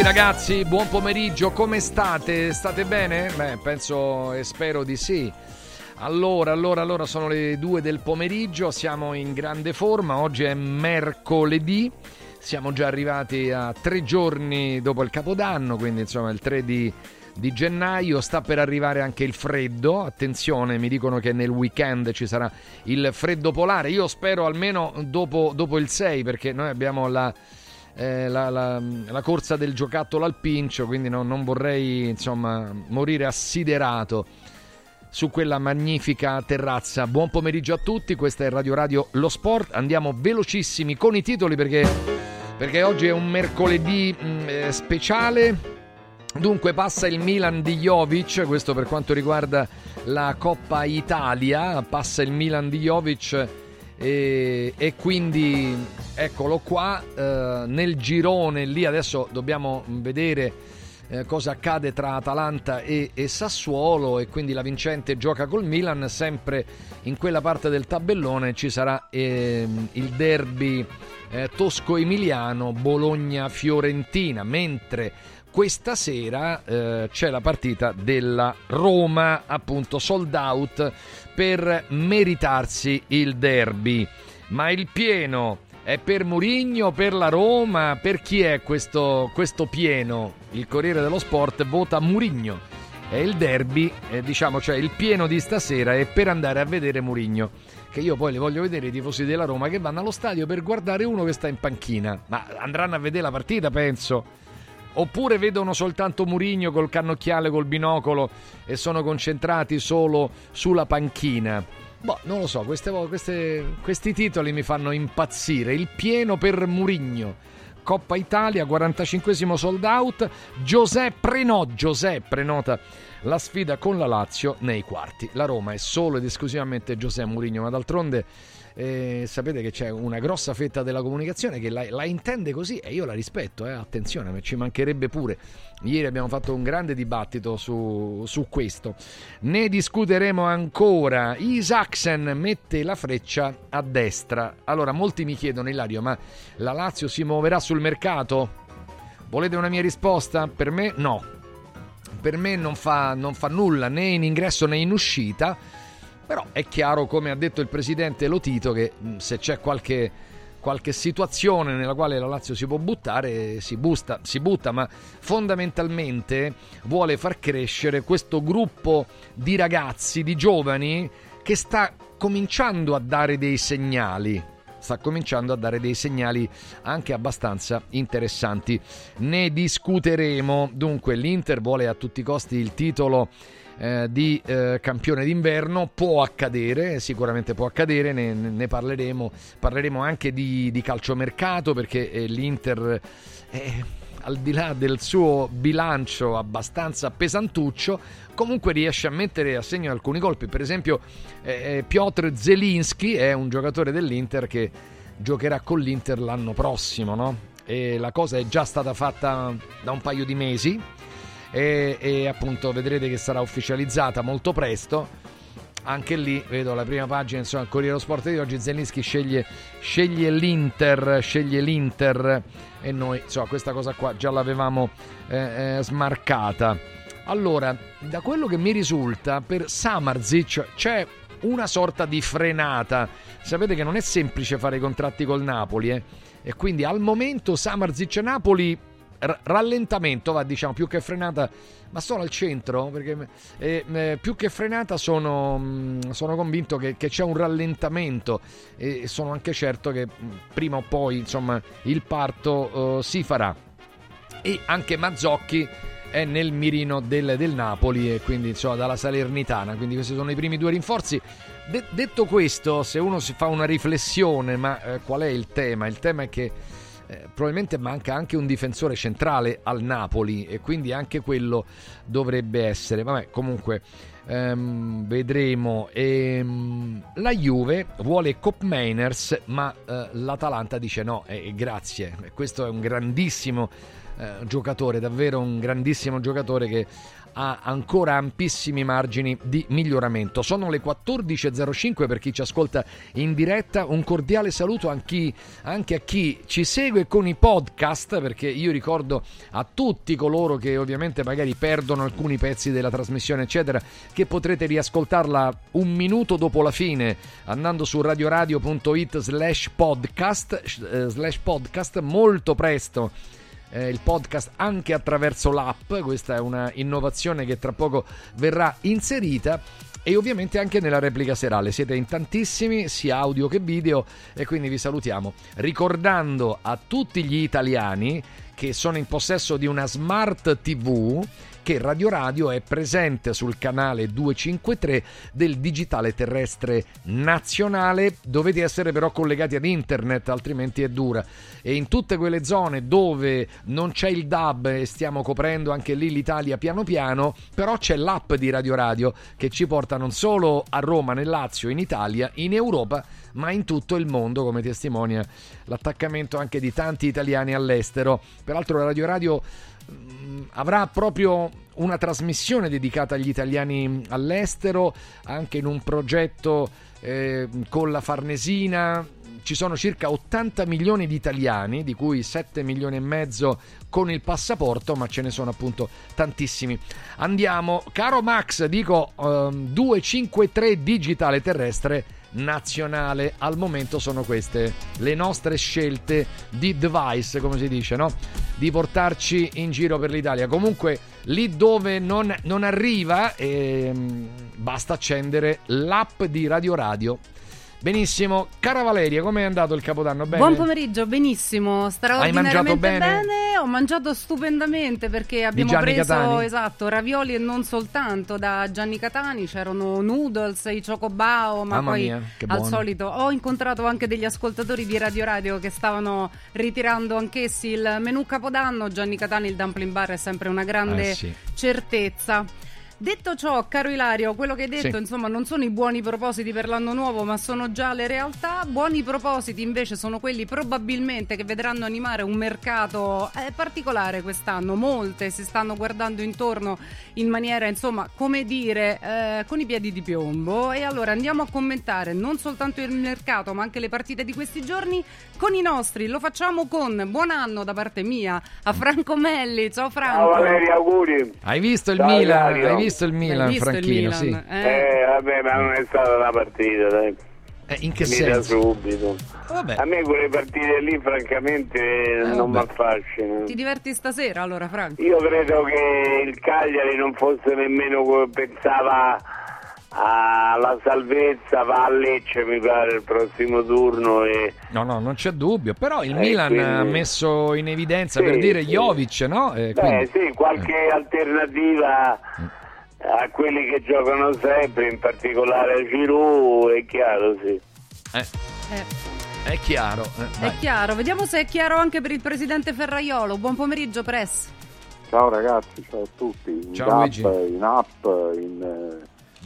ragazzi, buon pomeriggio, come state? State bene? Beh, penso e spero di sì. Allora, sono le 2 del pomeriggio, siamo in grande forma, oggi è mercoledì, siamo già arrivati a 3 giorni dopo il Capodanno, quindi insomma il 3 di gennaio, sta per arrivare anche il freddo, attenzione, mi dicono che nel weekend ci sarà il freddo polare, io spero almeno dopo il 6, perché noi abbiamo la corsa del giocattolo al Pincio, quindi non vorrei insomma morire assiderato su quella magnifica terrazza. Buon pomeriggio a tutti, questa è Radio Lo Sport, andiamo velocissimi con i titoli perché oggi è un mercoledì speciale. Dunque passa il Milan di Jovic, questo per quanto riguarda la Coppa Italia, passa il Milan di Jovic e quindi eccolo qua nel girone lì. Adesso dobbiamo vedere cosa accade tra Atalanta e Sassuolo, e quindi la vincente gioca col Milan. Sempre in quella parte del tabellone ci sarà il derby tosco-emiliano, Bologna-Fiorentina, mentre questa sera c'è la partita della Roma, appunto sold out, per meritarsi il derby. Ma il pieno è per Mourinho, per la Roma? Per chi è questo pieno? Il Corriere dello Sport vota Mourinho. E il derby, diciamo, cioè il pieno di stasera è per andare a vedere Mourinho. Che io poi li voglio vedere i tifosi della Roma che vanno allo stadio per guardare uno che sta in panchina. Ma andranno a vedere la partita, penso. Oppure vedono soltanto Mourinho col cannocchiale, col binocolo, e sono concentrati solo sulla panchina. Boh, non lo so, questi titoli mi fanno impazzire. Il pieno per Mourinho. Coppa Italia, 45esimo sold out. José prenota la sfida con la Lazio nei quarti. La Roma è solo ed esclusivamente José Mourinho, ma d'altronde sapete che c'è una grossa fetta della comunicazione che la intende così, e io la rispetto, attenzione, ci mancherebbe pure. Ieri abbiamo fatto un grande dibattito su questo, ne discuteremo ancora. Isaksen mette la freccia a destra. Allora, molti mi chiedono: Ilario, ma la Lazio si muoverà sul mercato? Volete una mia risposta? Per me no, per me non fa nulla né in ingresso né in uscita. Però è chiaro, come ha detto il presidente Lotito, che se c'è qualche situazione nella quale la Lazio si può buttare, si butta, ma fondamentalmente vuole far crescere questo gruppo di ragazzi, di giovani, che sta cominciando a dare dei segnali. Anche abbastanza interessanti. Ne discuteremo. Dunque l'Inter vuole a tutti i costi il titolo di campione d'inverno. Può accadere, sicuramente può accadere, ne parleremo anche di calciomercato, perché l'Inter al di là del suo bilancio abbastanza pesantuccio, comunque riesce a mettere a segno alcuni colpi. Per esempio Piotr Zelinski è un giocatore dell'Inter che giocherà con l'Inter l'anno prossimo, no? E la cosa è già stata fatta da un paio di mesi e appunto vedrete che sarà ufficializzata molto presto. Anche lì vedo la prima pagina, insomma, il Corriere dello Sport di oggi. Zelinski sceglie l'Inter e noi, insomma, questa cosa qua già l'avevamo smarcata. Allora, da quello che mi risulta, per Samardžić c'è una sorta di frenata. Sapete che non è semplice fare i contratti col Napoli, e quindi al momento Samardžić Napoli rallentamento, diciamo, più che frenata, ma solo al centro, perché più che frenata sono convinto che c'è un rallentamento, e sono anche certo che prima o poi, insomma, il parto si farà. E anche Mazzocchi è nel mirino del Napoli, e quindi, insomma, dalla Salernitana. Quindi questi sono i primi 2 rinforzi. Detto questo, se uno si fa una riflessione, ma qual è il tema? Il tema è che probabilmente manca anche un difensore centrale al Napoli, e quindi anche quello dovrebbe essere. Vabbè, comunque vedremo. La Juve vuole Koopmeiners, ma l'Atalanta dice no, grazie. Questo è un grandissimo giocatore, davvero un grandissimo giocatore, che ha ancora ampissimi margini di miglioramento. Sono le 14.05 per chi ci ascolta in diretta. Un cordiale saluto anche a chi ci segue con i podcast, perché io ricordo a tutti coloro che ovviamente magari perdono alcuni pezzi della trasmissione eccetera, che potrete riascoltarla un minuto dopo la fine andando su radioradio.it/podcast molto presto. Il podcast anche attraverso l'app, questa è una innovazione che tra poco verrà inserita, e ovviamente anche nella replica serale. Siete in tantissimi, sia audio che video, e quindi vi salutiamo ricordando a tutti gli italiani che sono in possesso di una smart TV che Radio Radio è presente sul canale 253 del digitale terrestre nazionale. Dovete essere però collegati ad internet, altrimenti è dura, e in tutte quelle zone dove non c'è il DAB, e stiamo coprendo anche lì l'Italia piano piano, però c'è l'app di Radio Radio che ci porta non solo a Roma, nel Lazio, in Italia, in Europa, ma in tutto il mondo, come testimonia l'attaccamento anche di tanti italiani all'estero. Peraltro Radio Radio avrà proprio una trasmissione dedicata agli italiani all'estero, anche in un progetto con la Farnesina. Ci sono circa 80 milioni di italiani, di cui 7 milioni e mezzo con il passaporto, ma ce ne sono appunto tantissimi. Andiamo, caro Max, dico 253 digitale terrestre nazionale. Al momento sono queste le nostre scelte di device, come si dice, no? Di portarci in giro per l'Italia. Comunque lì dove non arriva basta accendere l'app di Radio Radio. Benissimo, cara Valeria, come è andato il Capodanno? Bene? Buon pomeriggio, benissimo, straordinariamente bene? Ho mangiato stupendamente perché abbiamo preso ravioli e non soltanto da Gianni Catani, c'erano noodles, i ciocobao, ma mamma poi mia, che al buono. solito ho incontrato anche degli ascoltatori di Radio Radio che stavano ritirando anch'essi il menù Capodanno. Gianni Catani, il dumpling bar è sempre una grande certezza. Detto ciò, caro Ilario, quello che hai detto, insomma, non sono i buoni propositi per l'anno nuovo, ma sono già le realtà. Buoni propositi invece sono quelli probabilmente che vedranno animare un mercato particolare quest'anno. Molte si stanno guardando intorno in maniera, insomma, come dire, con i piedi di piombo. E allora andiamo a commentare non soltanto il mercato, ma anche le partite di questi giorni con i nostri. Lo facciamo con buon anno da parte mia a Franco Melli. Ciao Franco. Ciao Valeria, auguri. Hai visto il Ciao, Milan? Ilario. Hai visto il Milan, Franchino? Sì. Vabbè, ma non è stata una partita, dai. In che Finita senso? subito. Vabbè. A me quelle partite lì francamente non mi affascinano. Ti diverti stasera allora, Franco? Io credo che il Cagliari non fosse nemmeno come pensava alla salvezza, va a Lecce mi pare il prossimo turno No, non c'è dubbio, però il Milan quindi ha messo in evidenza, per dire, Jovic, no? Sì, qualche alternativa a quelli che giocano sempre, in particolare a Giroud, è chiaro, sì. È chiaro. È chiaro, vediamo se è chiaro anche per il presidente Ferraiolo. Buon pomeriggio, Press. Ciao ragazzi, ciao a tutti. Ciao Luigi. In app, in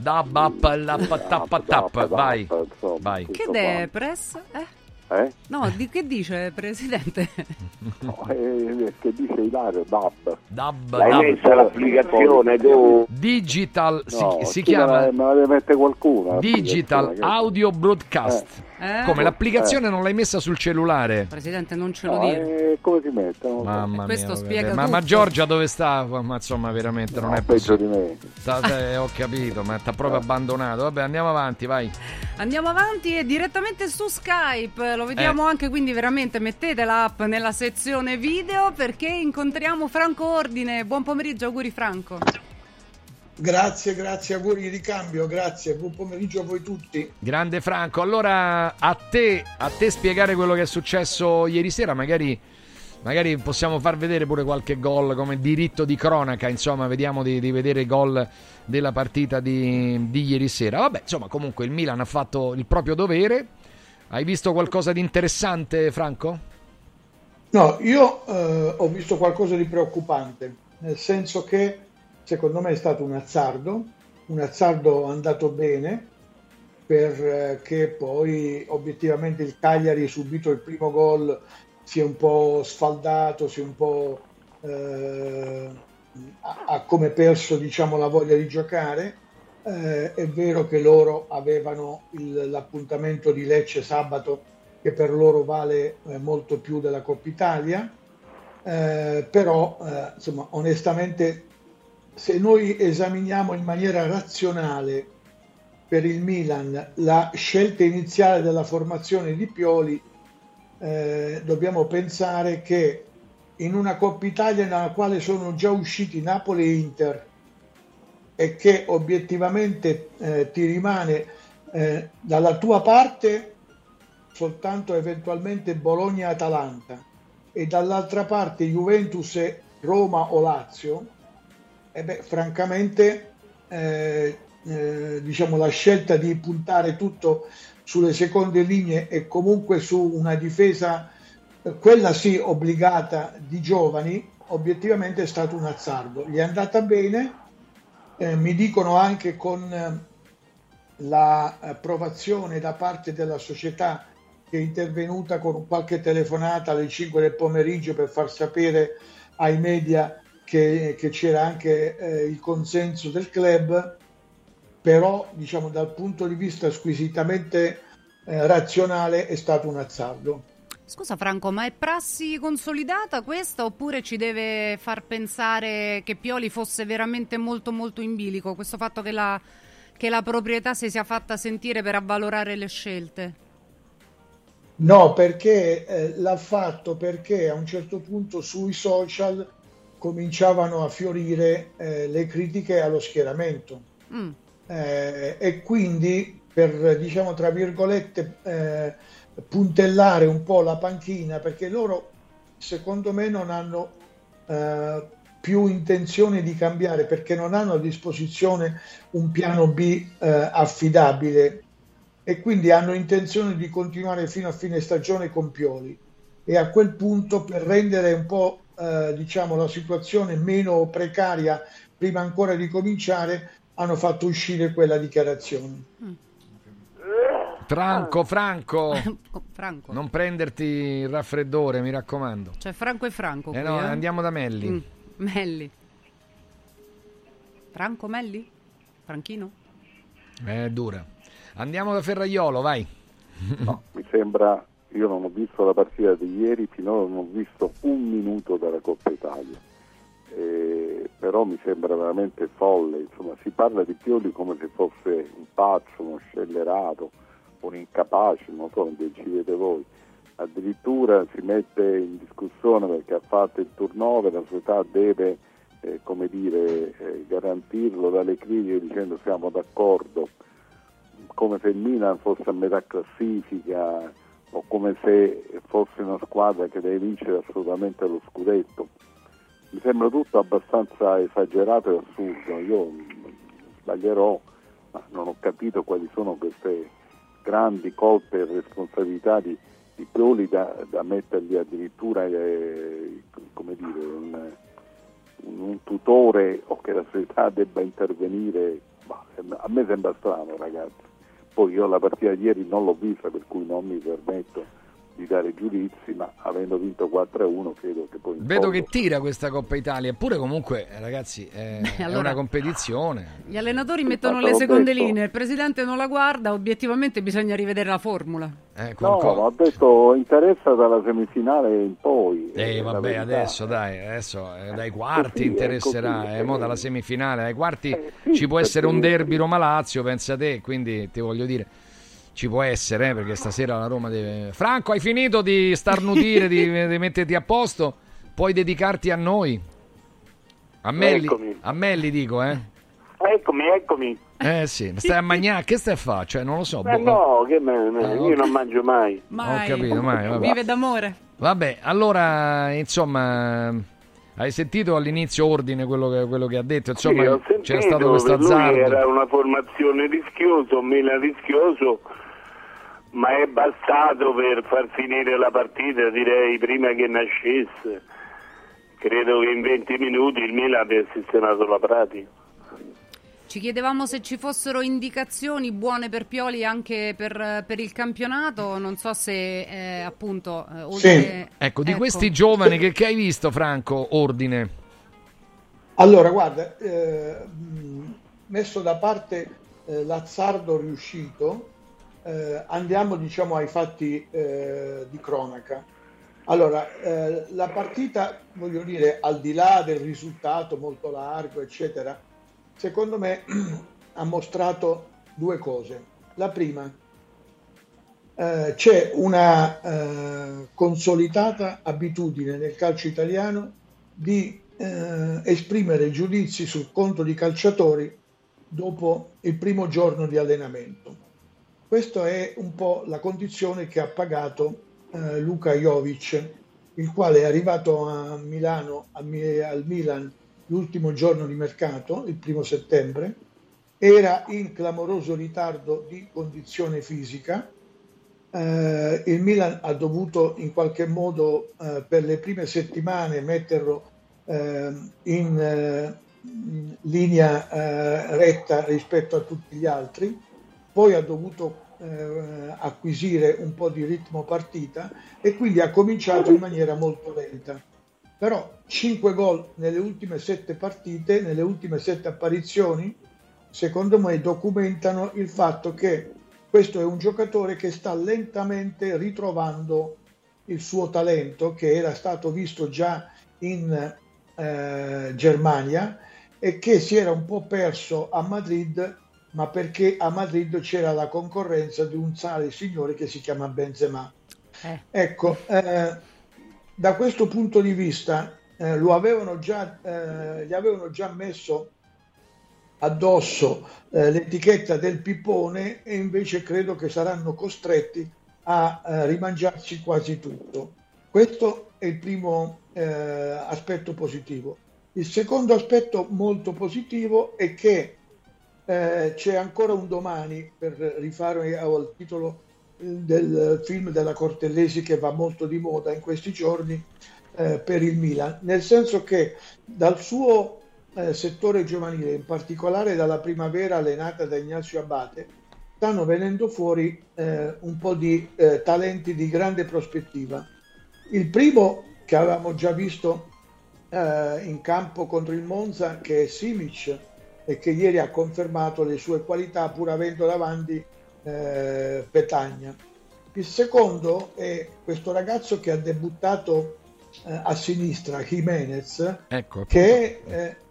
Dab, vai. Vai. Che è Press? No, che dice presidente? No, che dice Ilario, Dab. Hai messo l'applicazione tu? Digital, No, si chiama me la deve mettere qualcuno. Digital Audio Broadcast. Come l'applicazione non l'hai messa sul cellulare? Presidente, non ce lo dire. Come si mette? Mamma questo mia, spiega ma Giorgia dove sta? Ma insomma, veramente non è peggio possibile. di me. Ho capito, ma t'ha proprio abbandonato. Vabbè, andiamo avanti, vai. Andiamo avanti e direttamente su Skype. Lo vediamo anche, quindi veramente mettete l'app nella sezione video perché incontriamo Franco Ordine. Buon pomeriggio, auguri Franco. Grazie, auguri di cambio, grazie, buon pomeriggio a voi tutti. Grande Franco, allora a te spiegare quello che è successo ieri sera, magari possiamo far vedere pure qualche gol come diritto di cronaca, insomma, vediamo di vedere i gol della partita di ieri sera. Vabbè, insomma, comunque il Milan ha fatto il proprio dovere. Hai visto qualcosa di interessante, Franco? No, io ho visto qualcosa di preoccupante, nel senso che secondo me è stato un azzardo andato bene, perché poi obiettivamente il Cagliari, subito il primo gol, si è un po' sfaldato, si è un po' ha come perso, diciamo, la voglia di giocare. È vero che loro avevano l'appuntamento di Lecce sabato, che per loro vale molto più della Coppa Italia, però insomma, onestamente, se noi esaminiamo in maniera razionale per il Milan la scelta iniziale della formazione di Pioli, dobbiamo pensare che in una Coppa Italia nella quale sono già usciti Napoli e Inter, e che obiettivamente ti rimane dalla tua parte soltanto eventualmente Bologna e Atalanta, e dall'altra parte Juventus e Roma o Lazio, francamente diciamo la scelta di puntare tutto sulle seconde linee e comunque su una difesa, quella sì obbligata, di giovani, obiettivamente è stato un azzardo. Gli è andata bene, mi dicono anche con l'approvazione da parte della società, che è intervenuta con qualche telefonata alle 5 del pomeriggio per far sapere ai media che c'era anche il consenso del club, però diciamo dal punto di vista squisitamente razionale è stato un azzardo. Scusa Franco, ma è prassi consolidata questa, oppure ci deve far pensare che Pioli fosse veramente molto molto in bilico, questo fatto che la proprietà si sia fatta sentire per avvalorare le scelte? No, perché l'ha fatto perché a un certo punto sui social cominciavano a fiorire le critiche allo schieramento. E quindi per, diciamo, tra virgolette, puntellare un po' la panchina, perché loro secondo me non hanno più intenzione di cambiare, perché non hanno a disposizione un piano B affidabile, e quindi hanno intenzione di continuare fino a fine stagione con Pioli, e a quel punto, per rendere un po' diciamo la situazione meno precaria prima ancora di cominciare, hanno fatto uscire quella dichiarazione. Franco, non prenderti il raffreddore, mi raccomando. C'è Franco e Franco qui, no, andiamo da Melli. Melli. Franco, Melli? Franchino? È dura. Andiamo da Ferraiolo, vai. No, mi sembra, io non ho visto la partita di ieri, finora non ho visto un minuto della Coppa Italia, però mi sembra veramente folle. Insomma, si parla di Pioli come se fosse un pazzo, uno scellerato, un incapace, non so, decidete voi. Addirittura si mette in discussione perché ha fatto il turnover, la società deve garantirlo dalle critiche, dicendo siamo d'accordo, come se il Milan fosse a metà classifica o come se fosse una squadra che deve vincere assolutamente lo scudetto. Mi sembra tutto abbastanza esagerato e assurdo. Io sbaglierò, ma non ho capito quali sono queste grandi colpe e responsabilità di Pioli da mettergli addirittura un tutore, o che la società debba intervenire. A me sembra strano, ragazzi. Poi io la partita di ieri non l'ho vista, per cui non mi permetto di dare giudizi, ma avendo vinto 4-1 credo che poi vedo che tira questa Coppa Italia, eppure comunque ragazzi allora, è una competizione. Gli allenatori mettono le seconde linee, il presidente non la guarda, obiettivamente bisogna rivedere la formula. No, ho detto interessa dalla semifinale in poi. Vabbè, adesso dai quarti interesserà, mo dalla semifinale ai quarti ci può essere un derby Roma-Lazio, pensa te, quindi ti voglio dire, ci può essere, perché stasera la Roma deve... Franco, hai finito di starnutire, di metterti a posto? Puoi dedicarti a noi? A Melli dico, Eccomi. Sì, stai a mangiare, che stai a fare? Cioè, non lo so. No, io non mangio mai. Ho capito, mai. Vabbè. Vive d'amore. Vabbè, allora, insomma, hai sentito all'inizio Ordine quello che ha detto? Insomma, sì, c'era stato questo azzardo. Era una formazione rischiosa, un Milan rischioso, ma è bastato per far finire la partita, direi, prima che nascesse. Credo che in 20 minuti il Milan abbia sistemato la pratica. Ci chiedevamo se ci fossero indicazioni buone per Pioli anche per il campionato, non so se appunto... Sì. Ecco, di questi giovani che hai visto, Franco, Ordine? Allora, guarda, messo da parte l'azzardo riuscito, andiamo diciamo ai fatti di cronaca. Allora, la partita, voglio dire, al di là del risultato molto largo, eccetera, secondo me ha mostrato due cose. La prima, c'è una consolidata abitudine nel calcio italiano di esprimere giudizi sul conto di calciatori dopo il primo giorno di allenamento. Questa è un po' la condizione che ha pagato Luka Jovic, il quale è arrivato a Milano, al Milan, l'ultimo giorno di mercato, il 1° settembre, era in clamoroso ritardo di condizione fisica. Il Milan ha dovuto in qualche modo per le prime settimane metterlo in linea retta rispetto a tutti gli altri, poi ha dovuto acquisire un po' di ritmo partita e quindi ha cominciato in maniera molto lenta. Però 5 gol nelle ultime 7 partite, nelle ultime 7 apparizioni, secondo me documentano il fatto che questo è un giocatore che sta lentamente ritrovando il suo talento, che era stato visto già in Germania e che si era un po' perso a Madrid, ma perché a Madrid c'era la concorrenza di un tale signore che si chiama Benzema. Ecco, da questo punto di vista gli avevano già messo addosso l'etichetta del pippone e invece credo che saranno costretti a rimangiarsi quasi tutto. Questo è il primo aspetto positivo. Il secondo aspetto molto positivo è che c'è ancora un domani, per rifare al titolo del film della Cortellesi che va molto di moda in questi giorni per il Milan, nel senso che dal suo settore giovanile, in particolare dalla primavera allenata da Ignazio Abate, stanno venendo fuori un po' di talenti di grande prospettiva. Il primo che avevamo già visto in campo contro il Monza, che è Simic, e che ieri ha confermato le sue qualità pur avendo davanti Petagna. Il secondo è questo ragazzo che ha debuttato a sinistra, Jimenez, ecco, che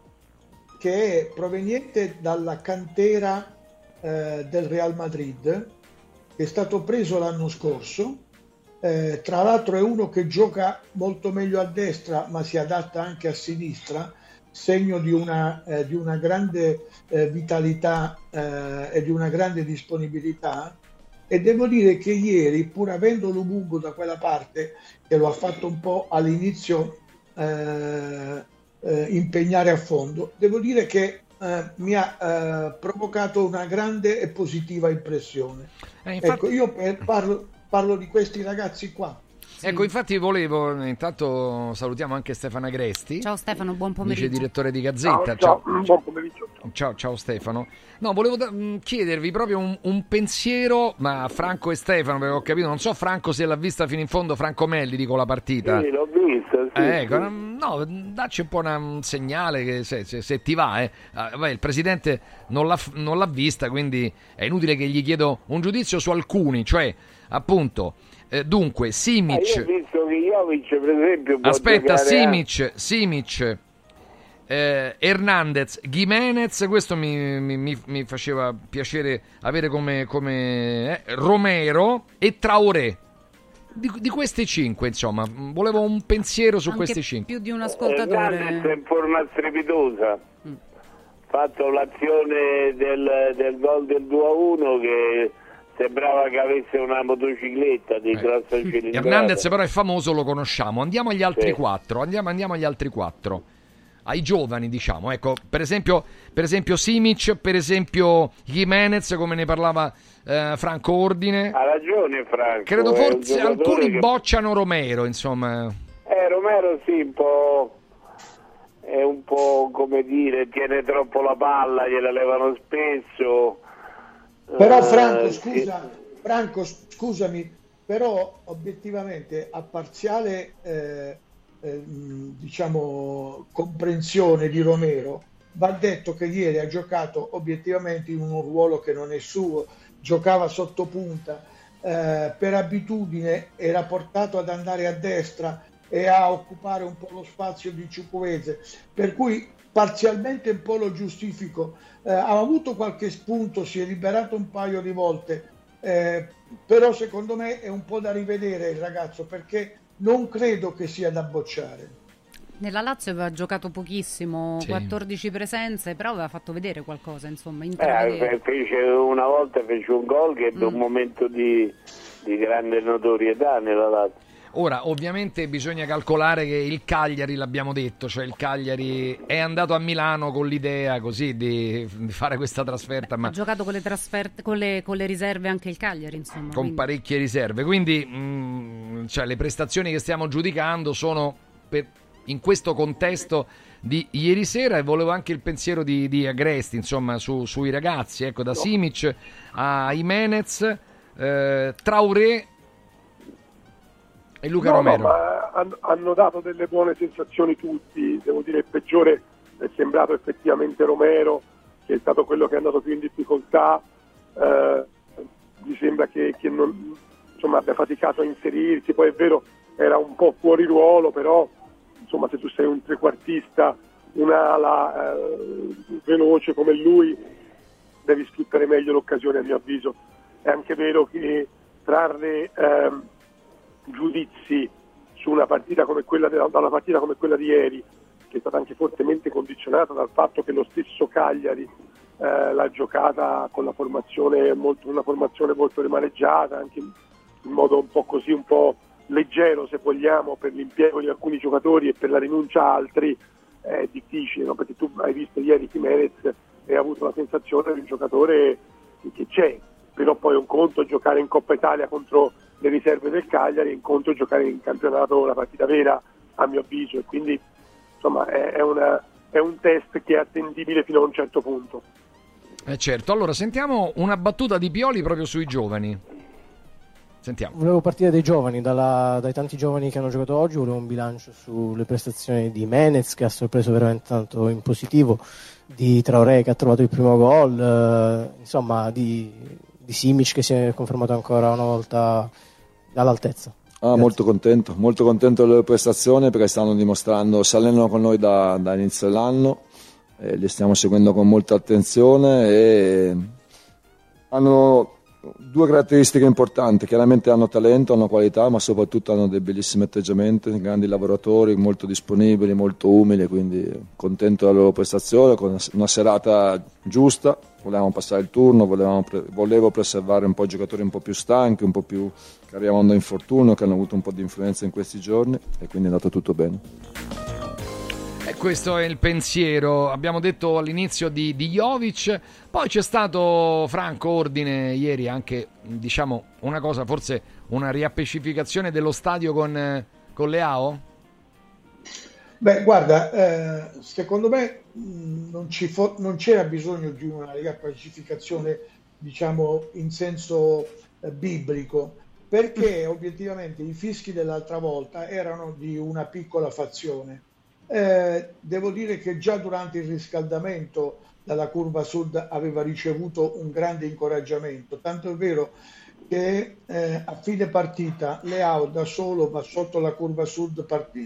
è proveniente dalla cantera del Real Madrid, che è stato preso l'anno scorso. Tra l'altro è uno che gioca molto meglio a destra ma si adatta anche a sinistra, segno di una grande vitalità e di una grande disponibilità. E devo dire che ieri, pur avendo Lumumbu da quella parte, che lo ha fatto un po' all'inizio impegnare a fondo, devo dire che mi ha provocato una grande e positiva impressione. Infatti... Ecco, io parlo di questi ragazzi qua. Sì. Ecco, infatti volevo, intanto salutiamo anche Stefano Agresti. Ciao Stefano, buon pomeriggio. Vice direttore di Gazzetta. Ciao, buon pomeriggio. Ciao Stefano. No, volevo chiedervi proprio un pensiero, ma Franco e Stefano, perché ho capito, non so Franco se l'ha vista fino in fondo, Franco Melli, dico la partita. Sì, l'ho vista. Sì, ecco, no, dacci un po' un segnale che se ti va. Il presidente non l'ha vista, quindi è inutile che gli chiedo un giudizio su alcuni, cioè appunto... dunque Simic, io ho visto che Jovic per esempio può aspetta, Simic, Hernandez, Gimenez, questo mi faceva piacere avere come Romero e Traoré. Di questi 5, insomma, volevo un pensiero su anche questi 5. Più di un ascoltatore. Hernandez è in forma strepitosa. Fatto l'azione del gol del 2-1 che sembrava che avesse una motocicletta di grossa cilindrata. Hernandez però è famoso, lo conosciamo. Andiamo agli altri 4. Andiamo agli altri 4. Ai giovani, diciamo. Ecco, per esempio Simic, per esempio Jimenez, come ne parlava Franco Ordine. Ha ragione Franco. Credo forse alcuni bocciano Romero, insomma. Romero sì, è un po' come dire, tiene troppo la palla, gliela levano spesso. Però Franco, scusami, però obiettivamente a parziale diciamo, comprensione di Romero, va detto che ieri ha giocato obiettivamente in un ruolo che non è suo, giocava sotto punta, per abitudine era portato ad andare a destra e a occupare un po' lo spazio di Chukwueze, per cui parzialmente un po' lo giustifico. Ha avuto qualche spunto, si è liberato un paio di volte, però secondo me è un po' da rivedere il ragazzo, perché non credo che sia da bocciare. Nella Lazio aveva giocato pochissimo, sì. 14 presenze, però aveva fatto vedere qualcosa, insomma, una volta fece un gol che ebbe un momento di grande notorietà nella Lazio. Ora, ovviamente bisogna calcolare che il Cagliari, l'abbiamo detto, cioè il Cagliari è andato a Milano con l'idea così di fare questa trasferta. Ma ha giocato con le trasferte, con le riserve anche il Cagliari, insomma. Con parecchie riserve, quindi cioè, le prestazioni che stiamo giudicando sono in questo contesto di ieri sera, e volevo anche il pensiero di Agresti, insomma, sui ragazzi, ecco, da Simic a Jimenez, Traoré e Luca Romero. Ma hanno dato delle buone sensazioni tutti. Devo dire, il peggiore è sembrato effettivamente Romero, che è stato quello che è andato più in difficoltà. Mi sembra che non, insomma, abbia faticato a inserirsi. Poi è vero, era un po' fuori ruolo, però insomma, se tu sei un trequartista, un'ala veloce come lui, devi sfruttare meglio l'occasione, a mio avviso. È anche vero che trarre giudizi su una partita come quella da una partita come quella di ieri, che è stata anche fortemente condizionata dal fatto che lo stesso Cagliari l'ha giocata con una formazione molto rimaneggiata, anche in modo un po' così, un po' leggero, se vogliamo, per l'impiego di alcuni giocatori e per la rinuncia a altri, è difficile, no? Perché tu hai visto ieri Jimenez e hai avuto la sensazione di un giocatore che c'è, però poi un conto giocare in Coppa Italia contro le riserve del Cagliari, un conto giocare in campionato una partita vera, a mio avviso, e quindi insomma è un test che è attendibile fino a un certo punto. Certo, allora sentiamo una battuta di Pioli proprio sui giovani. Sentiamo. Volevo partire dai giovani, dai tanti giovani che hanno giocato oggi. Volevo un bilancio sulle prestazioni di Jimenez, che ha sorpreso veramente tanto in positivo, di Traoré, che ha trovato il primo gol, insomma di Simic, che si è confermato ancora una volta all'altezza. Molto contento delle prestazioni, perché stanno dimostrando, si allenano con noi da inizio dell'anno, li stiamo seguendo con molta attenzione e hanno due caratteristiche importanti: chiaramente hanno talento, hanno qualità, ma soprattutto hanno dei bellissimi atteggiamenti, grandi lavoratori, molto disponibili, molto umili, quindi contento della loro prestazione, con una serata giusta. Volevamo passare il turno, volevo preservare un po' i giocatori un po' più stanchi, un po' più che arrivavano da infortunio, che hanno avuto un po' di influenza in questi giorni, e quindi è andato tutto bene. E questo è il pensiero, abbiamo detto all'inizio di Jovic. Poi c'è stato, Franco, ordine ieri anche, diciamo, una cosa, forse una riappacificazione dello stadio con Leao? Beh, guarda, secondo me non c'era bisogno di una riappacificazione, diciamo, in senso biblico, perché obiettivamente i fischi dell'altra volta erano di una piccola fazione. Devo dire che già durante il riscaldamento dalla curva sud aveva ricevuto un grande incoraggiamento, tanto è vero che a fine partita Leao da solo va sotto la curva sud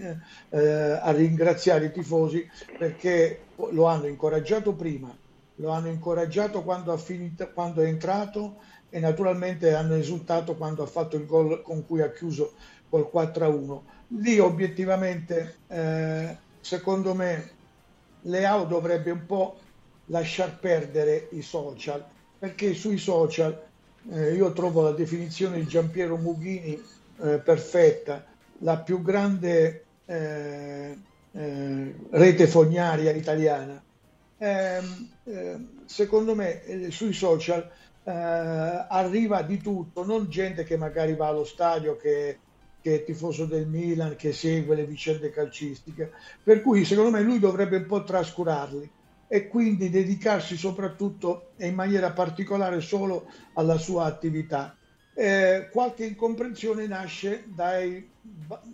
a ringraziare i tifosi, perché lo hanno incoraggiato prima, lo hanno incoraggiato quando è entrato, e naturalmente hanno esultato quando ha fatto il gol con cui ha chiuso col 4-1. Lì obiettivamente secondo me Leao dovrebbe un po' lasciar perdere i social, perché sui social io trovo la definizione di Giampiero Mughini perfetta: la più grande rete fognaria italiana. Secondo me sui social arriva di tutto, non gente che magari va allo stadio, che è tifoso del Milan, che segue le vicende calcistiche, per cui secondo me lui dovrebbe un po' trascurarli e quindi dedicarsi soprattutto e in maniera particolare solo alla sua attività. Qualche incomprensione nasce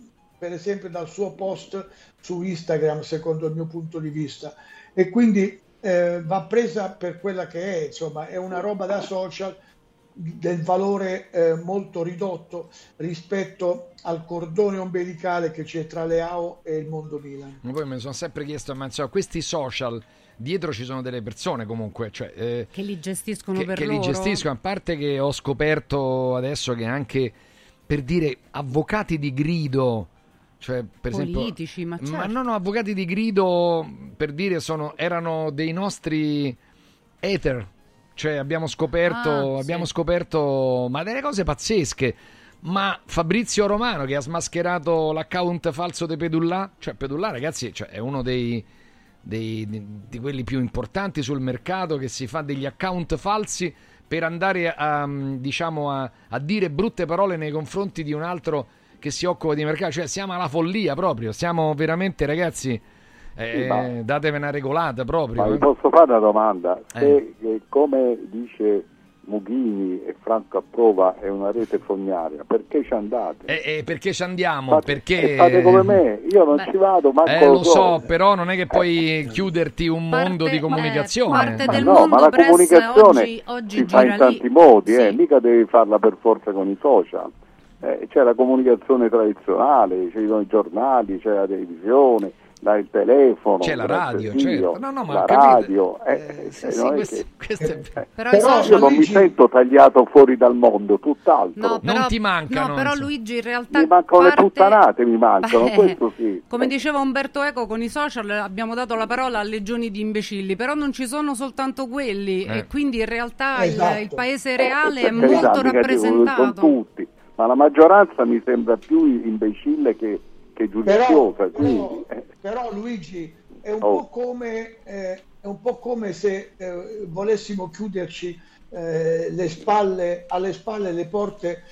per esempio dal suo post su Instagram, secondo il mio punto di vista, e quindi va presa per quella che è, insomma, è una roba da social del valore molto ridotto rispetto al cordone ombelicale che c'è tra le AO e il mondo Milan. Ma poi mi sono sempre chiesto, ma insomma, questi social, dietro ci sono delle persone comunque, cioè, che li gestiscono per che loro. Li gestiscono, a parte che ho scoperto adesso che anche, per dire, avvocati di grido, cioè per politici, esempio, ma certo. ma no, avvocati di grido, per dire, erano dei nostri ether, cioè abbiamo scoperto ma delle cose pazzesche. Ma Fabrizio Romano, che ha smascherato l'account falso di Pedullà, cioè Pedullà, ragazzi, cioè, è uno di quelli più importanti sul mercato, che si fa degli account falsi per andare a dire brutte parole nei confronti di un altro che si occupa di mercato. Cioè siamo alla follia proprio, siamo veramente, ragazzi, datevi una regolata proprio. Ma vi posso fare una domanda? Se, come dice Mughini e Franco Approva, è una rete fognaria, perché ci andate? Perché ci andiamo? Perché fate come me, io non ci vado, ma lo so, però non è che puoi chiuderti un mondo di comunicazione. Parte del ma la comunicazione oggi si fa in tanti modi, mica devi farla per forza con i social. C'è la comunicazione tradizionale, c'è i giornali, c'è la televisione, il telefono, c'è la radio, certo. La radio. Però io non mi sento tagliato fuori dal mondo, tutt'altro. Non ti mancano. No, però Luigi, in realtà mi mancano le puttanate, questo sì. Come diceva Umberto Eco, con i social abbiamo dato la parola a legioni di imbecilli, però non ci sono soltanto quelli, e quindi in realtà il paese reale è molto rappresentato. Sono tutti, ma la maggioranza mi sembra più imbecille che giudiziosa. Però Luigi, è un po' come se volessimo chiuderci alle spalle le porte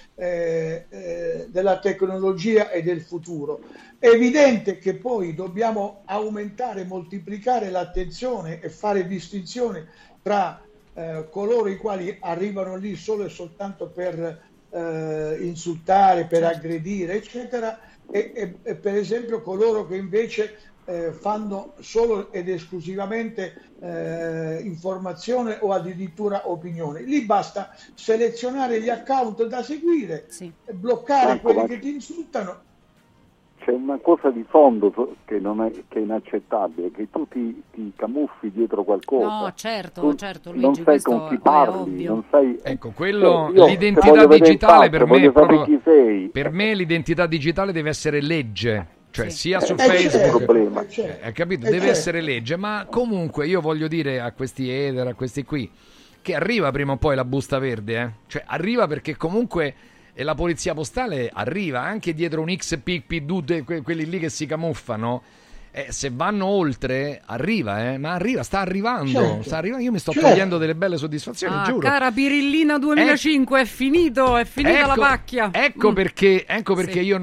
della tecnologia e del futuro. È evidente che poi dobbiamo aumentare, moltiplicare l'attenzione e fare distinzione tra coloro i quali arrivano lì solo e soltanto per insultare, per aggredire, eccetera, e per esempio coloro che invece fanno solo ed esclusivamente informazione o addirittura opinione. Lì basta selezionare gli account da seguire, bloccare quelli che ti insultano. C'è una cosa di fondo che è inaccettabile, che tu ti camuffi dietro qualcosa. No, certo, Luigi, non sai con chi parli, non sai. Ecco, quello, l'identità digitale per me è proprio, per me l'identità digitale deve essere legge. Cioè sia su Facebook, capito? Deve essere legge, ma comunque io voglio dire a questi hater, a questi qui, che arriva prima o poi la busta verde, cioè arriva, perché comunque la polizia postale arriva anche dietro un XPP2, quelli lì che si camuffano. Se vanno oltre arriva, ma sta arrivando, io mi sto togliendo delle belle soddisfazioni, giuro. Cara Pirillina 2005, è finita la pacchia. Ecco perché io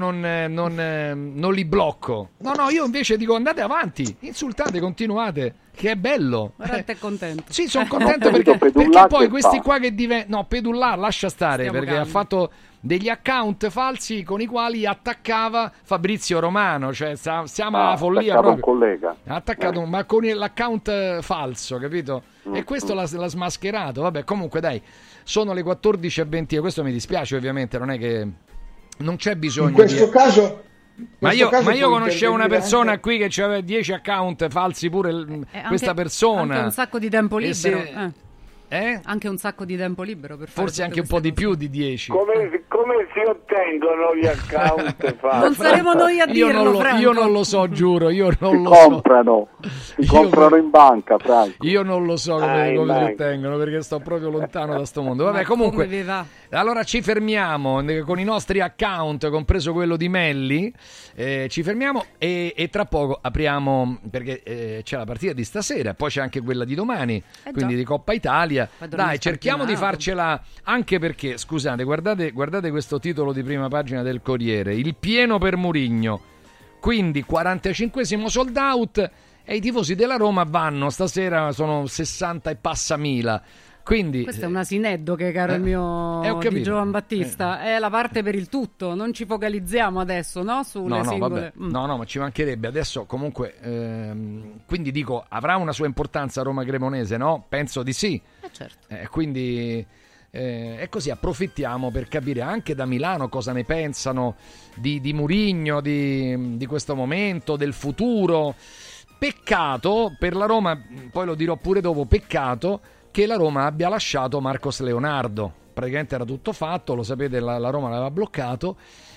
non li blocco. No, io invece dico andate avanti, insultate, continuate, che è bello. Guarda, te è contento. Sì, sono contento perché poi questi qua che diventano... No, Pedullà lascia stare, perché ha fatto degli account falsi con i quali attaccava Fabrizio Romano, cioè siamo alla follia proprio. Un collega. Ha attaccato, ma con l'account falso, capito? E questo l'ha smascherato. Vabbè, comunque dai, sono le 14:20, questo mi dispiace ovviamente, non è che non c'è bisogno in questo caso. Ma io conoscevo una persona qui che aveva 10 account falsi pure, questa persona. Anche un sacco di tempo libero. Anche un sacco di tempo libero per fare forse anche un po' di più di 10. Come si ottengono gli account falsi? Non saremo noi a dirlo, Franco. Io non lo so, giuro, io non lo si comprano in banca, Franco. Io non lo so come si ottengono, perché sto proprio lontano da sto mondo. Vabbè, comunque, allora ci fermiamo con i nostri account, compreso quello di Melli, ci fermiamo e tra poco apriamo, perché c'è la partita di stasera, poi c'è anche quella di domani, quindi di Coppa Italia. Dai, cerchiamo di farcela, anche perché, scusate, guardate questo titolo di prima pagina del Corriere: il pieno per Mourinho, quindi 45esimo sold out, e i tifosi della Roma vanno stasera, sono 60 e passa mila, Quindi, questo è un asineddo che, caro il mio di Giovan Battista, è la parte per il tutto, non ci focalizziamo adesso, no? Sulle singole. No, ma ci mancherebbe. Adesso comunque, quindi dico, avrà una sua importanza Roma Cremonese, no? Penso di sì. Certo. Quindi è così, approfittiamo per capire anche da Milano cosa ne pensano di Mourinho, di questo momento, del futuro. Peccato per la Roma, poi lo dirò pure dopo, peccato che la Roma abbia lasciato Marcos Leonardo. Praticamente era tutto fatto, lo sapete, la Roma l'aveva bloccato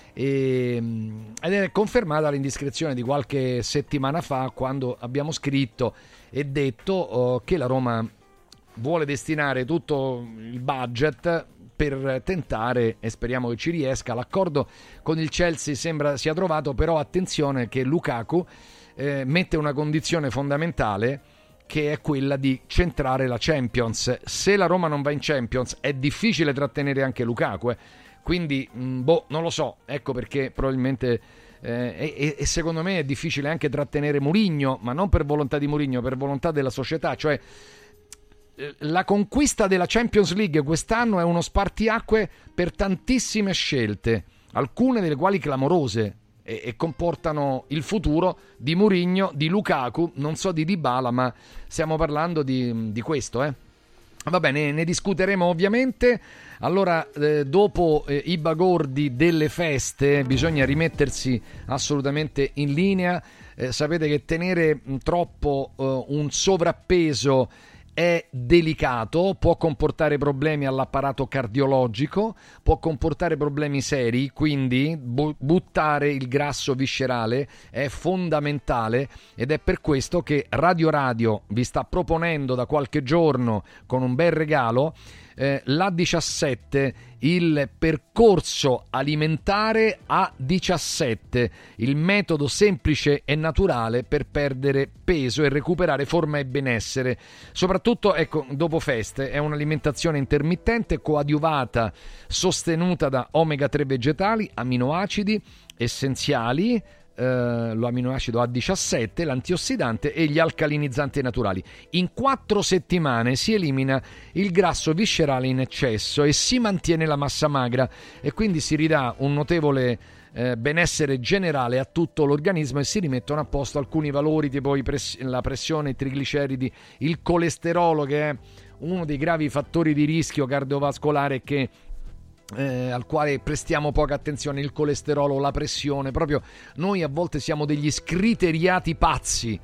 ed è confermata l'indiscrezione di qualche settimana fa, quando abbiamo scritto e detto che la Roma vuole destinare tutto il budget per tentare, e speriamo che ci riesca, l'accordo con il Chelsea sembra sia trovato, però attenzione che Lukaku mette una condizione fondamentale, che è quella di centrare la Champions. Se la Roma non va in Champions è difficile trattenere anche Lukaku, quindi non lo so, ecco perché probabilmente e secondo me è difficile anche trattenere Mourinho, ma non per volontà di Mourinho, per volontà della società. Cioè la conquista della Champions League quest'anno è uno spartiacque per tantissime scelte, alcune delle quali clamorose, e comportano il futuro di Mourinho, di Lukaku, non so di Dybala, ma stiamo parlando di questo, Va bene, ne discuteremo ovviamente. Allora, dopo i bagordi delle feste bisogna rimettersi assolutamente in linea. Sapete che tenere troppo un sovrappeso è delicato, può comportare problemi all'apparato cardiologico, può comportare problemi seri, quindi buttare il grasso viscerale è fondamentale, ed è per questo che Radio vi sta proponendo da qualche giorno, con un bel regalo, l'A17, il percorso alimentare A17, il metodo semplice e naturale per perdere peso e recuperare forma e benessere, soprattutto dopo feste. È un'alimentazione intermittente, coadiuvata, sostenuta da omega 3 vegetali, aminoacidi essenziali, l'aminoacido A17, l'antiossidante e gli alcalinizzanti naturali. In 4 settimane si elimina il grasso viscerale in eccesso e si mantiene la massa magra, e quindi si ridà un notevole benessere generale a tutto l'organismo, e si rimettono a posto alcuni valori tipo la pressione, i trigliceridi, il colesterolo, che è uno dei gravi fattori di rischio cardiovascolare al quale prestiamo poca attenzione. Il colesterolo, la pressione, proprio noi a volte siamo degli scriteriati pazzi,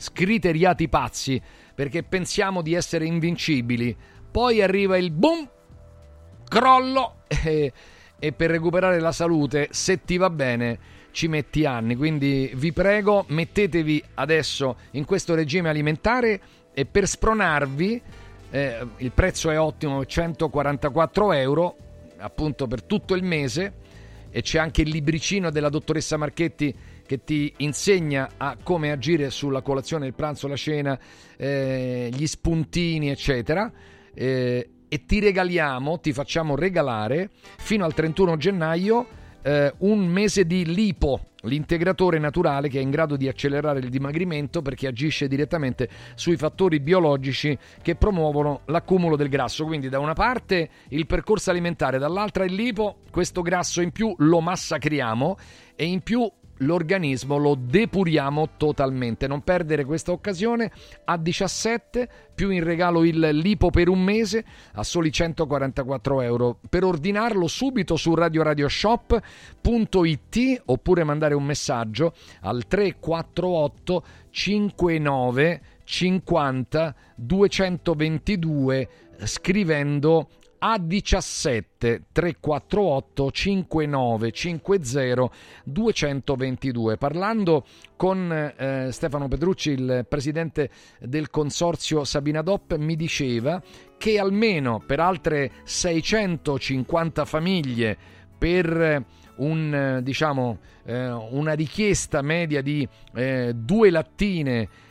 perché pensiamo di essere invincibili, poi arriva il boom, crollo, e per recuperare la salute, se ti va bene, ci metti anni. Quindi vi prego, mettetevi adesso in questo regime alimentare, e per spronarvi il prezzo è ottimo, 144 euro appunto per tutto il mese, e c'è anche il libricino della dottoressa Marchetti che ti insegna a come agire sulla colazione, il pranzo, la cena, gli spuntini eccetera, e ti facciamo regalare fino al 31 gennaio un mese di Lipo, l'integratore naturale che è in grado di accelerare il dimagrimento, perché agisce direttamente sui fattori biologici che promuovono l'accumulo del grasso. Quindi da una parte il percorso alimentare, dall'altra il Lipo, questo grasso in più lo massacriamo e in più l'organismo lo depuriamo totalmente. Non perdere questa occasione. A 17 più in regalo il Lipo per un mese a soli 144 euro. Per ordinarlo subito su radioradioshop.it oppure mandare un messaggio al 348 59 50 222 scrivendo A17 348 59 50 222. Parlando con Stefano Petrucci, il presidente del consorzio Sabina Dop, mi diceva che almeno per altre 650 famiglie, per una richiesta media di 2 lattine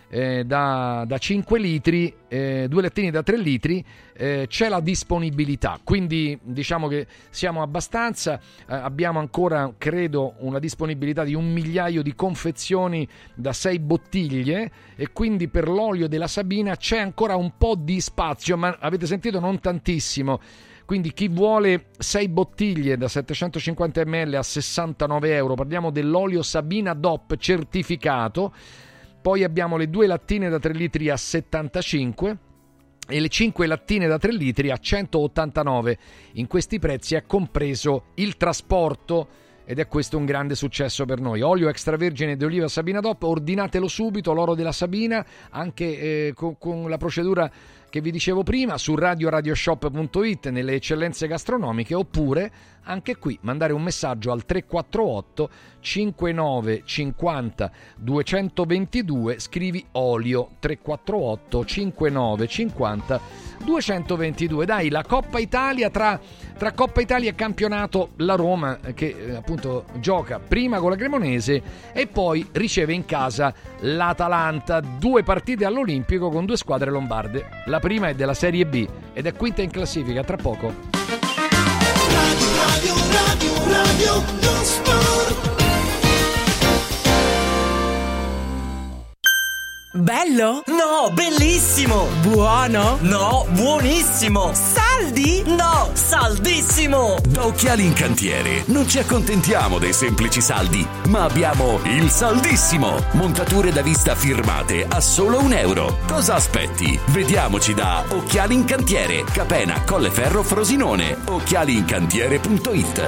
da 5 litri, 2 lattini da 3 litri, c'è la disponibilità, quindi diciamo che siamo abbastanza, abbiamo ancora credo una disponibilità di 1 migliaio di confezioni da 6 bottiglie, e quindi per l'olio della Sabina c'è ancora un po' di spazio, ma avete sentito, non tantissimo. Quindi chi vuole 6 bottiglie da 750 ml a 69 euro, parliamo dell'olio Sabina DOP certificato. Poi abbiamo le 2 lattine da 3 litri a 75 e le 5 lattine da 3 litri a 189. In questi prezzi è compreso il trasporto, ed è questo un grande successo per noi. Olio extravergine di oliva Sabina DOP, ordinatelo subito, l'oro della Sabina, anche con la procedura che vi dicevo prima, su radioshop.it nelle eccellenze gastronomiche, oppure anche qui mandare un messaggio al 348 59 50 222, scrivi olio 348 59 50 222. Dai, la Coppa Italia, tra Coppa Italia e campionato, la Roma che appunto gioca prima con la Cremonese e poi riceve in casa l'Atalanta, 2 partite all'Olimpico con 2 squadre lombarde. La prima è della Serie B ed è quinta in classifica. Tra poco. Radio lo Sport. Bello? No, bellissimo! Buono? No, buonissimo! Saldi? No, saldissimo! Da Occhiali in Cantiere non ci accontentiamo dei semplici saldi, ma abbiamo il saldissimo! Montature da vista firmate a solo €1. Cosa aspetti? Vediamoci da Occhiali in Cantiere, Capena, Colleferro, Frosinone. Occhialiincantiere.it.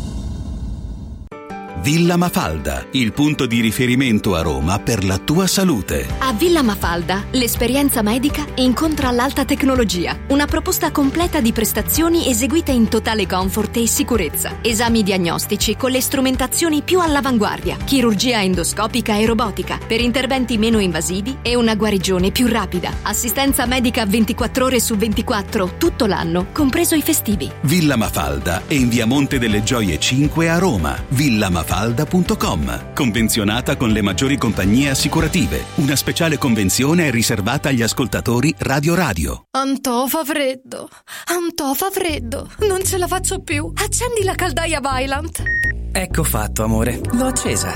Villa Mafalda, il punto di riferimento a Roma per la tua salute. A Villa Mafalda l'esperienza medica incontra l'alta tecnologia. Una proposta completa di prestazioni eseguite in totale comfort e sicurezza. Esami diagnostici con le strumentazioni più all'avanguardia. Chirurgia endoscopica e robotica per interventi meno invasivi e una guarigione più rapida. Assistenza medica 24 ore su 24 tutto l'anno, compreso i festivi. Villa Mafalda è in via Monte delle Gioie 5 a Roma. villamafalda.com. Convenzionata con le maggiori compagnie assicurative. Una speciale convenzione è riservata agli ascoltatori Radio. Antò fa freddo, non ce la faccio più. Accendi la caldaia Vaillant. Ecco fatto, amore, l'ho accesa.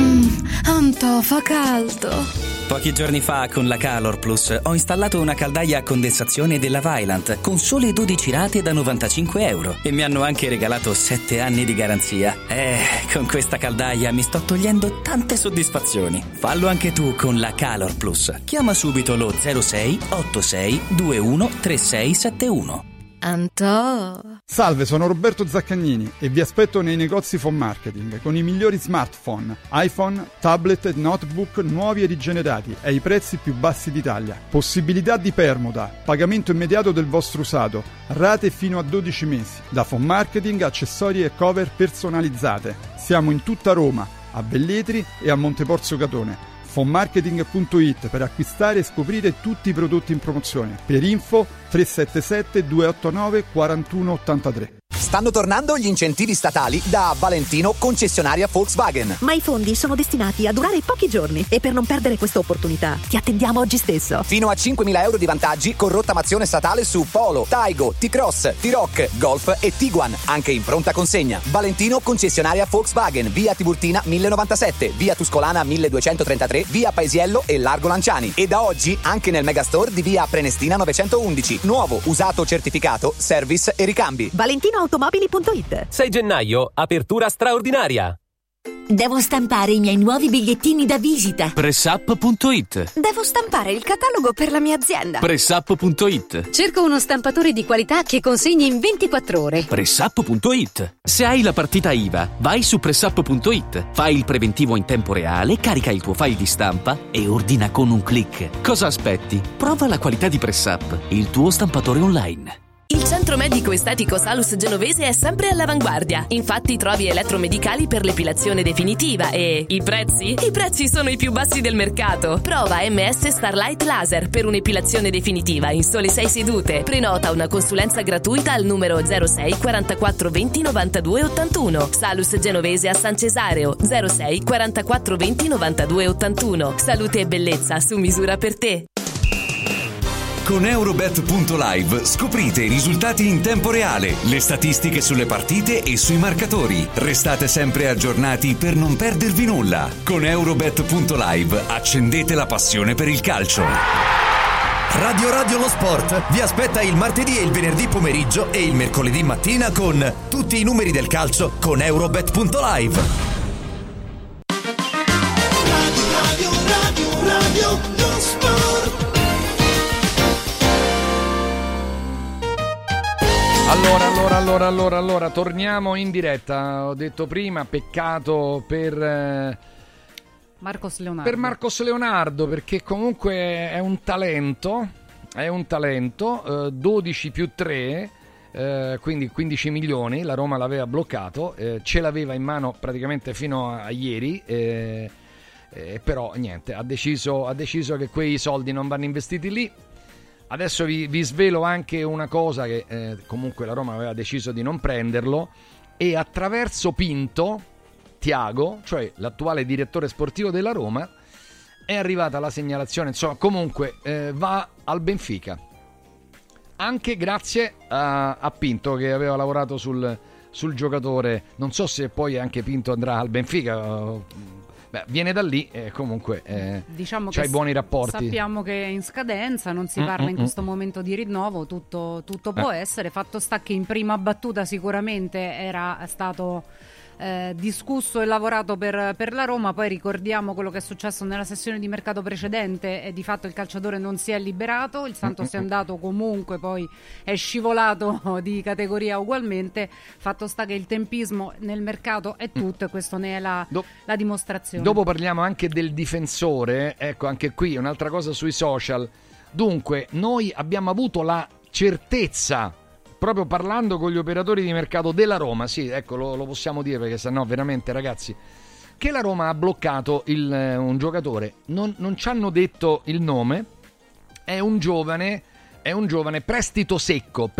Antò fa caldo. Pochi giorni fa con la Calor Plus ho installato una caldaia a condensazione della Vaillant con sole 12 rate da €95 e mi hanno anche regalato 7 anni di garanzia. Con questa caldaia mi sto togliendo tante soddisfazioni. Fallo anche tu con la Calor Plus. Chiama subito lo 06 86 21 3671. Antò. Salve, sono Roberto Zaccagnini e vi aspetto nei negozi Phone Marketing con i migliori smartphone, iPhone, tablet e notebook nuovi e rigenerati ai prezzi più bassi d'Italia. Possibilità di permuta, pagamento immediato del vostro usato, rate fino a 12 mesi. Da Phone Marketing, accessori e cover personalizzate. Siamo in tutta Roma, a Velletri e a Monteporzio Catone. Fonmarketing.it per acquistare e scoprire tutti i prodotti in promozione. Per info 377 289 4183. Stanno tornando gli incentivi statali da Valentino, concessionaria Volkswagen. Ma i fondi sono destinati a durare pochi giorni e per non perdere questa opportunità ti attendiamo oggi stesso. Fino a 5.000 euro di vantaggi con rottamazione statale su Polo, Taigo, T-Cross, T-Roc, Golf e Tiguan, anche in pronta consegna. Valentino, concessionaria Volkswagen, via Tiburtina 1097, via Tuscolana 1233, via Paesiello e Largo Lanciani. E da oggi anche nel Megastore di via Prenestina 911. Nuovo, usato, certificato, service e ricambi. ValentinoAutomobili.it. 6 gennaio, apertura straordinaria. Devo stampare i miei nuovi bigliettini da visita. Pressup.it. Devo stampare il catalogo per la mia azienda. Pressup.it. Cerco uno stampatore di qualità che consegni in 24 ore. Pressup.it. Se hai la partita IVA, vai su Pressup.it. Fai il preventivo in tempo reale, carica il tuo file di stampa e ordina con un click. Cosa aspetti? Prova la qualità di Pressup, il tuo stampatore online. Il centro medico estetico Salus Genovese è sempre all'avanguardia. Infatti trovi elettromedicali per l'epilazione definitiva e i prezzi? I prezzi sono i più bassi del mercato. Prova MS Starlight Laser per un'epilazione definitiva in sole 6 sedute. Prenota una consulenza gratuita al numero 06 44 20 92 81. Salus Genovese a San Cesareo 06 44 20 92 81. Salute e bellezza su misura per te. Con Eurobet.live scoprite i risultati in tempo reale, le statistiche sulle partite e sui marcatori. Restate sempre aggiornati per non perdervi nulla. Con Eurobet.live accendete la passione per il calcio. Radio Lo Sport vi aspetta il martedì e il venerdì pomeriggio e il mercoledì mattina con tutti i numeri del calcio con Eurobet.live. Radio Lo Sport. Allora, torniamo in diretta. Ho detto prima, peccato per Marcos Leonardo. Per Marcos Leonardo, perché comunque è un talento, 12 più 3, quindi 15 milioni, la Roma l'aveva bloccato, ce l'aveva in mano praticamente fino a ieri, però niente, ha deciso che quei soldi non vanno investiti lì. Adesso vi svelo anche una cosa che comunque la Roma aveva deciso di non prenderlo, e attraverso Pinto, Tiago, cioè l'attuale direttore sportivo della Roma, è arrivata la segnalazione, insomma comunque va al Benfica, anche grazie a Pinto che aveva lavorato sul giocatore. Non so se poi anche Pinto andrà al Benfica. Beh, viene da lì e comunque diciamo c'hai buoni rapporti. Sappiamo che è in scadenza, non si parla in questo momento di rinnovo, tutto può essere. Fatto sta che in prima battuta sicuramente era stato discusso e lavorato per la Roma. Poi ricordiamo quello che è successo nella sessione di mercato precedente e di fatto il calciatore non si è liberato, il Santos è andato comunque, poi è scivolato di categoria ugualmente. Fatto sta che il tempismo nel mercato è tutto e questo ne è la dimostrazione. Dopo parliamo anche del difensore, ecco, anche qui un'altra cosa sui social. Dunque noi abbiamo avuto la certezza, proprio parlando con gli operatori di mercato della Roma, sì, ecco, lo possiamo dire, perché sennò veramente, ragazzi, che la Roma ha bloccato un giocatore. Non ci hanno detto il nome. È un giovane prestito secco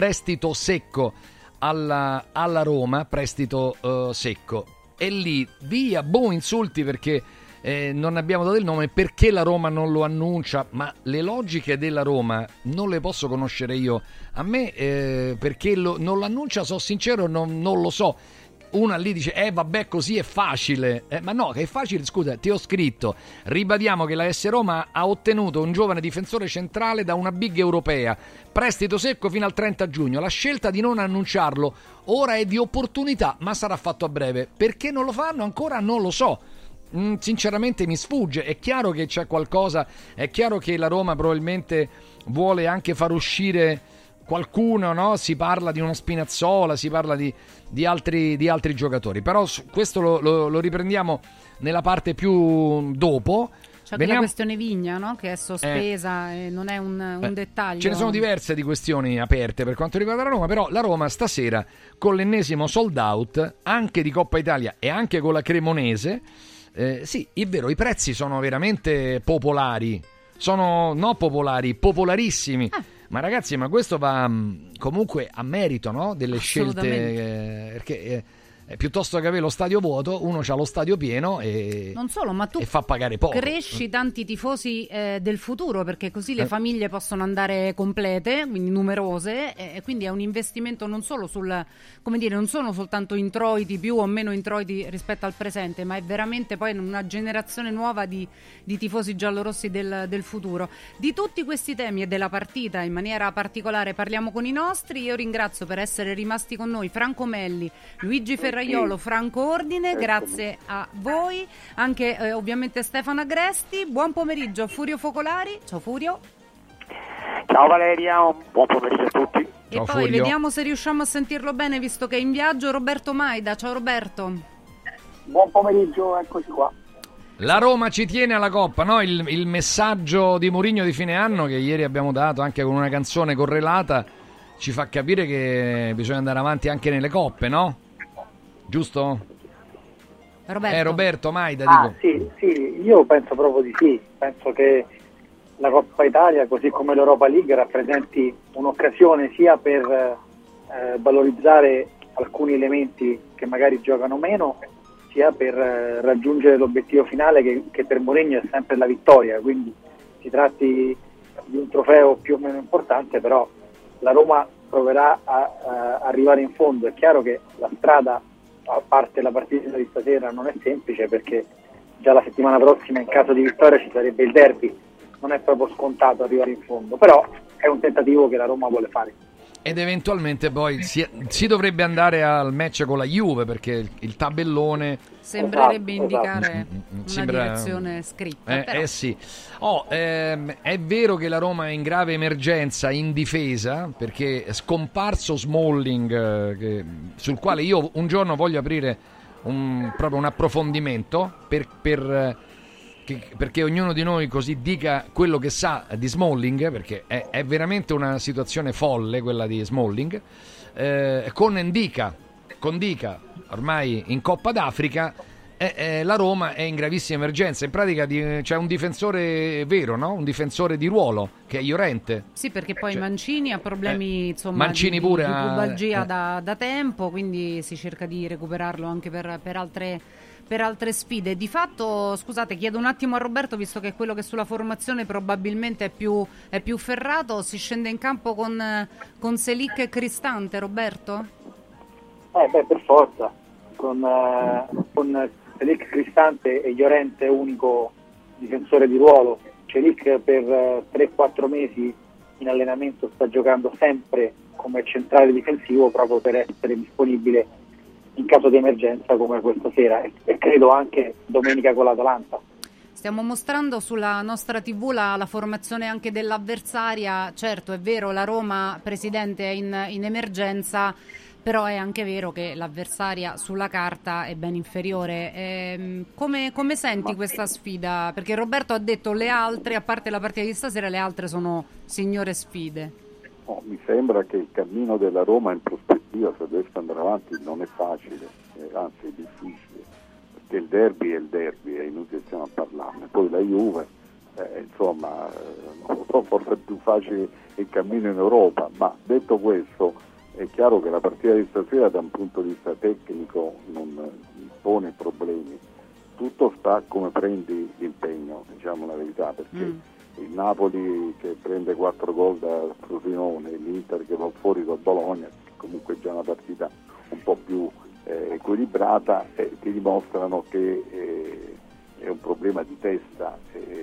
alla Roma, prestito secco. E lì via, insulti perché non abbiamo dato il nome, perché la Roma non lo annuncia. Ma le logiche della Roma non le posso conoscere io. A me perché non lo annuncia, sono sincero, non lo so. Una lì dice vabbè, così è facile, ma no, che è facile, scusa, ti ho scritto, ribadiamo che la AS Roma ha ottenuto un giovane difensore centrale da una big europea, prestito secco fino al 30 giugno, la scelta di non annunciarlo ora è di opportunità, ma sarà fatto a breve. Perché non lo fanno ancora non lo so. Sinceramente mi sfugge. È chiaro che c'è qualcosa, è chiaro che la Roma probabilmente vuole anche far uscire qualcuno, no? Si parla di uno Spinazzola, si parla di altri giocatori, però questo lo riprendiamo nella parte più dopo. C'è anche la questione Vigna, no? Che è sospesa e non è un dettaglio. Ce ne sono diverse di questioni aperte per quanto riguarda la Roma, però la Roma stasera con l'ennesimo sold out anche di Coppa Italia e anche con la Cremonese. Sì, è vero, i prezzi sono veramente popolari, popolarissimi. Ma ragazzi, ma questo va comunque a merito, no? Delle scelte, perché piuttosto che avere lo stadio vuoto, uno c'ha lo stadio pieno e non solo, ma tu e fa pagare poco. Cresci tanti tifosi del futuro, perché così le famiglie possono andare complete, quindi numerose, e quindi è un investimento non solo non sono soltanto introiti, più o meno introiti rispetto al presente, ma è veramente poi una generazione nuova di tifosi giallorossi del futuro. Di tutti questi temi e della partita in maniera particolare parliamo con i nostri. Io ringrazio per essere rimasti con noi Franco Melli, Luigi Ferraiolo, Franco Ordine, grazie a voi, anche ovviamente Stefano Agresti. Buon pomeriggio a Furio Focolari. Ciao Furio. Ciao Valeria, buon pomeriggio a tutti. Ciao, e poi Furio. Vediamo se riusciamo a sentirlo bene, visto che è in viaggio, Roberto Maida. Ciao Roberto. Buon pomeriggio, eccoci qua. La Roma ci tiene alla Coppa, no? Il messaggio di Mourinho di fine anno che ieri abbiamo dato anche con una canzone correlata ci fa capire che bisogna andare avanti anche nelle coppe, no? Giusto? Roberto Maida, dico. Sì, io penso proprio di sì. Penso che la Coppa Italia, così come l'Europa League, rappresenti un'occasione sia per valorizzare alcuni elementi che magari giocano meno, sia per raggiungere l'obiettivo finale che per Mourinho è sempre la vittoria. Quindi si tratti di un trofeo più o meno importante, però la Roma proverà a arrivare in fondo. È chiaro che la strada, a parte la partita di stasera, non è semplice, perché già la settimana prossima in caso di vittoria ci sarebbe il derby, non è proprio scontato arrivare in fondo, però è un tentativo che la Roma vuole fare. Ed eventualmente poi si dovrebbe andare al match con la Juve, perché il tabellone sembrerebbe indicare una direzione scritta. Sì. È vero che la Roma è in grave emergenza in difesa, perché è scomparso Smalling, sul quale io un giorno voglio aprire proprio un approfondimento perché ognuno di noi così dica quello che sa di Smalling, perché è veramente una situazione folle quella di Smalling, con Ndicka ormai in Coppa d'Africa. La Roma è in gravissima emergenza. In pratica c'è un difensore vero, no? Un difensore di ruolo, che è Llorente. Sì, perché poi Mancini ha problemi Mancini pure di pubalgia da tempo, quindi si cerca di recuperarlo anche per altre sfide. Di fatto, scusate, chiedo un attimo a Roberto, visto che è quello che sulla formazione probabilmente è più ferrato, si scende in campo con Selic e Cristante, Roberto? Per forza, con Selic, Cristante e Llorente unico difensore di ruolo. Selic per 3-4 mesi in allenamento sta giocando sempre come centrale difensivo, proprio per essere disponibile in caso di emergenza come questa sera, e credo anche domenica con l'Atalanta. Stiamo mostrando sulla nostra TV la formazione anche dell'avversaria. Certo, è vero, la Roma, presidente, è in emergenza, però è anche vero che l'avversaria sulla carta è ben inferiore. Come senti questa sfida? Perché Roberto ha detto le altre, a parte la partita di stasera, le altre sono signore sfide. Mi sembra che il cammino della Roma in prospettiva, se dovesse andare avanti, non è facile, anzi è difficile, perché il derby è il derby, è inutile stiamo a parlarne. Poi la Juve, insomma, non so, forse è più facile il cammino in Europa, ma detto questo è chiaro che la partita di stasera da un punto di vista tecnico non pone problemi. Tutto sta come prendi l'impegno, diciamo la verità, perché il Napoli che prende 4 gol da Frosinone, l'Inter che va fuori col Bologna, comunque è già una partita un po' più equilibrata, ti dimostrano che è un problema di testa.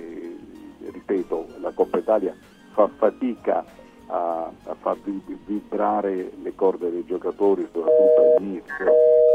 Ripeto, la Coppa Italia fa fatica a far vibrare le corde dei giocatori, soprattutto all'inizio,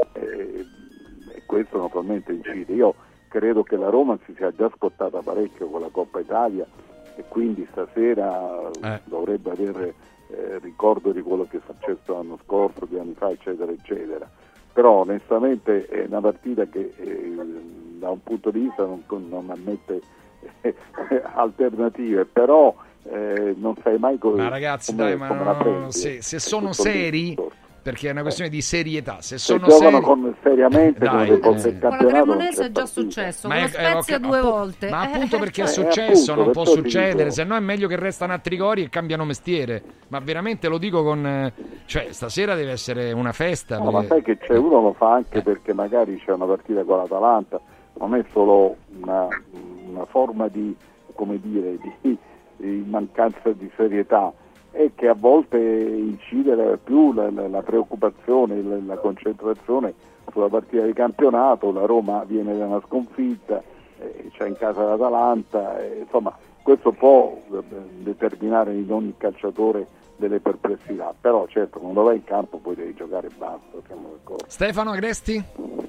e questo naturalmente incide. Io credo che la Roma si sia già scottata parecchio con la Coppa Italia, e quindi stasera dovrebbe avere ricordo di quello che è successo l'anno scorso, 2 anni fa, eccetera eccetera. Però onestamente è una partita che da un punto di vista non ammette alternative, però non sai mai come. Ma ragazzi, come la prendi, se sono seri, perché è una questione di serietà. Se sono giocano seriamente con la Cremonese è già successo, con lo Spezia 2 volte. Ma appunto perché è successo, non può succedere, se no è meglio che restano a Trigori e cambiano mestiere. Ma veramente lo dico cioè stasera deve essere una festa. No, ma sai che c'è, uno lo fa anche perché magari c'è una partita con l'Atalanta, non è solo una forma di, come dire, di mancanza di serietà, è che a volte incide più la preoccupazione, la concentrazione sulla partita di campionato. La Roma viene da una sconfitta, c'è in casa l'Atalanta, insomma questo può determinare in ogni calciatore delle perplessità, però certo quando vai in campo poi devi giocare e basta, siamo d'accordo. Stefano Agresti?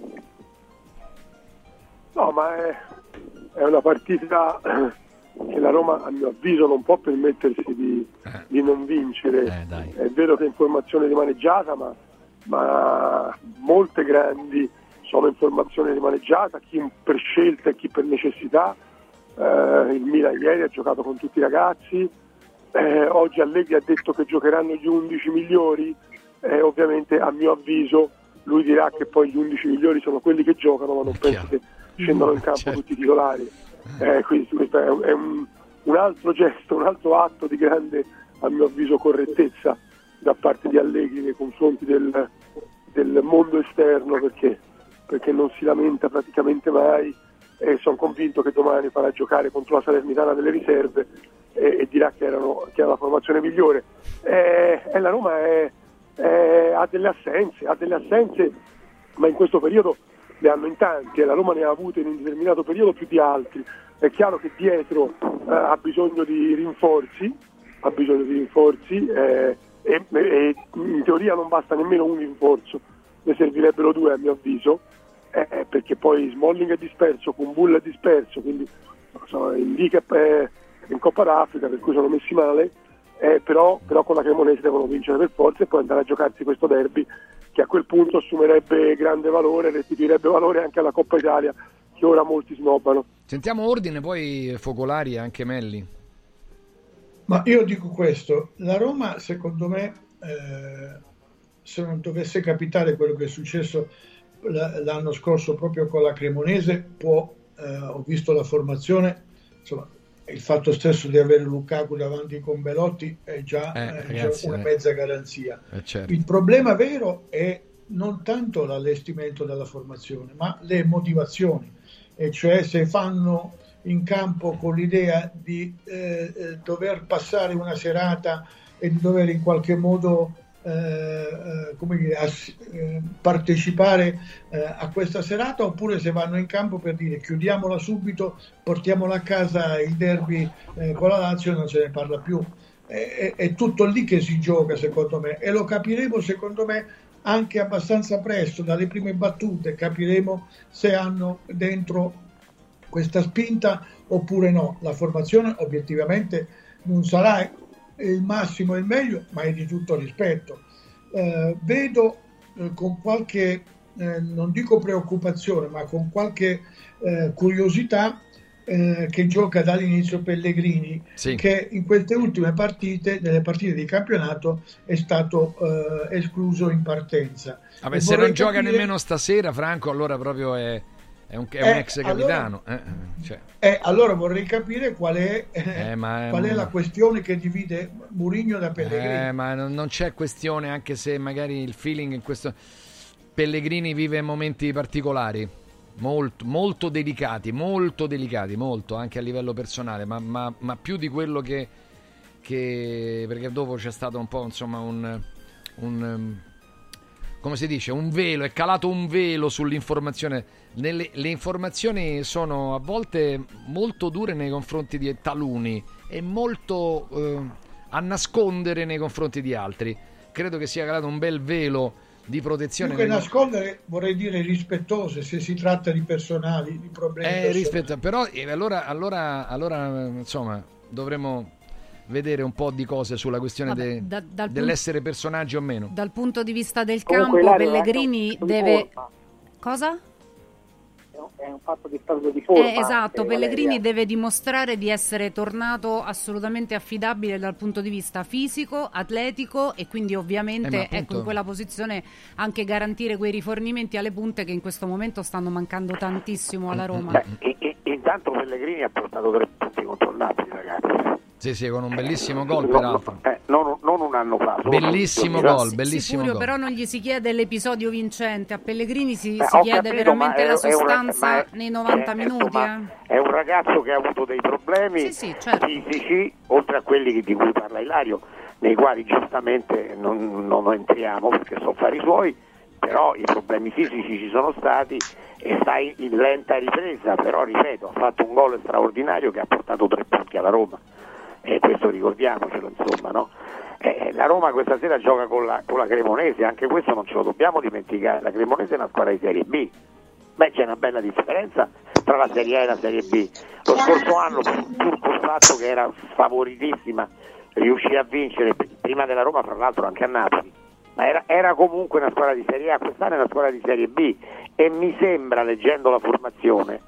No, ma è una partita che la Roma, a mio avviso, non può permettersi di non vincere. È vero che è informazione rimaneggiata, ma molte grandi sono informazione rimaneggiata, chi per scelta e chi per necessità. Il Milan ieri ha giocato con tutti i ragazzi, oggi Allegri ha detto che giocheranno gli 11 migliori, ovviamente a mio avviso lui dirà che poi gli 11 migliori sono quelli che giocano, ma non penso che scendano in campo tutti i titolari. Quindi questo è un altro gesto, un altro atto di grande, a mio avviso, correttezza da parte di Allegri nei confronti del mondo esterno, perché non si lamenta praticamente mai, e sono convinto che domani farà giocare contro la Salernitana delle riserve e dirà che era la formazione migliore. La Roma ha delle assenze, ma in questo periodo le hanno in tanti, e la Roma ne ha avute in un determinato periodo più di altri. È chiaro che dietro ha bisogno di rinforzi, e in teoria non basta nemmeno un rinforzo, ne servirebbero 2 a mio avviso, perché poi Smalling è disperso, Kumbulla è disperso, quindi Indica è in Coppa d'Africa, per cui sono messi male, però con la Cremonese devono vincere per forza e poi andare a giocarsi questo derby, che a quel punto assumerebbe grande valore, restituirebbe valore anche alla Coppa Italia, che ora molti snobbano. Sentiamo Ordine, poi Focolari e anche Melli. Ma io dico questo, la Roma secondo me, se non dovesse capitare quello che è successo l'anno scorso proprio con la Cremonese, ho visto la formazione, insomma, il fatto stesso di avere Lukaku davanti con Belotti è già una mezza garanzia. Certo. Il problema vero è non tanto l'allestimento della formazione, ma le motivazioni, e cioè se vanno in campo con l'idea di dover passare una serata e di dover in qualche modo partecipare a questa serata, oppure se vanno in campo per dire chiudiamola subito, portiamola a casa il derby con la Lazio e non se ne parla più. È tutto lì che si gioca, secondo me, e lo capiremo secondo me anche abbastanza presto. Dalle prime battute capiremo se hanno dentro questa spinta oppure no. La formazione obiettivamente non sarà il massimo e il meglio, ma è di tutto rispetto. Vedo con qualche, non dico preoccupazione, ma con qualche curiosità che gioca dall'inizio Pellegrini, che in queste ultime partite, nelle partite di campionato, è stato escluso in partenza. Vabbè, se non gioca nemmeno stasera, Franco, allora proprio è un ex capitano. Allora vorrei capire qual è la questione che divide Mourinho da Pellegrini. Ma non c'è questione, anche se magari il feeling in questo... Pellegrini vive momenti particolari, molto delicati, molto anche a livello personale, ma più di quello che perché dopo c'è stato un po', insomma, un come si dice, un velo, è calato un velo sull'informazione. Le informazioni sono a volte molto dure nei confronti di taluni e molto a nascondere nei confronti di altri. Credo che sia calato un bel velo di protezione. Più che nascondere, vorrei dire rispettose, se si tratta di personali, di problemi però allora insomma dovremmo vedere un po' di cose sulla questione dell'essere personaggi o meno. Dal punto di vista del campo, Pellegrini deve... Cosa? È un fatto di stato di forma. Esatto, Pellegrini deve dimostrare di essere tornato assolutamente affidabile dal punto di vista fisico, atletico, e quindi ovviamente ecco, in quella posizione anche garantire quei rifornimenti alle punte che in questo momento stanno mancando tantissimo alla Roma. Intanto Pellegrini ha portato 3 punti contro il Napoli, ragazzi. Sì, con un bellissimo gol, peraltro. Non un anno fa. Bellissimo gol, bellissimo gol. Però non gli si chiede l'episodio vincente, a Pellegrini si chiede veramente la sostanza nei 90 minuti. È un ragazzo che ha avuto dei problemi certo, fisici, oltre a quelli di cui parla Ilario, nei quali giustamente non entriamo perché sono affari suoi, però i problemi fisici ci sono stati e sta in lenta ripresa, però ripeto, ha fatto un gol straordinario che ha portato 3 punti alla Roma. E questo ricordiamocelo, insomma, no? La Roma questa sera gioca con la Cremonese, anche questo non ce lo dobbiamo dimenticare. La Cremonese è una squadra di Serie B. C'è una bella differenza tra la Serie A e la Serie B. Lo scorso anno, pur col fatto che era favoritissima, riuscì a vincere prima della Roma, fra l'altro anche a Napoli, ma era comunque una squadra di Serie A. Quest'anno è una squadra di Serie B, e mi sembra, leggendo la formazione,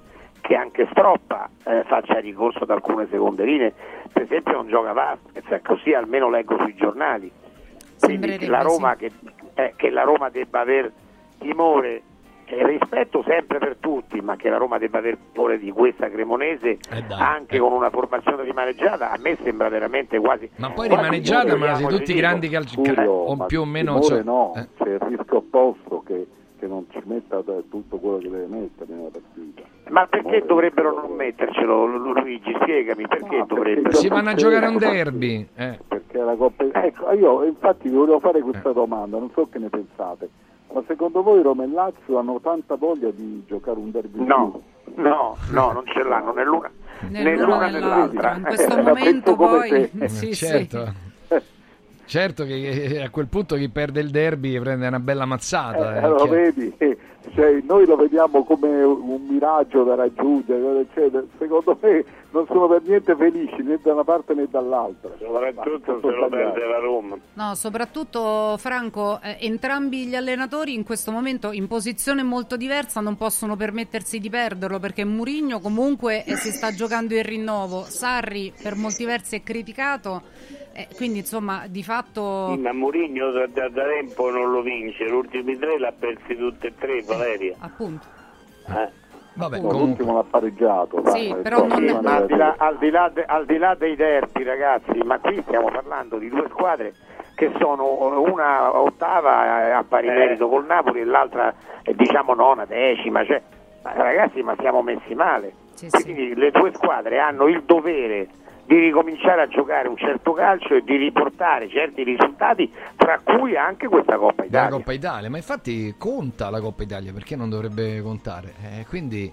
che anche Stroppa faccia ricorso ad alcune seconde linee, per esempio non gioca Vasquez, così almeno leggo sui giornali. Quindi che la Roma, che la Roma debba aver timore e rispetto sempre per tutti, ma che la Roma debba aver timore di questa Cremonese anche con una formazione rimaneggiata, a me sembra veramente quasi. Ma poi rimaneggiata, ma se tutti i grandi calciatori o più o meno c'è il rischio opposto che non ci metta tutto quello che deve mettere nella partita. Ma perché dovrebbero non mettercelo, Luigi? Spiegami perché dovrebbero. Si vanno a giocare un derby. Perché la Coppa. Ecco, io infatti vi volevo fare questa domanda, non so che ne pensate, ma secondo voi Roma e Lazio hanno tanta voglia di giocare un derby? No, non ce l'hanno né l'una né nell'altra. In questo momento poi certo. Certo che a quel punto chi perde il derby prende una bella mazzata. Lo vedi? Cioè, noi lo vediamo come un miraggio da raggiungere, cioè, secondo me non sono per niente felici né da una parte né dall'altra. Soprattutto se lo perde la Roma. No, soprattutto Franco, entrambi gli allenatori in questo momento in posizione molto diversa non possono permettersi di perderlo, perché Mourinho comunque si sta giocando il rinnovo, Sarri per molti versi è criticato. Quindi insomma di fatto ma Mourinho da tempo non lo vince, gli ultimi 3 l'ha persi tutti e 3, Valeria, appunto. Vabbè, l'ultimo l'ha pareggiato, sì, però non al di là dei derby, ragazzi, ma qui stiamo parlando di due squadre che sono una ottava a pari merito col Napoli e l'altra diciamo nona, decima, cioè, ragazzi, ma siamo messi male. Quindi le due squadre hanno il dovere di ricominciare a giocare un certo calcio e di riportare certi risultati, tra cui anche questa Coppa Italia. La Coppa Italia, ma infatti conta la Coppa Italia, perché non dovrebbe contare? Quindi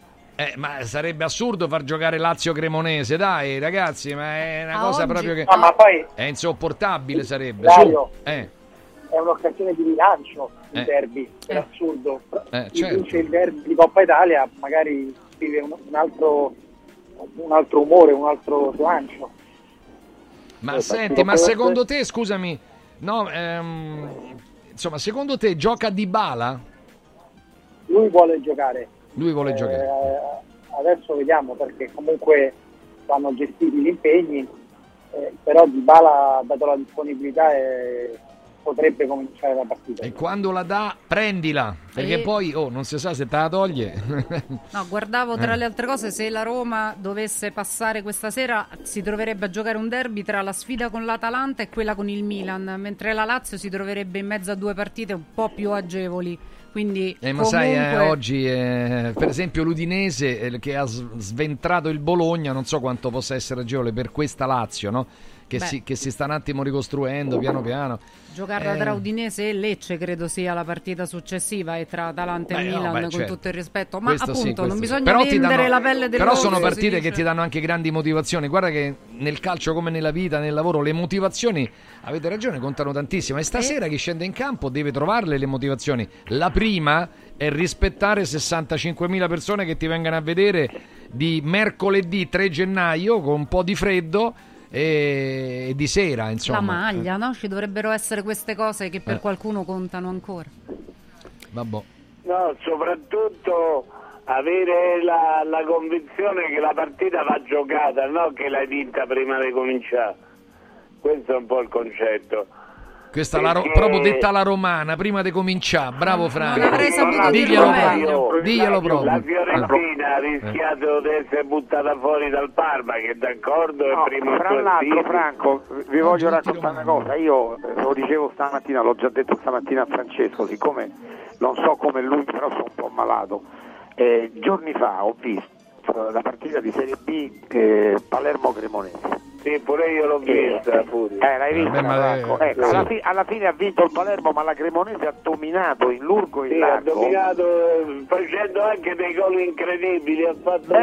ma sarebbe assurdo far giocare Lazio-Cremonese, dai ragazzi, ma è una cosa oggi, proprio che ma poi, è insopportabile, sarebbe. Dario, è un'occasione di rilancio il derby, è assurdo. Chi certo. vince il derby di Coppa Italia magari vive un altro umore, un altro slancio. Ma senti, ma secondo te, scusami, no, insomma, secondo te gioca Dybala? Lui vuole giocare. Adesso vediamo, perché comunque vanno gestiti gli impegni, però Dybala, dato la disponibilità, potrebbe cominciare la partita. E quando la dà, prendila, perché poi non si sa se te la toglie. No, guardavo tra le altre cose, se la Roma dovesse passare questa sera si troverebbe a giocare un derby tra la sfida con l'Atalanta e quella con il Milan, mentre la Lazio si troverebbe in mezzo a due partite un po' più agevoli. Quindi ma comunque... sai, oggi per esempio l'Udinese che ha sventrato il Bologna, non so quanto possa essere agevole per questa Lazio, no? Che si sta un attimo ricostruendo piano piano. Giocarla tra Udinese e Lecce credo sia la partita successiva, e tra Atalanta e Milan, con tutto il rispetto, ma questo appunto non bisogna però vendere la pelle del però rosso, sono partite che ti danno anche grandi motivazioni. Guarda che nel calcio come nella vita, nel lavoro, le motivazioni, avete ragione, contano tantissimo, e stasera chi scende in campo deve trovarle le motivazioni. La prima è rispettare 65.000 persone che ti vengano a vedere di mercoledì 3 gennaio con un po' di freddo e di sera, insomma. La maglia, no? Ci dovrebbero essere queste cose che per qualcuno contano ancora. Vabbè. No, soprattutto avere la convinzione che la partita va giocata, no che l'hai vinta prima di cominciare. Questo è un po' il concetto. Questa proprio detta alla romana, prima di cominciare. Bravo Franco. Non avrei saputo diglielo proprio. La Fiorentina ha rischiato di essere buttata fuori dal Parma, che d'accordo è primo. Tra l'altro, Franco, vi voglio raccontare una cosa. Io lo dicevo stamattina, l'ho già detto stamattina a Francesco, siccome non so come lui, però sono un po' malato. Giorni fa ho visto la partita di Serie B Palermo-Cremonese. Sì, pure io l'ho vista. L'hai vista, Franco? Alla fine ha vinto il Palermo, ma la Cremonese ha dominato in lungo e in largo. Ha dominato facendo anche dei gol incredibili. Ha fatto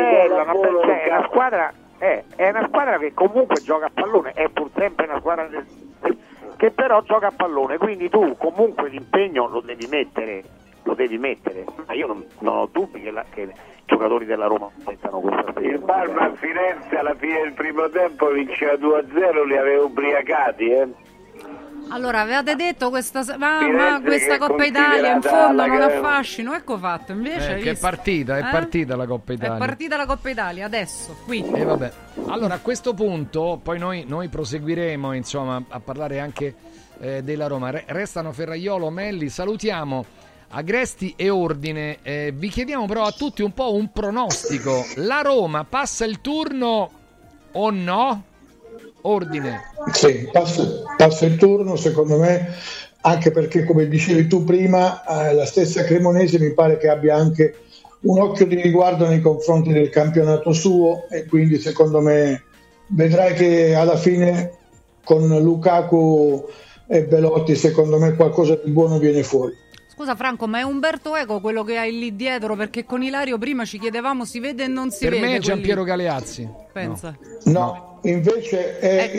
è una squadra che comunque gioca a pallone, è pur sempre una squadra che però gioca a pallone, quindi tu comunque l'impegno lo devi mettere. Ma io non ho dubbi che i giocatori della Roma mettano questa spesa. Il Parma a Firenze alla fine del primo tempo vinceva 2-0, li aveva ubriacati, Allora, avevate detto questa Coppa Italia in fondo non ha fascino, ecco fatto. Invece che è partita la Coppa Italia. È partita la Coppa Italia, adesso, qui. E vabbè. Allora, a questo punto, poi noi proseguiremo, insomma, a parlare anche della Roma. Restano Ferraiolo, Melli, salutiamo Agresti e Ordine. Vi chiediamo però a tutti un po' un pronostico. La Roma passa il turno o no? Ordine. Sì, passa il turno, secondo me, anche perché, come dicevi tu prima, la stessa Cremonese mi pare che abbia anche un occhio di riguardo nei confronti del campionato suo, e quindi secondo me vedrai che alla fine con Lukaku e Belotti, secondo me qualcosa di buono viene fuori. Scusa Franco, ma è Umberto Eco quello che hai lì dietro? Perché con Ilario prima ci chiedevamo si vede e non si vede. Per me è Giampiero Galeazzi. Pensa. No, invece è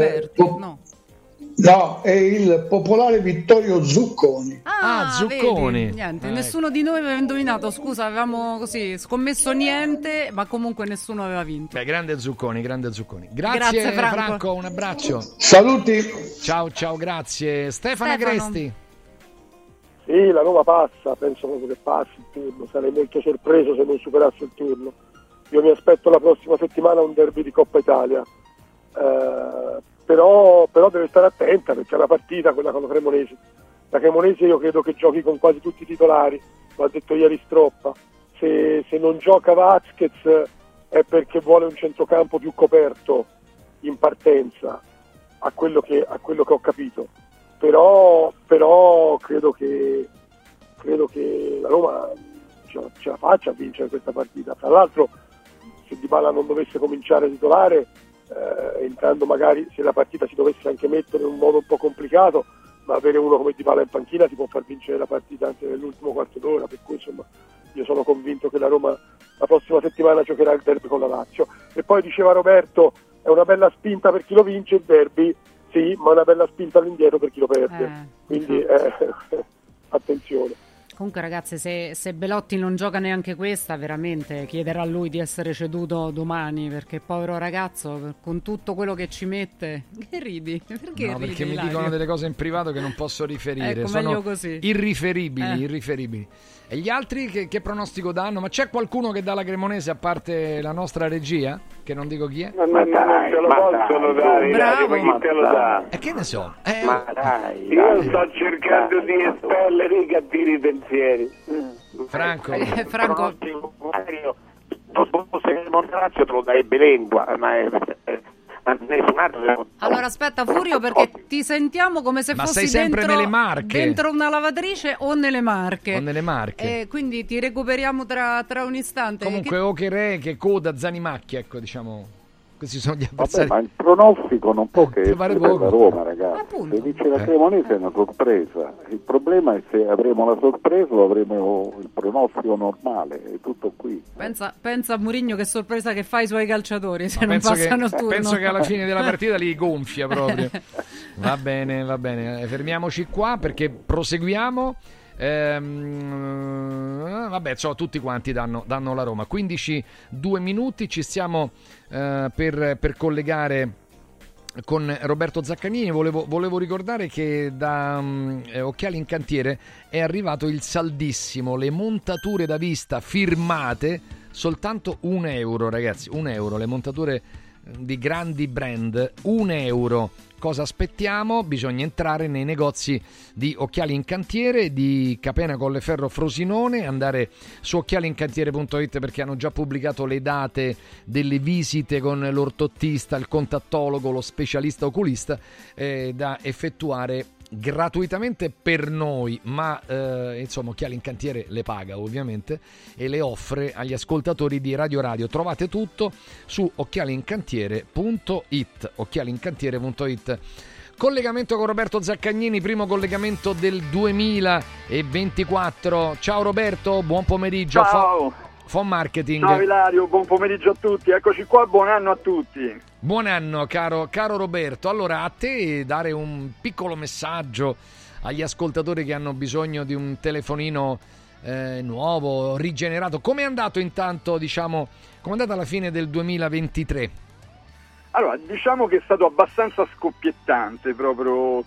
è il popolare Vittorio Zucconi. Zucconi. Vedi? Niente, nessuno di noi aveva indovinato. Scusa, avevamo così scommesso niente, ma comunque nessuno aveva vinto. Beh, grande Zucconi. Grazie Franco, un abbraccio. Saluti. Ciao, grazie. Stefano Agresti. Sì, la Roma passa, penso proprio che passi il turno, sarei molto sorpreso se non superasse il turno. Io mi aspetto la prossima settimana un derby di Coppa Italia, però deve stare attenta perché è una partita quella con la Cremonese. La Cremonese io credo che giochi con quasi tutti i titolari, l'ha detto ieri Stroppa. Se non gioca Vázquez è perché vuole un centrocampo più coperto in partenza, a quello che ho capito. Però credo che la Roma ce la faccia a vincere questa partita. Tra l'altro, se Dybala non dovesse cominciare a titolare, entrando magari, se la partita si dovesse anche mettere in un modo un po' complicato, ma avere uno come Dybala in panchina ti può far vincere la partita anche nell'ultimo quarto d'ora, per cui insomma io sono convinto che la Roma la prossima settimana giocherà il derby con la Lazio. E poi diceva Roberto, è una bella spinta per chi lo vince il derby. Sì, ma una bella spinta all'indietro per chi lo perde, quindi attenzione. Comunque ragazzi, se Belotti non gioca neanche questa, veramente chiederà a lui di essere ceduto domani, perché povero ragazzo, con tutto quello che ci mette. Che ridi? Perché no, ridi, perché mi Ilario? dicono delle cose in privato che non posso riferire. Ecco, sono meglio così. irriferibili. E gli altri che pronostico danno? Ma c'è qualcuno che dà la Cremonese a parte la nostra regia? Che non dico chi è? Ma dai, te lo possono dare, bravo, ma chi te lo dà? E che ne so? Ma dai, io sto cercando di espellere i cattivi pensieri. Franco. Se Monterazio te lo dai bilingua, ma nessun altro. Allora aspetta Furio, perché ti sentiamo come se fossi sempre dentro, nelle Marche, dentro una lavatrice o nelle Marche. Quindi ti recuperiamo tra un istante. Comunque Occherè, che coda, Zanimacchia, ecco, diciamo. Questi sono gli avversari. Ma il pronostico non può che essere per la Roma, ragazzi. Appunto. Se vince la Cremonese è una sorpresa. Il problema è se avremo la sorpresa o avremo il pronostico normale. È tutto qui. Pensa a Mourinho che sorpresa che fa i suoi calciatori se non passano il turno. Penso che alla fine della partita li gonfia proprio. Va bene. Fermiamoci qua perché proseguiamo. Vabbè, tutti quanti danno la Roma. 2 minuti, ci stiamo per collegare con Roberto Zaccagnini. Volevo ricordare che da Occhiali in Cantiere è arrivato il saldissimo, le montature da vista firmate soltanto €1, ragazzi, €1, le montature di grandi brand, €1. Cosa aspettiamo? Bisogna entrare nei negozi di Occhiali in Cantiere di Capena Colleferro Frosinone, andare su occhialincantiere.it perché hanno già pubblicato le date delle visite con l'ortottista, il contattologo, lo specialista oculista da effettuare gratuitamente per noi, ma insomma Occhiali in Cantiere le paga ovviamente e le offre agli ascoltatori di Radio Radio. Trovate tutto su occhialincantiere.it. Collegamento con Roberto Zaccagnini, primo collegamento del 2024. Ciao Roberto, buon pomeriggio. Ciao. Phon Marketing. Ciao Ilario, buon pomeriggio a tutti. Eccoci qua, buon anno a tutti. Buon anno caro Roberto. Allora, a te dare un piccolo messaggio agli ascoltatori che hanno bisogno di un telefonino nuovo, rigenerato. Come è andato intanto, com'è andata la fine del 2023? Allora, diciamo che è stato abbastanza scoppiettante proprio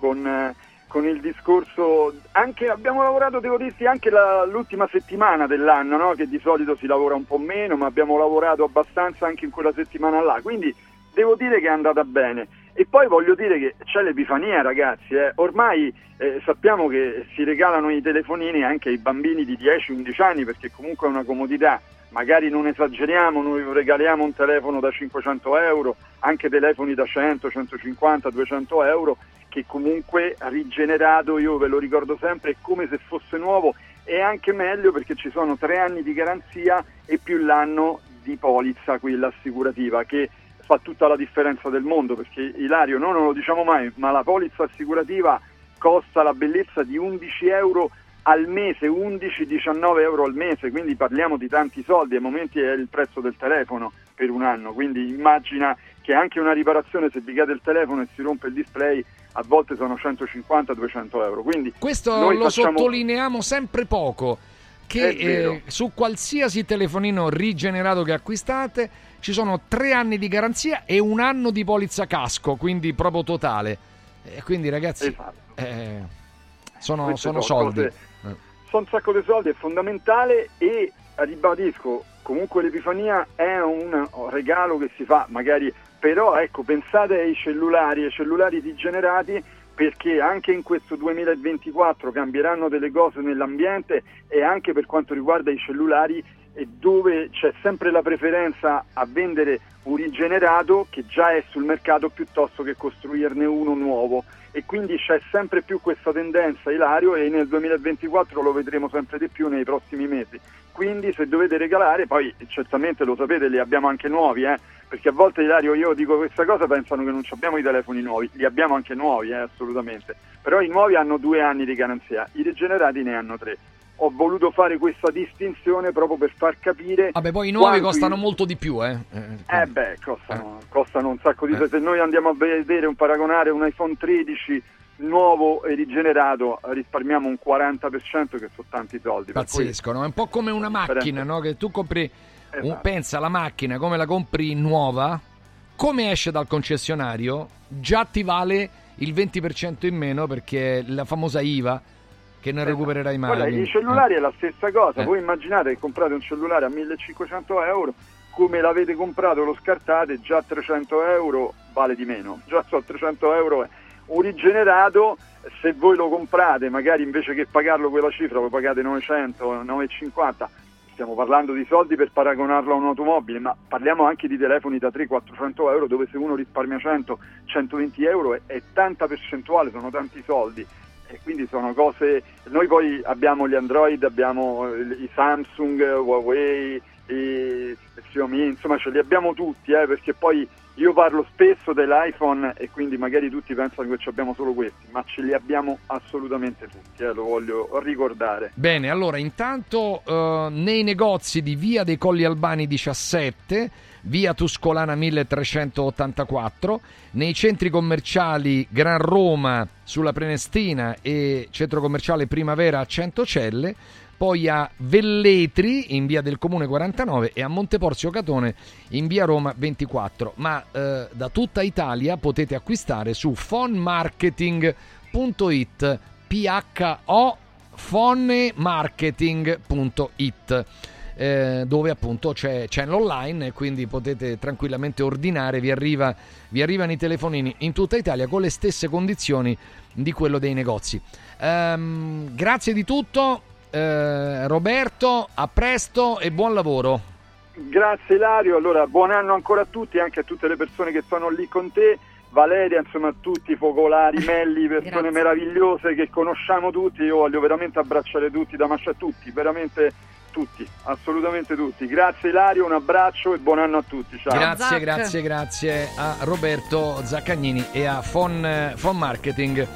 con il discorso, anche abbiamo lavorato, devo dirti, anche l'ultima settimana dell'anno, no? Che di solito si lavora un po' meno, ma abbiamo lavorato abbastanza anche in quella settimana là, quindi devo dire che è andata bene. E poi voglio dire che c'è l'epifania, ragazzi, ormai sappiamo che si regalano i telefonini anche ai bambini di 10-11 anni, perché comunque è una comodità. Magari non esageriamo, noi regaliamo un telefono da 500 euro, anche telefoni da 100, 150, 200 euro, che comunque rigenerato, io ve lo ricordo sempre, è come se fosse nuovo, e anche meglio perché ci sono 3 anni di garanzia e più l'anno di polizza, quella assicurativa, che fa tutta la differenza del mondo, perché Ilario, noi non lo diciamo mai, ma la polizza assicurativa costa la bellezza di 11 euro al mese, 11-19 euro al mese, quindi parliamo di tanti soldi, ai momenti è il prezzo del telefono per un anno, quindi immagina che anche una riparazione, se vi cade il telefono e si rompe il display, a volte sono 150-200 euro. Quindi questo lo sottolineiamo sempre poco, che su qualsiasi telefonino rigenerato che acquistate ci sono 3 anni di garanzia e 1 anno di polizza casco, quindi proprio totale. Quindi ragazzi, esatto. Sono soldi. Sono un sacco di soldi, è fondamentale, e ribadisco, comunque l'Epifania è un regalo che si fa, magari, però ecco, pensate ai cellulari rigenerati, perché anche in questo 2024 cambieranno delle cose nell'ambiente, e anche per quanto riguarda i cellulari, dove c'è sempre la preferenza a vendere un rigenerato che già è sul mercato piuttosto che costruirne uno nuovo, e quindi c'è sempre più questa tendenza, Ilario, e nel 2024 lo vedremo sempre di più nei prossimi mesi. Quindi se dovete regalare, poi certamente lo sapete, li abbiamo anche nuovi, perché a volte, Ilario, io dico questa cosa, pensano che non abbiamo i telefoni nuovi, li abbiamo anche nuovi, assolutamente, però i nuovi hanno 2 anni di garanzia, i rigenerati ne hanno 3. Ho voluto fare questa distinzione proprio per far capire. Vabbè, poi i nuovi costano molto di più, costano un sacco di. Se noi andiamo a vedere paragonare un iPhone 13 nuovo e rigenerato, risparmiamo un 40%, che sono tanti soldi. Pazzesco, no? È un po' come una macchina, no? Che tu compri, pensa, la macchina come la compri nuova, come esce dal concessionario, già ti vale il 20% in meno, perché la famosa IVA, che non recupererai mai. Guarda, i cellulari è la stessa cosa. Voi immaginate che comprate un cellulare a 1.500 euro, come l'avete comprato, lo scartate, già 300 euro vale di meno, già so 300 euro. Un rigenerato, se voi lo comprate, magari invece che pagarlo quella cifra, voi pagate 900, 950, stiamo parlando di soldi per paragonarlo a un'automobile, ma parliamo anche di telefoni da 300-400 euro, dove se uno risparmia 100-120 euro è tanta percentuale, sono tanti soldi. E quindi sono cose. Noi poi abbiamo gli Android, abbiamo i Samsung, Huawei, i Xiaomi, insomma ce li abbiamo tutti, perché poi io parlo spesso dell'iPhone e quindi magari tutti pensano che ci abbiamo solo questi, ma ce li abbiamo assolutamente tutti, lo voglio ricordare. Bene, allora intanto nei negozi di Via dei Colli Albani 17, Via Tuscolana 1384, nei centri commerciali Gran Roma sulla Prenestina e centro commerciale Primavera a Centocelle, poi a Velletri in Via del Comune 49 e a Monteporzio Catone in Via Roma 24. Ma da tutta Italia potete acquistare su fonmarketing.it, fonmarketing.it. Dove appunto c'è l'online, e quindi potete tranquillamente ordinare, vi arrivano i telefonini in tutta Italia con le stesse condizioni di quello dei negozi. Grazie di tutto, Roberto, a presto e buon lavoro. Grazie Ilario, allora buon anno ancora a tutti, anche a tutte le persone che sono lì con te, Valeria, insomma a tutti i focolari, Melli, persone meravigliose che conosciamo tutti. Io voglio veramente abbracciare tutti, da Mascia, tutti, veramente tutti, assolutamente tutti. Grazie Ilario, un abbraccio e buon anno a tutti. Ciao. Grazie a Roberto Zaccagnini e a Fon Marketing.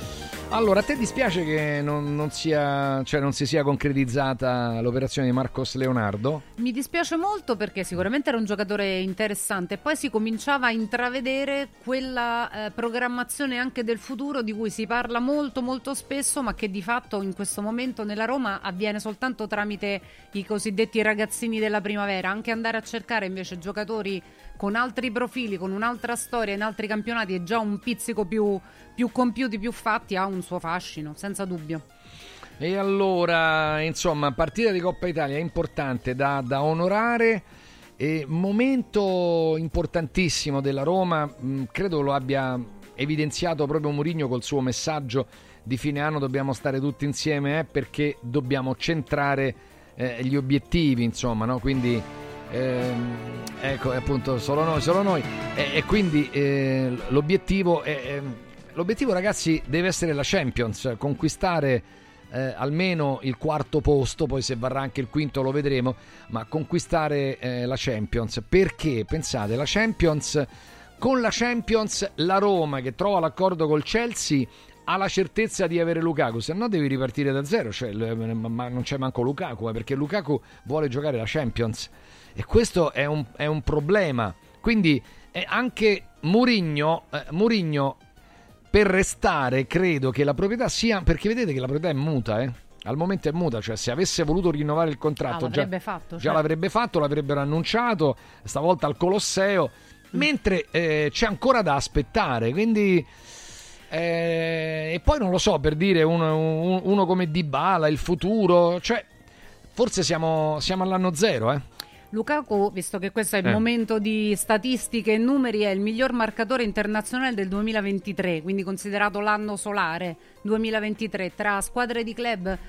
Allora, a te dispiace che non si sia concretizzata l'operazione di Marcos Leonardo? Mi dispiace molto perché sicuramente era un giocatore interessante e poi si cominciava a intravedere quella programmazione anche del futuro di cui si parla molto molto spesso, ma che di fatto in questo momento nella Roma avviene soltanto tramite i cosiddetti ragazzini della primavera. Anche andare a cercare invece giocatori con altri profili, con un'altra storia in altri campionati e già un pizzico più compiuti, più fatti, ha un suo fascino, senza dubbio. E allora, insomma, partita di Coppa Italia importante da onorare, e momento importantissimo della Roma, credo lo abbia evidenziato proprio Mourinho col suo messaggio di fine anno: dobbiamo stare tutti insieme perché dobbiamo centrare gli obiettivi, insomma, no? Quindi ecco, appunto, solo noi e quindi l'obiettivo ragazzi deve essere la Champions, conquistare almeno il quarto posto, poi se varrà anche il quinto lo vedremo, ma conquistare la Champions. Perché pensate, la Champions, con la Champions la Roma che trova l'accordo col Chelsea ha la certezza di avere Lukaku, se no devi ripartire da zero, cioè, ma non c'è manco Lukaku, perché Lukaku vuole giocare la Champions e questo è un problema. Quindi anche Mourinho per restare, credo che la proprietà sia, perché vedete che la proprietà è muta, al momento è muta, cioè se avesse voluto rinnovare il contratto già l'avrebbe fatto, l'avrebbero annunciato stavolta al Colosseo, mentre c'è ancora da aspettare, quindi e poi non lo so, per dire uno come Dybala, il futuro, cioè forse siamo all'anno zero, Lukaku, visto che questo è il momento di statistiche e numeri, è il miglior marcatore internazionale del 2023, quindi considerato l'anno solare 2023, tra squadre di club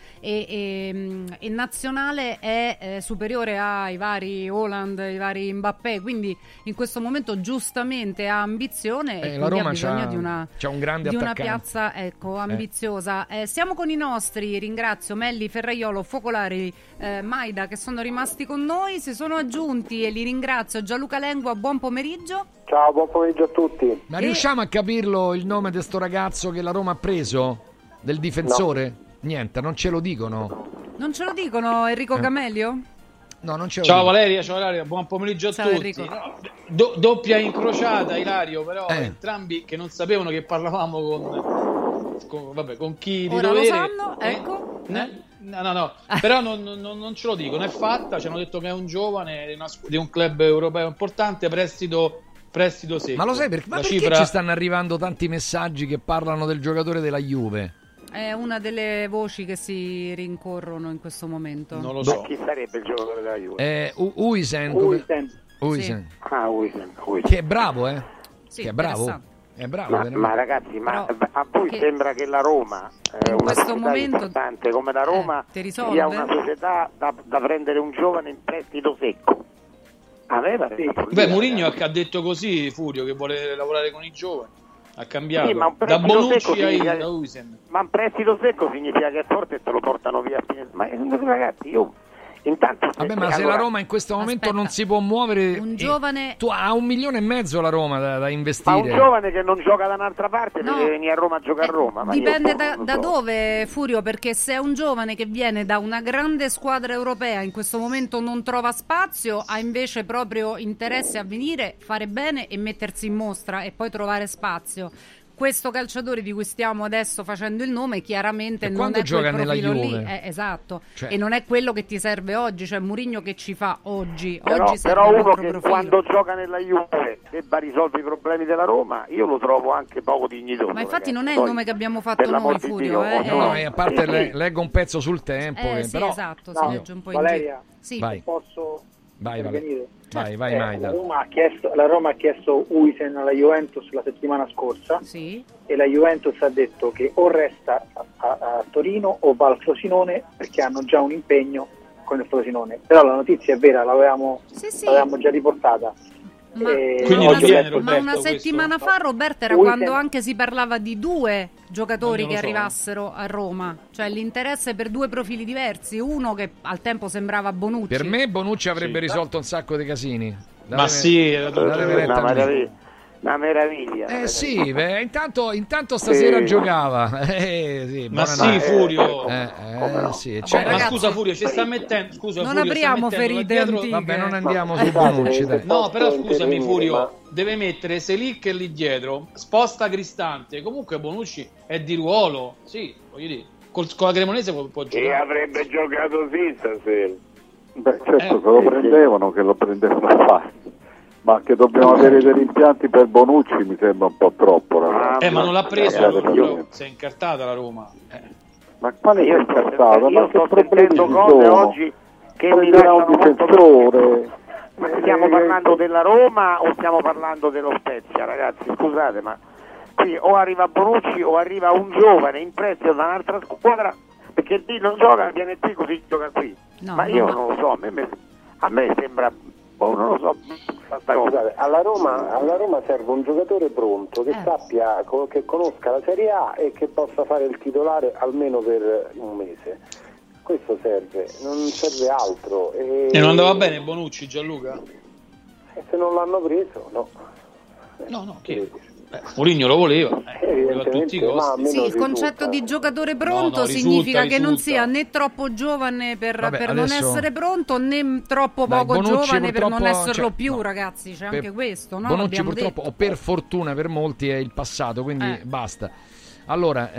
e nazionale è superiore ai vari Haaland, ai vari Mbappé, quindi in questo momento giustamente ha ambizione e la Roma ha bisogno di una piazza ambiziosa. Siamo con i nostri, ringrazio Melli, Ferraiolo, Focolari, Maida che sono rimasti con noi, si sono aggiunti e li ringrazio. Gianluca Lengua, buon pomeriggio. Ciao, buon pomeriggio a tutti. Ma riusciamo a capirlo il nome di sto ragazzo che la Roma ha preso? Del difensore? No. Niente, non ce lo dicono. Non ce lo dicono, Enrico Camelio? No, non ce lo Ciao dico. Valeria, ciao Ilario, buon pomeriggio a tutti. Enrico. No, doppia incrociata, Ilario, però entrambi che non sapevano che parlavamo con chi di ora dovere. Lo sanno, ecco. No, però non ce lo dicono, è fatta, ci hanno detto che è un giovane di un club europeo importante, prestito secco. Ma lo sai perché ci stanno arrivando tanti messaggi che parlano del giocatore della Juve? È una delle voci che si rincorrono in questo momento. Non lo so. Ma chi sarebbe il giocatore della Juve? Huijsen. Sì. Huijsen. Che è bravo, Sì, che è bravo. È bravo, ma ragazzi, a voi sembra che la Roma, una società importante come la Roma, sia una società da prendere un giovane in prestito secco? A me pare Mourinho ha detto così, Furio, che vuole lavorare con i giovani, ha cambiato, sì, ma da Bonucci a Huijsen. Ma un prestito secco significa che è forte e te lo portano via a fine. Ma ragazzi, intanto ma se la Roma in questo momento non si può muovere, un giovane ha 1,5 milioni la Roma da investire. Ma un giovane che non gioca da un'altra parte deve venire a Roma a giocare a Roma. Ma dipende da dove, Furio, perché se è un giovane che viene da una grande squadra europea, in questo momento non trova spazio, ha invece proprio interesse a venire, fare bene e mettersi in mostra e poi trovare spazio. Questo calciatore di cui stiamo adesso facendo il nome chiaramente non è gioca quel profilo nella Juve. lì, esatto, cioè. E non è quello che ti serve oggi, cioè Mourinho che ci fa oggi? Però serve uno che profilo. quando gioca nella Juve debba risolvere i problemi della Roma, io lo trovo anche poco dignitoso. Ma infatti ragazzi. non è il nome che abbiamo fatto noi, Furio. No, a parte leggo un pezzo sul tempo. Sì, però... esatto, si legge un po' in Valeria, sì. Vai. Posso intervenire? Vai, Maida. La Roma ha chiesto Huijsen alla Juventus la settimana scorsa, e la Juventus ha detto che o resta a Torino o va al Frosinone, perché hanno già un impegno con il Frosinone. Però la notizia è vera, l'avevamo già riportata. Ma una settimana fa, Roberto, era quando anche si parlava di due giocatori che arrivassero a Roma, cioè l'interesse per due profili diversi, uno che al tempo sembrava Bonucci. Per me Bonucci avrebbe risolto un sacco di casini. Una meraviglia. Sì, intanto stasera giocava. Sì, ma sì, Furio. Sì. Ma scusa Furio, ci sta mettendo. Scusa, non Furio, apriamo ferite antiche. Vabbè, non andiamo su Bonucci. No, però scusami Furio, deve mettere Selic lì dietro, sposta Cristante. Comunque Bonucci è di ruolo. Sì, voglio dire, con la Cremonese può giocare. E avrebbe giocato sì stasera. Beh, certo, se lo prendevano, che lo prendevano fare. Ma che dobbiamo avere dei rimpianti per Bonucci mi sembra un po' troppo, ragazzi. Ma non l'ha preso, si è incartata la Roma. Ma quale è incartata? Io Ma sto che problemi sentendo ci cose sono? oggi che mi Prenderà un lasciano molto difensore. Ma stiamo parlando della Roma o stiamo parlando dello Spezia, ragazzi? Scusate, ma qui o arriva Bonucci o arriva un giovane in prestito da un'altra squadra, perché lì non gioca, viene qui così gioca qui. No, ma io non lo so, a me sembra, non lo so. Scusate, alla Roma serve un giocatore pronto che sappia, che conosca la Serie A e che possa fare il titolare almeno per un mese. Questo serve, non serve altro. E non andava bene Bonucci, Gianluca? Se non l'hanno preso, no. No, che? Mourinho lo voleva, a tutti i costi. Sì, il concetto di giocatore pronto significa che non sia né troppo giovane per non essere pronto, né troppo poco giovane per non esserlo più, ragazzi. C'è anche questo, no? Bonucci purtroppo, o per fortuna per molti, è il passato, quindi basta. Allora,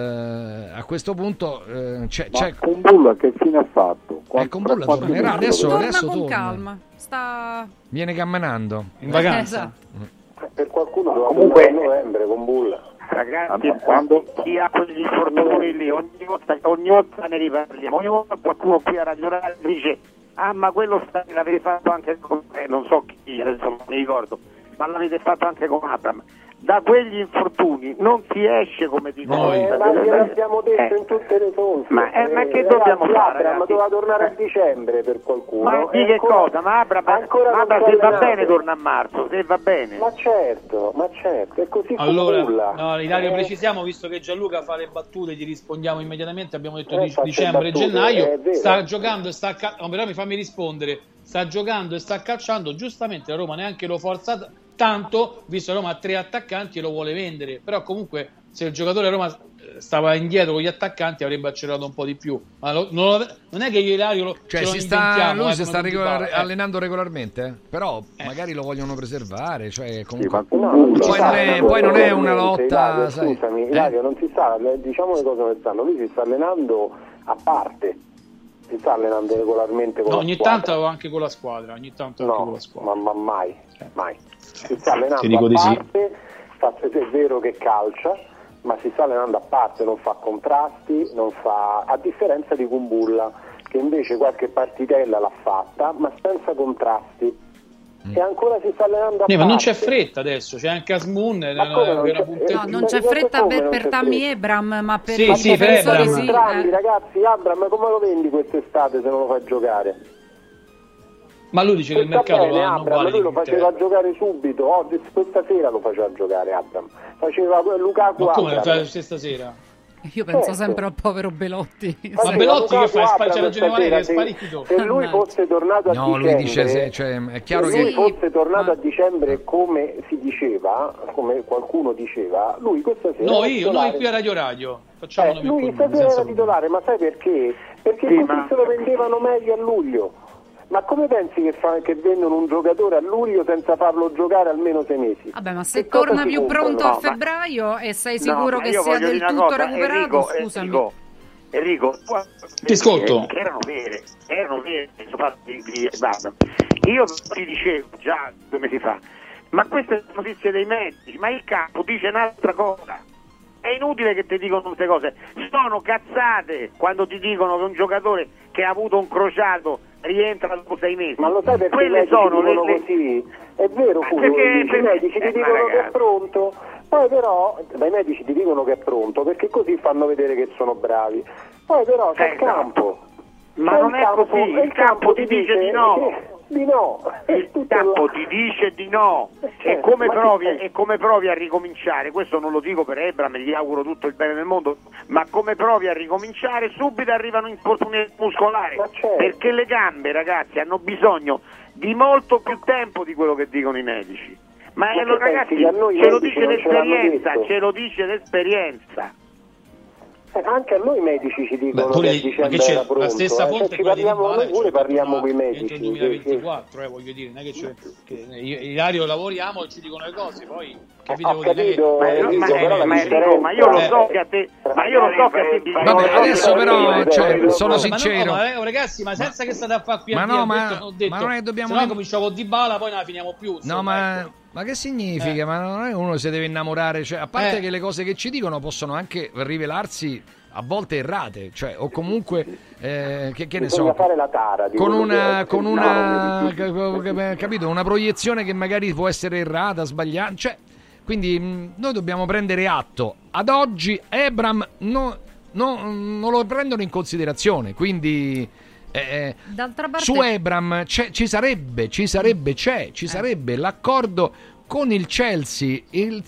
a questo punto c'è Kumbulla che fine ha fatto? Kumbulla tornerà adesso con calma. Viene camminando in vacanza. Esatto. Per qualcuno doveva comunque a novembre con Bulla. Ragazzi, quando chi ha quegli infortuni lì, ogni volta ne riparliamo, ogni volta qualcuno qui a ragionare dice ma quello l'avete fatto anche con non so chi, adesso non mi ricordo, ma l'avete fatto anche con Abraham. Da quegli infortuni non si esce, come dicono ma l'abbiamo detto in tutte le fonti. Ma che dobbiamo fare? Abraham doveva tornare a dicembre per qualcuno. Ma di che cosa? Ma Abraham se va bene torna a marzo, se va bene. Ma certo, è così. Allora, no, Ilario, precisiamo, visto che Gianluca fa le battute, gli rispondiamo immediatamente. Abbiamo detto dicembre e gennaio. Sta giocando e però mi fammi rispondere. Sta giocando e sta calciando, giustamente la Roma neanche lo forza tanto, visto che Roma ha 3 attaccanti e lo vuole vendere, però comunque se il giocatore a Roma stava indietro con gli attaccanti avrebbe accelerato un po' di più, ma non è che Ilario lui si sta allenando regolarmente, però magari lo vogliono preservare, cioè comunque poi non è una lotta, scusami, Ilario non si sta, diciamo le cose come stanno, lui si sta allenando a parte, si sta allenando regolarmente con la ogni squadra. Tanto anche con la squadra, con la squadra. Ma mai. Si sta allenando a parte, è vero che calcia, ma si sta allenando a parte, non fa contrasti, a differenza di Kumbulla, che invece qualche partitella l'ha fatta, ma senza contrasti. E ancora si sta allenando a parte. Ma non c'è fretta adesso, c'è anche Asmun. Non c'è fretta per Tammy Abraham, ma per i difensori sì. Ragazzi, Abraham come lo vendi quest'estate se non lo fai giocare? Ma lui dice che il mercato non vale. Lui lo faceva giocare subito, questa sera lo faceva giocare Abraham. Faceva Lukaku. Ma come lo fa stasera? Io penso sempre al povero Belotti. Ma Belotti che fa? C'è ragione Valeria, è sparito. Se lui fosse tornato a dicembre, lui dice è chiaro se lui fosse tornato a dicembre come si diceva, come qualcuno diceva, lui questa sera noi qui a Radio facciamo lui stasera era titolare, ma sai perché? Perché così se lo vendevano meglio a luglio. Ma come pensi che vendono un giocatore a luglio senza farlo giocare almeno 6 mesi? Vabbè, ma se torna più pronto a febbraio e sei sicuro che sia del tutto recuperato, scusami. Enrico, ti ascolto. Erano vere. Io ti dicevo già 2 mesi fa, ma queste sono notizie dei medici, ma il campo dice un'altra cosa. È inutile che ti dicono queste cose, sono cazzate quando ti dicono che un giocatore che ha avuto un crociato rientra dopo 6 mesi. Ma lo sai perché quelle sono così? È vero, i medici ti dicono che è pronto, poi però i medici ti dicono che è pronto perché così fanno vedere che sono bravi. Poi però c'è il campo. Ma non è così, il campo ti dice di no. Di no, il campo ti dice di no. E come provi a ricominciare? Questo non lo dico per Abraham, gli auguro tutto il bene del mondo, ma come provi a ricominciare subito arrivano infortuni muscolari, perché le gambe, ragazzi, hanno bisogno di molto più tempo di quello che dicono i medici. Ma ragazzi, ce lo dice l'esperienza. Anche a noi medici ci dicono che a dicembre era pronto. La stessa fonte ci parliamo, noi pure parliamo con i medici. Entro il 2024, voglio dire, non è che Ilario lavoriamo e ci dicono le cose, poi capito, ma io lo so che a te Vabbè, adesso però sono sincero. Ragazzi, ma senza che state a fare qui ma non è che dobbiamo, se no cominciamo con Dybala, poi non la finiamo più. No, ma che significa? Ma non è che uno si deve innamorare, cioè, a parte che le cose che ci dicono possono anche rivelarsi a volte errate, cioè, o comunque che ne so, fare la tara con una capito, una proiezione che magari può essere errata, sbagliata, cioè, quindi noi dobbiamo prendere atto. Ad oggi Ebram non lo prendono in considerazione, quindi d'altra parte, su Ebram ci sarebbe l'accordo con il Chelsea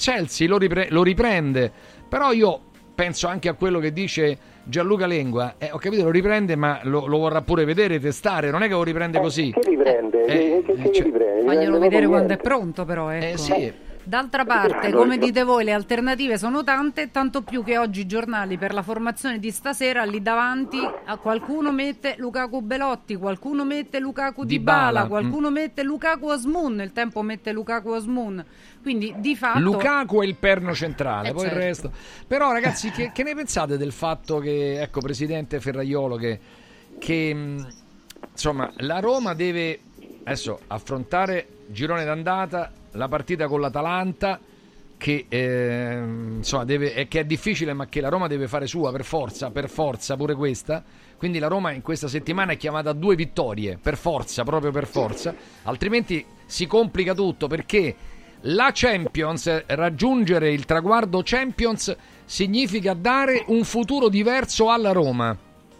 lo riprende, però io penso anche a quello che dice Gianluca Lengua, ho capito, lo riprende, ma lo vorrà pure vedere, testare, non è che lo riprende così. Che riprende? Riprende? Faglielo vedere quando è pronto, però, ecco. Sì. D'altra parte, come dite voi, le alternative sono tante, tanto più che oggi i giornali per la formazione di stasera lì davanti a qualcuno mette Lukaku Belotti, qualcuno mette Lukaku Dybala, qualcuno mette Lukaku Osmun, nel tempo mette Lukaku Osmun. Quindi di fatto Lukaku è il perno centrale, poi certo. Il resto. Però ragazzi, che ne pensate del fatto che, ecco, presidente Ferraiolo, che insomma la Roma deve adesso affrontare girone d'andata, la partita con l'Atalanta che insomma che è difficile, ma che la Roma deve fare sua per forza pure questa, quindi la Roma in questa settimana è chiamata a 2 vittorie per forza, proprio per forza, altrimenti si complica tutto, perché la Champions, raggiungere il traguardo Champions significa dare un futuro diverso alla Roma.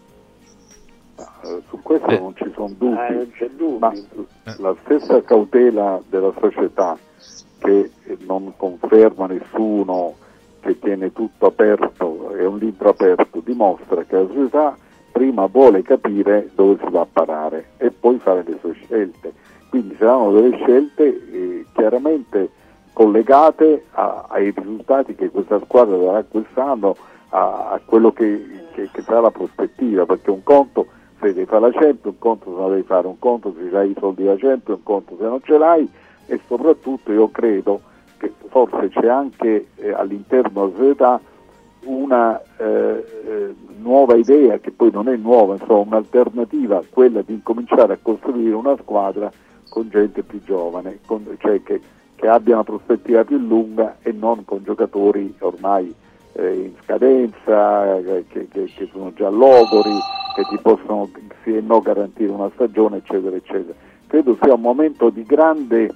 Su questo non ci sono dubbi, ma la stessa cautela della società, che non conferma nessuno, che tiene tutto aperto, è un libro aperto, dimostra che la società prima vuole capire dove si va a parare e poi fare le sue scelte. Quindi saranno delle scelte chiaramente collegate ai risultati che questa squadra darà quest'anno, a quello che sarà la prospettiva, perché un conto se devi fare la Champions, un conto se la devi fare, un conto se hai i soldi della Champions, un conto se non ce l'hai, e soprattutto io credo che forse c'è anche all'interno della società una nuova idea, che poi non è nuova, insomma un'alternativa, quella di incominciare a costruire una squadra con gente più giovane, cioè che abbia una prospettiva più lunga e non con giocatori ormai in scadenza, che sono già logori, che ti possono sì e no garantire una stagione, eccetera eccetera. Credo sia un momento di grande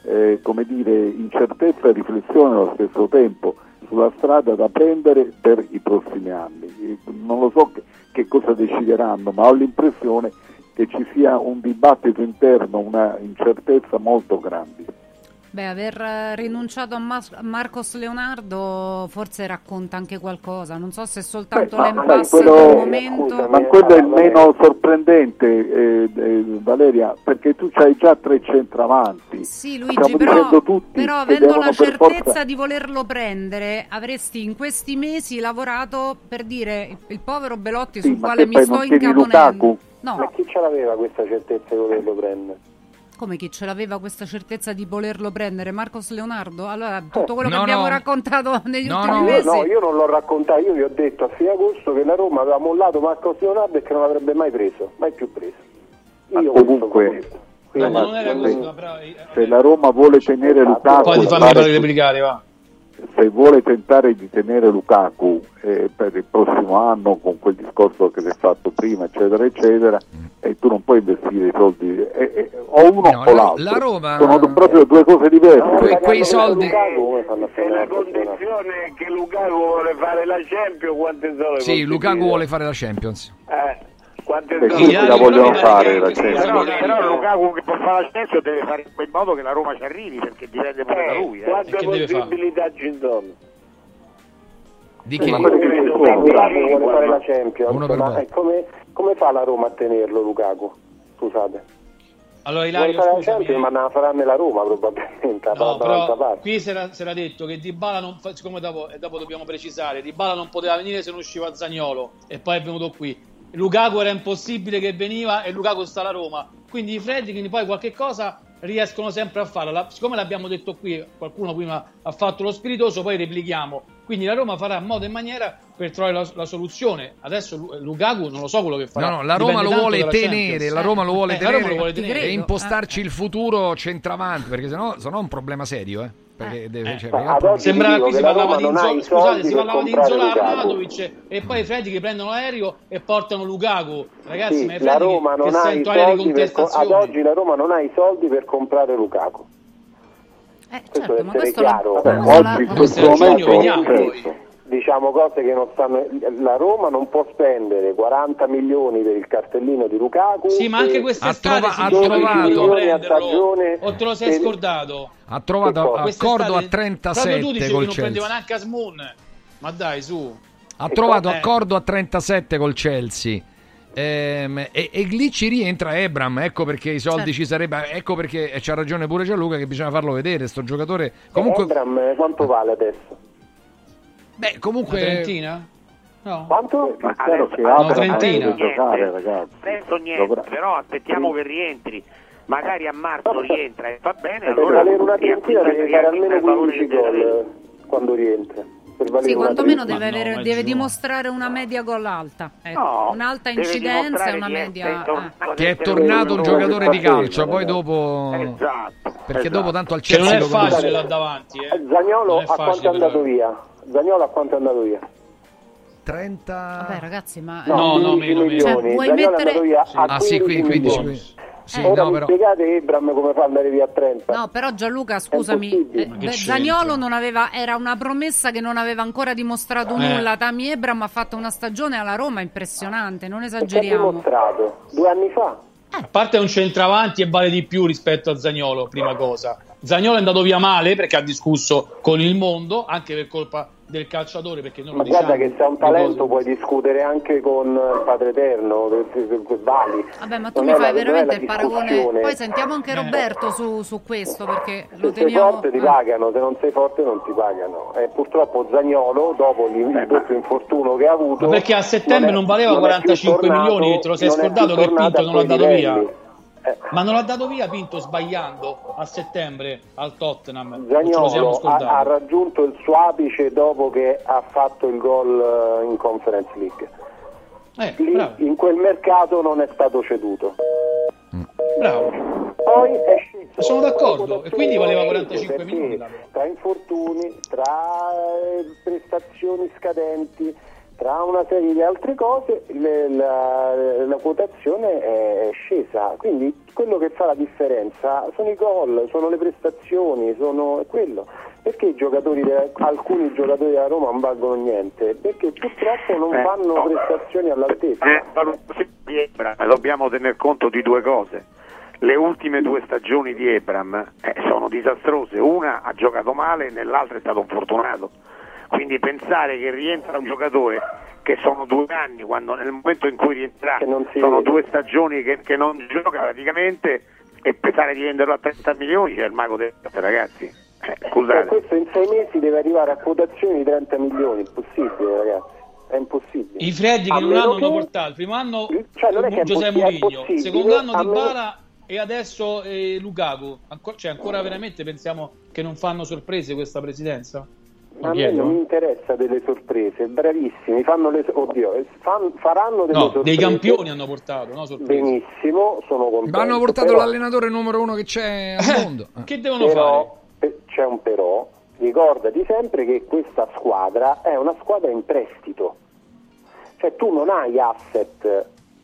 incertezza e riflessione allo stesso tempo sulla strada da prendere per i prossimi anni. Non lo so che cosa decideranno, ma ho l'impressione che ci sia un dibattito interno, una incertezza molto grande. Beh, aver rinunciato a Marcos Leonardo forse racconta anche qualcosa, non so se è soltanto l'impasse del momento. Ma quello è il meno sorprendente, Valeria, perché tu c'hai già 3 centravanti. Sì, Luigi, però avendo la certezza di volerlo prendere, avresti in questi mesi lavorato per dire il povero Belotti sul quale mi sto incaponendo. No. Ma chi ce l'aveva questa certezza di volerlo prendere? Come chi ce l'aveva questa certezza di volerlo prendere? Marcos Leonardo? Allora, tutto quello che abbiamo raccontato negli ultimi mesi? No, io non l'ho raccontato, io vi ho detto a fine agosto che la Roma aveva mollato Marcos Leonardo e che non l'avrebbe mai più preso. Io comunque, ma non era questo, però, se la Roma vuole tenere Lukaku, poi fammi replicare, va. Se vuole tentare di tenere Lukaku per il prossimo anno, con quel discorso che si è fatto prima, eccetera eccetera, e tu non puoi investire i soldi o uno o l'altro, la Roma sono proprio 2 cose diverse. Quei soldi, se la condizione è che Lukaku vuole fare la Champions, quante sono? Sì, Lukaku vuole fare la Champions. Quanti la vogliono fare la Champions? Però Lukaku che può fare la Champions deve fare in quel modo che la Roma ci arrivi, perché dipende pure da lui. Quante possibilità ci sono? Di che? Lukaku vuole fare la Champions, ma come fa la Roma a tenerlo Lukaku? Scusate. Allora Ilario, scusami, ma la farà nella Roma probabilmente. No, però qui si era detto che Dybala non siccome dopo dobbiamo precisare, Dybala non poteva venire se non usciva Zaniolo e poi è venuto qui. Lukaku era impossibile che veniva e Lukaku sta alla Roma. Quindi i freddi, quindi poi qualche cosa riescono sempre a farla. Siccome l'abbiamo detto qui, qualcuno prima ha fatto lo spiritoso, poi replichiamo. Quindi la Roma farà modo e maniera per trovare la soluzione. Adesso Lukaku non lo so quello che farà. No, la Roma lo vuole tenere, la Roma lo vuole tenere e impostarci il futuro centravanti, perché sennò è un problema serio, perché sembra qui si parlava di Nzola Arnautovic e poi i Freddi che prendono l'aereo e portano Lukaku. Ragazzi, ma la Roma non ha i soldi ad oggi la Roma non ha i soldi per comprare Lukaku. Certo, ma questo chiaro. Oggi in questo momento diciamo cose che non stanno. La Roma non può spendere 40 milioni per il cartellino di Lukaku. Sì, ma anche quest'estate ha trovato a stagione, o te lo sei scordato? Ha trovato accordo a 37 tu dicevi col che non Chelsea. prendeva neanche Asmoon. Ma dai, su. Ha trovato accordo a 37 col Chelsea. E lì ci rientra Ebram, ecco perché i soldi ci sarebbe, ecco perché c'ha ragione pure Gianluca che bisogna farlo vedere sto giocatore. Comunque Ebram quanto vale adesso? Beh, comunque una trentina? No. Quanto? Ma una trentina. Giocare, ragazzi. Adesso niente, però aspettiamo che rientri. Magari a marzo rientra e va bene. Per valere una trentina deve fare almeno 15 gol quando rientra. Sì, quantomeno deve dimostrare una media gol alta, un'alta incidenza e una media che è tornato un giocatore di calcio, poi dopo perché dopo tanto al Chelsea non è facile là davanti. Zaniolo a quanto è andato via? Zaniolo a quanto è andato via? 30. Vabbè ragazzi, ma no, meno. Cioè, vuoi mettere sì, 15. Sì, ora no, però spiegate Ebram come fa ad andare via a 30. No, però Gianluca, scusami, Zaniolo non aveva, era una promessa che non aveva ancora dimostrato nulla. Tammy Abraham ha fatto una stagione alla Roma impressionante, non esageriamo. Ha dimostrato 2 anni fa. A parte è un centravanti e vale di più rispetto a Zaniolo, prima cosa. Zaniolo è andato via male perché ha discusso con il mondo, anche per colpa del calciatore, perché noi lo diciamo. Guarda che se ha un talento puoi discutere anche con il Padre Eterno, Bali. Vabbè, ma tu mi fai veramente il paragone. Poi sentiamo anche Roberto su questo, perché lo teniamo. Se sei forte ti pagano, se non sei forte non ti pagano. E purtroppo Zaniolo, dopo il doppio infortunio che ha avuto, ma perché a settembre non valeva 45 milioni, te lo sei scordato che Pinto non l'ha dato via? Ma non l'ha dato via Pinto sbagliando a settembre al Tottenham. Zaniolo ha raggiunto il suo apice dopo che ha fatto il gol in Conference League. Lì, in quel mercato non è stato ceduto. Bravo. Poi è sceso. Sono d'accordo, e quindi valeva 45 milioni. Tra infortuni, tra prestazioni scadenti, tra una serie di altre cose la quotazione è scesa, quindi quello che fa la differenza sono i gol, sono le prestazioni, è quello. Perché alcuni giocatori della Roma non valgono niente? Perché purtroppo non fanno prestazioni all'altezza. Dobbiamo tener conto di 2 cose. Le ultime 2 stagioni di Ebram sono disastrose, una ha giocato male, nell'altra è stato fortunato. Quindi pensare che rientra un giocatore che sono 2 anni, quando nel momento in cui rientrerà sono 2 stagioni che non gioca praticamente, e pensare di venderlo a 30 milioni c'è il mago del ragazzi. Scusate. Questo in 6 mesi deve arrivare a quotazioni di 30 milioni, impossibile ragazzi. È impossibile. I freddi che non hanno portato il primo anno Giuseppe Mourinho, il secondo anno Dybala e adesso Lukaku. Ancora veramente pensiamo che non fanno sorprese questa presidenza? A me non mi interessa delle sorprese, bravissimi, faranno delle sorprese. Dei campioni hanno portato, no? Sorprese. Benissimo, sono contento. Hanno portato l'allenatore numero 1 che c'è al mondo. Che devono fare? C'è un però, ricordati sempre che questa squadra è una squadra in prestito, cioè tu non hai asset.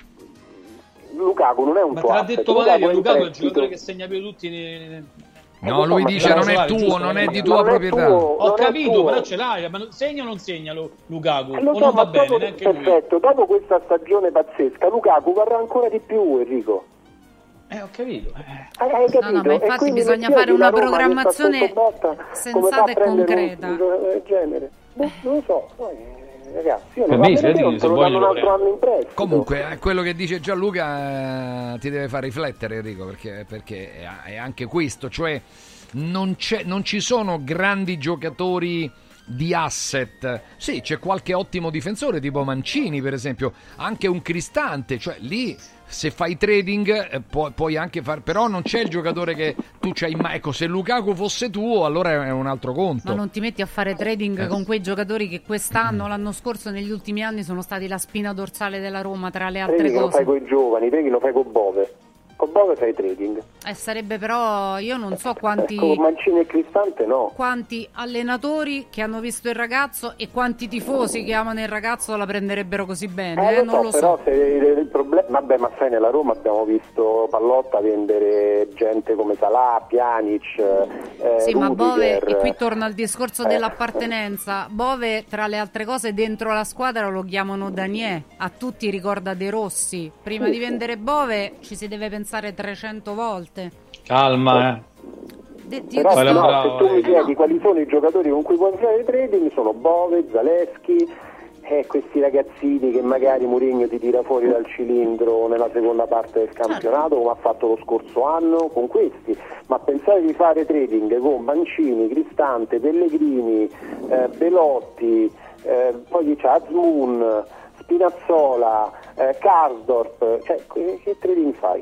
Lukaku non è un tuo asset. Ma te l'ha detto Valerio, Lukaku è il giocatore che segna più tutti No, lui dice non è tuo, non è di tua proprietà. Ho capito, però ce l'hai, ma segna o non segna Lukaku? O non va bene, neanche lui. Perfetto, dopo questa stagione pazzesca Lukaku varrà ancora di più, Enrico. Ho capito. Hai capito? No, ma infatti bisogna fare una programmazione sensata e concreta. Genere. Non lo so. ragazzi, io non se lo danno un altro anno in prestito. Comunque, quello che dice Gianluca ti deve far riflettere, Enrico, perché è anche questo, cioè non ci sono grandi giocatori di asset. Sì, c'è qualche ottimo difensore tipo Mancini, per esempio, anche un Cristante, cioè lì se fai trading puoi anche fare, però non c'è il giocatore che tu c'hai ecco, se Lukaku fosse tuo allora è un altro conto. Ma non ti metti a fare trading con quei giocatori che quest'anno, l'anno scorso, negli ultimi anni sono stati la spina dorsale della Roma, tra le altre trading cose. Lo fai con i giovani, trading lo fai con Bove. Con Bove fai trading. Sarebbe però, io non so quanti con Mancini e Cristante no. Quanti allenatori che hanno visto il ragazzo e quanti tifosi che amano il ragazzo la prenderebbero così bene, non lo so. Però se il problema, vabbè, ma sai, nella Roma abbiamo visto Pallotta vendere gente come Salah, Pjanic, sì, Rudiger, ma Bove, e qui torna al discorso dell'appartenenza. Bove, tra le altre cose, dentro la squadra lo chiamano Danier, a tutti ricorda De Rossi. Prima di vendere Bove ci si deve pensare 300 volte. Calma, Però se tu mi chiedi quali sono i giocatori con cui puoi fare trading, sono Bove, Zalewski, questi ragazzini che magari Mourinho ti tira fuori dal cilindro nella seconda parte del campionato, come ha fatto lo scorso anno con questi. Ma pensare di fare trading con Mancini, Cristante, Pellegrini, Belotti, poi c'è Azmoun, Spinazzola, Karsdorp, cioè che trading fai?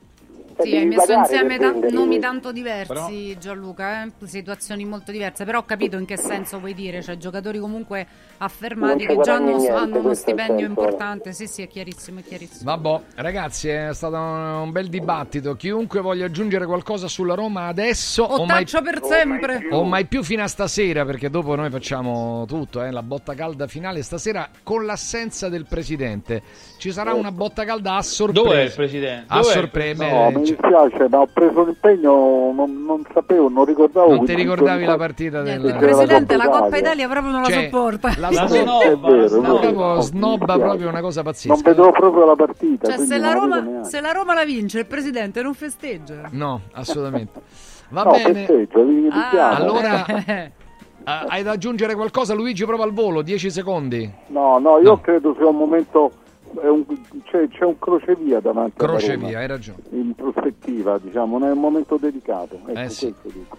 Sì, hai messo insieme nomi tanto diversi, Gianluca, situazioni molto diverse, però ho capito in che senso vuoi dire, cioè giocatori comunque affermati che già hanno uno stipendio importante. Sì, è chiarissimo, Vabbè, ragazzi, è stato un bel dibattito. Chiunque voglia aggiungere qualcosa sulla Roma adesso taccio per sempre o mai più fino a stasera, perché dopo noi facciamo tutto, la botta calda finale stasera con l'assenza del presidente. Ci sarà una botta calda a sorpresa. Dov'è il presidente? A sorpresa. No, mi dispiace, ma ho preso l'impegno, non sapevo, non ricordavo. Non ti ricordavi la partita il presidente, la Coppa Italia proprio non la sopporta. La snobba proprio una cosa pazzesca. Non vedevo proprio la partita. Cioè se la Roma la vince, il presidente non festeggia. No, assolutamente. Va bene. Allora hai da aggiungere qualcosa, Luigi? Prova al volo, 10 secondi. No, io credo sia un momento. C'è un crocevia davanti crocevia, hai ragione, in prospettiva, diciamo, è un momento delicato, sì.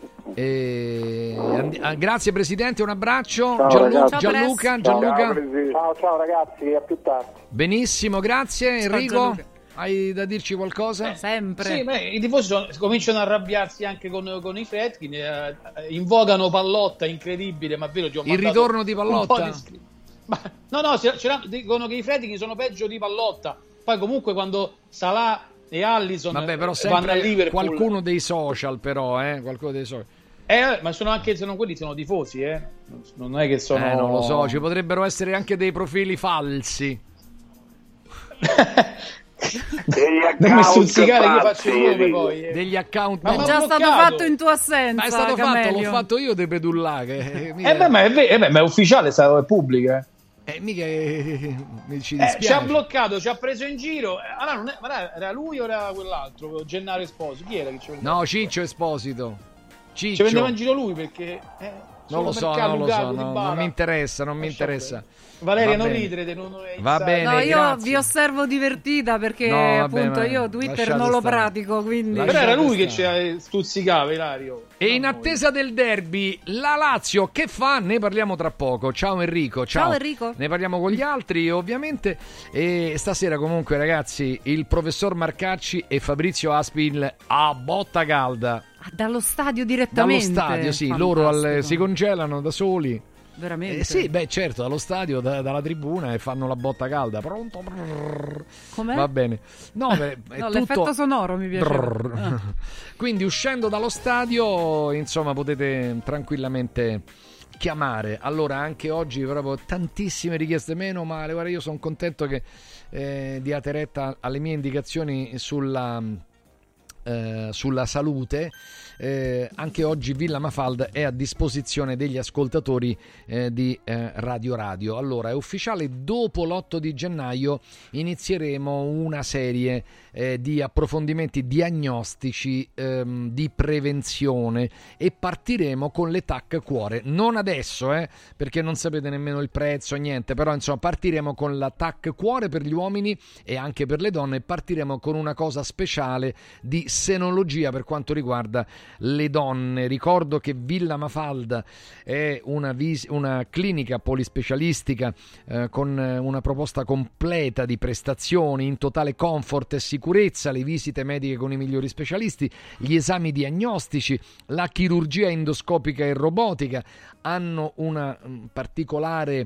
Grazie presidente, un abbraccio. Gianluca. Ciao ragazzi, a più tardi. Benissimo, grazie. Enrico, hai da dirci qualcosa? Sempre. Sì, i tifosi cominciano a arrabbiarsi anche con i Fredkin, invocano Pallotta, incredibile, ma vero, il ritorno di Pallotta. Dicono che i Fredkin sono peggio di Pallotta. Poi comunque quando Salah e Allison però vanno a Liverpool, qualcuno dei social, qualcuno dei social. Ma sono quelli sono tifosi, non è che sono. Non lo so, ci potrebbero essere anche dei profili falsi. Non mi stuzzicare che io faccio il nome poi. Degli account. Ma è già stato fatto in tua assenza. Ma è stato fatto, l'ho fatto io De Pedulla. Ma è ufficiale, è pubblica. Mica ci dispiace. Ci ha bloccato, ci ha preso in giro. Allora, era lui o era quell'altro? Gennaro Esposito? Chi era che ci vendeva? No, Ciccio Esposito. Ci vendeva in giro lui perché. Non lo so, non mi interessa. Valeria, non ridere. Va bene, no, io grazie. vi osservo divertita perché appunto io Twitter non lo pratico, quindi. Però era lui che ci stuzzicava, Ilario. E in attesa del derby, la Lazio che fa? Ne parliamo tra poco. Ciao Enrico. Ciao Enrico. Ne parliamo con gli altri, ovviamente. E stasera comunque, ragazzi, il professor Marcacci e Fabrizio Aspil a botta calda. Dallo stadio direttamente. Dallo stadio, sì. Loro si congelano da soli. Veramente? Sì, certo, dallo stadio, dalla tribuna, e fanno la botta calda. Pronto? Com'è? Va bene. No, l'effetto sonoro mi piace. Quindi uscendo dallo stadio, insomma, potete tranquillamente chiamare. Allora, anche oggi proprio tantissime richieste, meno male. Guarda, io sono contento che diate retta alle mie indicazioni sulla sulla salute, anche oggi Villa Mafalda è a disposizione degli ascoltatori di Radio Radio. Allora, è ufficiale, dopo l'8 di gennaio inizieremo una serie di approfondimenti diagnostici di prevenzione e partiremo con le TAC cuore. Non adesso, perché non sapete nemmeno il prezzo, niente, però insomma partiremo con la TAC cuore per gli uomini e anche per le donne. Partiremo con una cosa speciale di senologia per quanto riguarda le donne. Ricordo che Villa Mafalda è una clinica polispecialistica con una proposta completa di prestazioni in totale comfort e sicurezza, le visite mediche con i migliori specialisti, gli esami diagnostici, la chirurgia endoscopica e robotica. Hanno una particolare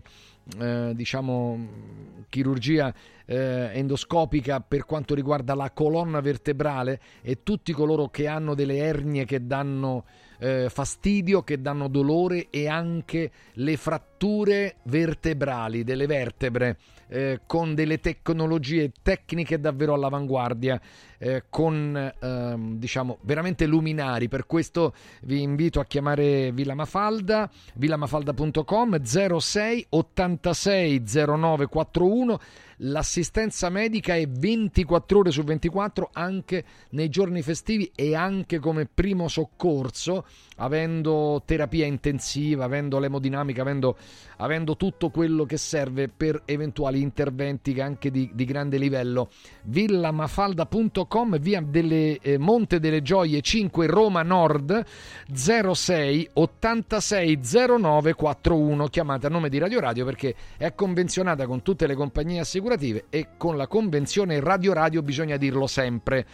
chirurgia endoscopica per quanto riguarda la colonna vertebrale, e tutti coloro che hanno delle ernie che danno fastidio, che danno dolore, e anche le fratture vertebrali delle vertebre, con delle tecnologie tecniche davvero all'avanguardia, con veramente luminari. Per questo vi invito a chiamare Villa Mafalda, villamafalda.com, 06 86 09 41. L'assistenza medica è 24 ore su 24 anche nei giorni festivi e anche come primo soccorso, avendo terapia intensiva, avendo l'emodinamica, avendo tutto quello che serve per eventuali interventi anche di grande livello. villamafalda.com, via delle Monte delle Gioie 5, Roma Nord, 06 86 09 41. Chiamate a nome di Radio Radio perché è convenzionata con tutte le compagnie assicurative, e con la convenzione Radio Radio bisogna dirlo sempre.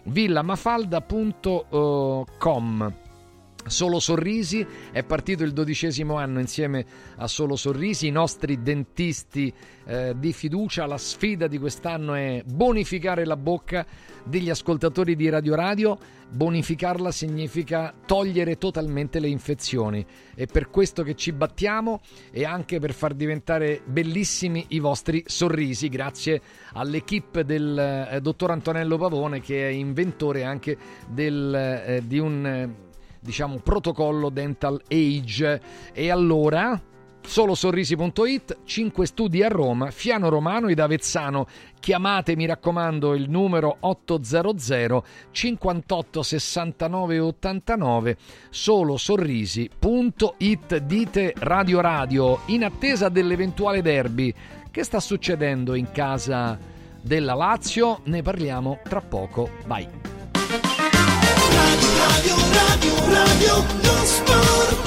villamafalda.com. Solo Sorrisi è partito il 12° anno insieme a Solo Sorrisi, i nostri dentisti di fiducia. La sfida di quest'anno è bonificare la bocca degli ascoltatori di Radio Radio. Bonificarla significa togliere totalmente le infezioni, e per questo che ci battiamo, e anche per far diventare bellissimi i vostri sorrisi, grazie all'equipe del dottor Antonello Pavone, che è inventore anche di un protocollo Dental Age. E allora solosorrisi.it, 5 studi a Roma, Fiano Romano ed Avezzano. Chiamate, mi raccomando, il numero 800 58 69 89, solosorrisi.it. Dite Radio Radio. In attesa dell'eventuale derby, che sta succedendo in casa della Lazio? Ne parliamo tra poco. Vai. Radio lo sport.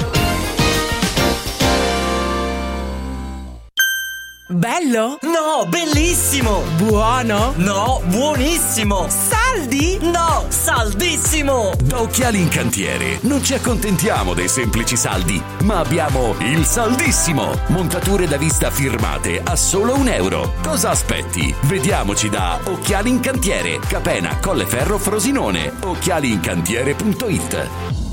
Bello? No, bellissimo! Buono? No, buonissimo! Saldi? No, saldissimo! Da Occhiali in Cantiere non ci accontentiamo dei semplici saldi, ma abbiamo il saldissimo! Montature da vista firmate a solo €1. Cosa aspetti? Vediamoci da Occhiali in Cantiere, Capena, Colleferro, Frosinone. occhialiincantiere.it.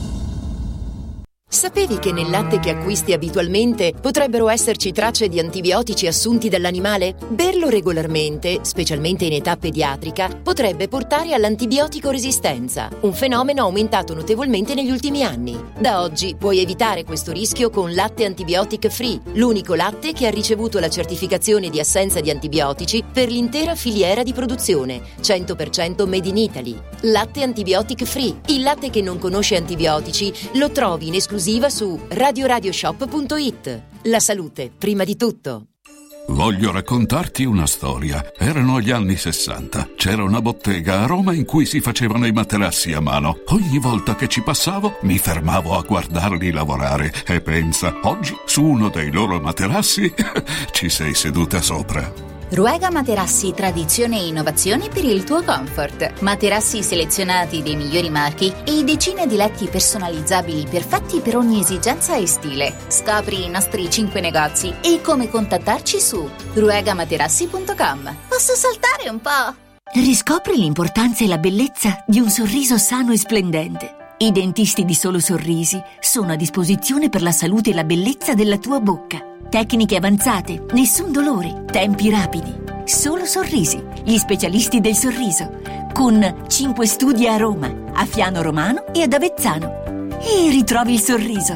Sapevi che nel latte che acquisti abitualmente potrebbero esserci tracce di antibiotici assunti dall'animale? Berlo regolarmente, specialmente in età pediatrica, potrebbe portare all'antibiotico resistenza, un fenomeno aumentato notevolmente negli ultimi anni. Da oggi puoi evitare questo rischio con Latte Antibiotic Free, l'unico latte che ha ricevuto la certificazione di assenza di antibiotici per l'intera filiera di produzione, 100% made in Italy. Latte Antibiotic Free, il latte che non conosce antibiotici, lo trovi in esclusiva su radioradioshop.it. La salute, prima di tutto. Voglio raccontarti una storia. Erano gli anni 60. C'era una bottega a Roma in cui si facevano i materassi a mano. Ogni volta che ci passavo mi fermavo a guardarli lavorare e pensa, oggi su uno dei loro materassi ci sei seduta sopra. Ruega Materassi, tradizione e innovazione per il tuo comfort. Materassi selezionati dei migliori marchi e decine di letti personalizzabili perfetti per ogni esigenza e stile. Scopri i nostri 5 negozi e come contattarci su ruegamaterassi.com. Posso saltare un po'? Riscopri l'importanza e la bellezza di un sorriso sano e splendente. I dentisti di Solo Sorrisi sono a disposizione per la salute e la bellezza della tua bocca. Tecniche avanzate, nessun dolore, tempi rapidi. Solo Sorrisi, gli specialisti del sorriso. con 5 studi a Roma, a Fiano Romano e ad Avezzano. E ritrovi il sorriso.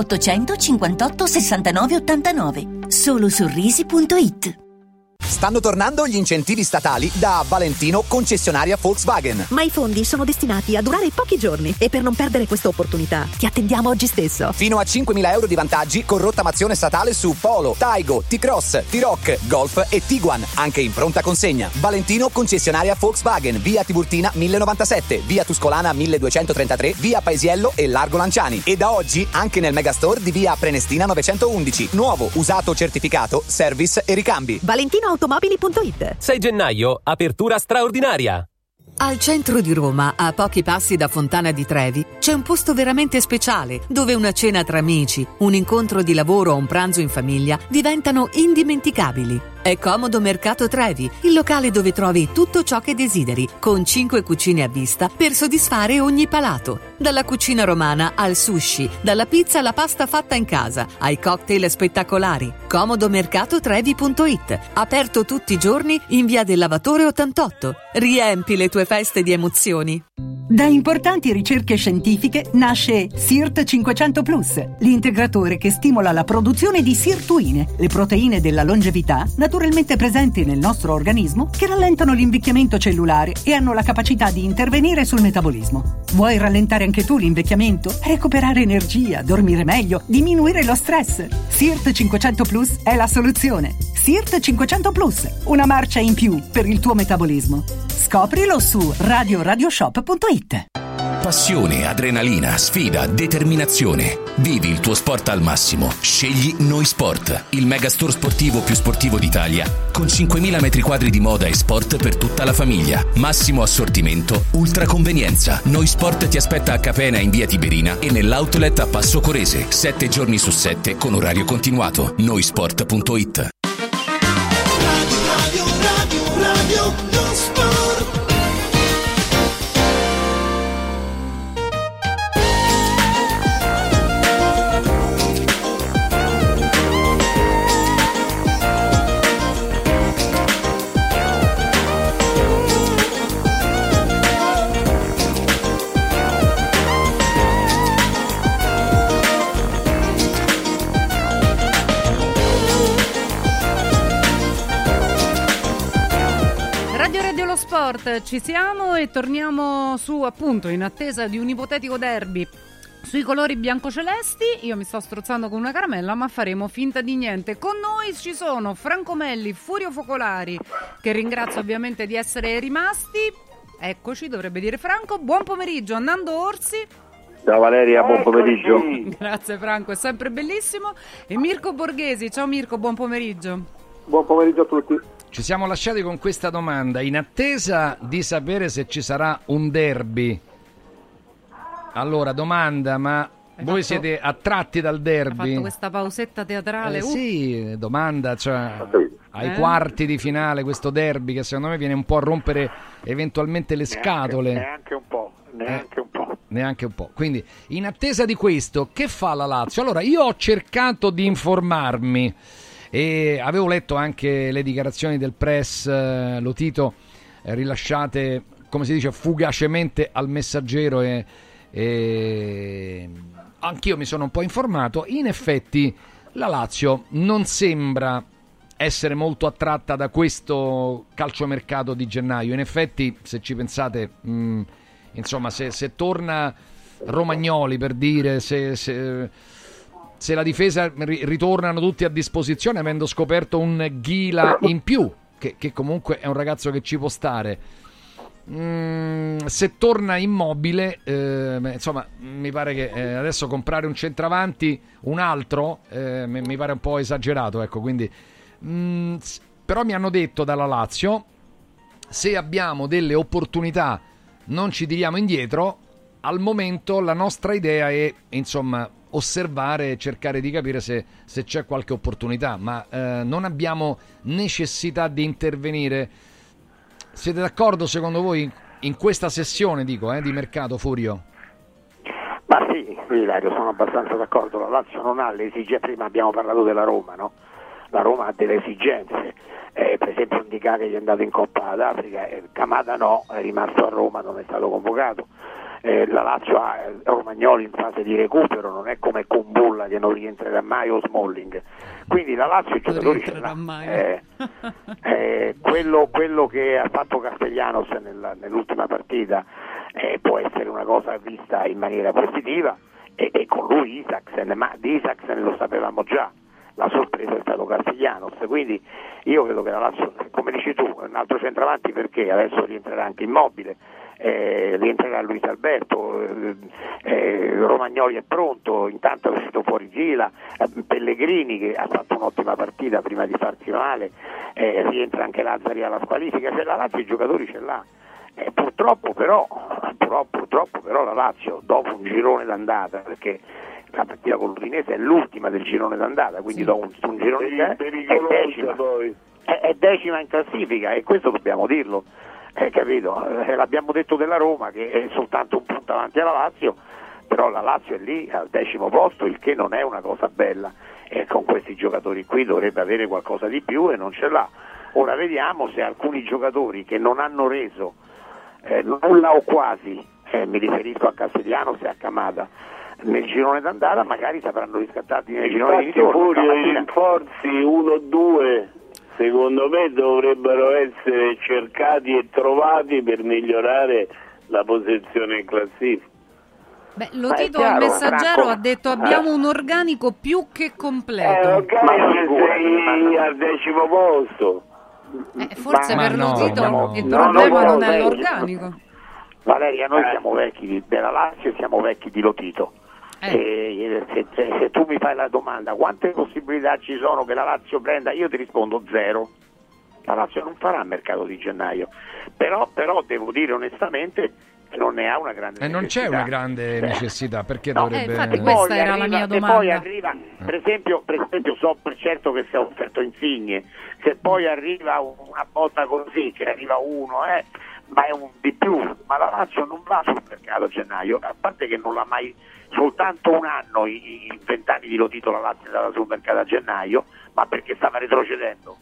858 69 89. Solosorrisi.it. Stanno tornando gli incentivi statali da Valentino concessionaria Volkswagen. Ma i fondi sono destinati a durare pochi giorni e per non perdere questa opportunità ti attendiamo oggi stesso. Fino a 5.000 euro di vantaggi con rottamazione statale su Polo, Taigo, T-Cross, T-Roc, Golf e Tiguan, anche in pronta consegna. Valentino concessionaria Volkswagen, via Tiburtina 1097, via Tuscolana 1233, via Paesiello e Largo Lanciani. E da oggi anche nel Megastore di via Prenestina 911. Nuovo, usato, certificato, service e ricambi. ValentinoAutomobili.it. 6 gennaio, apertura straordinaria. Al centro di Roma, a pochi passi da Fontana di Trevi, c'è un posto veramente speciale dove una cena tra amici, un incontro di lavoro o un pranzo in famiglia diventano indimenticabili. È Comodo Mercato Trevi, il locale dove trovi tutto ciò che desideri, con 5 cucine a vista per soddisfare ogni palato. Dalla cucina romana al sushi, dalla pizza alla pasta fatta in casa, ai cocktail spettacolari. ComodoMercatoTrevi.it, aperto tutti i giorni in via del Lavatore 88. Riempi le tue feste di emozioni. Da importanti ricerche scientifiche nasce SIRT 500 Plus, l'integratore che stimola la produzione di sirtuine, le proteine della longevità naturalmente presenti nel nostro organismo che rallentano l'invecchiamento cellulare e hanno la capacità di intervenire sul metabolismo. Vuoi rallentare anche tu l'invecchiamento? Recuperare energia, dormire meglio, diminuire lo stress? SIRT 500 Plus è la soluzione. SIRT 500 Plus, una marcia in più per il tuo metabolismo. Scoprilo su radioshop.it. Passione, adrenalina, sfida, determinazione. Vivi il tuo sport al massimo. Scegli Noi Sport, il megastore sportivo più sportivo d'Italia, con 5.000 metri quadri di moda e sport per tutta la famiglia. Massimo assortimento, ultra convenienza. Noi Sport ti aspetta a Capena in via Tiberina e nell'outlet a Passo Corese, 7 giorni su 7 con orario continuato. Noisport.it. Radio Lo Sport. Sport, ci siamo e torniamo su, appunto, in attesa di un ipotetico derby sui colori biancocelesti. Io mi sto strozzando con una caramella, ma faremo finta di niente. Con noi ci sono Franco Melli, Furio Focolari, che ringrazio ovviamente di essere rimasti. Eccoci, dovrebbe dire Franco. Buon pomeriggio a Nando Orsi. Ciao Valeria, buon pomeriggio. Grazie Franco, è sempre bellissimo. E Mirko Borghesi. Ciao Mirko, buon pomeriggio. Buon pomeriggio a tutti. Ci siamo lasciati con questa domanda, in attesa di sapere se ci sarà un derby. Allora, domanda, ma voi siete attratti dal derby? Hai fatto questa pausetta teatrale? Sì, domanda, cioè ai quarti di finale questo derby che secondo me viene un po' a rompere eventualmente le scatole. Neanche un po'. Neanche un po'. Quindi, in attesa di questo, che fa la Lazio? Allora, io ho cercato di informarmi e avevo letto anche le dichiarazioni del press Lotito rilasciate, come si dice, fugacemente al Messaggero e anch'io mi sono un po' informato. In effetti la Lazio non sembra essere molto attratta da questo calciomercato di gennaio. In effetti, se ci pensate, insomma, se torna Romagnoli, per dire, se la difesa ritornano tutti a disposizione, avendo scoperto un Ghila in più, che comunque è un ragazzo che ci può stare, se torna Immobile, insomma, mi pare che adesso comprare un centravanti, un altro, mi pare un po' esagerato, ecco. Quindi però mi hanno detto dalla Lazio, se abbiamo delle opportunità non ci tiriamo indietro. Al momento la nostra idea è, insomma, osservare e cercare di capire se c'è qualche opportunità, ma non abbiamo necessità di intervenire. Siete d'accordo, secondo voi, in questa sessione, dico, di mercato, Furio? Ma sì, Ilario, sono abbastanza d'accordo. La Lazio non ha le esigenze, prima abbiamo parlato della Roma, no? la Roma ha delle esigenze, per esempio Ndicà che gli è andato in Coppa d'Africa, Kamada no, è rimasto a Roma, non è stato convocato. La Lazio ha Romagnoli in fase di recupero, non è come Kumbulla che non rientrerà mai, o Smalling, quindi la Lazio i giocatori ce l'ha. Quello che ha fatto Castellanos nell'ultima partita può essere una cosa vista in maniera positiva, e con lui Isaksen, ma di Isaksen lo sapevamo già, la sorpresa è stato Castellanos, quindi io credo che la Lazio, come dici tu, un altro centravanti, perché adesso rientrerà anche Immobile, rientrerà Luis Alberto, Romagnoli è pronto, intanto è uscito fuori Gila, Pellegrini che ha fatto un'ottima partita prima di farsi male, rientra anche Lazzari alla squalifica, cioè la Lazio i giocatori ce l'ha. Purtroppo però la Lazio, dopo un girone d'andata, perché la partita con l'Udinese è l'ultima del girone d'andata, quindi dopo un girone di è decima in classifica, e questo dobbiamo dirlo. Capito? L'abbiamo detto della Roma che è soltanto un punto avanti alla Lazio, però la Lazio è lì al 10° posto, il che non è una cosa bella, e con questi giocatori qui dovrebbe avere qualcosa di più e non ce l'ha. Ora vediamo se alcuni giocatori che non hanno reso nulla o quasi, mi riferisco a Castellanos e a Kamada, nel girone d'andata magari sapranno riscattarti nel girone di ritorno. Furio e Rinforzi 1-2 secondo me dovrebbero essere cercati e trovati per migliorare la posizione in classifica. Beh, Lotito al Messaggero ha detto abbiamo un organico più che completo. Organico sei al 10° posto. Forse per Lotito il problema non è l'organico. Valeria, noi siamo vecchi della Lazio e siamo vecchi di Lotito. Se tu mi fai la domanda quante possibilità ci sono che la Lazio prenda, io ti rispondo 0. La Lazio non farà mercato di gennaio, però devo dire onestamente che non ne ha una grande necessità. Non c'è una grande necessità, perché dovrebbe... infatti questa era la mia domanda. Poi arriva, per esempio so per certo che si è offerto Insigne, se poi arriva una botta così, che arriva uno, ma è un di più, ma la Lazio non va sul mercato a gennaio, a parte che non l'ha mai, soltanto un anno in 20 anni di Lotito la Lazio è andata sul mercato a gennaio, ma perché stava retrocedendo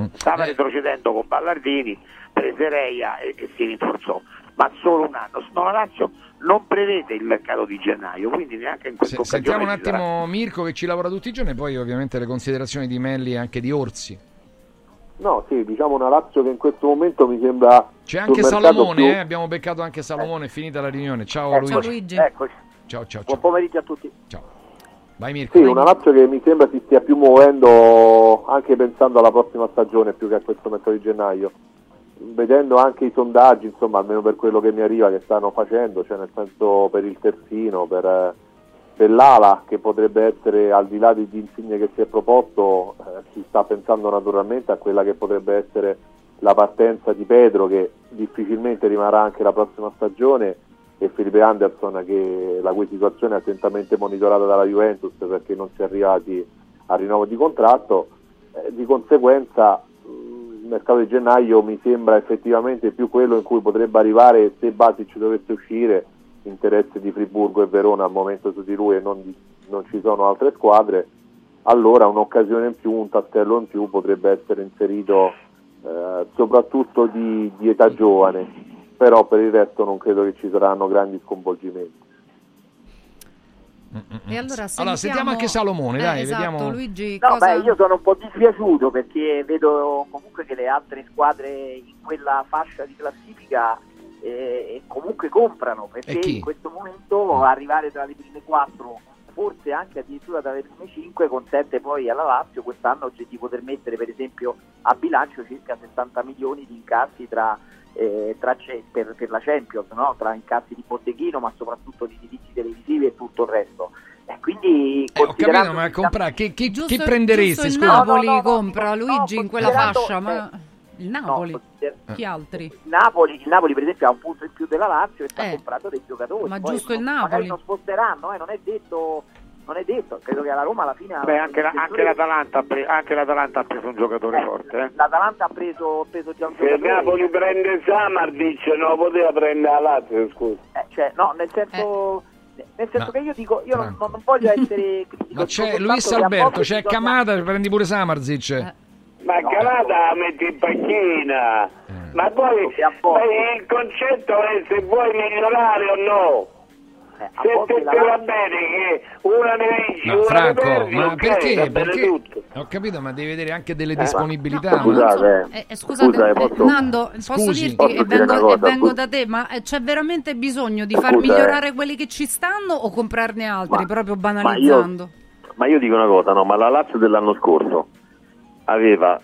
con Ballardini, prese Reia e si rinforzò, ma solo un anno. No, la Lazio non prevede il mercato di gennaio, quindi neanche in questa occasione. Sentiamo un attimo Mirko che ci lavora tutti i giorni, e poi ovviamente le considerazioni di Melli e anche di Orsi. No, sì, diciamo una Lazio che in questo momento mi sembra... C'è anche Salomone, abbiamo beccato anche Salomone, è finita la riunione. Ciao Luigi. Ciao Luigi. Eccoci. Ciao. Buon pomeriggio a tutti. Ciao. Vai Mirko. Sì, una Lazio che mi sembra si stia più muovendo anche pensando alla prossima stagione più che a questo mercato di gennaio. Vedendo anche i sondaggi, insomma, almeno per quello che mi arriva, che stanno facendo, cioè nel senso per il terzino, per l'ala che potrebbe essere, al di là di Insigne che si è proposto, si sta pensando naturalmente a quella che potrebbe essere la partenza di Pedro, che difficilmente rimarrà anche la prossima stagione, e Felipe Anderson, che la cui situazione è attentamente monitorata dalla Juventus perché non si è arrivati al rinnovo di contratto. Di conseguenza il mercato di gennaio mi sembra effettivamente più quello in cui potrebbe arrivare, se Basic dovesse uscire, interesse di Friburgo e Verona al momento su di lui, e non ci sono altre squadre, allora un'occasione in più, un tassello in più potrebbe essere inserito, soprattutto di età giovane, però per il resto non credo che ci saranno grandi sconvolgimenti. E allora sentiamo anche Salomone, dai, esatto, vediamo. Luigi, io sono un po' dispiaciuto perché vedo comunque che le altre squadre in quella fascia di classifica comunque comprano, perché in questo momento arrivare tra le prime 4, forse anche addirittura tra le prime 5, consente poi alla Lazio quest'anno di poter mettere per esempio a bilancio circa 60 milioni di incassi per la Champions, no? Tra incassi di botteghino, ma soprattutto di diritti televisivi e tutto il resto. Quindi ho capito, ma comprare chi prenderesti? Il Napoli compra Luigi in quella fascia, ma il Napoli? Chi altri? Il Napoli per esempio ha un punto in più della Lazio e sta comprando dei giocatori. Ma poi giusto il Napoli? Magari non sposteranno, non è detto. Credo che alla Roma alla fine... anche l'Atalanta ha preso un giocatore forte. L'Atalanta ha preso già un giocatore. Se Napoli prende Samardic non poteva prendere la Lazio, scusa. No, nel senso Nel senso che io dico, io non voglio essere critico. Ma c'è Luis Alberto, c'è Camada, prendi pure Samardzic. Ma Camada metti in panchina. Ma poi il concetto è se vuoi migliorare o no. Se te va bene che una ne vinci, una Franco, ne perdi, ma okay, perché? Ho capito, ma devi vedere anche delle disponibilità. Scusate, Nando, posso dirti e vengo da te, ma c'è veramente bisogno di far migliorare quelli che ci stanno o comprarne altri, proprio banalizzando? Ma io dico una cosa, no, ma la Lazio dell'anno scorso aveva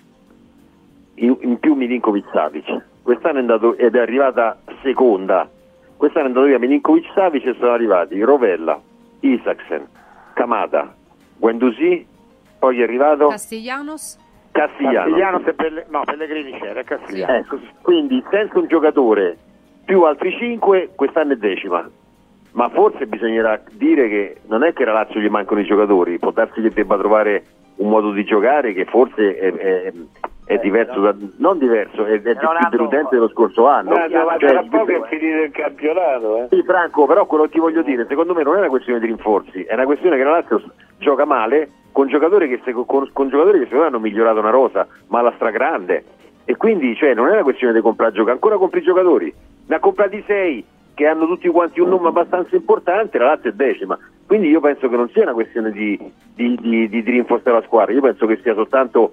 in più Milinkovic-Savic, quest'anno è andato ed è arrivata seconda. Quest'anno è andato via Milinkovic-Savic e sono arrivati Rovella, Isaksen, Camada, Guendouzi, poi è arrivato Castiglianos e Pellegrini c'era, Castiglianos. Quindi senza un giocatore più altri 5, quest'anno è decima. Ma forse bisognerà dire che non è che alla Lazio gli mancano i giocatori, può darsi che debba trovare un modo di giocare che forse è diverso, non diverso, è più deludente dello scorso anno. Tra poco è finito il campionato. Sì, Franco, però quello che ti voglio dire, secondo me non è una questione di rinforzi, è una questione che la Lazio gioca male con giocatori che secondo me hanno migliorato una rosa, ma alla stragrande. E quindi non è una questione di comprare giocatori, ancora compri giocatori, ne ha comprati 6 che hanno tutti quanti un nome abbastanza importante, la Lazio è decima. Quindi io penso che non sia una questione di rinforzare la squadra, io penso che sia soltanto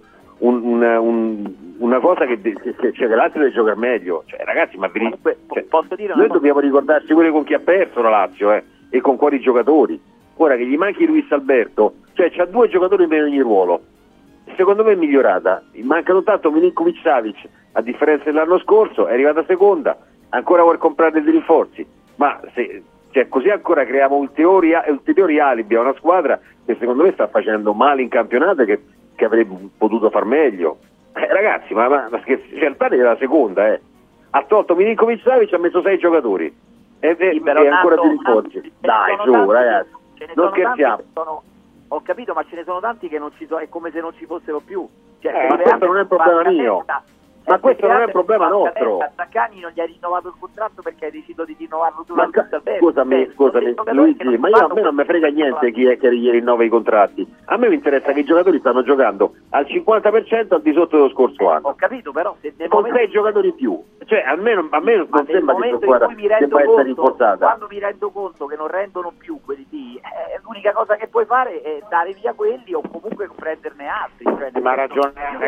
una cosa che la Lazio deve giocare meglio. Ragazzi, ma posso dire noi dobbiamo ricordarci pure con chi ha perso la Lazio e con quali giocatori. Ora che gli manchi Luis Alberto, c'ha 2 giocatori in meno in ogni ruolo, secondo me è migliorata. Mancano tanto Milinkovic-Savic, a differenza dell'anno scorso, è arrivata seconda, ancora vuol comprare dei rinforzi, ma così ancora creiamo ulteriori alibi a una squadra che secondo me sta facendo male in campionato e che avrebbe potuto far meglio. Ragazzi, ma il padre della seconda, ha tolto Milinkovic-Savic, ha messo 6 giocatori e ancora più rinforzi. Dai, su, ragazzi, non scherziamo. Ho capito, ma ce ne sono tanti che non ci sono, è come se non ci fossero più. Ma questo non è un problema mio. Ma questo non è un problema nostro. Zaccagni non gli ha rinnovato il contratto perché ha deciso di rinnovarlo durante il Scusami Luigi, ma a me non mi frega niente chi è che gli rinnova i contratti. A me mi interessa che i giocatori stanno giocando al 50% al di sotto dello scorso anno. Ho capito, però se con 6 giocatori in più, a me non sembra che questa squadra debba essere rinforzata. Quando mi rendo conto che non rendono più quelli lì, l'unica cosa che puoi fare è dare via quelli o comunque prenderne altri. Ma ha ragione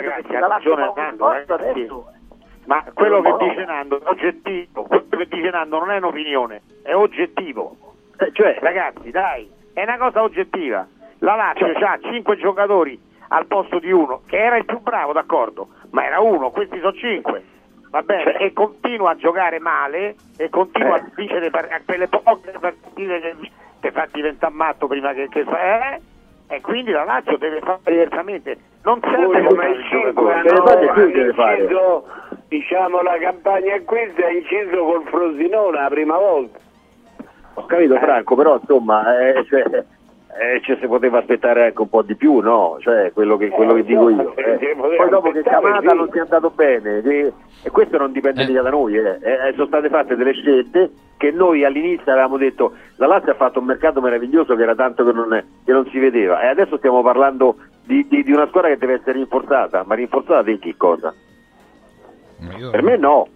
Nando, ma quello che dice Nando è oggettivo, quello che dice Nando non è un'opinione, è oggettivo. Ragazzi, dai, è una cosa oggettiva. La Lazio ha 5 giocatori al posto di uno, che era il più bravo, d'accordo, ma era uno, questi sono 5. Va bene, e continua a giocare male e continua a vincere quelle poche partite che fa diventare matto prima che e quindi la Lazio deve fare diversamente, non serve come il 5 hanno inciso, diciamo, la campagna acquisti ha inciso col Frosinone la prima volta. Ho capito Franco, però insomma si poteva aspettare anche un po' di più, no? Quello che dico io. Poi dopo che Camada non si è andato bene, e questo non dipende mica da noi, sono state fatte delle scelte che noi all'inizio avevamo detto la Lazio ha fatto un mercato meraviglioso che era tanto che non si vedeva, e adesso stiamo parlando di una squadra che deve essere rinforzata, ma rinforzata di che cosa? Per me no.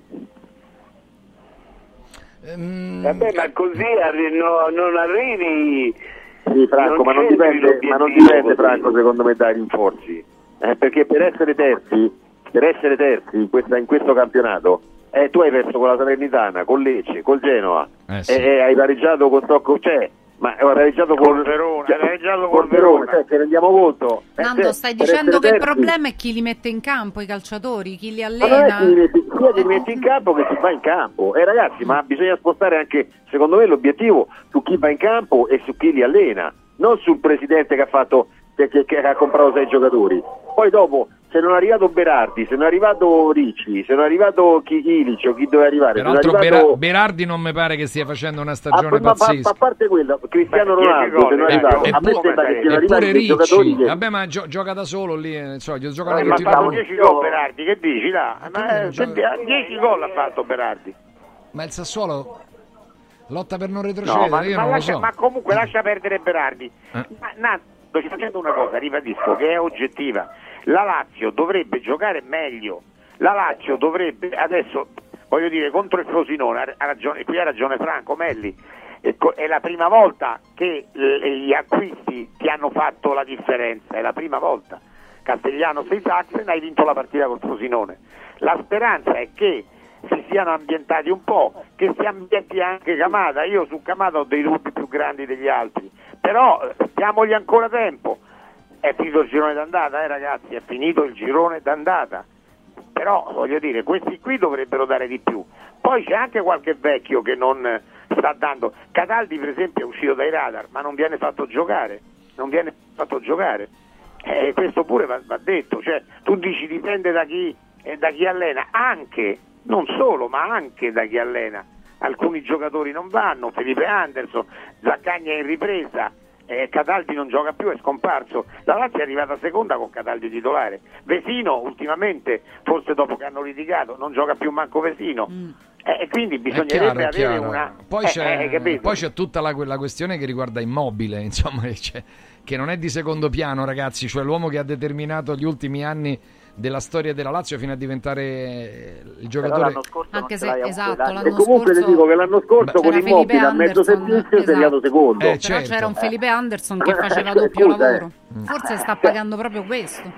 Vabbè, ma così non arrivi. Sì, Franco, ma non dipende Franco, secondo me, dai rinforzi, perché per essere terzi in questo campionato tu hai perso con la Salernitana, con Lecce, col Genoa, e hai pareggiato con ma hai pareggiato col Verona, ci rendiamo conto. Nando, stai dicendo che il problema è chi li mette in campo, i calciatori, chi li allena? Ma non è chi li mette in campo che si fa in campo, ragazzi, ma bisogna spostare anche, secondo me, l'obiettivo su chi va in campo e su chi li allena, non sul presidente che ha fatto che ha comprato 6 giocatori. Poi dopo, se non è arrivato Berardi, se non è arrivato Ricci, se non è arrivato Ilic o chi doveva arrivare, peraltro Berardi non mi pare che stia facendo una stagione pazzesca. Ma a parte quello, Cristiano Ronaldo se non è arrivato, a me sembra che siano arrivati dei giocatori che... Vabbè, ma gioca da solo lì, giocano tutti. Ma ha fatto 10 gol Berardi, che dici là? 10 gol ha fatto Berardi. Ma il Sassuolo Lotta per non retrocedere, io non lo so. Ma comunque lascia perdere Berardi. Sto facendo una cosa, ribadisco, che è oggettiva. La Lazio dovrebbe giocare meglio. La Lazio dovrebbe, adesso, voglio dire, contro il Frosinone, qui ha ragione Franco Melli, è la prima volta che gli acquisti ti hanno fatto la differenza, è la prima volta. Castellanos e Saxen, hai vinto la partita col Frosinone. La speranza è che si siano ambientati un po', che si ambienti anche Kamada. Io su Kamada ho dei dubbi più grandi degli altri, però diamogli ancora tempo. È finito il girone d'andata, ragazzi, è finito il girone d'andata. Però voglio dire, questi qui dovrebbero dare di più. Poi c'è anche qualche vecchio che non sta dando. Cataldi per esempio è uscito dai radar, ma non viene fatto giocare. Questo pure va detto, cioè tu dici dipende da chi allena, anche, non solo, ma anche da chi allena. Alcuni giocatori non vanno, Felipe Anderson, Zaccagni è in ripresa, Cataldi non gioca più, è scomparso. La Lazio è arrivata seconda con Cataldi titolare. Vesino ultimamente, forse dopo che hanno litigato, non gioca più manco Vesino. E quindi bisognerebbe avere una... Poi c'è tutta quella questione che riguarda Immobile, insomma, che non è di secondo piano, ragazzi, cioè l'uomo che ha determinato gli ultimi anni della storia della Lazio fino a diventare il giocatore. Anche se l'anno e comunque scorso ti dico che l'anno scorso con Immobile a mezzo servizio è arrivato secondo. Però c'era un Felipe Anderson che faceva doppio lavoro. Forse sta pagando proprio questo.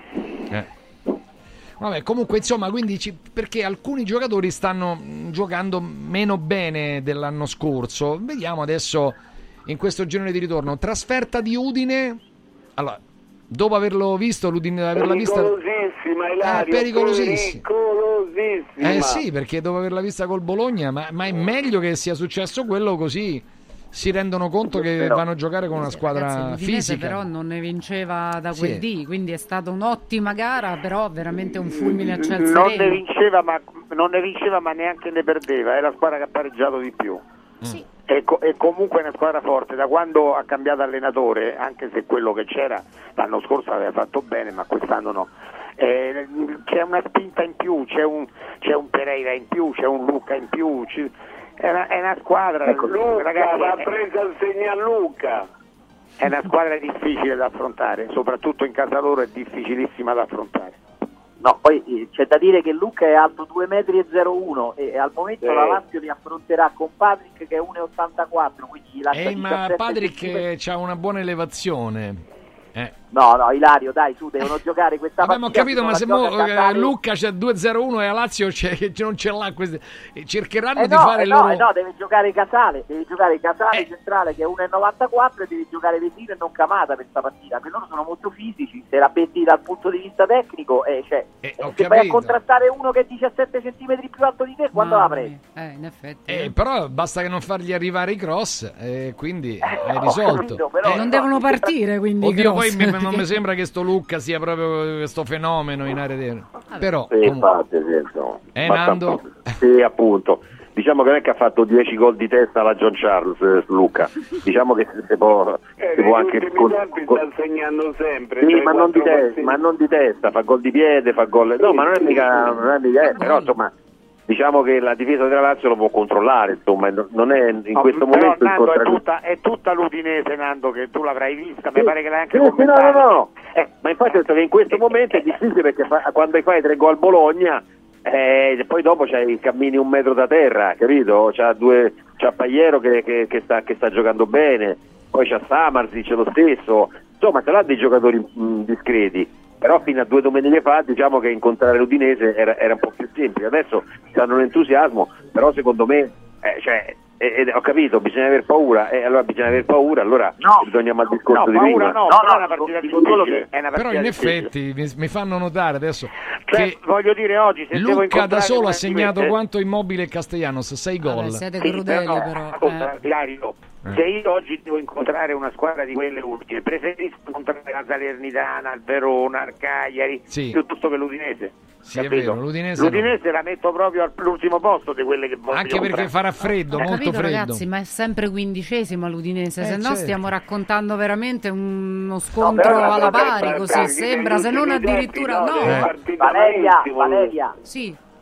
Vabbè, comunque insomma, quindi perché alcuni giocatori stanno giocando meno bene dell'anno scorso. Vediamo adesso in questo girone di ritorno. Trasferta di Udine. Allora, dopo averlo visto, l'Udine averla vista. Pericolosissima, Ilario. Pericolosissima. Pericolosissima. Sì, perché dopo averla vista col Bologna, ma è meglio che sia successo quello, così si rendono conto che vanno a giocare con una squadra fisica. Però non ne vinceva da quel dì, quindi è stata un'ottima gara, però veramente un fulmine a ciel sereno. Non ne vinceva ma neanche ne perdeva, è la squadra che ha pareggiato di più. Sì. E comunque è una squadra forte. Da quando ha cambiato allenatore, anche se quello che c'era l'anno scorso aveva fatto bene, ma quest'anno no, c'è una spinta in più, c'è un Pereira in più, c'è un Luca in più, è una squadra, Luca, ragazzi, va preso al segno a Luca. È una squadra difficile da affrontare, soprattutto in casa loro è difficilissima da affrontare. No, poi c'è da dire che Luca è alto 2,01 metri e al momento la Lazio li affronterà con Patrick che è 1,84, quindi ma Patrick c'ha una buona elevazione. No, Ilario, dai, su, devono giocare questa partita. Ma ho capito, ma se Luca c'è 2-0-1 e a Lazio non ce l'ha, cercheranno di fare il loro... No, deve giocare Casale centrale che è 1,94 e deve giocare Vesino e non Kamada per questa partita, perché loro sono molto fisici, se la metti dal punto di vista tecnico, se vai a contrastare uno che è 17 centimetri più alto di te, quando la prendi? In effetti. Però basta che non fargli arrivare i cross, quindi è risolto. Capito, però, non devono partire, quindi oddio, poi non mi sembra che sto Luca sia proprio questo fenomeno in area però Nando. Sì, appunto, diciamo che non è che ha fatto 10 gol di testa alla John Charles su Luca, diciamo che si può anche sta segnando sempre, sì, ma non di testa, fa gol di piede, fa gol, no, ma non è mica però insomma diciamo che la difesa della Lazio lo può controllare, insomma, non è in questo momento Nando, è tutta l'Udinese, Nando, che tu l'avrai vista, mi pare che l'hai anche commentata. No. Ma infatti ho detto che in questo momento è difficile, perché quando fai 3 gol Bologna poi dopo c'hai cammini 1 metro da terra, capito? C'ha Pagliero che sta giocando bene, poi c'ha Samarzic lo stesso, insomma ce l'ha dei giocatori discreti. Però fino a 2 domeniche fa diciamo che incontrare l'Udinese era un po' più semplice. Adesso hanno un entusiasmo, però secondo me ho capito, bisogna aver paura, allora torniamo al discorso di prima. È una partita difficile. Però in effetti mi fanno notare adesso che voglio dire, oggi se Luca da solo ha segnato quanto Immobile e Castellanos, 6 gol. Siete crudeli però. Ilario, se io oggi devo incontrare una squadra di quelle ultime, preferisco incontrare la Salernitana, il Verona, il Cagliari, piuttosto che l'Udinese. Sì, è vero, l'Udinese la metto proprio all'ultimo posto di quelle che voglio anche perché farà freddo, molto capito, freddo. Ragazzi, ma è sempre 15ª l'Udinese, se no stiamo raccontando veramente uno scontro alla pari, così sembra, se non addirittura no. Valeria. Sì.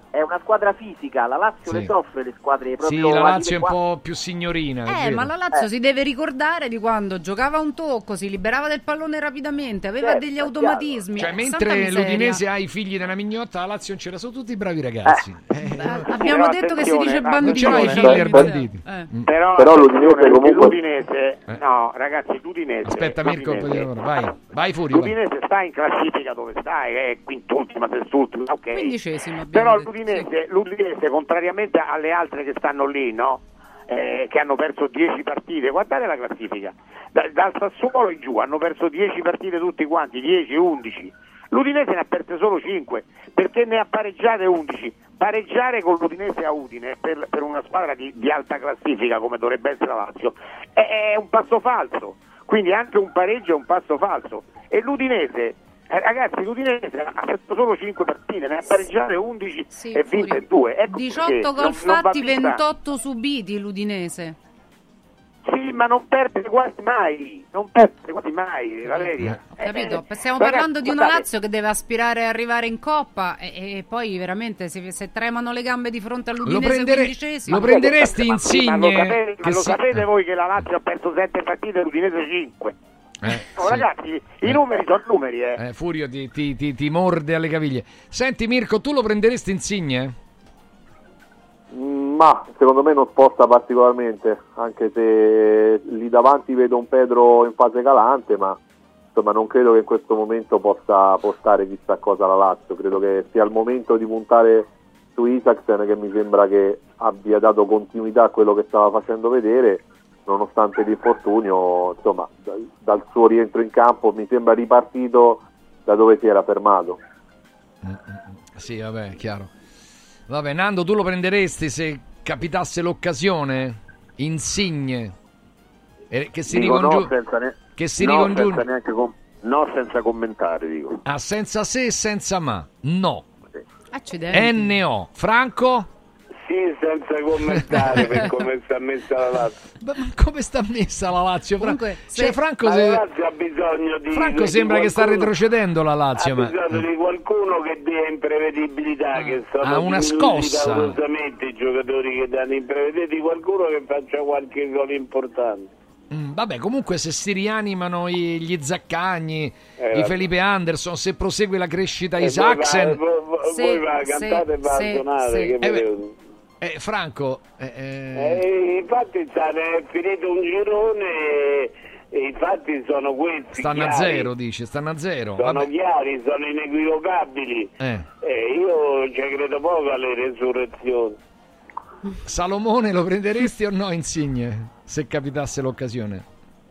è una squadra fisica, la Lazio le soffre le squadre proprio. Sì, la Lazio è un po' più signorina. Ma la Lazio si deve ricordare di quando giocava un tocco, si liberava del pallone rapidamente, aveva degli automatismi. Cioè, mentre l'Udinese ha i figli della mignotta, la Lazio non c'era, sono tutti bravi ragazzi. Abbiamo detto che si dice banditi. Non c'erano i killer banditi. Però l'Udinese, no ragazzi, l'Udinese. Aspetta Mirko, vai Furio. L'Udinese sta in classifica dove sta, è quintultima, sestultima, ok. 15esimo. Però l'Udinese, contrariamente alle altre che stanno lì, no? Che hanno perso 10 partite, guardate la classifica, dal Sassuolo in giù hanno perso 10 partite tutti quanti, 10, 11. L'Udinese ne ha perse solo 5 perché ne ha pareggiate 11. Pareggiare con l'Udinese a Udine per una squadra di alta classifica come dovrebbe essere la Lazio è un passo falso, quindi anche un pareggio è un passo falso. E l'Udinese, ragazzi, l'Udinese ha perso solo 5 partite, ne ha pareggiate 11 e vinte 2. Ecco 18 gol fatti, 28 subiti l'Udinese. Sì, ma non perde quasi mai, Valeria. Capito? Stiamo parlando di una Lazio che deve aspirare a arrivare in Coppa e poi veramente se tremano le gambe di fronte all'Udinese 15esimo. Lo prenderesti Insigne? Ma lo sapete voi che la Lazio ha perso 7 partite e l'Udinese 5? Ragazzi, i numeri sono numeri. Furio ti morde alle caviglie. Senti Mirko, tu lo prenderesti Insigne? Ma secondo me non sposta particolarmente, anche se lì davanti vedo un Pedro in fase calante, ma insomma non credo che in questo momento possa portare chissà cosa la Lazio. Credo che sia il momento di puntare su Isaksen, che mi sembra che abbia dato continuità a quello che stava facendo vedere, nonostante l'infortunio. Insomma, dal suo rientro in campo mi sembra ripartito da dove si era fermato. Sì, vabbè, chiaro. Vabbè, Nando, tu lo prenderesti se capitasse l'occasione? Insigne che si ricongiunge, no, senza commentare, dico. Senza se e senza ma. No. Accidenti. NO. Franco? Sì, senza commentare per come sta messa la Lazio. Ma come sta messa la Lazio? Comunque, Franco, la Lazio ha bisogno di Franco sembra che sta retrocedendo la Lazio. Ha bisogno di qualcuno che dia imprevedibilità, che sono una scossa. I giocatori che danno imprevedibilità, di qualcuno che faccia qualche gol importante. Vabbè, comunque se si rianimano gli Zaccagni, i Felipe Anderson, se prosegue la crescita Isaksen, voi va a cantare e va a suonare, Franco, infatti è finito un girone e infatti sono questi stanno chiari. A zero, dice, stanno a zero. Sono chiari, sono inequivocabili. Io ci credo poco alle resurrezioni. Salomone lo prenderesti o no Insigne se capitasse l'occasione?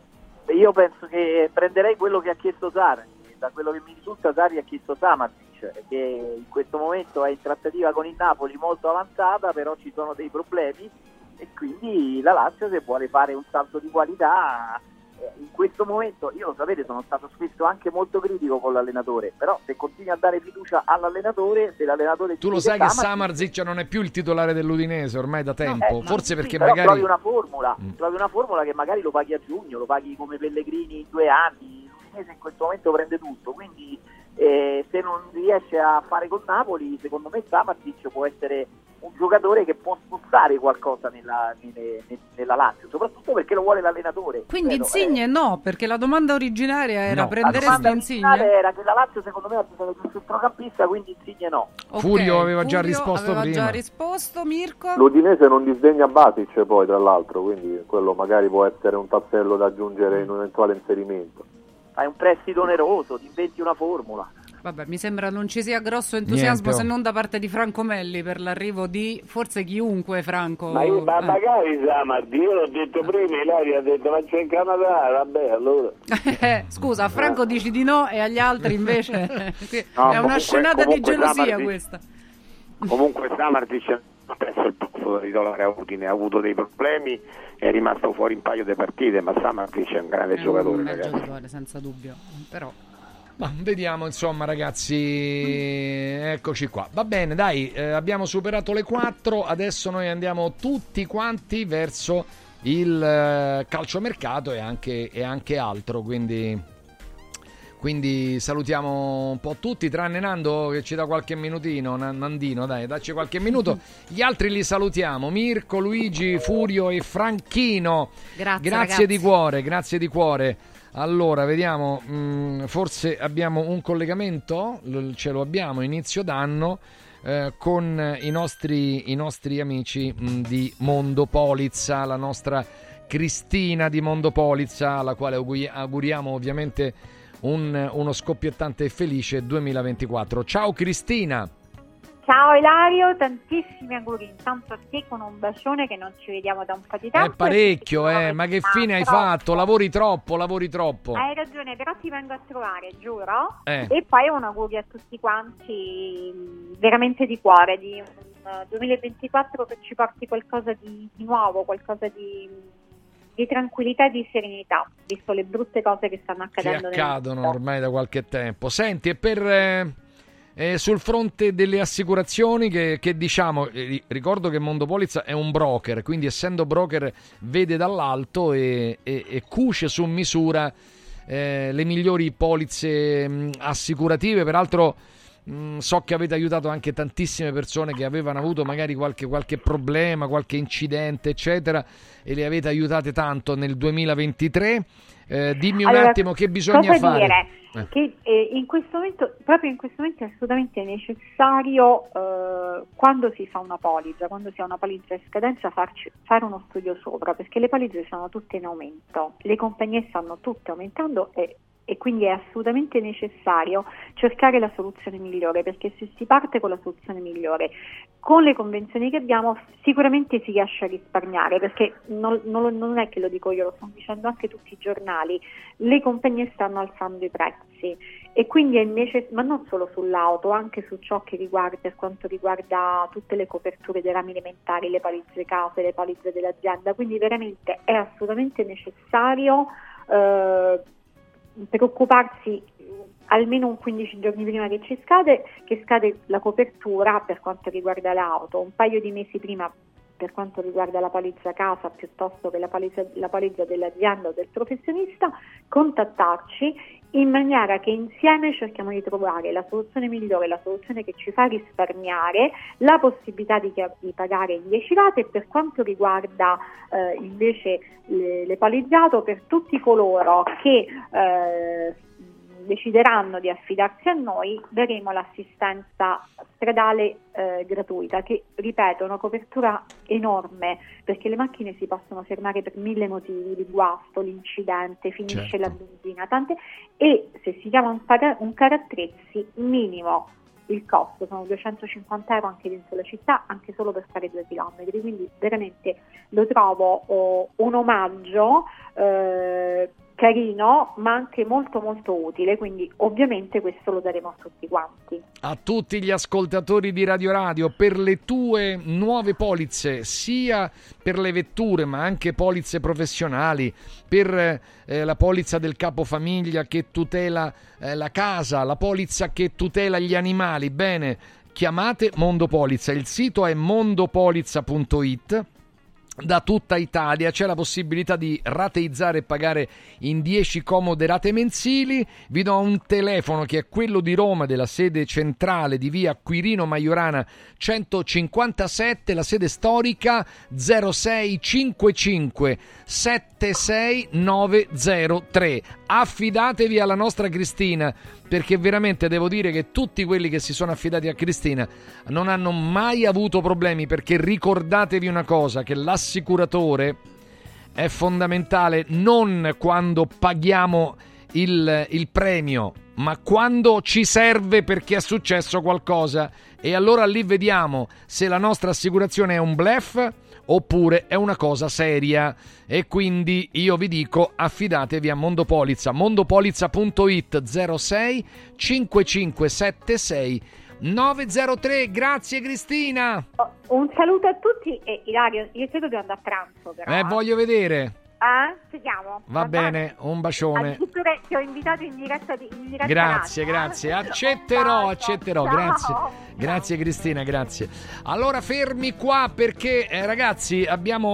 Io penso che prenderei quello che ha chiesto Sarri. Da quello che mi risulta Sarri ha chiesto Samardžić, che in questo momento è in trattativa con il Napoli molto avanzata, però ci sono dei problemi e quindi la Lazio, se vuole fare un salto di qualità in questo momento, io lo sapete, sono stato spesso anche molto critico con l'allenatore, però se continui a dare fiducia all'allenatore, se l'allenatore tu lo sai che Samardžić non è più il titolare dell'Udinese ormai da tempo, forse perché però magari trovi una formula che magari lo paghi a giugno, lo paghi come Pellegrini in 2 anni. L'Udinese in questo momento prende tutto, quindi se non riesce a fare con Napoli, secondo me Samardžić può essere un giocatore che può spostare qualcosa nella Lazio, soprattutto perché lo vuole l'allenatore. Quindi Insigne no, perché la domanda originaria era prenderesti Insigne? Era che la Lazio secondo me ha bisogno di un centrocampista, quindi Insigne no. Furio aveva già risposto prima. Già risposto, Mirko? L'Udinese non disdegna Batic poi, tra l'altro, quindi quello magari può essere un tassello da aggiungere in un eventuale inserimento. Fai un prestito oneroso, ti inventi una formula. Vabbè, mi sembra non ci sia grosso entusiasmo se non da parte di Franco Melli per l'arrivo di forse chiunque, Franco. Ma magari Samardi, io l'ho detto prima, Ilaria ha detto ma c'è in Canada, vabbè allora. Scusa, a Franco dici di no e agli altri invece no, è una scenata di gelosia questa. Comunque Samardžić ha perso il posto da titolare a Udine, ha avuto dei problemi, è rimasto fuori un paio di partite, ma Samardžić è un grande giocatore, ragazzi. Giocatore, senza dubbio, però ma vediamo, insomma, ragazzi, eccoci qua. Va bene, dai, abbiamo superato le 4, adesso noi andiamo tutti quanti verso il calciomercato e anche altro, quindi Quindi salutiamo un po' tutti, tranne Nando che ci dà qualche minutino. Nandino, dai, dacci qualche minuto. Gli altri li salutiamo: Mirko, Luigi, Furio e Franchino. Grazie di cuore, grazie di cuore. Allora, vediamo, forse abbiamo un collegamento, ce lo abbiamo, inizio d'anno, con i nostri amici di Mondopolizza, la nostra Cristina di Mondopolizza, alla quale auguriamo ovviamente uno scoppiettante e felice 2024. Ciao Cristina! Ciao Ilario, tantissimi auguri intanto a te, con un bacione, che non ci vediamo da un po' di tempo. È parecchio, ma che fine hai fatto? Lavori troppo. Hai ragione, però ti vengo a trovare, giuro. E poi un augurio a tutti quanti, veramente di cuore, di un 2024 che ci porti qualcosa di nuovo, qualcosa di tranquillità e di serenità, visto le brutte cose che stanno accadendo. Che accadono ormai da qualche tempo. Senti, e per sul fronte delle assicurazioni, che diciamo, ricordo che Mondopolizza è un broker, quindi essendo broker vede dall'alto e cuce su misura le migliori polizze assicurative. Peraltro so che avete aiutato anche tantissime persone che avevano avuto magari qualche problema, qualche incidente eccetera, e le avete aiutate tanto nel 2023. Dimmi un attimo che bisogna fare. Dire? Che in questo momento, proprio in questo momento, è assolutamente necessario, quando si fa una polizza, quando si ha una polizza in scadenza, fare uno studio sopra, perché le polizze sono tutte in aumento, le compagnie stanno tutte aumentando e quindi è assolutamente necessario cercare la soluzione migliore, perché se si parte con la soluzione migliore, con le convenzioni che abbiamo, sicuramente si riesce a risparmiare, perché non è che lo dico io, lo stanno dicendo anche tutti i giornali, le compagnie stanno alzando i prezzi e quindi è necessario, ma non solo sull'auto, anche su ciò che riguarda, per quanto riguarda tutte le coperture dei rami alimentari, le polizze case, le polizze dell'azienda, quindi veramente è assolutamente necessario preoccuparsi almeno un 15 giorni prima che scade la copertura per quanto riguarda l'auto, un paio di mesi prima per quanto riguarda la polizza casa piuttosto che la polizza dell'azienda o del professionista, contattarci in maniera che insieme cerchiamo di trovare la soluzione migliore, la soluzione che ci fa risparmiare, la possibilità di pagare in 10 rate. E per quanto riguarda invece le polizzato, per tutti coloro che decideranno di affidarsi a noi, daremo l'assistenza stradale gratuita, che ripeto è una copertura enorme, perché le macchine si possono fermare per 1000 motivi, il guasto, l'incidente, finisce la benzina, tante, e se si chiama un carattrezzi minimo il costo sono 250 euro anche dentro la città, anche solo per fare 2 chilometri, quindi veramente lo trovo un omaggio carino, ma anche molto molto utile, quindi ovviamente questo lo daremo a tutti quanti. A tutti gli ascoltatori di Radio Radio, per le tue nuove polizze, sia per le vetture ma anche polizze professionali, per la polizza del capofamiglia che tutela la casa, la polizza che tutela gli animali, bene, chiamate Mondopolizza, il sito è mondopolizza.it. Da tutta Italia c'è la possibilità di rateizzare e pagare in 10 comode rate mensili. Vi do un telefono che è quello di Roma, della sede centrale di via Quirino Maiorana 157, la sede storica 0655 76903. Affidatevi alla nostra Cristina, perché veramente devo dire che tutti quelli che si sono affidati a Cristina non hanno mai avuto problemi, perché ricordatevi una cosa, che l'assicuratore è fondamentale non quando paghiamo il premio, ma quando ci serve perché è successo qualcosa, e allora lì vediamo se la nostra assicurazione è un bluff oppure è una cosa seria. E quindi io vi dico, affidatevi a Mondopolizza, mondopolizza.it, 06 5576 903. Grazie Cristina. Un saluto a tutti e Ilario, io credo che andare a pranzo però. Voglio vedere. Seguiamo. Va bene, un bacione. Addirittura ti ho invitato in diretta grazie, grazie. Accetterò. Grazie Cristina, grazie. Allora fermi qua, perché ragazzi abbiamo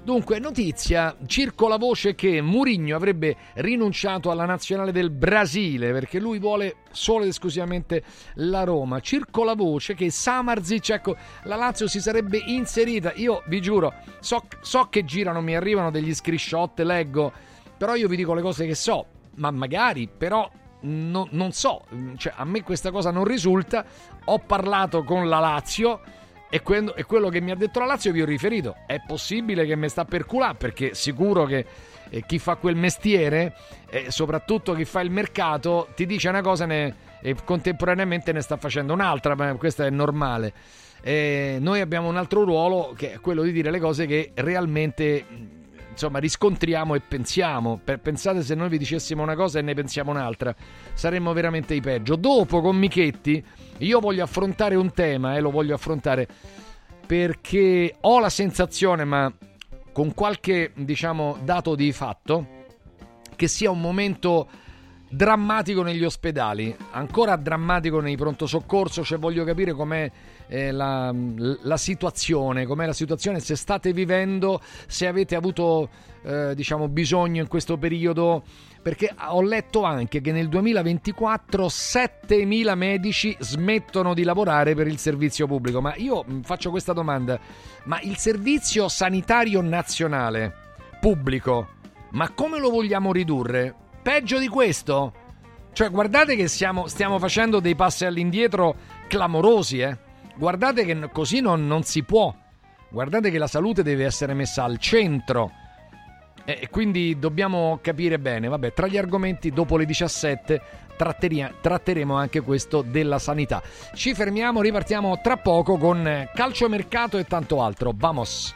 Dunque, notizia, circola voce che Mourinho avrebbe rinunciato alla nazionale del Brasile perché lui vuole solo ed esclusivamente la Roma. Circola voce che Samardžić, ecco, la Lazio si sarebbe inserita. Io vi giuro, so che girano, mi arrivano degli screenshot, leggo, però io vi dico le cose che so, ma magari, però non so, cioè a me questa cosa non risulta. Ho parlato con la Lazio e quello che mi ha detto la Lazio vi ho riferito. È possibile che mi sta per culà, perché sicuro che chi fa quel mestiere, soprattutto chi fa il mercato, ti dice una cosa e contemporaneamente ne sta facendo un'altra, ma questo è normale. Noi abbiamo un altro ruolo, che è quello di dire le cose che realmente, insomma, riscontriamo e pensiamo. Pensate se noi vi dicessimo una cosa e ne pensiamo un'altra, saremmo veramente i peggio. Dopo con Michetti io voglio affrontare un tema, lo voglio affrontare perché ho la sensazione, ma con qualche, diciamo, dato di fatto, che sia un momento drammatico negli ospedali, ancora drammatico nei pronto soccorso. Cioè voglio capire com'è la situazione, se state vivendo, se avete avuto diciamo bisogno in questo periodo, perché ho letto anche che nel 2024 7.000 medici smettono di lavorare per il servizio pubblico. Ma io faccio questa domanda: ma il servizio sanitario nazionale pubblico, ma come lo vogliamo ridurre? Peggio di questo? Cioè guardate che stiamo facendo dei passi all'indietro clamorosi, Guardate che così non si può. Guardate che la salute deve essere messa al centro e quindi dobbiamo capire bene. Vabbè, tra gli argomenti dopo le 17 tratteremo anche questo della sanità. Ci fermiamo, ripartiamo tra poco con calciomercato e tanto altro. Vamos!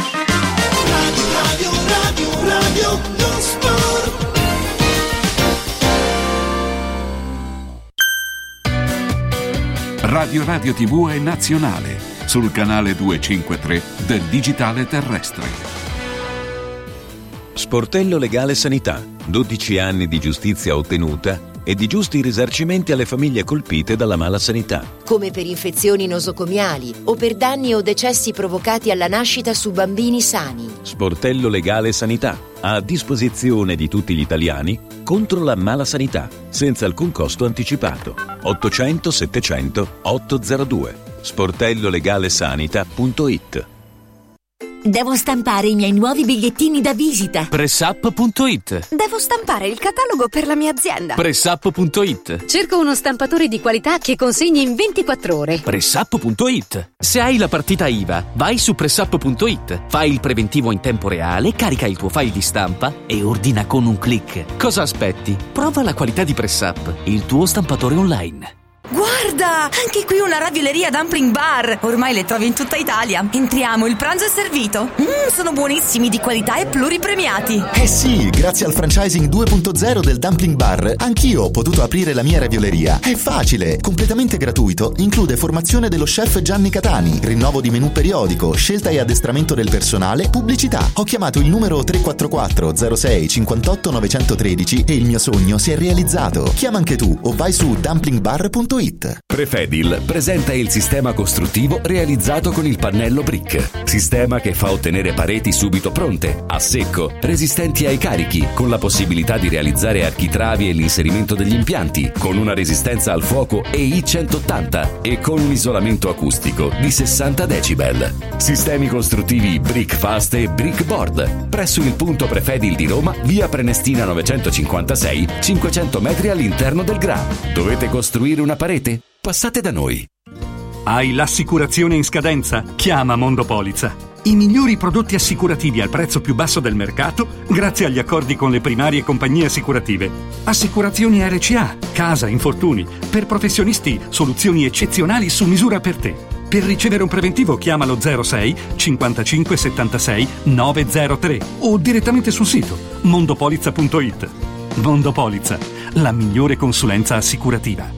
Radio lo sport. Radio TV è nazionale sul canale 253 del digitale terrestre. Sportello Legale Sanità, 12 anni di giustizia ottenuta e di giusti risarcimenti alle famiglie colpite dalla mala sanità. Come per infezioni nosocomiali o per danni o decessi provocati alla nascita su bambini sani. Sportello Legale Sanità, a disposizione di tutti gli italiani contro la mala sanità, senza alcun costo anticipato. 800 700 802. sportellolegalesanita.it. Devo stampare i miei nuovi bigliettini da visita. Pressup.it. Devo stampare il catalogo per la mia azienda. Pressup.it. Cerco uno stampatore di qualità che consegni in 24 ore. Pressup.it. Se hai la partita IVA, vai su Pressup.it, fai il preventivo in tempo reale, carica il tuo file di stampa e ordina con un click. Cosa aspetti? Prova la qualità di Pressup, il tuo stampatore online. Guarda, anche qui una ravioleria Dumpling Bar. Ormai le trovi in tutta Italia. Entriamo, il pranzo è servito. Sono buonissimi, di qualità e pluripremiati. Eh sì, grazie al franchising 2.0 del Dumpling Bar, anch'io ho potuto aprire la mia ravioleria. È facile, completamente gratuito, include formazione dello chef Gianni Catani, rinnovo di menù periodico, scelta e addestramento del personale, pubblicità. Ho chiamato il numero 344 06 58 913 e il mio sogno si è realizzato. Chiama anche tu o vai su dumplingbar.it. Prefedil presenta il sistema costruttivo realizzato con il pannello brick. Sistema che fa ottenere pareti subito pronte, a secco, resistenti ai carichi, con la possibilità di realizzare architravi e l'inserimento degli impianti, con una resistenza al fuoco EI 180 e con un isolamento acustico di 60 decibel. Sistemi costruttivi Brick Fast e Brick Board. Presso il punto Prefedil di Roma, via Prenestina 956, 500 metri all'interno del GRA. Dovete costruire una parete? Passate da noi. Hai l'assicurazione in scadenza? Chiama Mondopolizza. I migliori prodotti assicurativi al prezzo più basso del mercato grazie agli accordi con le primarie compagnie assicurative. Assicurazioni RCA, casa, infortuni. Per professionisti, soluzioni eccezionali su misura per te. Per ricevere un preventivo chiamalo 06 55 76 903 o direttamente sul sito mondopolizza.it. Mondopolizza, la migliore consulenza assicurativa.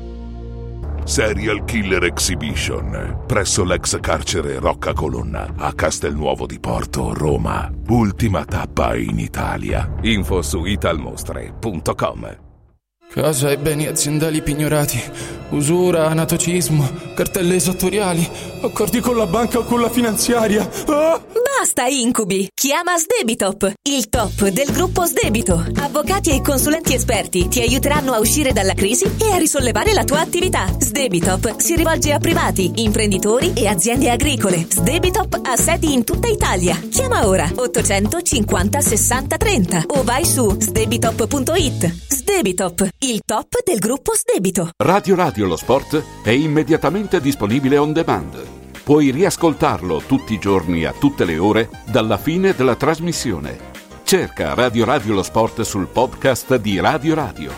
Serial Killer Exhibition presso l'ex carcere Rocca Colonna a Castelnuovo di Porto, Roma. Ultima tappa in Italia. Info su italmostre.com. Casa e beni aziendali pignorati, usura, anatocismo, cartelle esattoriali, accordi con la banca o con la finanziaria. Basta incubi! Chiama Sdebitop, il top del gruppo Sdebito. Avvocati e consulenti esperti ti aiuteranno a uscire dalla crisi e a risollevare la tua attività. Sdebitop si rivolge a privati, imprenditori e aziende agricole. Sdebitop ha sedi in tutta Italia. Chiama ora 850 60 30 o vai su sdebitop.it. Sdebitop, il top del gruppo Sdebito. Radio Lo Sport è immediatamente disponibile on demand. Puoi riascoltarlo tutti i giorni a tutte le ore dalla fine della trasmissione. Cerca Radio Lo Sport sul podcast di Radio Radio.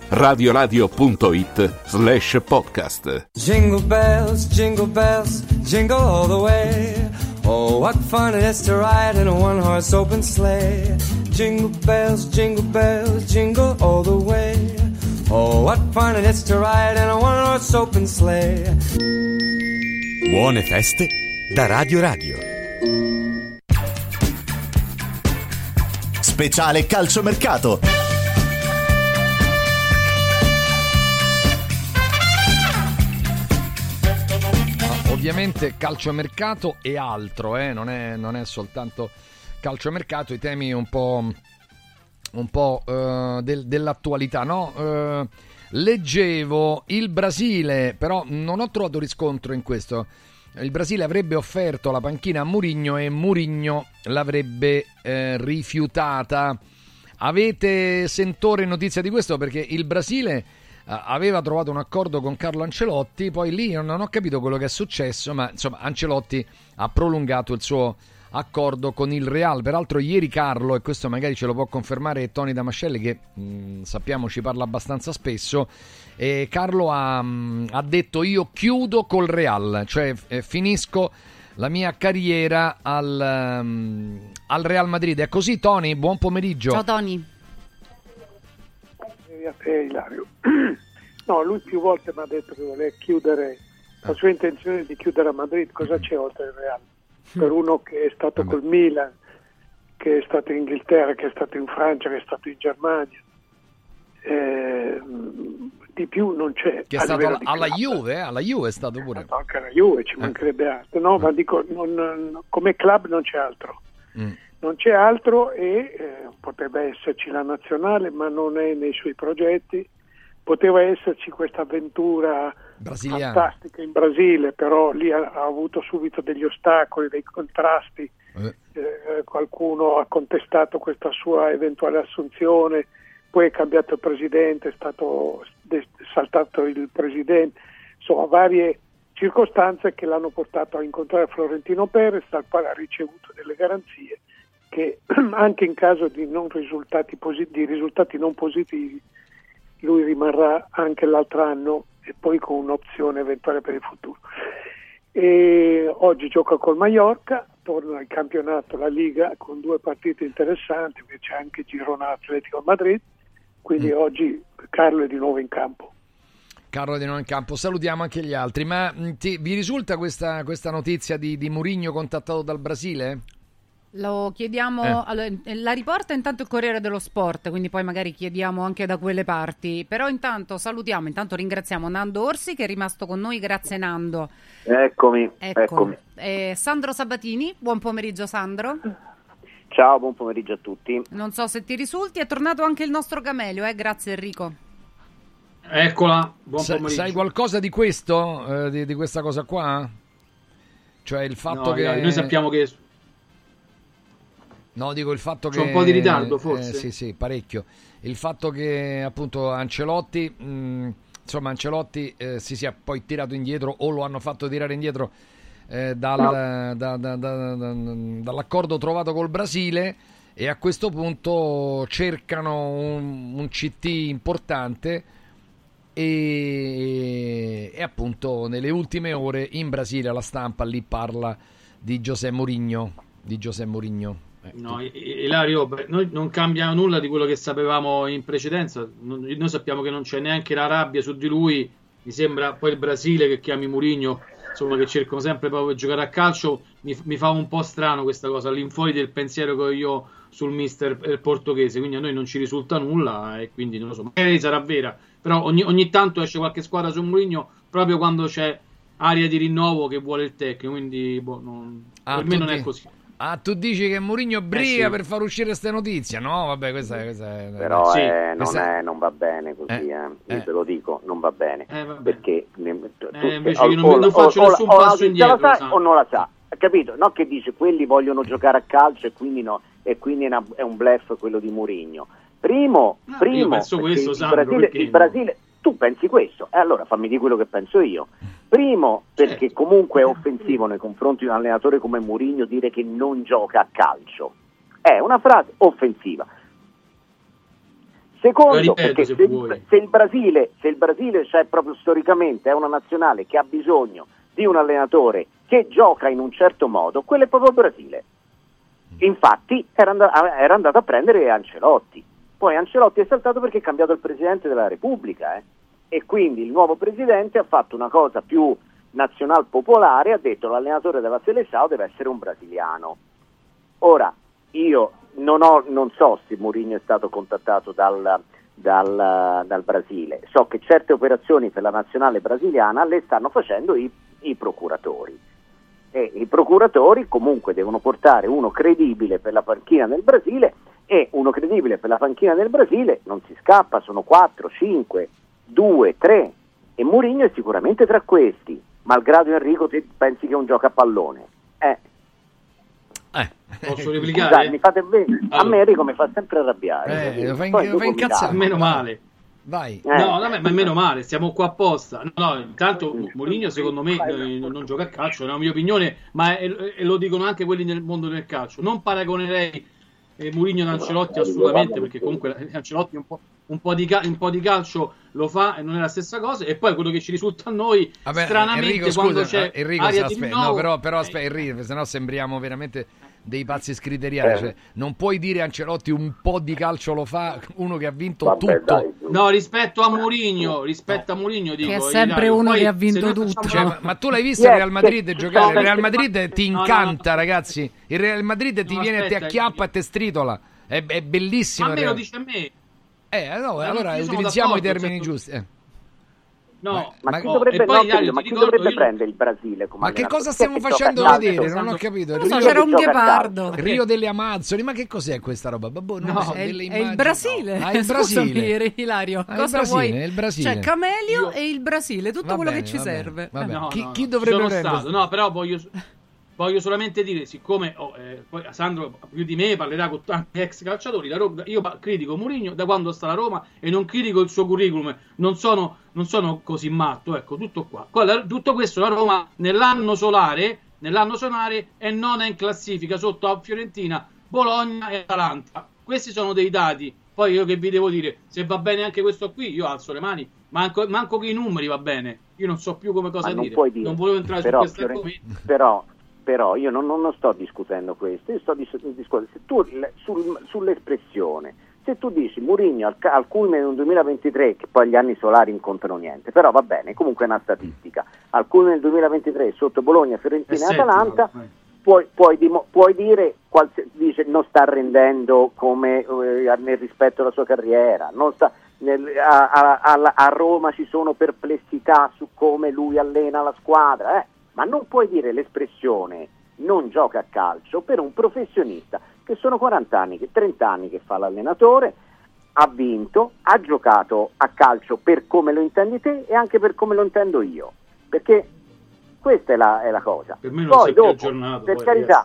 radioradio.it/podcast. Jingle bells, jingle all the way. Oh, what fun it is to ride in a one-horse open sleigh. Jingle bells, jingle all the way. Oh, what fun it is to ride in a one-horse open sleigh. Buone feste da Radio Radio. Speciale calciomercato. Ovviamente calciomercato e altro, non è soltanto calciomercato, i temi un po' dell'attualità, no? Leggevo il Brasile, però non ho trovato riscontro in questo. Il Brasile avrebbe offerto la panchina a Mourinho e Mourinho l'avrebbe rifiutata. Avete sentore notizia di questo? Perché il Brasile aveva trovato un accordo con Carlo Ancelotti, poi lì non ho capito quello che è successo, ma insomma Ancelotti ha prolungato il suo accordo con il Real. Peraltro ieri Carlo, e questo magari ce lo può confermare Tony Damascelli che sappiamo ci parla abbastanza spesso, Carlo ha detto: io chiudo col Real, cioè finisco la mia carriera al Real Madrid. È così, Tony? Buon pomeriggio. Ciao Tony. A te, Ilario. No, lui più volte mi ha detto che voleva chiudere, la sua intenzione di chiudere a Madrid. Cosa c'è oltre il Real? Per uno che è stato col Milan, che è stato in Inghilterra, che è stato in Francia, che è stato in Germania, di più non c'è. Che è stato alla Juve, alla Juve è stato pure. Anche alla Juve, ci mancherebbe altro. No, ma dico, come club non c'è altro. Non c'è altro e potrebbe esserci la nazionale, ma non è nei suoi progetti. Poteva esserci questa avventura fantastica in Brasile, però lì ha avuto subito degli ostacoli, dei contrasti. Qualcuno ha contestato questa sua eventuale assunzione, poi è cambiato il presidente, è stato saltato il presidente, insomma varie circostanze che l'hanno portato a incontrare Florentino Perez, dal quale ha ricevuto delle garanzie che anche in caso di risultati non positivi lui rimarrà anche l'altro anno e poi con un'opzione eventuale per il futuro. E oggi gioca col Mallorca, torna al campionato, la Liga, con 2 partite interessanti, perché c'è anche Girona Atletico Madrid, quindi oggi Carlo è di nuovo in campo. Salutiamo anche gli altri, ma vi risulta questa notizia di Mourinho contattato dal Brasile? Lo chiediamo, allora, la riporta intanto il Corriere dello Sport, quindi poi magari chiediamo anche da quelle parti, però intanto ringraziamo Nando Orsi che è rimasto con noi. Grazie Nando. Eccomi. Sandro Sabatini, buon pomeriggio Sandro. Ciao, buon pomeriggio a tutti. Non so se ti risulti, è tornato anche il nostro Gamelio, grazie Enrico. Eccola, buon pomeriggio. Sai qualcosa di questo, di questa cosa qua? Cioè il fatto che... Noi sappiamo che... No, dico il fatto che... C'è un po' di ritardo forse. Sì, parecchio. Il fatto che appunto Ancelotti si sia poi tirato indietro, o lo hanno fatto tirare indietro dall'accordo trovato col Brasile, e a questo punto cercano un CT importante e appunto nelle ultime ore in Brasile la stampa lì parla di José Mourinho. No, Ilario, noi non cambia nulla di quello che sapevamo in precedenza. Noi sappiamo che non c'è neanche la rabbia su di lui. Mi sembra poi il Brasile che chiami Mourinho, insomma, che cercano sempre proprio di giocare a calcio. Mi fa un po' strano questa cosa, all'infuori del pensiero che ho io sul mister portoghese. Quindi a noi non ci risulta nulla e quindi non lo so, magari sarà vera, però ogni tanto esce qualche squadra su Mourinho proprio quando c'è aria di rinnovo che vuole il tecnico, quindi per me non è così. Ah, tu dici che Mourinho briga sì. per far uscire queste notizie? No, vabbè, questa è... Però sì, non va bene così, Io te lo dico, non va bene. Perché invece io non faccio nessun passo indietro. La sa o non la sa, capito? No, che dice quelli vogliono giocare a calcio e quindi no, e quindi è un bluff quello di Mourinho. Primo io penso questo, il Brasile, tu pensi questo? E allora fammi dire quello che penso io. Primo, perché comunque è offensivo nei confronti di un allenatore come Mourinho dire che non gioca a calcio. È una frase offensiva. Secondo, perché se il Brasile, cioè proprio storicamente, è una nazionale che ha bisogno di un allenatore che gioca in un certo modo, quello è proprio il Brasile. Infatti era andato a prendere Ancelotti. Poi Ancelotti è saltato perché è cambiato il Presidente della Repubblica, E quindi il nuovo presidente ha fatto una cosa più nazional popolare, ha detto l'allenatore della Seleção deve essere un brasiliano. Ora, io non so se Mourinho è stato contattato dal Brasile, so che certe operazioni per la nazionale brasiliana le stanno facendo i procuratori. E i procuratori comunque devono portare uno credibile per la panchina del Brasile, e uno credibile per la panchina del Brasile non si scappa, sono 4, 5, 2, 3 e Mourinho è sicuramente tra questi, malgrado Enrico te pensi che è un gioco a pallone. Posso replicare? Scusate, mi fate bene. Allora. A me Enrico mi fa sempre arrabbiare. Lo fa incazzare. Meno male. Vai. No, ma meno male, stiamo qua apposta. No, intanto Mourinho secondo me non gioca a calcio, è una mia opinione, ma e lo dicono anche quelli nel mondo del calcio. Non paragonerei Mourinho e Ancelotti assolutamente, perché comunque Ancelotti un po' di calcio lo fa e non è la stessa cosa. E poi quello che ci risulta a noi, stranamente, Enrico, quando scusa, c'è Enrico, aria di rinnovo, però aspetta, Enrico, sennò sembriamo veramente dei pazzi scriteriani. Cioè, non puoi dire Ancelotti un po' di calcio lo fa, uno che ha vinto tutto. Dai. No, rispetto a Mourinho dico, che è sempre uno che ha vinto tutto. Cioè, ma tu l'hai visto il Real Madrid giocare? Il Real Madrid ti incanta, ragazzi. Il Real Madrid ti viene, ti acchiappa e ti stritola. È bellissimo. Ma me lo dice a me. Allora utilizziamo i termini giusti. No, ma chi dovrebbe, prendere il Brasile come ma che cosa stiamo facendo vedere? Non ho capito. C'era un ghepardo. Rio delle Amazzoni, ma che cos'è questa roba? È il Brasile. Il Brasile. Ilario, cosa vuoi? Il Brasile. C'è Camelio e il Brasile, tutto quello che ci serve. Chi dovrebbe prendere? No, però voglio solamente dire, siccome poi Sandro più di me parlerà con tanti ex calciatori, io critico Mourinho da quando sta alla Roma e non critico il suo curriculum, non sono così matto, ecco, tutto qua. Tutto questo la Roma nell'anno solare è nona in classifica sotto a Fiorentina, Bologna e Atalanta. Questi sono dei dati. Poi io che vi devo dire, se va bene anche questo qui, io alzo le mani, manco che i numeri va bene, io non so più come cosa dire. Non volevo entrare su questo argomento. Però io non sto discutendo questo, io sto discutendo se tu sull'espressione, se tu dici Mourinho al culmine del 2023, che poi gli anni solari non contano niente, però va bene, comunque è una statistica, al culmine del 2023 sotto Bologna, Fiorentina e Atalanta, puoi dire, dice non sta rendendo come nel rispetto alla sua carriera, non sta, a Roma ci sono perplessità su come lui allena la squadra, ma non puoi dire l'espressione non gioca a calcio per un professionista che sono 40 anni, 30 anni che fa l'allenatore, ha vinto, ha giocato a calcio per come lo intendi te e anche per come lo intendo io, perché questa è la cosa. Per me non poi dopo, aggiornato, per carità,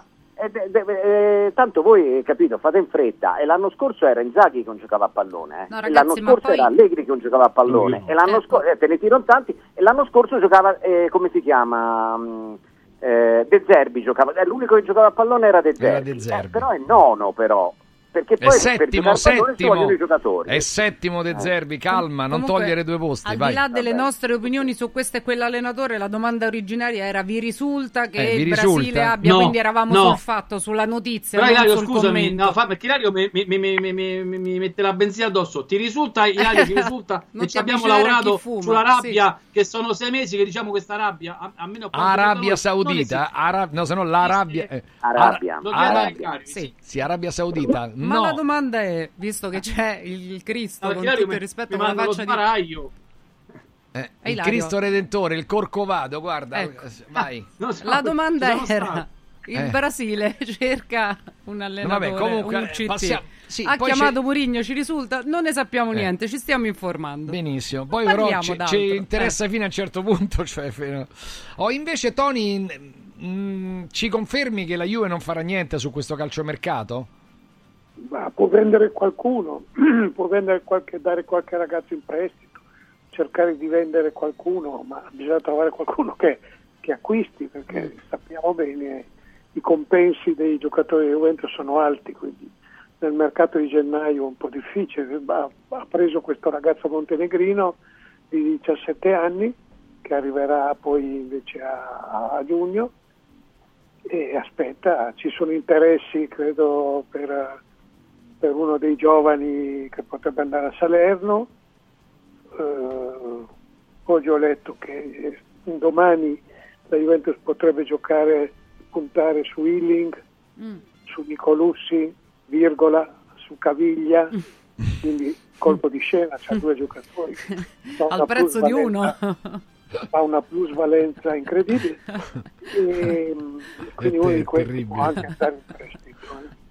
tanto voi capito, fate in fretta, e l'anno scorso era Inzaghi che non giocava a pallone, no, ragazzi, l'anno scorso era Allegri che non giocava a pallone, e l'anno scorso te ne tiro tanti, e l'anno scorso giocava come si chiama De Zerbi giocava, l'unico che giocava a pallone era De Zerbi. Però è nono, però perché poi settimo i giocatori. È settimo De Zerbi, calma, non comunque, togliere due posti. Al di là delle nostre opinioni su questo e quell'allenatore, la domanda originaria era: vi risulta che il Brasile abbia? No, quindi eravamo sul fatto, sulla notizia. Però Ilario, sul scusami, perché Ilario mi mette la benzina addosso. Ti risulta, Ilario, ti risulta che ci abbiamo lavorato sulla rabbia, che sono 6 mesi che diciamo questa rabbia, almeno Arabia Saudita, se no l'Arabia Arabia Saudita. Ma la domanda è, visto che c'è il Cristo, con tutto il rispetto per la faccia il Cristo Redentore, il Corcovado, guarda, vai. La domanda era: Il Brasile cerca un allenatore. Vabbè, comunque, un CT. Sì, ha chiamato Mourinho, ci risulta, non ne sappiamo niente, ci stiamo informando. Benissimo, poi però ci interessa fino a un certo punto, cioè invece Tony, ci confermi che la Juve non farà niente su questo calciomercato? Ma può vendere qualcuno, può vendere dare qualche ragazzo in prestito, cercare di vendere qualcuno, ma bisogna trovare qualcuno che acquisti, perché sappiamo bene i compensi dei giocatori di Juventus sono alti, quindi nel mercato di gennaio è un po' difficile. Ha preso questo ragazzo montenegrino di 17 anni che arriverà poi invece a giugno e aspetta, ci sono interessi credo per uno dei giovani che potrebbe andare a Salerno. Oggi ho letto che domani la Juventus potrebbe puntare su Ealing, su Nicolussi, virgola, su Caviglia, quindi colpo di scena, c'ha due giocatori. Al prezzo di uno. Ha una plusvalenza incredibile e quindi uno di questi può anche andare in prestito.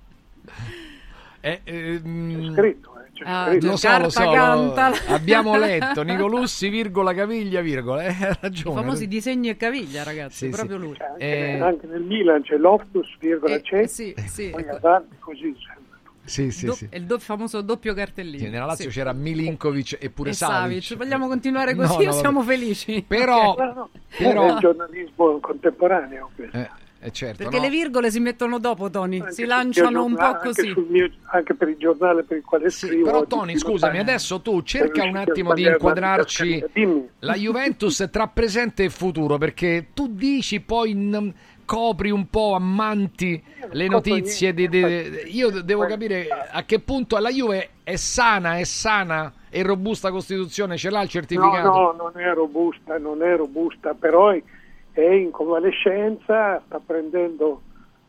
C'è scritto. Lo so, abbiamo letto Nicolussi, virgola, Caviglia, virgola, ha ragione. I famosi disegni e Caviglia, ragazzi, proprio lui. Anche nel Milan c'è Loftus, virgola, c'è, poi avanti così. Sì. Il famoso doppio cartellino. Sì, nella Lazio c'era Milinkovic e pure Savic. Vogliamo continuare così o siamo felici? Però è il giornalismo contemporaneo questo. Certo, perché le virgole si mettono dopo, Tony, si lanciano un po' così. Anche per il giornale per il quale scrivo. Però Tony, scusami, adesso tu cerca un attimo di inquadrarci la Juventus tra presente e futuro, perché tu dici poi copri un po', ammanti le notizie. Io devo capire a che punto la Juve è sana e robusta costituzione, ce l'ha il certificato? No, non è robusta, però è in convalescenza, sta prendendo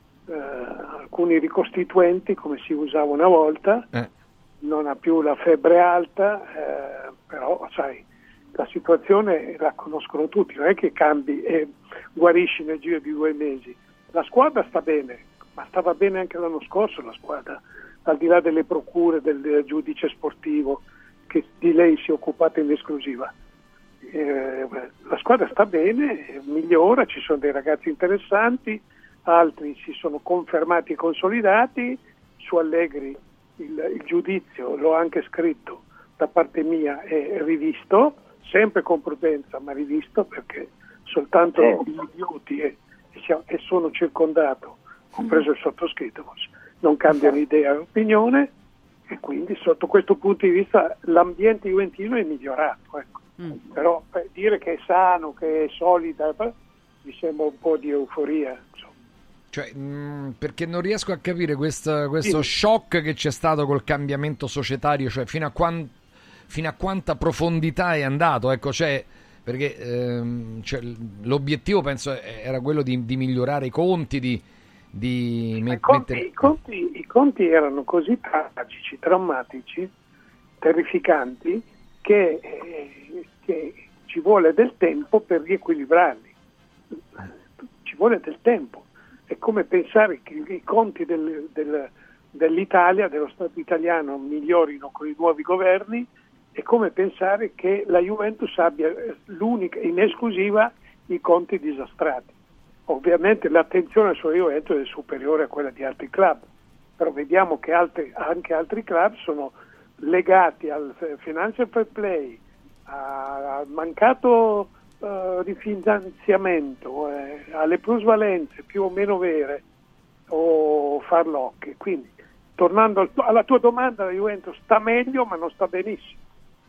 alcuni ricostituenti come si usava una volta, non ha più la febbre alta, però sai, la situazione la conoscono tutti, non è che cambi e guarisci nel giro di 2 mesi. La squadra sta bene, ma stava bene anche l'anno scorso la squadra, al di là delle procure del giudice sportivo che di lei si è occupata in esclusiva. La squadra sta bene, migliora, ci sono dei ragazzi interessanti, altri si sono confermati e consolidati. Su Allegri il giudizio, l'ho anche scritto da parte mia, è rivisto, sempre con prudenza ma rivisto, perché soltanto gli idioti e sono circondato, compreso il sottoscritto, non cambiano idea e opinione, e quindi sotto questo punto di vista l'ambiente juventino è migliorato, ecco. Però dire che è sano, che è solida, mi sembra un po' di euforia, insomma. Cioè, perché non riesco a capire questo shock che c'è stato col cambiamento societario, cioè fino a quanta profondità è andato, ecco, cioè, perché l'obiettivo penso era quello di migliorare i conti, I conti erano così tragici, drammatici, terrificanti, che ci vuole del tempo per riequilibrarli, ci vuole del tempo. È come pensare che i conti dell'Italia, dello Stato italiano, migliorino con i nuovi governi, è come pensare che la Juventus abbia l'unica, in esclusiva, i conti disastrati. Ovviamente l'attenzione sulla Juventus è superiore a quella di altri club, però vediamo che anche altri club sono legati al financial fair play, al mancato rifinanziamento, alle plusvalenze più o meno vere o farlocche. Quindi, tornando alla tua domanda, la Juventus sta meglio ma non sta benissimo.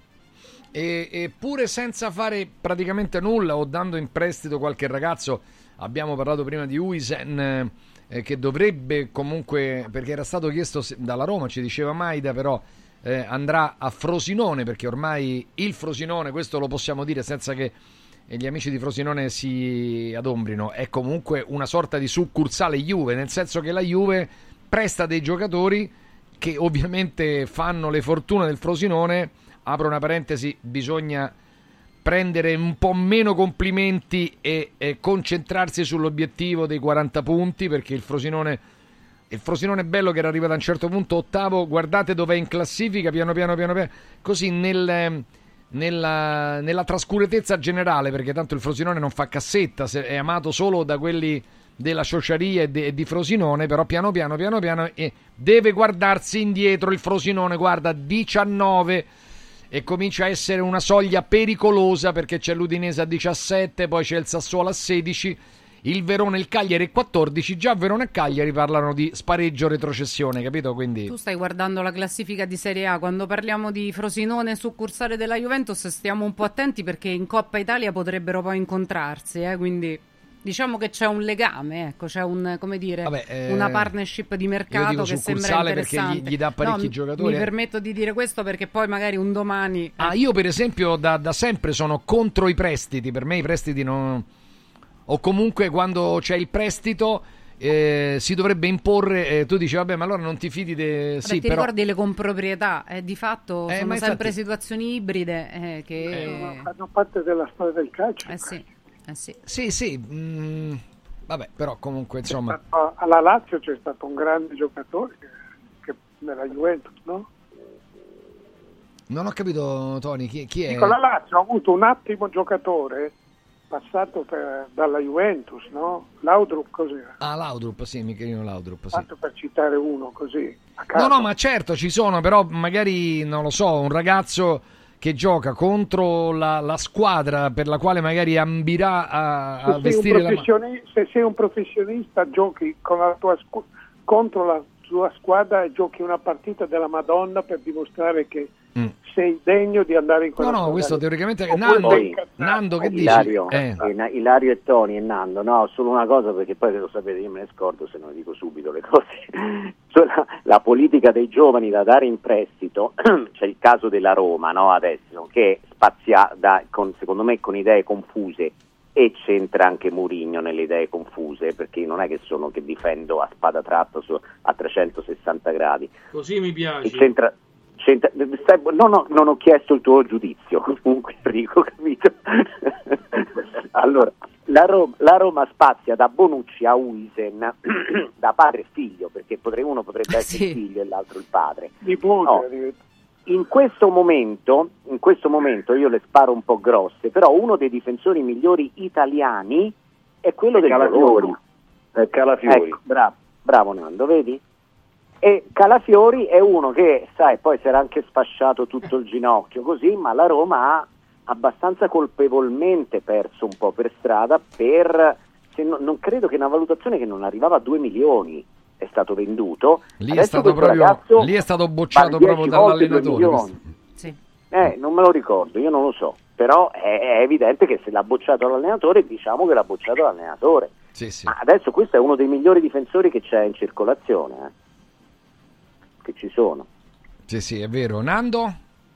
E pure senza fare praticamente nulla o dando in prestito qualche ragazzo, abbiamo parlato prima di Huijsen, che dovrebbe comunque, perché era stato chiesto dalla Roma, ci diceva Maida, però andrà a Frosinone, perché ormai il Frosinone, questo lo possiamo dire senza che gli amici di Frosinone si adombrino, è comunque una sorta di succursale Juve, nel senso che la Juve presta dei giocatori che ovviamente fanno le fortune del Frosinone. Apro una parentesi, bisogna prendere un po' meno complimenti e concentrarsi sull'obiettivo dei 40 punti, perché il Frosinone è bello che era arrivato a un certo punto ottavo, guardate dov'è in classifica, piano piano, così nella trascuratezza generale, perché tanto il Frosinone non fa cassetta, è amato solo da quelli della ciociaria e di Frosinone, però piano piano e deve guardarsi indietro il Frosinone, guarda 19 e comincia a essere una soglia pericolosa, perché c'è l'Udinese a 17, poi c'è il Sassuolo a 16, il Verona e il Cagliari a 14, già Verona e Cagliari parlano di spareggio retrocessione, capito? Quindi tu stai guardando la classifica di Serie A, quando parliamo di Frosinone succursale della Juventus stiamo un po' attenti, perché in Coppa Italia potrebbero poi incontrarsi, quindi diciamo che c'è un legame, ecco, c'è un, come dire, una partnership di mercato che sembra interessante, perché gli dà parecchi giocatori. Mi permetto di dire questo perché poi magari un domani io per esempio da sempre sono contro i prestiti, per me i prestiti non, o comunque quando c'è il prestito si dovrebbe imporre, tu dici vabbè ma allora non ti fidi ti ricordi le comproprietà, di fatto sono sempre situazioni ibride che fanno parte della storia del calcio. Sì. Vabbè, però comunque insomma alla Lazio c'è stato un grande giocatore che nella Juventus, no? Non ho capito, Tony, chi è? Dico, la Lazio ha avuto un ottimo giocatore passato dalla Juventus, no? Laudrup, cos'era? Laudrup, sì, Michelino Laudrup, sì. Tanto per citare uno così a caso. No, ma certo ci sono, però magari non lo so, un ragazzo che gioca contro la squadra per la quale magari ambirà a vestire se sei un professionista, giochi con la tua contro la tua squadra e giochi una partita della Madonna per dimostrare che sei degno di andare in quella squadra. Questo teoricamente Nando che dici? Ilario e Tony e Nando, no, solo una cosa, perché poi se lo sapete io me ne scordo se non dico subito le cose. La politica dei giovani da dare in prestito, c'è il caso della Roma, no, adesso, che spazia secondo me con idee confuse, e c'entra anche Mourinho nelle idee confuse, perché non è che difendo a spada tratta a 360 gradi. Così mi piace. No, non ho chiesto il tuo giudizio, comunque Enrico, capito? Allora, la Roma spazia da Bonucci a Huijsen, da padre e figlio, perché uno potrebbe essere il figlio e l'altro il padre. In questo momento io le sparo un po' grosse, però uno dei difensori migliori italiani è quello del Calafiori. Calafiori. Ecco, bravo Nando, vedi? E Calafiori è uno che, sai, poi si era anche sfasciato tutto il ginocchio così, ma la Roma ha abbastanza colpevolmente perso un po' per strada non credo che una valutazione che non arrivava a 2 milioni è stato venduto. Lì è stato bocciato proprio dall'allenatore. Sì. Non me lo ricordo, io non lo so, però è evidente che se l'ha bocciato l'allenatore, diciamo che l'ha bocciato l'allenatore. Sì. Ma adesso questo è uno dei migliori difensori che c'è in circolazione, che ci sono. Sì, è vero. Nando?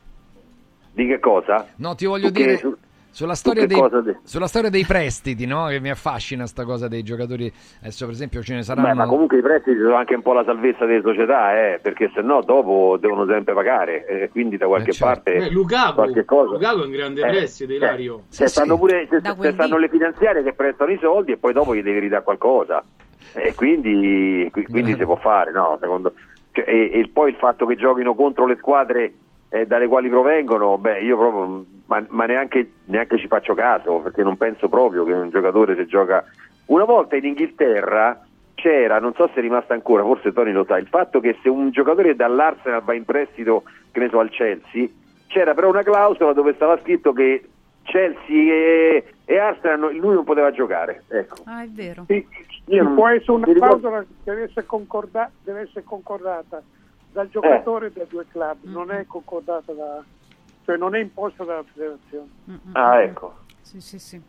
Di che cosa? No, ti voglio dire sulla storia dei prestiti, no? Che mi affascina sta cosa dei giocatori. Adesso per esempio ce ne saranno. Ma comunque i prestiti sono anche un po' la salvezza delle società, perché sennò dopo devono sempre pagare, quindi da qualche parte qualche cosa. Lukaku è un grande prestito, Ilario. Stanno pure stanno le finanziarie che prestano i soldi e poi dopo gli devi ridare qualcosa. E quindi si può fare, no? Secondo e poi il fatto che giochino contro le squadre dalle quali provengono, io proprio ma neanche ci faccio caso, perché non penso proprio che un giocatore, se gioca una volta in Inghilterra c'era, non so se è rimasta ancora, forse Tony lo sa, il fatto che se un giocatore dall'Arsenal va in prestito, che ne so, al Chelsea, c'era però una clausola dove stava scritto che Chelsea e Arsenal lui non poteva giocare, ecco. È vero. Sì, può essere una clausola che deve essere concordata dal giocatore e dai due club, non è concordata cioè non è imposta dalla federazione. Ecco. Sì.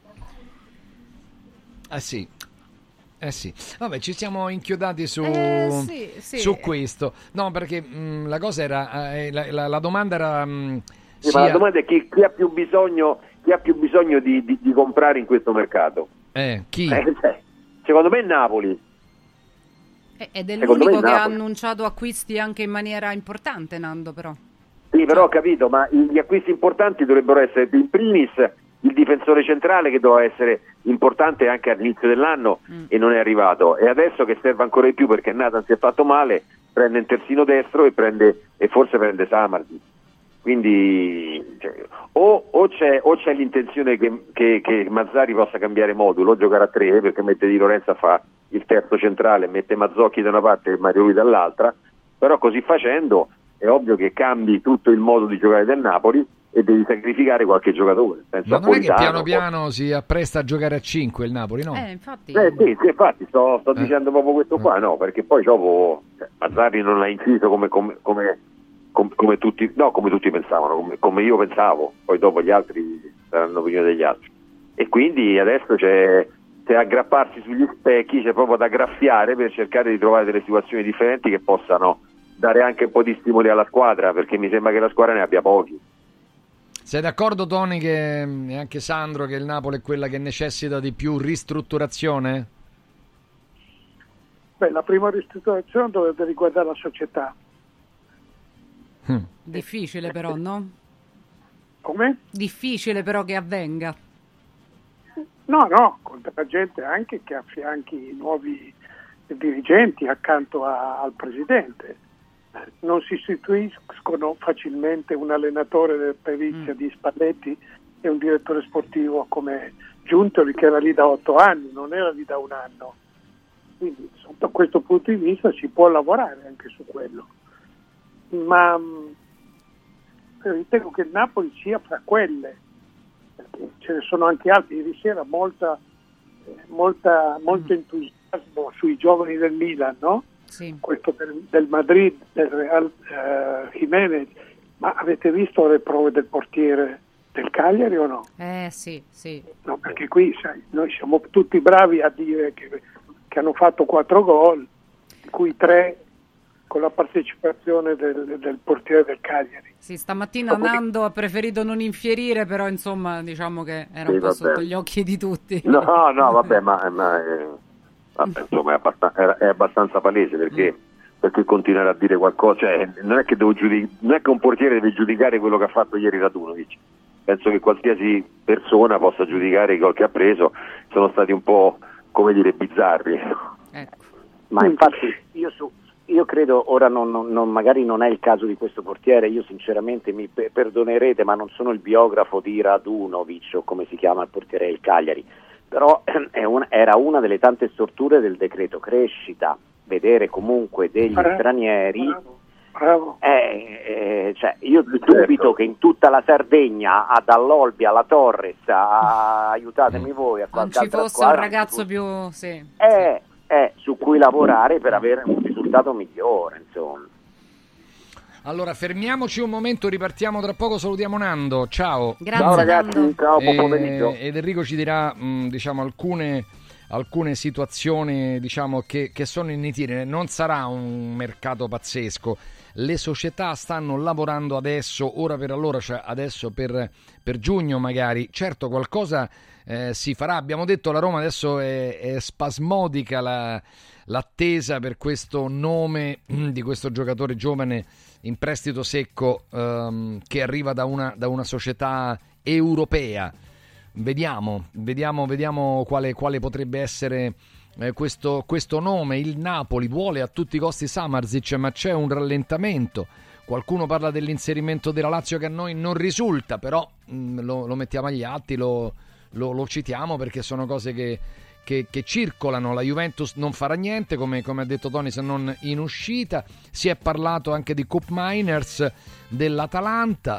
Sì. Vabbè, ci siamo inchiodati su questo. No, perché la cosa era la domanda era ma la domanda è chi ha più bisogno di comprare in questo mercato? Chi? Secondo me Napoli. Ed è l'unico che ha annunciato acquisti anche in maniera importante, Nando, però. Sì, Sì, però ho capito, ma gli acquisti importanti dovrebbero essere in primis il difensore centrale, che doveva essere importante anche all'inizio dell'anno e non è arrivato, e adesso che serve ancora di più perché Nathan si è fatto male, prende un terzino destro e forse prende Samardi. Quindi o c'è l'intenzione che Mazzarri possa cambiare modulo, o giocare a 3, perché mette Di Lorenzo a fa il terzo centrale, mette Mazzocchi da una parte e Mario Rui dall'altra, però così facendo è ovvio che cambi tutto il modo di giocare del Napoli e devi sacrificare qualche giocatore. Ma non è che piano piano si appresta a giocare a 5 il Napoli, no? Infatti. Sì, infatti sto dicendo proprio questo qua, no, perché poi dopo Mazzarri non l'ha inciso come tutti pensavano, come io pensavo, poi dopo gli altri saranno opinione degli altri, e quindi adesso c'è aggrapparsi sugli specchi, c'è proprio da graffiare per cercare di trovare delle situazioni differenti che possano dare anche un po' di stimoli alla squadra, perché mi sembra che la squadra ne abbia pochi. Sei d'accordo, Tony, e anche Sandro, che il Napoli è quella che necessita di più ristrutturazione? Beh, la prima ristrutturazione dovrebbe riguardare la società. Difficile però, no? Come? Difficile però che avvenga. No, con la gente anche che affianchi i nuovi dirigenti accanto al presidente. Non si istituiscono facilmente un allenatore del perizia di Spalletti e un direttore sportivo come Giuntoli, che era lì da 8 anni, non era lì da un anno. Quindi sotto questo punto di vista si può lavorare anche su quello. Ma ritengo che il Napoli sia fra quelle, perché ce ne sono anche altri. Ieri sera molto entusiasmo sui giovani del Milan, no? Sì. Questo del Madrid, del Real Jiménez, ma avete visto le prove del portiere del Cagliari o no? Sì. No, perché qui noi siamo tutti bravi a dire che hanno fatto 4 gol, di cui 3 con la partecipazione del portiere del Cagliari. Sì, stamattina Nando ha preferito non infierire, però insomma diciamo che era un po' sotto gli occhi di tutti. No, vabbè, insomma è abbastanza palese, perché continuare a dire qualcosa, cioè non è che un portiere deve giudicare quello che ha fatto ieri Radunovic. Penso che qualsiasi persona possa giudicare i gol che ha preso, sono stati un po', come dire, bizzarri. Ecco. Ma infatti io credo, ora magari non è il caso di questo portiere, io sinceramente mi perdonerete, ma non sono il biografo di Radunovic, o come si chiama il portiere del Cagliari, però era una delle tante storture del decreto crescita, vedere comunque degli stranieri. Bravo. Cioè, io dubito che in tutta la Sardegna, dall'Olbia alla Torres, aiutatemi voi, a non ci fosse squadra, un ragazzo più su cui lavorare per avere un risultato migliore, insomma. Allora fermiamoci un momento, ripartiamo tra poco, salutiamo Nando, ciao. Grazie, ciao ragazzi, Nando. ciao, buon pomeriggio. Ed Enrico ci dirà alcune situazioni che sono in itinere. Non sarà un mercato pazzesco, le società stanno lavorando adesso, ora per allora, cioè adesso per giugno magari. Certo qualcosa si farà, abbiamo detto la Roma adesso è spasmodica l'attesa per questo nome di questo giocatore giovane in prestito secco che arriva da una società europea. Vediamo quale potrebbe essere questo nome. Il Napoli vuole a tutti i costi Samardzic, ma c'è un rallentamento. Qualcuno parla dell'inserimento della Lazio, che a noi non risulta, però lo mettiamo agli atti, lo citiamo perché sono cose che circolano. La Juventus non farà niente, come ha detto Tony, se non in uscita. Si è parlato anche di Cup Miners, dell'Atalanta,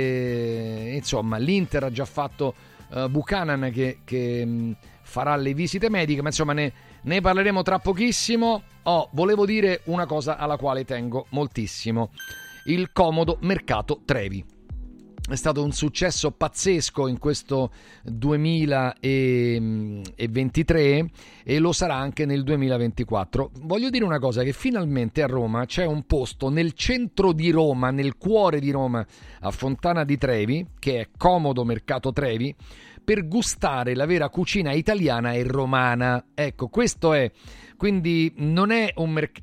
e insomma l'Inter ha già fatto Buchanan che farà le visite mediche, ma insomma ne parleremo tra pochissimo. Volevo dire una cosa alla quale tengo moltissimo: il comodo mercato Trevi. È stato un successo pazzesco in questo 2023 e lo sarà anche nel 2024. Voglio dire una cosa, che finalmente a Roma c'è un posto nel centro di Roma, nel cuore di Roma, a Fontana di Trevi, che è Comodo Mercato Trevi, per gustare la vera cucina italiana e romana. Ecco, questo è. Quindi non è un cioè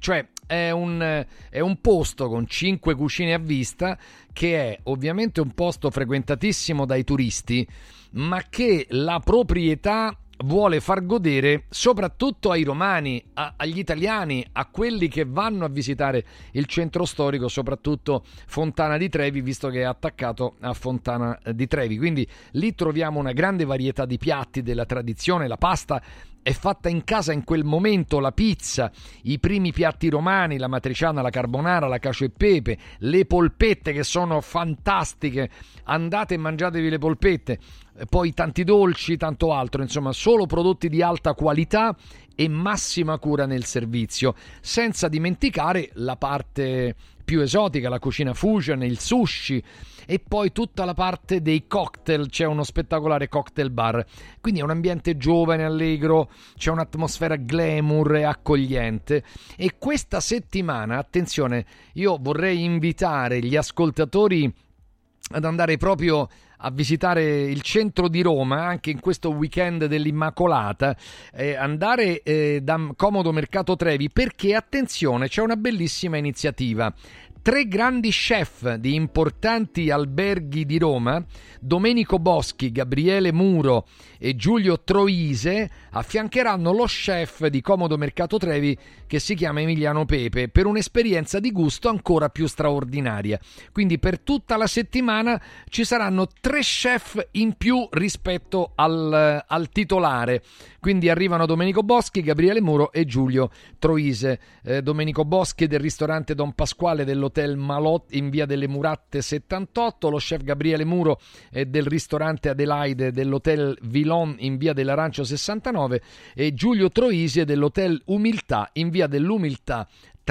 è un posto con 5 cucine a vista, che è ovviamente un posto frequentatissimo dai turisti, ma che la proprietà vuole far godere soprattutto ai romani, agli italiani, a quelli che vanno a visitare il centro storico, soprattutto Fontana di Trevi, visto che è attaccato a Fontana di Trevi. Quindi lì troviamo una grande varietà di piatti della tradizione. La pasta è fatta in casa in quel momento, la pizza, i primi piatti romani, la matriciana, la carbonara, la cacio e pepe, le polpette che sono fantastiche, andate e mangiatevi le polpette, poi tanti dolci, tanto altro, insomma solo prodotti di alta qualità e massima cura nel servizio, senza dimenticare la parte più esotica, la cucina fusion, il sushi, e poi tutta la parte dei cocktail. C'è uno spettacolare cocktail bar, quindi è un ambiente giovane, allegro, c'è un'atmosfera glamour e accogliente. E questa settimana, attenzione, io vorrei invitare gli ascoltatori ad andare proprio a visitare il centro di Roma anche in questo weekend dell'Immacolata, andare da Comodo Mercato Trevi, perché attenzione, c'è una bellissima iniziativa. 3 grandi chef di importanti alberghi di Roma, Domenico Boschi, Gabriele Muro e Giulio Troise, affiancheranno lo chef di Comodo Mercato Trevi che si chiama Emiliano Pepe, per un'esperienza di gusto ancora più straordinaria. Quindi per tutta la settimana ci saranno 3 chef in più rispetto al titolare. Quindi arrivano Domenico Boschi, Gabriele Muro e Giulio Troise. Domenico Boschi del ristorante Don Pasquale dell'Hotel Malot in via delle Muratte 78, lo chef Gabriele Muro del ristorante Adelaide dell'Hotel Villon in via dell'Arancio 69 e Giulio Troise dell'Hotel Umiltà in via dell'Umiltà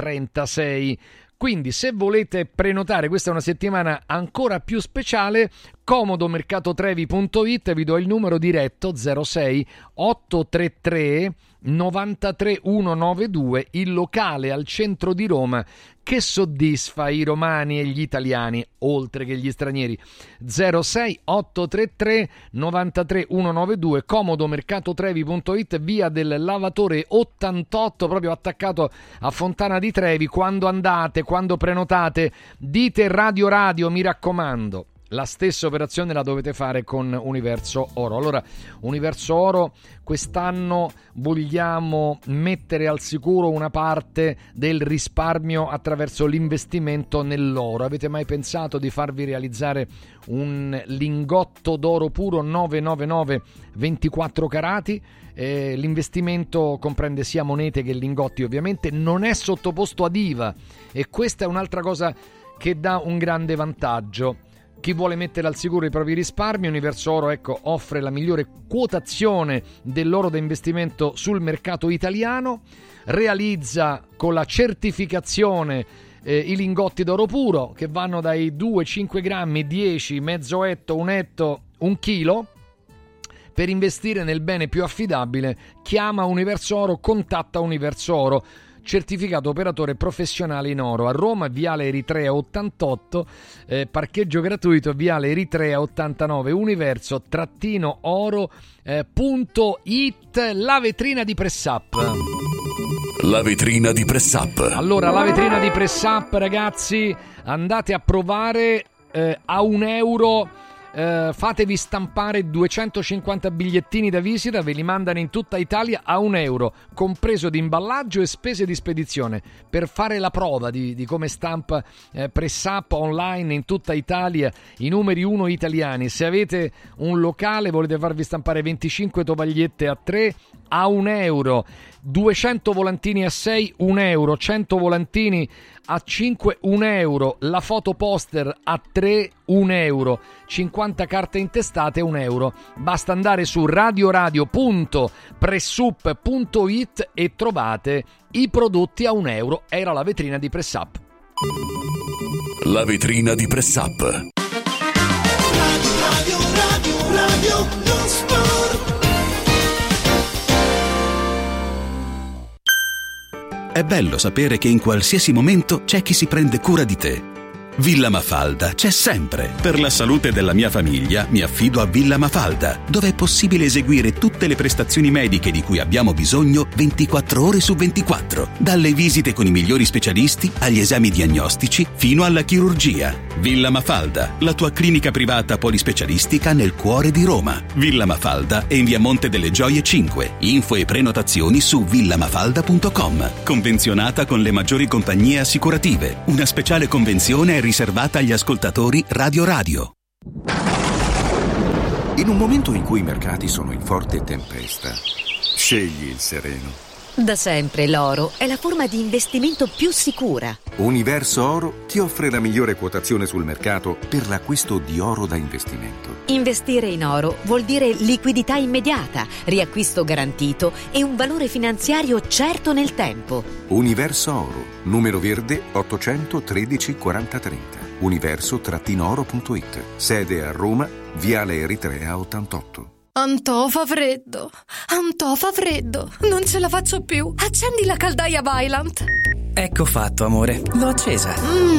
36. Quindi se volete prenotare, questa è una settimana ancora più speciale, comodomercatotrevi.it, vi do il numero diretto 06 833 93 192, il locale al centro di Roma che soddisfa i romani e gli italiani oltre che gli stranieri. 06 833 93 192, comodomercatotrevi.it, via del Lavatore 88, proprio attaccato a Fontana di Trevi. Quando andate, quando prenotate, dite Radio, mi raccomando. La stessa operazione la dovete fare con Universo Oro. Allora, Universo Oro, quest'anno vogliamo mettere al sicuro una parte del risparmio attraverso l'investimento nell'oro. Avete mai pensato di farvi realizzare un lingotto d'oro puro 999 24 carati? L'investimento comprende sia monete che lingotti, ovviamente non è sottoposto ad IVA, e questa è un'altra cosa che dà un grande vantaggio. Chi vuole mettere al sicuro i propri risparmi, Universo Oro offre la migliore quotazione dell'oro da investimento sul mercato italiano, realizza con la certificazione i lingotti d'oro puro che vanno dai 2-5 grammi, 10, mezzo etto, 1 etto, 1 chilo. Per investire nel bene più affidabile, chiama Universo Oro, contatta Universo Oro. Certificato operatore professionale in oro. A Roma, Viale Eritrea 88, parcheggio gratuito, Viale Eritrea 89, universo-oro.it. La vetrina di Press Up. La vetrina di Press Up. Allora, la vetrina di Press Up, ragazzi, andate a provare a €1. Fatevi stampare 250 bigliettini da visita, ve li mandano in tutta Italia a €1, compreso di imballaggio e spese di spedizione, per fare la prova di come stampa Press Up online in tutta Italia i numeri 1 italiani. Se avete un locale, volete farvi stampare 25 tovagliette a 3 a €1, 200 volantini a 6 €, 100 volantini a 5 €, la foto poster a 3 €, 50 carte intestate €. Basta andare su radioradio.pressup.it e trovate i prodotti a €. Era la vetrina di Press Up. La vetrina di Press Up. Radio lo sport. È bello sapere che in qualsiasi momento c'è chi si prende cura di te. Villa Mafalda c'è sempre. Per la salute della mia famiglia mi affido a Villa Mafalda, dove è possibile eseguire tutte le prestazioni mediche di cui abbiamo bisogno 24 ore su 24. Dalle visite con i migliori specialisti agli esami diagnostici fino alla chirurgia. Villa Mafalda, la tua clinica privata polispecialistica nel cuore di Roma. Villa Mafalda è in via Monte delle Gioie 5. Info e prenotazioni su villamafalda.com. Convenzionata con le maggiori compagnie assicurative. Una speciale convenzione è riservata agli ascoltatori Radio Radio. In un momento in cui i mercati sono in forte tempesta, scegli il sereno. Da sempre l'oro è la forma di investimento più sicura. Universo Oro ti offre la migliore quotazione sul mercato per l'acquisto di oro da investimento. Investire in oro vuol dire liquidità immediata, riacquisto garantito e un valore finanziario certo nel tempo. Universo Oro, numero verde 813 4030. Universo-oro.it. Sede a Roma, Viale Eritrea 88. Antò fa freddo, non ce la faccio più. Accendi la caldaia Vaillant. Ecco fatto, amore, l'ho accesa.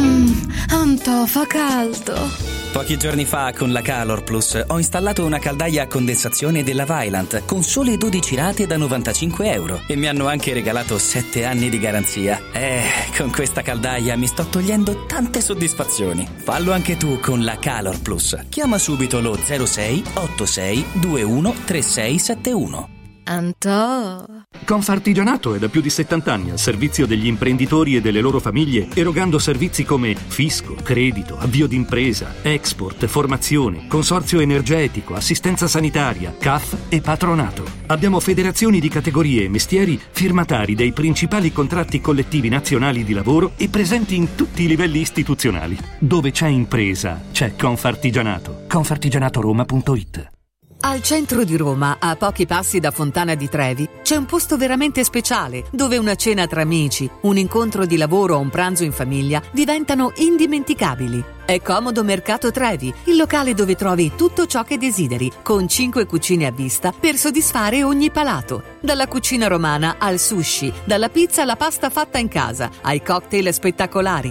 Antò fa caldo. Pochi giorni fa con la Calor Plus ho installato una caldaia a condensazione della Vaillant con sole 12 rate da 95 euro e mi hanno anche regalato 7 anni di garanzia. Con questa caldaia mi sto togliendo tante soddisfazioni. Fallo anche tu con la Calor Plus. Chiama subito lo 06 86 21 3671. Antò. Confartigianato è da più di 70 anni al servizio degli imprenditori e delle loro famiglie, erogando servizi come fisco, credito, avvio d'impresa, export, formazione, consorzio energetico, assistenza sanitaria, CAF e patronato. Abbiamo federazioni di categorie e mestieri firmatari dei principali contratti collettivi nazionali di lavoro e presenti in tutti i livelli istituzionali. Dove c'è impresa, c'è Confartigianato. Confartigianatoroma.it. Al centro di Roma, a pochi passi da Fontana di Trevi, c'è un posto veramente speciale dove una cena tra amici, un incontro di lavoro o un pranzo in famiglia diventano indimenticabili. È Comodo Mercato Trevi, il locale dove trovi tutto ciò che desideri, con 5 cucine a vista per soddisfare ogni palato. Dalla cucina romana al sushi, dalla pizza alla pasta fatta in casa, ai cocktail spettacolari.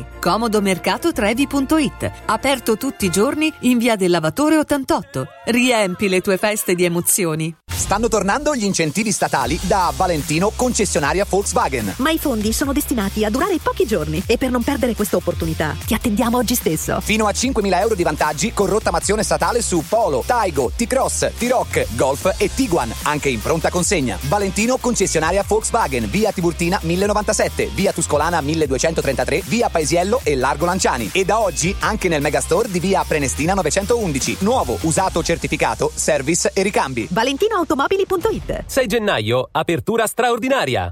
Comodomercatotrevi.it, aperto tutti i giorni in via del Lavatore 88. Riempi le tue feste di emozioni. Stanno tornando gli incentivi statali da Valentino, concessionaria Volkswagen. Ma i fondi sono destinati a durare pochi giorni e per non perdere questa opportunità ti attendiamo oggi stesso. Fino a 5.000 euro di vantaggi con rottamazione statale su Polo, Taigo, T-Cross, T-Roc, Golf e Tiguan, anche in pronta consegna. Valentino, concessionaria Volkswagen, via Tiburtina 1097, via Tuscolana 1233, via Paesiello e Largo Lanciani. E da oggi anche nel megastore di via Prenestina 911. Nuovo, usato, certificato, service e ricambi. ValentinoAutomobili.it. 6 gennaio, apertura straordinaria.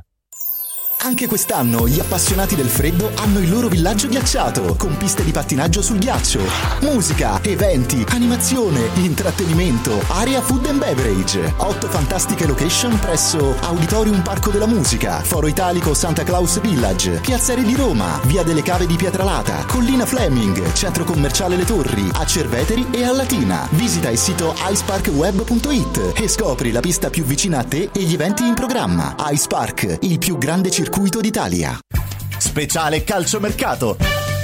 Anche quest'anno gli appassionati del freddo hanno il loro villaggio ghiacciato, con piste di pattinaggio sul ghiaccio, musica, eventi, animazione, intrattenimento, area food and beverage, 8 fantastiche location presso Auditorium Parco della Musica, Foro Italico Santa Claus Village, Piazza Re di Roma, Via delle Cave di Pietralata, Collina Fleming, Centro Commerciale Le Torri, a Cerveteri e a Latina. Visita il sito iceparkweb.it e scopri la pista più vicina a te e gli eventi in programma. Ice Park, il più grande circuito d'Italia. Speciale calciomercato.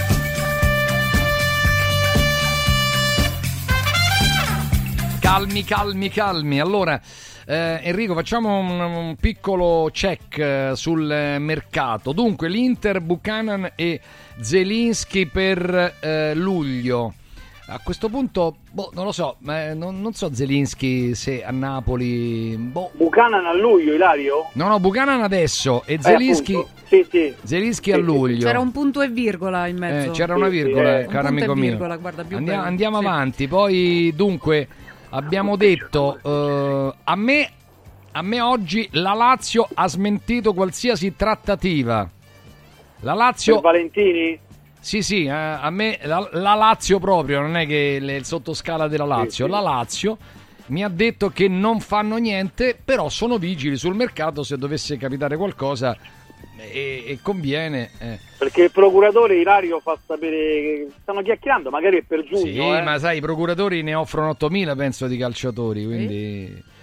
Calmi. Allora, Enrico, facciamo un piccolo check sul mercato. Dunque, l'Inter, Buchanan e Zelinski per luglio. A questo punto, non lo so, non so Zelinski se a Napoli... Buchanan a luglio, Ilario? No, Buchanan adesso e Zelinski... Sì. Zelinski a luglio. C'era un punto e virgola in mezzo. C'era una virgola, caro un amico mio. Virgola, guarda, Andiamo avanti. Poi, dunque, abbiamo detto... a me oggi la Lazio ha smentito qualsiasi trattativa. La Lazio... Per Valentini? Sì, a me la Lazio proprio, non è che il sottoscala della Lazio, sì. La Lazio mi ha detto che non fanno niente, però sono vigili sul mercato se dovesse capitare qualcosa e conviene. Perché il procuratore Ilario fa sapere che stanno chiacchierando, magari è per giugno. Sì, ma sai, i procuratori ne offrono 8.000 penso di calciatori, quindi...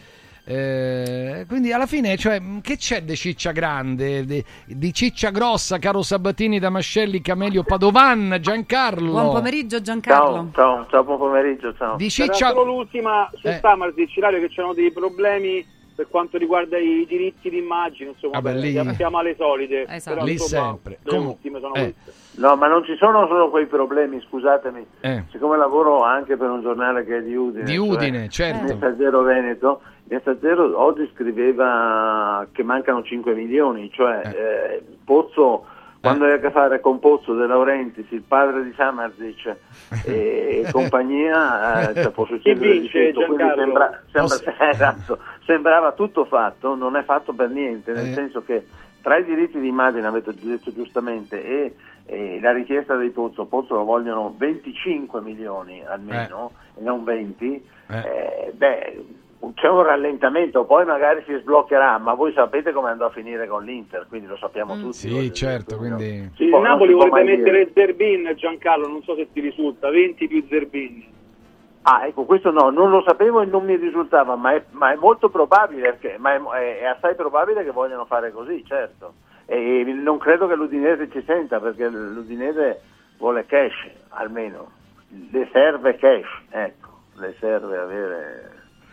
Quindi alla fine, cioè, che c'è di ciccia grande, di ciccia grossa, caro Sabatini, Damascelli, Camelio, Padovan, Giancarlo? Buon pomeriggio Giancarlo. Ciao, buon pomeriggio, ciao. Di ciccia... Solo l'ultima su Stammarzic, Ilario, che c'erano dei problemi per quanto riguarda i diritti d'immagine, insomma, siamo alle solite. Esatto. Però, lì insomma, sempre. le ultime sono queste. No, ma non ci sono solo quei problemi, scusatemi. Siccome lavoro anche per un giornale che è di Udine. Di Udine, certo. Il Messaggero Veneto. Il Messaggero oggi scriveva che mancano 5 milioni, cioè Pozzo, quando hai a che fare con Pozzo, De Laurentiis, il padre di Samardzic e compagnia, può succedere chi vince, di tutto. Esatto, sembrava tutto fatto, non è fatto per niente, nel senso che tra i diritti di immagine, avete detto giustamente, e la richiesta dei Pozzo lo vogliono 25 milioni almeno, e non 20, c'è un rallentamento, poi magari si sbloccherà, ma voi sapete come andò a finire con l'Inter, quindi lo sappiamo tutti. Sì, certo, quindi... Sì, il Napoli vorrebbe mettere Zerbin, Giancarlo, non so se ti risulta, 20 più Zerbin. Ah, ecco, questo no, non lo sapevo e non mi risultava, ma è molto probabile, è assai probabile che vogliano fare così, certo. E non credo che l'Udinese ci senta, perché l'Udinese vuole cash, almeno. Le serve cash, ecco, le serve avere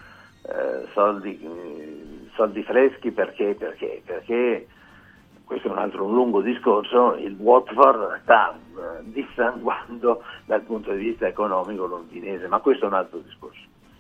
soldi freschi, perché questo è un altro lungo discorso. Il Watford sta dissanguando dal punto di vista economico l'Udinese, ma questo è un altro discorso.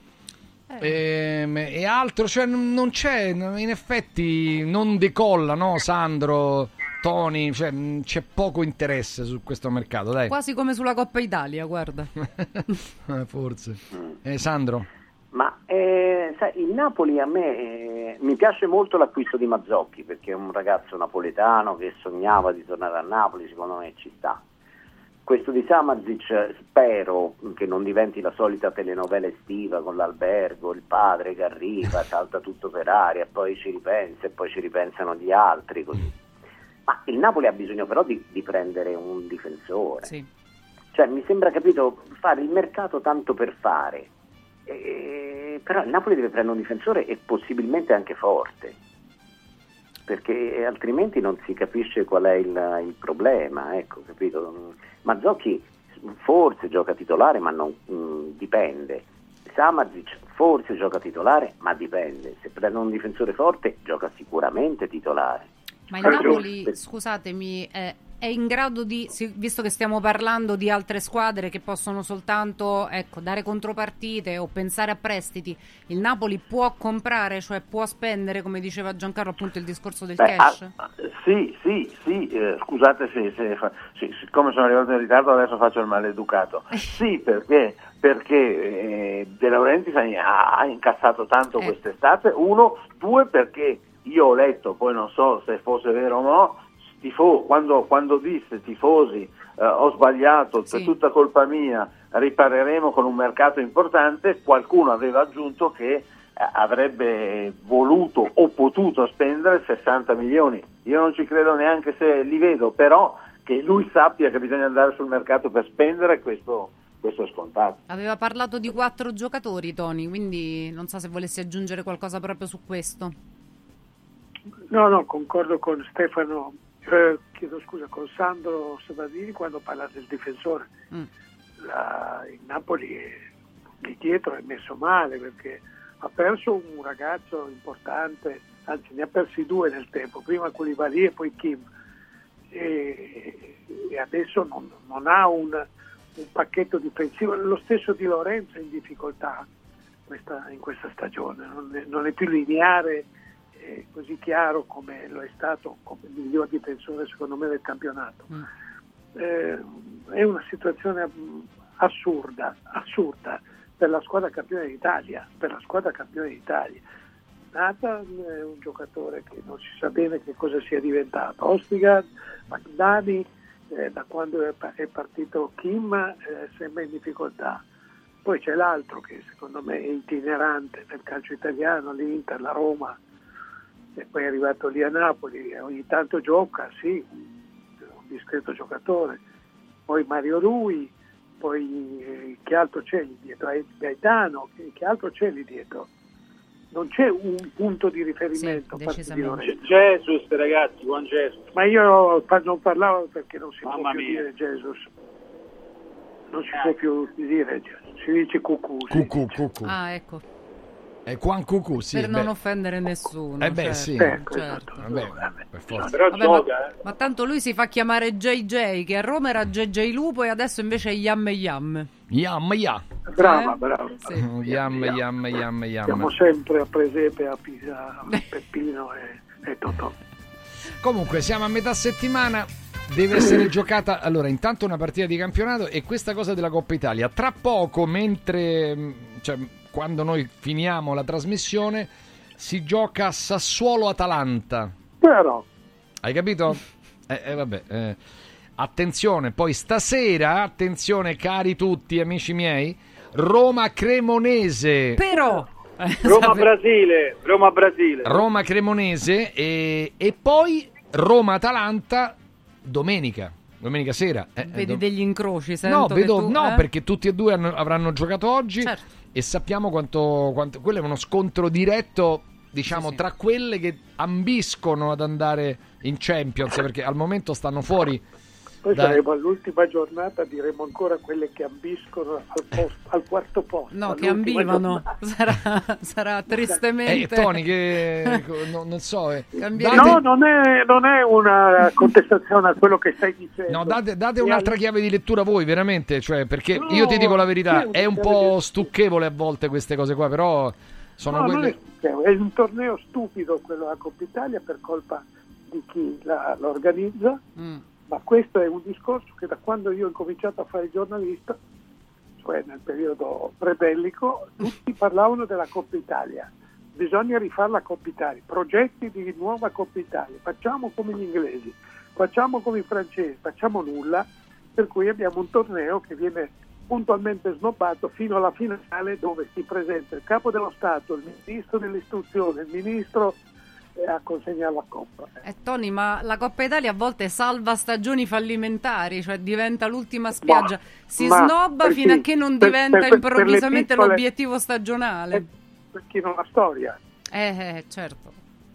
E altro, cioè non c'è, in effetti non decolla, no, Sandro, Tony, cioè c'è poco interesse su questo mercato, dai. Quasi come sulla Coppa Italia, guarda. Forse. Sandro? Ma sai, il Napoli a me mi piace molto l'acquisto di Mazzocchi, perché è un ragazzo napoletano che sognava di tornare a Napoli, secondo me ci sta. Questo di Samardzic spero che non diventi la solita telenovela estiva con l'albergo, il padre che arriva, salta tutto per aria, poi ci ripensa e poi ci ripensano gli altri, così. Ma il Napoli ha bisogno però di prendere un difensore. Sì. Cioè mi sembra, capito, fare il mercato tanto per fare. Però il Napoli deve prendere un difensore e possibilmente anche forte, perché altrimenti non si capisce qual è il problema, ecco, capito? Mazzocchi forse gioca titolare, ma non dipende. Samardzic forse gioca titolare, ma dipende. Se prende un difensore forte gioca sicuramente titolare. Ma il Napoli, scusatemi, è in grado di, visto che stiamo parlando di altre squadre che possono soltanto dare contropartite o pensare a prestiti, il Napoli può comprare, cioè può spendere, come diceva Giancarlo, appunto il discorso del cash? Sì, scusate siccome sono arrivato in ritardo adesso faccio il maleducato. Sì, perché De Laurentiis ha incassato tanto quest'estate, 1, 2 perché io ho letto, poi non so se fosse vero o no, quando disse tifosi ho sbagliato, è tutta colpa mia, ripareremo con un mercato importante, qualcuno aveva aggiunto che avrebbe voluto o potuto spendere 60 milioni. Io non ci credo neanche se li vedo, però che lui sappia che bisogna andare sul mercato per spendere, questo è scontato. Aveva parlato di 4 giocatori, Tony, quindi non so se volessi aggiungere qualcosa proprio su questo. No, concordo con Stefano, con Sandro Sabatini quando parla del difensore. Il Napoli lì dietro è messo male, perché ha perso un ragazzo importante, anzi ne ha persi 2 nel tempo, prima Koulibaly e poi Kim, e adesso non ha un pacchetto difensivo. Lo stesso Di Lorenzo è in difficoltà in questa stagione, non è più lineare, così chiaro come lo è stato come il miglior difensore secondo me del campionato. È una situazione assurda per la squadra campione d'Italia. Nathan è un giocatore che non si sa bene che cosa sia diventato. Ostigard, Magdani, da quando è partito Kim sembra in difficoltà. Poi c'è l'altro che secondo me è itinerante nel calcio italiano, l'Inter, la Roma, e poi è arrivato lì a Napoli, ogni tanto gioca, sì, un discreto giocatore. Poi Mario Rui, poi che altro c'è lì dietro? Gaetano, che altro c'è lì dietro? non c'è un punto di riferimento. Jesus, ragazzi, Juan Jesus. Ma io non parlavo perché non si può più dire Jesus. Non si può più dire Jesus. Si dice cucù. Cucù. Ah, ecco. È Quan Cucù, sì. Per non offendere nessuno. Sì. Certo. Per forza. Però ma tanto lui si fa chiamare JJ, che a Roma era JJ Lupo e adesso invece è Yam Yam. Brava. Sì. Yam. Siamo sempre a Presepe, a Pisa, a Peppino e Totò. Comunque siamo a metà settimana, deve essere giocata allora intanto una partita di campionato e questa cosa della Coppa Italia. Tra poco, quando noi finiamo la trasmissione, si gioca Sassuolo-Atalanta. Però hai capito? Attenzione, poi stasera, attenzione cari tutti amici miei, Roma-Cremonese. Però Roma-Brasile. Roma-Cremonese e poi Roma-Atalanta domenica sera. Vedi degli incroci? Perché tutti e due avranno giocato oggi. Certo. E sappiamo quanto quello è uno scontro diretto, diciamo, tra quelle che ambiscono ad andare in Champions, perché al momento stanno fuori. Poi saremo all'ultima giornata, diremo ancora quelle che ambiscono al quarto posto. No, che ambivano. Sarà tristemente. Tony, che non so. No, non è una contestazione a quello che stai dicendo. No, date un'altra chiave di lettura voi, veramente. Cioè, perché io ti dico la verità, è un po' stucchevole a volte queste cose qua, però sono quelle. È un torneo stupido quello della Coppa Italia per colpa di chi lo organizza. Ma questo è un discorso che da quando io ho incominciato a fare il giornalista, cioè nel periodo prebellico, tutti parlavano della Coppa Italia. Bisogna rifare la Coppa Italia, progetti di nuova Coppa Italia, facciamo come gli inglesi, facciamo come i francesi, facciamo nulla, per cui abbiamo un torneo che viene puntualmente snobbato fino alla finale, dove si presenta il capo dello Stato, il ministro dell'istruzione, il ministro a consegnare la Coppa. Tony, ma la Coppa Italia a volte salva stagioni fallimentari, cioè diventa l'ultima spiaggia, snobba fino a che non diventa improvvisamente l'obiettivo stagionale. Per chi non ha storia. Certo.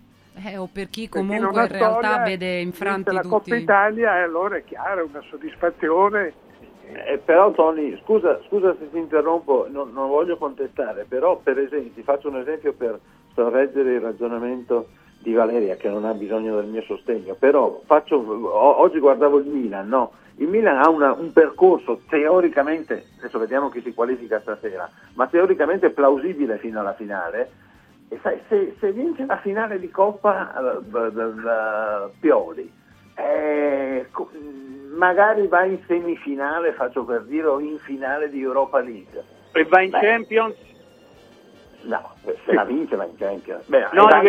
O per chi comunque in realtà vede infranti la tutti. Coppa Italia, allora è chiaro, è una soddisfazione. Però Tony, scusa se ti interrompo, non voglio contestare, però per esempio, ti faccio un esempio per sorreggere il ragionamento di Valeria, che non ha bisogno del mio sostegno, però oggi guardavo il Milan, no? Il Milan ha un percorso teoricamente, adesso vediamo chi si qualifica stasera, ma teoricamente plausibile fino alla finale, e sai, se vince la finale di Coppa Pioli, magari va in semifinale, faccio per dire, o in finale di Europa League. E va in Champions? No, se la vince va in Champions. Di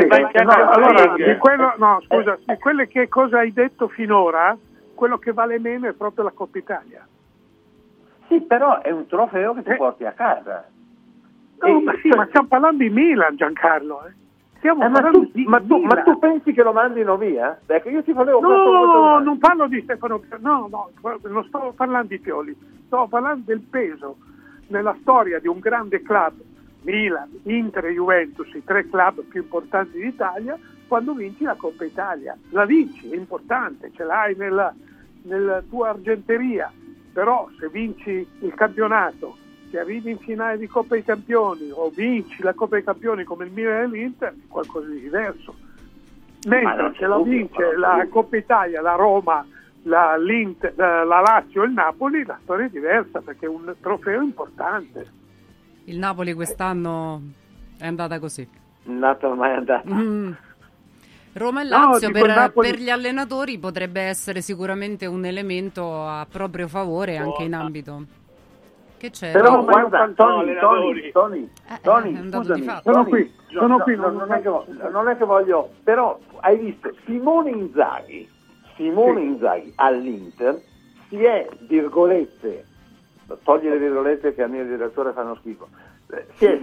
quelle che cosa hai detto finora, quello che vale meno è proprio la Coppa Italia. Sì, però è un trofeo che ti porti a casa. Ma stiamo parlando di Milan, Giancarlo. Ma tu pensi che lo mandino via? Ecco, io ti volevo non parlo di Stefano Pioli, non sto parlando di Pioli, sto parlando del peso nella storia di un grande club, Milan, Inter e Juventus, i tre club più importanti d'Italia, quando vinci la Coppa Italia. La vinci, è importante, ce l'hai nella tua argenteria, però se vinci il campionato, se arrivi in finale di Coppa dei Campioni o vinci la Coppa dei Campioni come il Milan e l'Inter, è qualcosa di diverso. Mentre se la vince la Coppa Italia, la Roma, la Lazio e il Napoli, la storia è diversa perché è un trofeo importante. Il Napoli quest'anno è andata così. Mai andata. Roma e Lazio per gli allenatori potrebbe essere sicuramente un elemento a proprio favore anche in ambito. Che c'è? Però guarda, Tony, scusami, sono qui. Non è che voglio, però hai visto Simone Inzaghi all'Inter si è, virgolette, togli le virgolette che al mio direttore fanno schifo, si è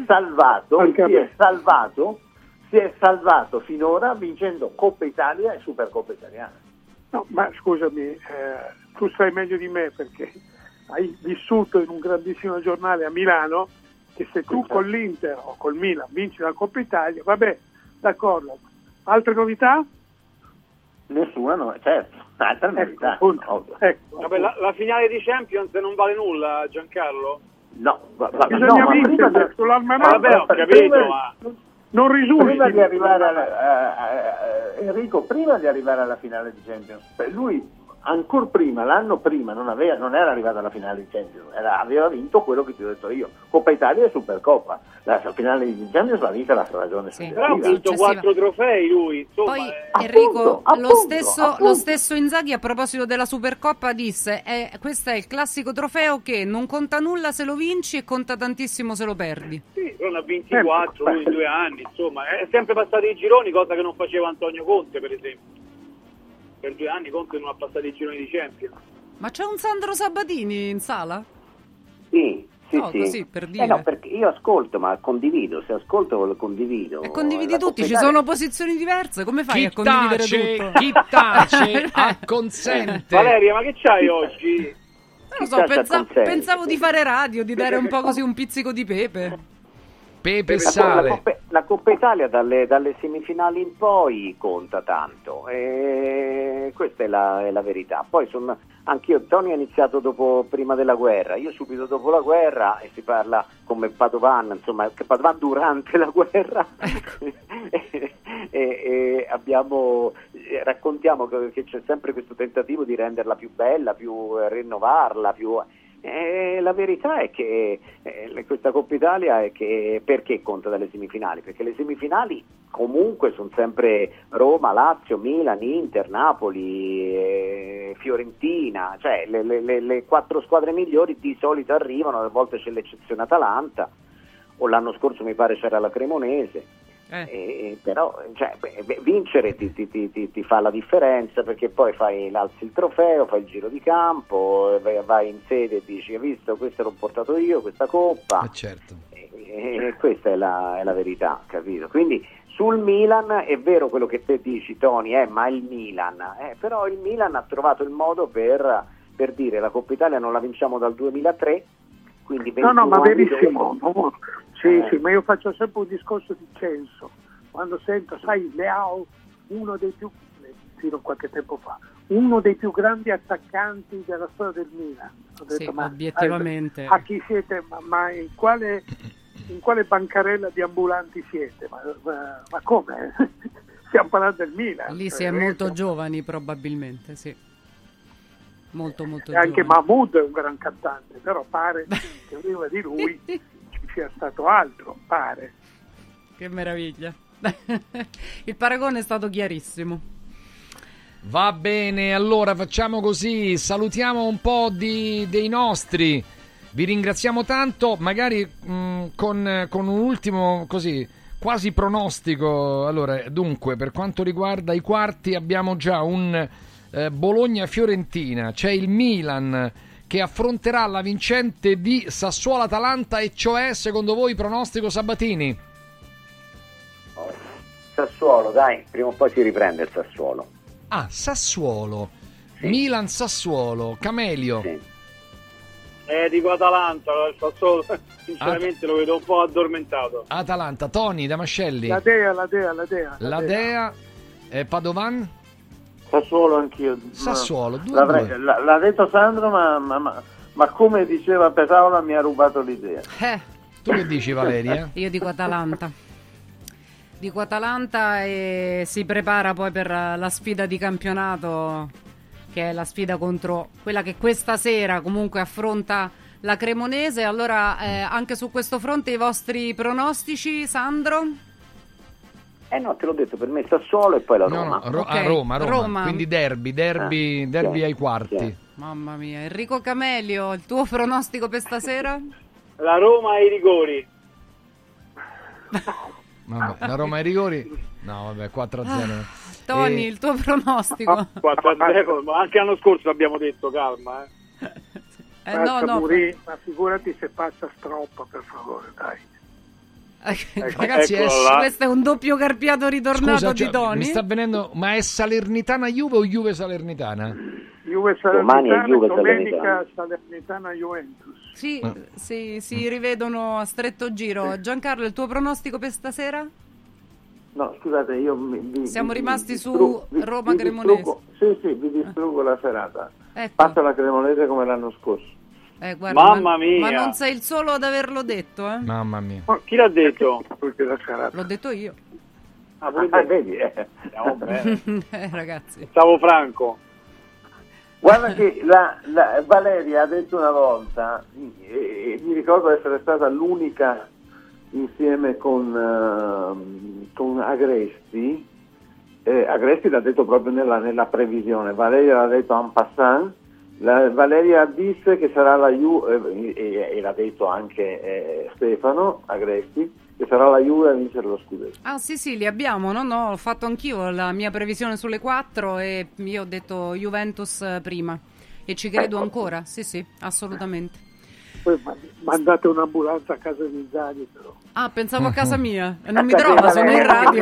salvato finora vincendo Coppa Italia e Supercoppa Italiana. No, ma scusami, tu sai meglio di me perché hai vissuto in un grandissimo giornale a Milano che se tu con l'Inter o col Milan vinci la Coppa Italia, vabbè, d'accordo. Altre novità? Nessuna, no, certo. Altra novità. Ecco. Vabbè, la finale di Champions non vale nulla, Giancarlo? No, bisogna vincere sull'almanacco. Vabbè, ho capito, ma non risulta. Prima di arrivare Enrico, prima di arrivare alla finale di Champions, lui ancora prima, l'anno prima, non era arrivato alla finale di Champions, aveva vinto quello che ti ho detto io, Coppa Italia e Supercoppa. La finale di Champions l'ha vinta la stagione successiva. Però ha vinto 4 trofei lui, insomma. Poi Enrico, lo stesso Inzaghi a proposito della Supercoppa disse questo è il classico trofeo che non conta nulla se lo vinci e conta tantissimo se lo perdi. Sì, però ne ha 24 lui in 2 anni, insomma, è sempre passato i gironi, cosa che non faceva Antonio Conte, per esempio. Per 2 anni Conte non ha passato i gironi di Champions. Ma c'è un Sandro Sabatini in sala? Sì. Così per dire. No, perché io ascolto, ma condivido, se ascolto lo condivido. E condividi tutti, ci sono posizioni diverse, come fai a condividere tutto? Chi tace acconsente. Valeria, ma che c'hai oggi? Non lo so, pensavo di fare radio, di dare un po' così un pizzico di pepe. Pepe e sale. La Coppa Italia dalle semifinali in poi conta tanto, e questa è la verità. Poi anch'io, Tony ha iniziato prima della guerra, io subito dopo la guerra, e si parla come Padovan, insomma, che Padovan durante la guerra, e raccontiamo che c'è sempre questo tentativo di renderla più bella, più rinnovarla, più... la verità è che questa Coppa Italia è che perché conta dalle semifinali? Perché le semifinali comunque sono sempre Roma, Lazio, Milan, Inter, Napoli, Fiorentina, cioè le 4 squadre migliori di solito arrivano, a volte c'è l'eccezione Atalanta, o l'anno scorso mi pare c'era la Cremonese. Però vincere ti fa la differenza, perché poi alzi il trofeo, fai il giro di campo, vai in sede e dici: hai visto, questo l'ho portato io, questa coppa, certo. E questa è la verità, capito? Quindi sul Milan è vero quello che te dici, Tony, ma il Milan, però il Milan ha trovato il modo per dire: la Coppa Italia non la vinciamo dal 2003, quindi 21 ma anni verissimo. dopo. Sì, ma io faccio sempre un discorso di censo. Quando sento, sai, Leao, fino a qualche tempo fa, uno dei più grandi attaccanti della storia del Milan. Ho detto, ma obiettivamente. A chi siete? Ma in quale bancarella di ambulanti siete? Ma come? Stiamo parlando del Milan. Lì si è molto giovani, probabilmente, sì. Molto giovani. Anche Mahmood è un gran cantante, però pare che prima di lui sia stato altro, pare. Che meraviglia. Il paragone è stato chiarissimo. Va bene, allora facciamo così, salutiamo un po' dei nostri, vi ringraziamo tanto, magari con un ultimo così quasi pronostico. Allora, dunque, per quanto riguarda i quarti abbiamo già un Bologna-Fiorentina, c'è il Milan che affronterà la vincente di Sassuolo-Atalanta, e cioè, secondo voi, pronostico Sabatini? Sassuolo, dai, prima o poi si riprende il Sassuolo. Sassuolo, sì. Milan-Sassuolo, Camelio. Sì. Dico Atalanta, il Sassuolo sinceramente lo vedo un po' addormentato. Atalanta, Tony Damascelli. La Dea. Padovan? Sassuolo anch'io. Sassuolo, 2-2. L'ha detto Sandro, ma come diceva Petaola mi ha rubato l'idea. Tu che dici, Valeria? Io dico Atalanta. Dico Atalanta, e si prepara poi per la sfida di campionato, che è la sfida contro quella che questa sera comunque affronta la Cremonese. Allora anche su questo fronte i vostri pronostici, Sandro? No, te l'ho detto, per me Sassuolo e poi la Roma. Roma. Quindi derby ai quarti. Sì. Mamma mia. Enrico Camelio, il tuo pronostico per stasera? La Roma ai rigori. Vabbè, la Roma ai rigori? No, vabbè, 4-0. Tony, il tuo pronostico? 4-0, ma anche l'anno scorso abbiamo detto calma. Ma figurati se passa Stroppa, per favore, dai. Ragazzi, questo è un doppio carpiato ritornato. Scusa, di Tony. Mi sta venendo, ma è Salernitana Juve o Juve Salernitana? Juve domani è Juve domenica Salernitana Juventus. Sì, si rivedono a stretto giro. Giancarlo, il tuo pronostico per stasera? No, scusate, io siamo rimasti su Roma Cremonese. Sì, vi distruggo la serata. Ecco. Passa la Cremonese come l'anno scorso. Guarda, Mamma mia! Ma non sei il solo ad averlo detto, eh? Mamma mia. Ma chi l'ha detto? L'ho detto io. Vedi? Stiamo bene. Ragazzi. Stavo franco. Guarda che la Valeria ha detto una volta, e mi ricordo essere stata l'unica insieme con Agresti. Agresti l'ha detto proprio nella previsione, Valeria l'ha detto en passant. Valeria disse che sarà la Juve, e l'ha detto anche Stefano Agresti, che sarà la Juve a vincere lo scudetto. Ah sì, li abbiamo, no, ho fatto anch'io la mia previsione sulle 4 e io ho detto Juventus prima e ci credo ancora, sì, assolutamente. Poi mandate un'ambulanza a casa di Inzaghi però. Ah, pensavo a casa mia, non mi trova, sono in radio.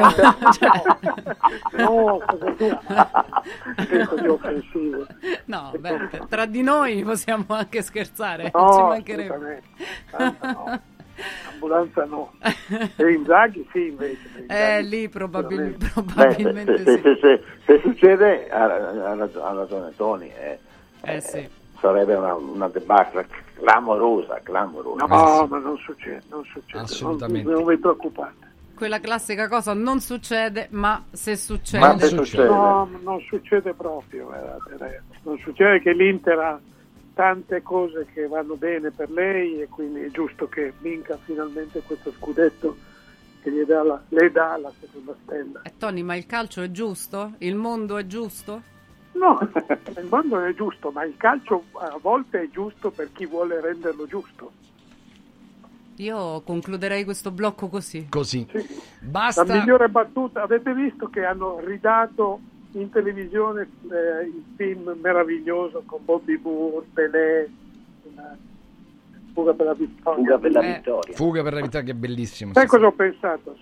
No, cosa tua? Penso di offensivo. No, tra di noi possiamo anche scherzare, no, ci mancherebbe. No. Ambulanza no. E Inzaghi sì invece. Lì probabilmente sì. Se succede ha ragione Tony. Sì. Sarebbe una debacle clamorosa. No, ma non succede. Assolutamente. Non vi preoccupate. Quella classica cosa non succede, ma se succede. No, non succede proprio. Non succede che l'Inter ha tante cose che vanno bene per lei e quindi è giusto che vinca finalmente questo scudetto che le dà la seconda stella. Tony, ma il calcio è giusto? Il mondo è giusto? No, il mondo è giusto, ma il calcio a volte è giusto per chi vuole renderlo giusto. Io concluderei questo blocco così. Sì. Basta. La migliore battuta, avete visto che hanno ridato in televisione il film meraviglioso con Bobby Moore, Pelé, Fuga per la vittoria. Fuga per la vittoria, che è bellissimo. Sai cosa ho pensato?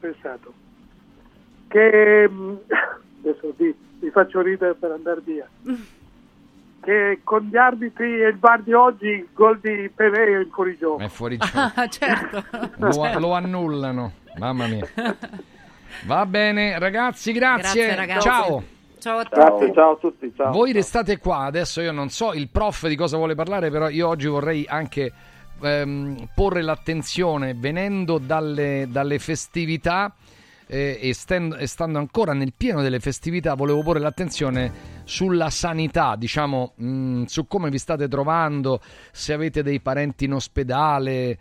Che adesso vi faccio ridere per andare via. Che con gli arbitri e il VAR di oggi il gol di Pelé è in fuorigioco. È fuorigioco. Certo. Lo annullano. Mamma mia. Va bene, ragazzi, grazie ragazzi. Ciao a tutti. Ciao. Voi restate qua, adesso io non so il prof di cosa vuole parlare, però io oggi vorrei anche porre l'attenzione, venendo dalle festività e stando ancora nel pieno delle festività, volevo porre l'attenzione sulla sanità, diciamo, su come vi state trovando, se avete dei parenti in ospedale.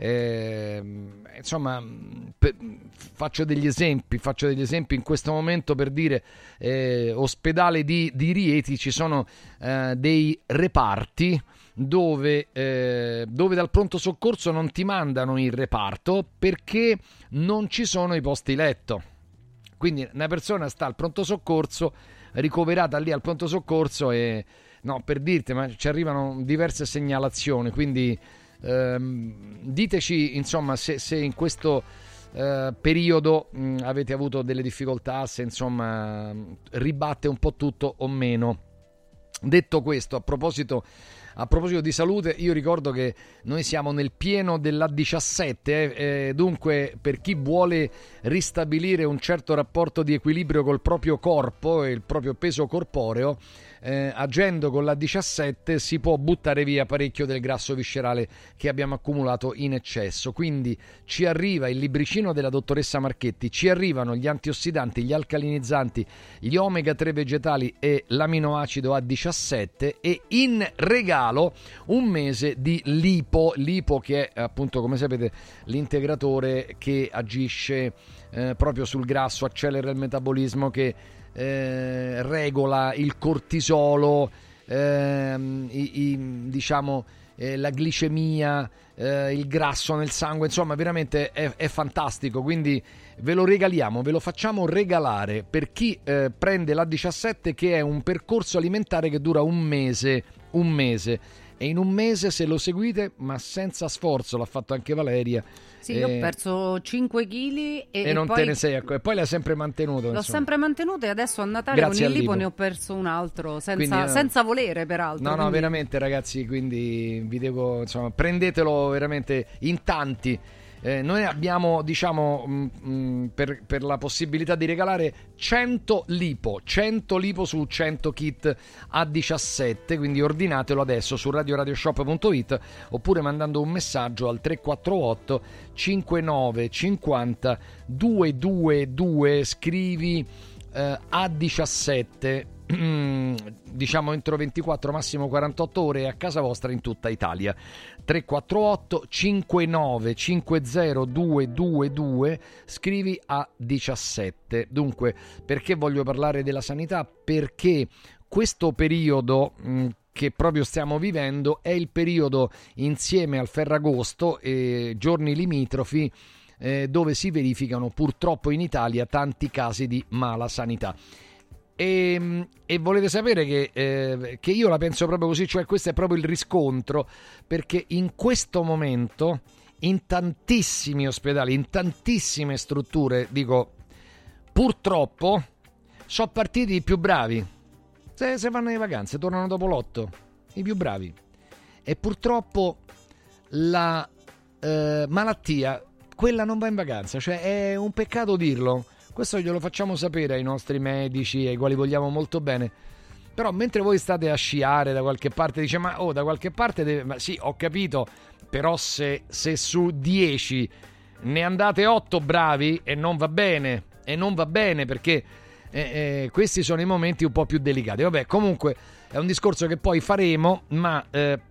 Insomma, faccio degli esempi in questo momento per dire ospedale di Rieti ci sono dei reparti dove dal pronto soccorso non ti mandano in reparto perché non ci sono i posti letto. Quindi una persona sta al pronto soccorso, ricoverata lì al pronto soccorso, e no, per dirti, ma ci arrivano diverse segnalazioni, quindi diteci insomma se in questo periodo avete avuto delle difficoltà, se insomma ribatte un po' tutto o meno. Detto questo, a proposito di salute, io ricordo che noi siamo nel pieno dell'A17, dunque per chi vuole ristabilire un certo rapporto di equilibrio col proprio corpo e il proprio peso corporeo, agendo con l'A17 si può buttare via parecchio del grasso viscerale che abbiamo accumulato in eccesso. Quindi ci arriva il libricino della dottoressa Marchetti, ci arrivano gli antiossidanti, gli alcalinizzanti, gli omega 3 vegetali e l'aminoacido A17, e in regalo un mese di lipo che è appunto, come sapete, l'integratore che agisce proprio sul grasso, accelera il metabolismo, che regola il cortisolo, la glicemia, il grasso nel sangue, insomma veramente è fantastico. Quindi ve lo regaliamo, ve lo facciamo regalare per chi prende l'A17, che è un percorso alimentare che dura un mese, e in un mese, se lo seguite, ma senza sforzo, l'ha fatto anche Valeria. Sì, io ho perso 5 kg e non poi te ne sei e poi l'hai sempre mantenuto. L'ho sempre mantenuto, e adesso a Natale Grazie con il lipo ne ho perso un altro senza volere, peraltro. No, veramente, ragazzi, quindi vi devo, insomma, prendetelo veramente in tanti. Noi abbiamo, diciamo, per la possibilità di regalare 100 lipo su 100 kit a 17, quindi ordinatelo adesso su radioradioshop.it oppure mandando un messaggio al 348 59 50 222, scrivi a 17, diciamo entro 24 massimo 48 ore, a casa vostra in tutta Italia. 348 59 50 222, scrivi a 17. Dunque, perché voglio parlare della sanità? Perché questo periodo che proprio stiamo vivendo è il periodo, insieme al Ferragosto e giorni limitrofi, dove si verificano purtroppo in Italia tanti casi di mala sanità. E volete sapere che io la penso proprio così, cioè questo è proprio il riscontro, perché in questo momento in tantissimi ospedali, in tantissime strutture, dico purtroppo, sono partiti i più bravi. Se vanno le vacanze, tornano dopo l'8, i più bravi. E purtroppo la malattia, quella non va in vacanza, cioè è un peccato dirlo. Questo glielo facciamo sapere ai nostri medici, ai quali vogliamo molto bene. Però mentre voi state a sciare da qualche parte, dice ma da qualche parte deve... Ma sì, ho capito, però se su 10 ne andate 8 bravi e non va bene perché questi sono i momenti un po' più delicati. Vabbè, comunque è un discorso che poi faremo, ma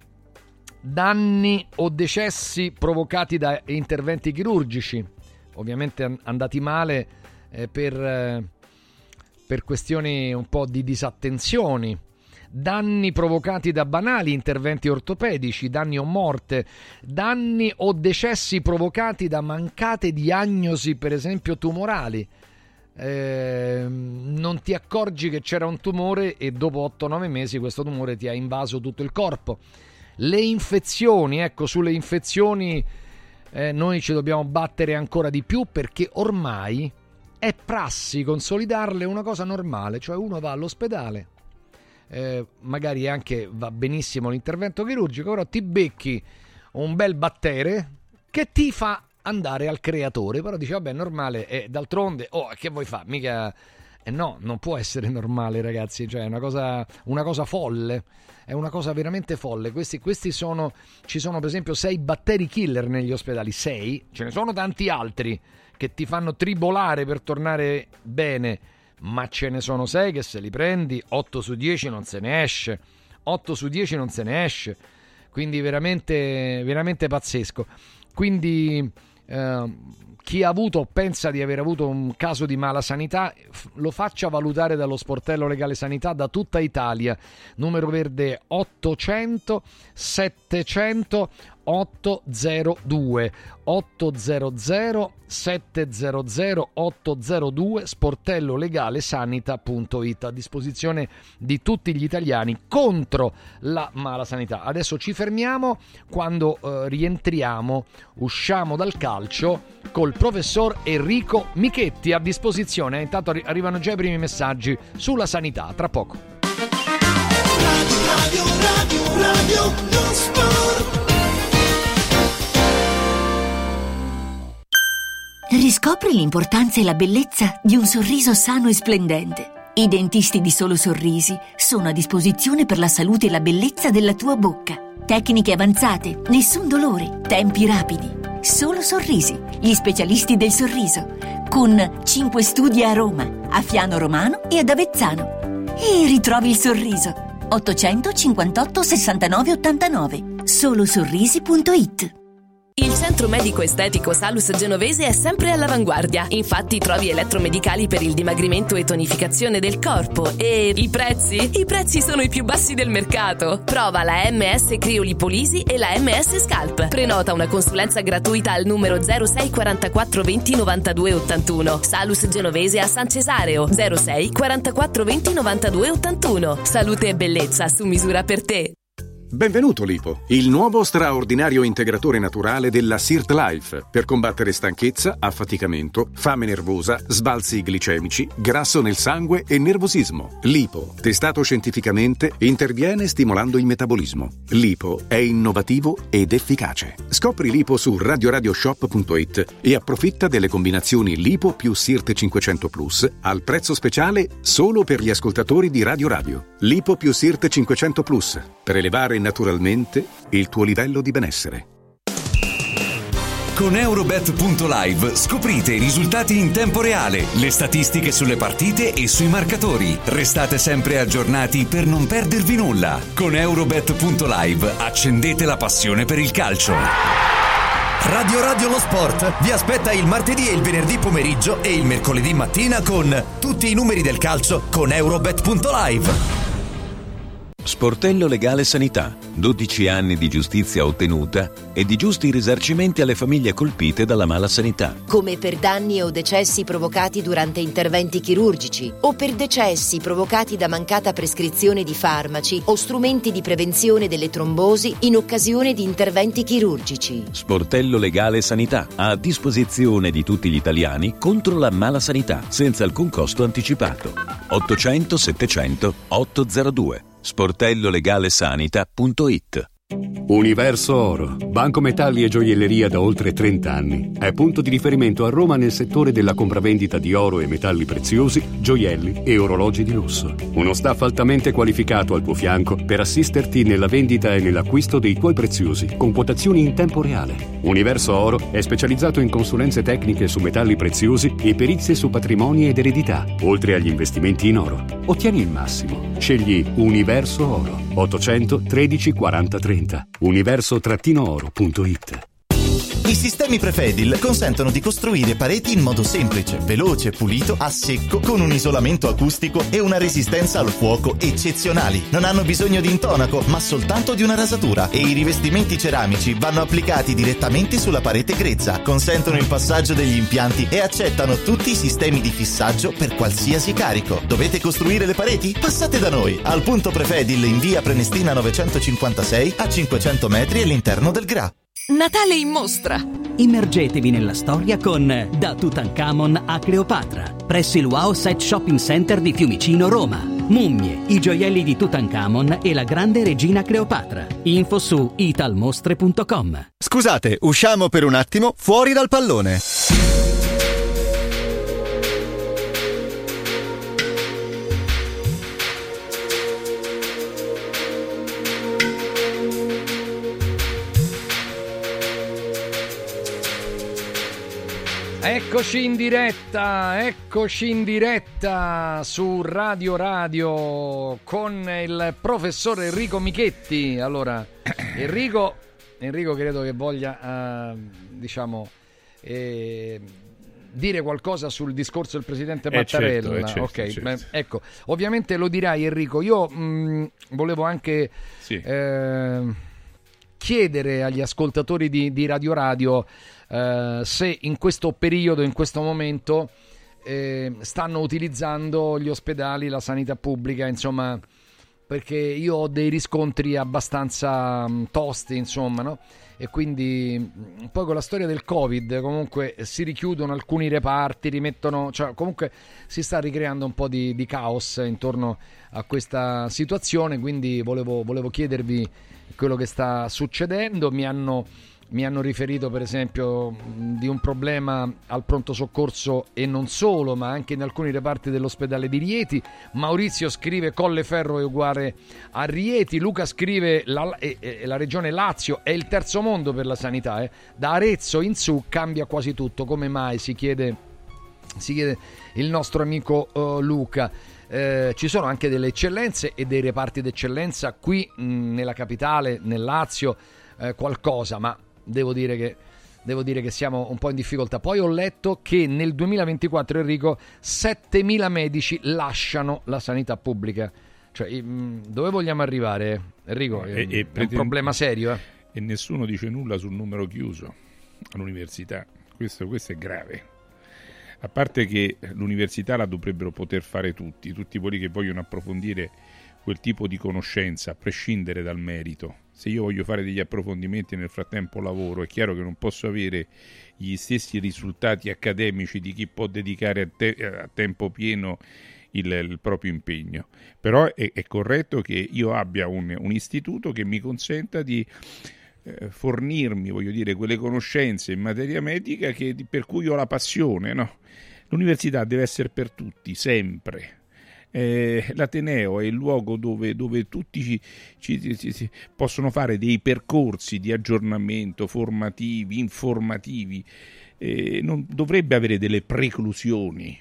danni o decessi provocati da interventi chirurgici, ovviamente andati male, per questioni un po' di disattenzioni, danni provocati da banali interventi ortopedici, danni o morte, danni o decessi provocati da mancate diagnosi, per esempio tumorali. Non ti accorgi che c'era un tumore e dopo 8-9 mesi questo tumore ti ha invaso tutto il corpo. Le infezioni, ecco, sulle infezioni noi ci dobbiamo battere ancora di più, perché ormai è prassi consolidarle, una cosa normale, cioè uno va all'ospedale, magari anche va benissimo l'intervento chirurgico, però ti becchi un bel battere che ti fa andare al creatore, però dici vabbè, è normale, e d'altronde che vuoi fare? Mica no, non può essere normale, ragazzi, cioè è una cosa folle, è una cosa veramente folle. Questi sono, ci sono per esempio 6 batteri killer negli ospedali, 6, ce ne sono tanti altri che ti fanno tribolare per tornare bene, ma ce ne sono 6 che se li prendi 8 su 10 non se ne esce, 8 su 10 non se ne esce, quindi veramente, veramente pazzesco. Quindi chi ha avuto o pensa di aver avuto un caso di mala sanità lo faccia valutare dallo sportello legale sanità da tutta Italia, numero verde 800 700 802 800 700 802, sportello legale sanita.it, a disposizione di tutti gli italiani contro la mala sanità. Adesso ci fermiamo, quando rientriamo usciamo dal calcio col professor Enrico Michetti a disposizione. Intanto arrivano già i primi messaggi sulla sanità, tra poco. Radio lo sport. Riscopri l'importanza e la bellezza di un sorriso sano e splendente. I dentisti di Solo Sorrisi sono a disposizione per la salute e la bellezza della tua bocca. Tecniche avanzate, nessun dolore, tempi rapidi. Solo Sorrisi, gli specialisti del sorriso, con 5 studi a Roma, a Fiano Romano e ad Avezzano. E ritrovi il sorriso. 858 69 89. Solosorrisi.it. Il centro medico estetico Salus Genovese è sempre all'avanguardia. Infatti trovi elettromedicali per il dimagrimento e tonificazione del corpo. E i prezzi? I prezzi sono i più bassi del mercato. Prova la MS Criolipolisi e la MS Scalp. Prenota una consulenza gratuita al numero 06 44 20 92 81. Salus Genovese a San Cesareo 06 44 20 92 81. Salute e bellezza su misura per te. Benvenuto Lipo, il nuovo straordinario integratore naturale della Sirt Life per combattere stanchezza, affaticamento, fame nervosa, sbalzi glicemici, grasso nel sangue e nervosismo. Lipo, testato scientificamente, interviene stimolando il metabolismo. Lipo è innovativo ed efficace. Scopri Lipo su radioradioshop.it e approfitta delle combinazioni Lipo più Sirt 500 Plus al prezzo speciale solo per gli ascoltatori di Radio Radio. Lipo più Sirt 500 Plus, per elevare naturalmente il tuo livello di benessere. Con Eurobet.live scoprite i risultati in tempo reale, le statistiche sulle partite e sui marcatori. Restate sempre aggiornati per non perdervi nulla. Con Eurobet.live accendete la passione per il calcio. Radio Radio Lo Sport vi aspetta il martedì e il venerdì pomeriggio e il mercoledì mattina con tutti i numeri del calcio con Eurobet.live. Sportello Legale Sanità. 12 anni di giustizia ottenuta e di giusti risarcimenti alle famiglie colpite dalla mala sanità. Come per danni o decessi provocati durante interventi chirurgici o per decessi provocati da mancata prescrizione di farmaci o strumenti di prevenzione delle trombosi in occasione di interventi chirurgici. Sportello Legale Sanità, a disposizione di tutti gli italiani contro la mala sanità, senza alcun costo anticipato. 800 700 802. sportellolegalesanita.it. Universo Oro, banco metalli e gioielleria da oltre 30 anni. È punto di riferimento a Roma nel settore della compravendita di oro e metalli preziosi, gioielli e orologi di lusso. Uno staff altamente qualificato al tuo fianco per assisterti nella vendita e nell'acquisto dei tuoi preziosi, con quotazioni in tempo reale. Universo Oro è specializzato in consulenze tecniche su metalli preziosi e perizie su patrimoni ed eredità, oltre agli investimenti in oro. Ottieni il massimo. Scegli Universo Oro. 800 13 40 30. universo-oro.it. I sistemi Prefedil consentono di costruire pareti in modo semplice, veloce, pulito, a secco, con un isolamento acustico e una resistenza al fuoco eccezionali. Non hanno bisogno di intonaco, ma soltanto di una rasatura, e i rivestimenti ceramici vanno applicati direttamente sulla parete grezza, consentono il passaggio degli impianti e accettano tutti i sistemi di fissaggio per qualsiasi carico. Dovete costruire le pareti? Passate da noi, al punto Prefedil in via Prenestina 956 a 500 metri all'interno del GRA. Natale in mostra! Immergetevi nella storia con Da Tutankhamon a Cleopatra, presso il Wow Set Shopping Center di Fiumicino, Roma. Mummie, i gioielli di Tutankhamon e la grande regina Cleopatra. Info su italmostre.com. Scusate, usciamo per un attimo fuori dal pallone. Eccoci in diretta su Radio Radio con il professor Enrico Michetti. Allora, Enrico credo che voglia dire qualcosa sul discorso del presidente Mattarella. Certo. Ecco, ovviamente lo dirai, Enrico. Io volevo anche chiedere agli ascoltatori di Radio Radio se in questo periodo, in questo momento stanno utilizzando gli ospedali, la sanità pubblica, insomma, perché io ho dei riscontri abbastanza tosti, insomma, no? E quindi poi con la storia del Covid comunque si richiudono alcuni reparti, rimettono, cioè comunque si sta ricreando un po' di caos intorno a questa situazione, quindi volevo chiedervi quello che sta succedendo. Mi hanno riferito per esempio di un problema al pronto soccorso e non solo, ma anche in alcuni reparti dell'ospedale di Rieti. Maurizio scrive Colleferro è uguale a Rieti. Luca scrive la regione Lazio è il terzo mondo per la sanità, da Arezzo in su cambia quasi tutto. Come mai, si chiede il nostro amico Luca. Ci sono anche delle eccellenze e dei reparti d'eccellenza qui nella capitale, nel Lazio, qualcosa, ma devo dire che siamo un po' in difficoltà. Poi ho letto che nel 2024, Enrico, 7.000 medici lasciano la sanità pubblica. Cioè, dove vogliamo arrivare, Enrico? È un problema serio. E nessuno dice nulla sul numero chiuso all'università. Questo è grave. A parte che l'università la dovrebbero poter fare tutti quelli che vogliono approfondire quel tipo di conoscenza, a prescindere dal merito. Se io voglio fare degli approfondimenti e nel frattempo lavoro, è chiaro che non posso avere gli stessi risultati accademici di chi può dedicare a tempo pieno il proprio impegno. Però è corretto che io abbia un istituto che mi consenta di fornirmi, voglio dire, quelle conoscenze in materia medica per cui ho la passione, no? L'università deve essere per tutti, sempre. L'Ateneo è il luogo dove tutti ci possono fare dei percorsi di aggiornamento formativi, informativi, non dovrebbe avere delle preclusioni.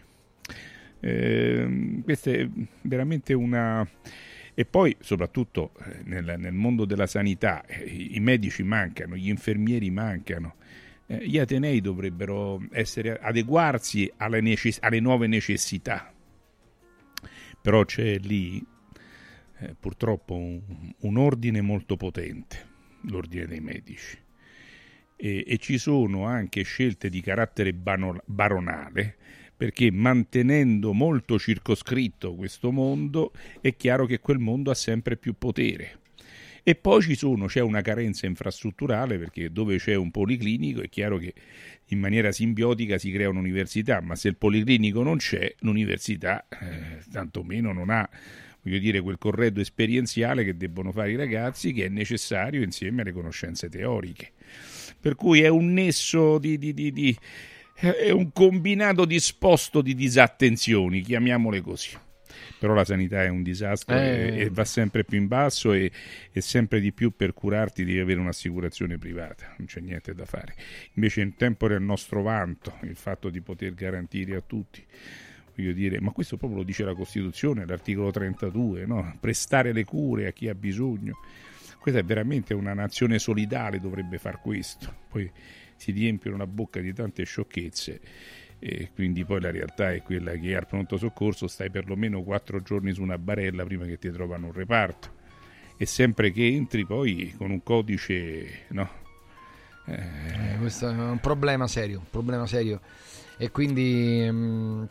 Questa è veramente una... E poi soprattutto nel mondo della sanità i medici mancano, gli infermieri mancano. Gli atenei dovrebbero adeguarsi alle nuove necessità. Però c'è lì purtroppo un ordine molto potente, l'ordine dei medici, e ci sono anche scelte di carattere baronale, perché mantenendo molto circoscritto questo mondo è chiaro che quel mondo ha sempre più potere. E poi c'è una carenza infrastrutturale, perché dove c'è un policlinico è chiaro che in maniera simbiotica si crea un'università, ma se il policlinico non c'è, l'università tantomeno non ha, voglio dire, quel corredo esperienziale che debbono fare i ragazzi, che è necessario insieme alle conoscenze teoriche. Per cui è un nesso è un combinato disposto di disattenzioni, chiamiamole così. Però la sanità è un disastro e va sempre più in basso e sempre di più per curarti devi avere un'assicurazione privata, non c'è niente da fare. Invece in tempo è il nostro vanto il fatto di poter garantire a tutti, voglio dire, ma questo proprio lo dice la Costituzione, l'articolo 32, no? Prestare le cure a chi ha bisogno. Questa è veramente una nazione solidale, dovrebbe far questo. Poi si riempiono la bocca di tante sciocchezze. E quindi poi la realtà è quella che al pronto soccorso stai perlomeno 4 giorni su una barella prima che ti trovano un reparto, e sempre che entri poi con un codice, no? Questo è un problema serio, e quindi un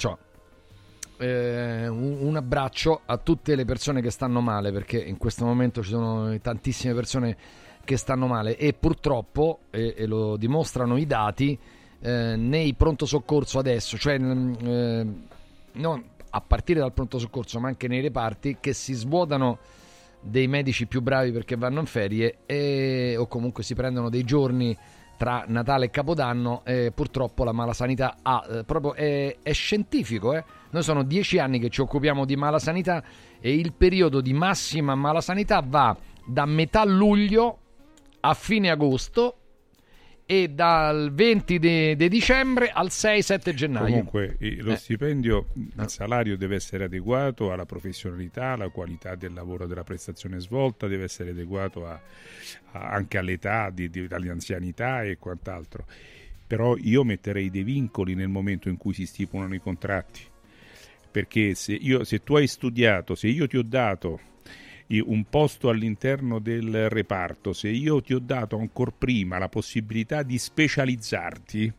abbraccio a tutte le persone che stanno male, perché in questo momento ci sono tantissime persone che stanno male e purtroppo, e lo dimostrano i dati, nei pronto soccorso adesso, cioè non a partire dal pronto soccorso ma anche nei reparti, che si svuotano dei medici più bravi perché vanno in ferie o comunque si prendono dei giorni tra Natale e Capodanno. Purtroppo la malasanità proprio è scientifico. Noi sono 10 anni che ci occupiamo di malasanità e il periodo di massima malasanità va da metà luglio a fine agosto e dal 20 di dicembre al 6-7 gennaio. Comunque lo stipendio, il salario deve essere adeguato alla professionalità, alla qualità del lavoro, della prestazione svolta, deve essere adeguato anche all'età, all'anzianità e quant'altro. Però io metterei dei vincoli nel momento in cui si stipulano i contratti, perché se tu hai studiato, se io ti ho dato un posto all'interno del reparto, se io ti ho dato ancora prima la possibilità di specializzarti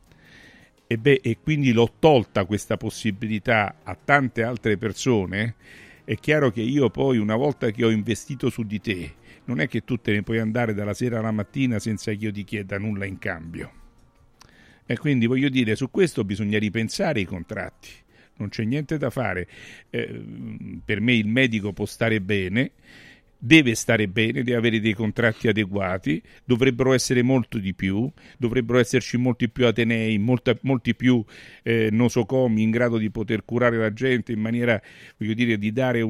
e quindi l'ho tolta questa possibilità a tante altre persone, è chiaro che io poi, una volta che ho investito su di te, non è che tu te ne puoi andare dalla sera alla mattina senza che io ti chieda nulla in cambio. E quindi voglio dire, su questo bisogna ripensare i contratti. Non c'è niente da fare. Per me il medico può stare bene, deve stare bene, deve avere dei contratti adeguati, dovrebbero essere molto di più, dovrebbero esserci molti più atenei, molti più nosocomi in grado di poter curare la gente in maniera, voglio dire, di dare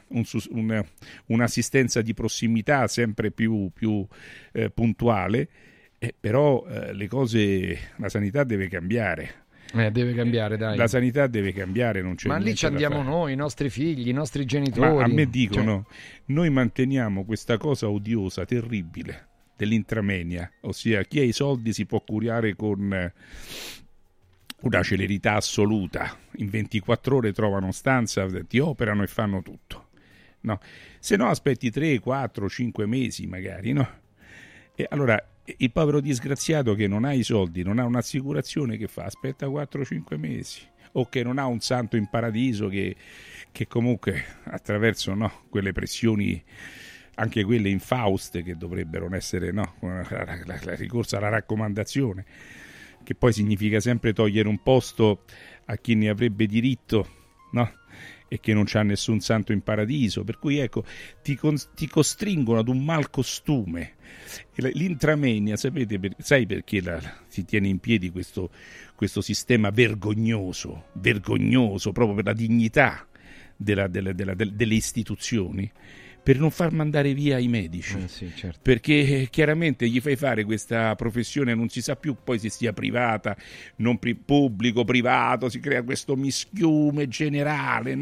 un'assistenza di prossimità sempre più puntuale, però le cose, la sanità deve cambiare. Deve cambiare, dai. La sanità deve cambiare, non c'è. Ma lì ci andiamo noi, i nostri figli, i nostri genitori. Ma a me dicono, noi manteniamo questa cosa odiosa, terribile, dell'intramenia, ossia chi ha i soldi si può curare con una celerità assoluta, in 24 ore trovano stanza, ti operano e fanno tutto. No, se no aspetti 3, 4, 5 mesi magari, no? E allora il povero disgraziato che non ha i soldi, non ha un'assicurazione, che fa? Aspetta 4-5 mesi, o che non ha un santo in paradiso che comunque attraverso quelle pressioni, anche quelle infauste, che dovrebbero essere la ricorso alla raccomandazione, che poi significa sempre togliere un posto a chi ne avrebbe diritto, e che non c'ha nessun santo in paradiso, per cui ecco ti costringono ad un malcostume. L'intramenia, sai perché si tiene in piedi questo sistema vergognoso proprio per la dignità delle istituzioni, per non far mandare via i medici, sì, certo. Perché chiaramente gli fai fare questa professione, non si sa più poi se sia privata, non pubblico, privato, si crea questo mischiume generale,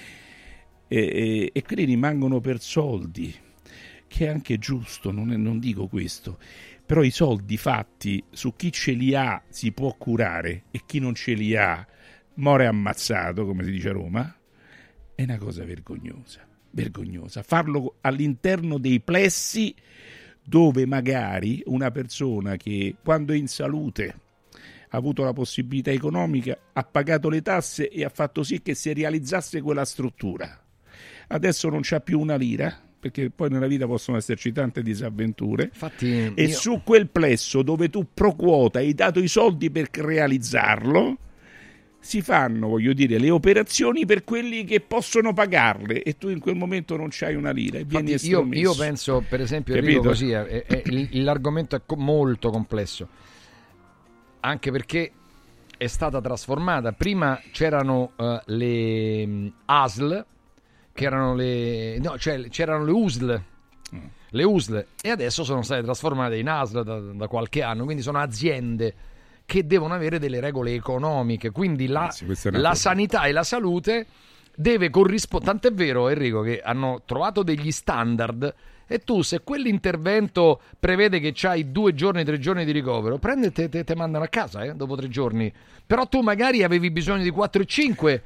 e quelli rimangono per soldi, che è anche giusto, non dico questo, però i soldi fatti su chi ce li ha si può curare, e chi non ce li ha muore ammazzato, come si dice a Roma. È una cosa vergognosa, farlo all'interno dei plessi dove magari una persona che, quando è in salute, ha avuto la possibilità economica, ha pagato le tasse e ha fatto sì che si realizzasse quella struttura. Adesso non c'ha più una lira, perché poi nella vita possono esserci tante disavventure. Infatti, su quel plesso dove tu pro quota hai dato i soldi per realizzarlo, si fanno, le operazioni per quelli che possono pagarle, e tu in quel momento non c'hai una lira e vieni estromesso. Io penso, per esempio, Enrico, così l'argomento è molto complesso, anche perché è stata trasformata. Prima c'erano le ASL, che erano c'erano le USL, le USL, e adesso sono state trasformate in ASL da qualche anno, quindi sono aziende che devono avere delle regole economiche, quindi la sanità e la salute deve corrispondere. Tant'è vero, Enrico, che hanno trovato degli standard, e tu, se quell'intervento prevede che c'hai 2 giorni, 3 giorni di ricovero, prendi e te mandano a casa dopo 3 giorni, però tu magari avevi bisogno di 4 e 5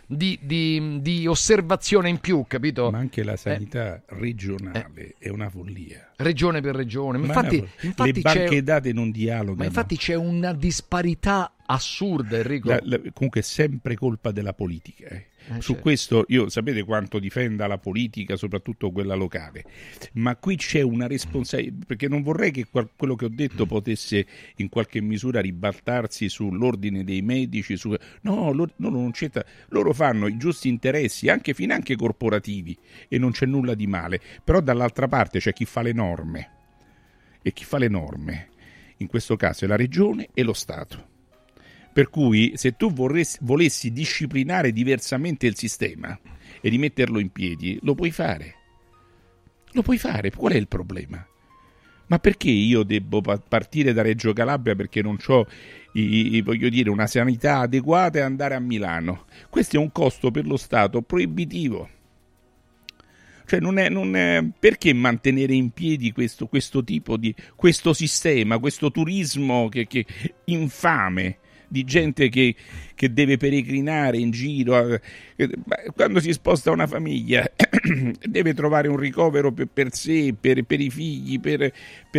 di osservazione in più, capito? Ma anche la sanità regionale è una follia. Regione per regione. Infatti le banche dati non dialogano. Ma infatti c'è una disparità assurda, Enrico. Comunque è sempre colpa della politica. Su questo io sapete quanto difenda la politica, soprattutto quella locale, ma qui c'è una responsabilità, perché non vorrei che quello che ho detto potesse in qualche misura ribaltarsi sull'ordine dei medici. Non c'entra. Loro fanno i giusti interessi, finanche corporativi, e non c'è nulla di male, però dall'altra parte c'è chi fa le norme, e chi fa le norme in questo caso è la regione e lo Stato. Per cui se tu volessi disciplinare diversamente il sistema e rimetterlo in piedi, lo puoi fare. Qual è il problema? Ma perché io devo partire da Reggio Calabria perché non ho una sanità adeguata e andare a Milano? Questo è un costo per lo Stato proibitivo. Cioè non è perché mantenere in piedi questo tipo di questo sistema, questo turismo che infame, di gente che deve peregrinare in giro. Quando si sposta una famiglia deve trovare un ricovero per sé, per i figli, per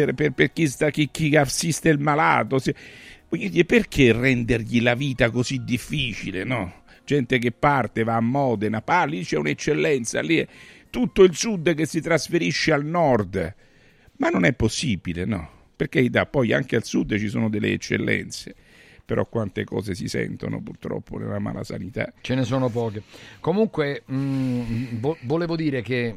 chi assiste il malato. Perché rendergli la vita così difficile, no? Gente che parte, va a Modena, lì c'è un'eccellenza, lì è tutto il sud che si trasferisce al nord. Ma non è possibile, no? Perché poi anche al sud ci sono delle eccellenze. Però quante cose si sentono purtroppo nella mala sanità. Ce ne sono poche. Comunque volevo dire che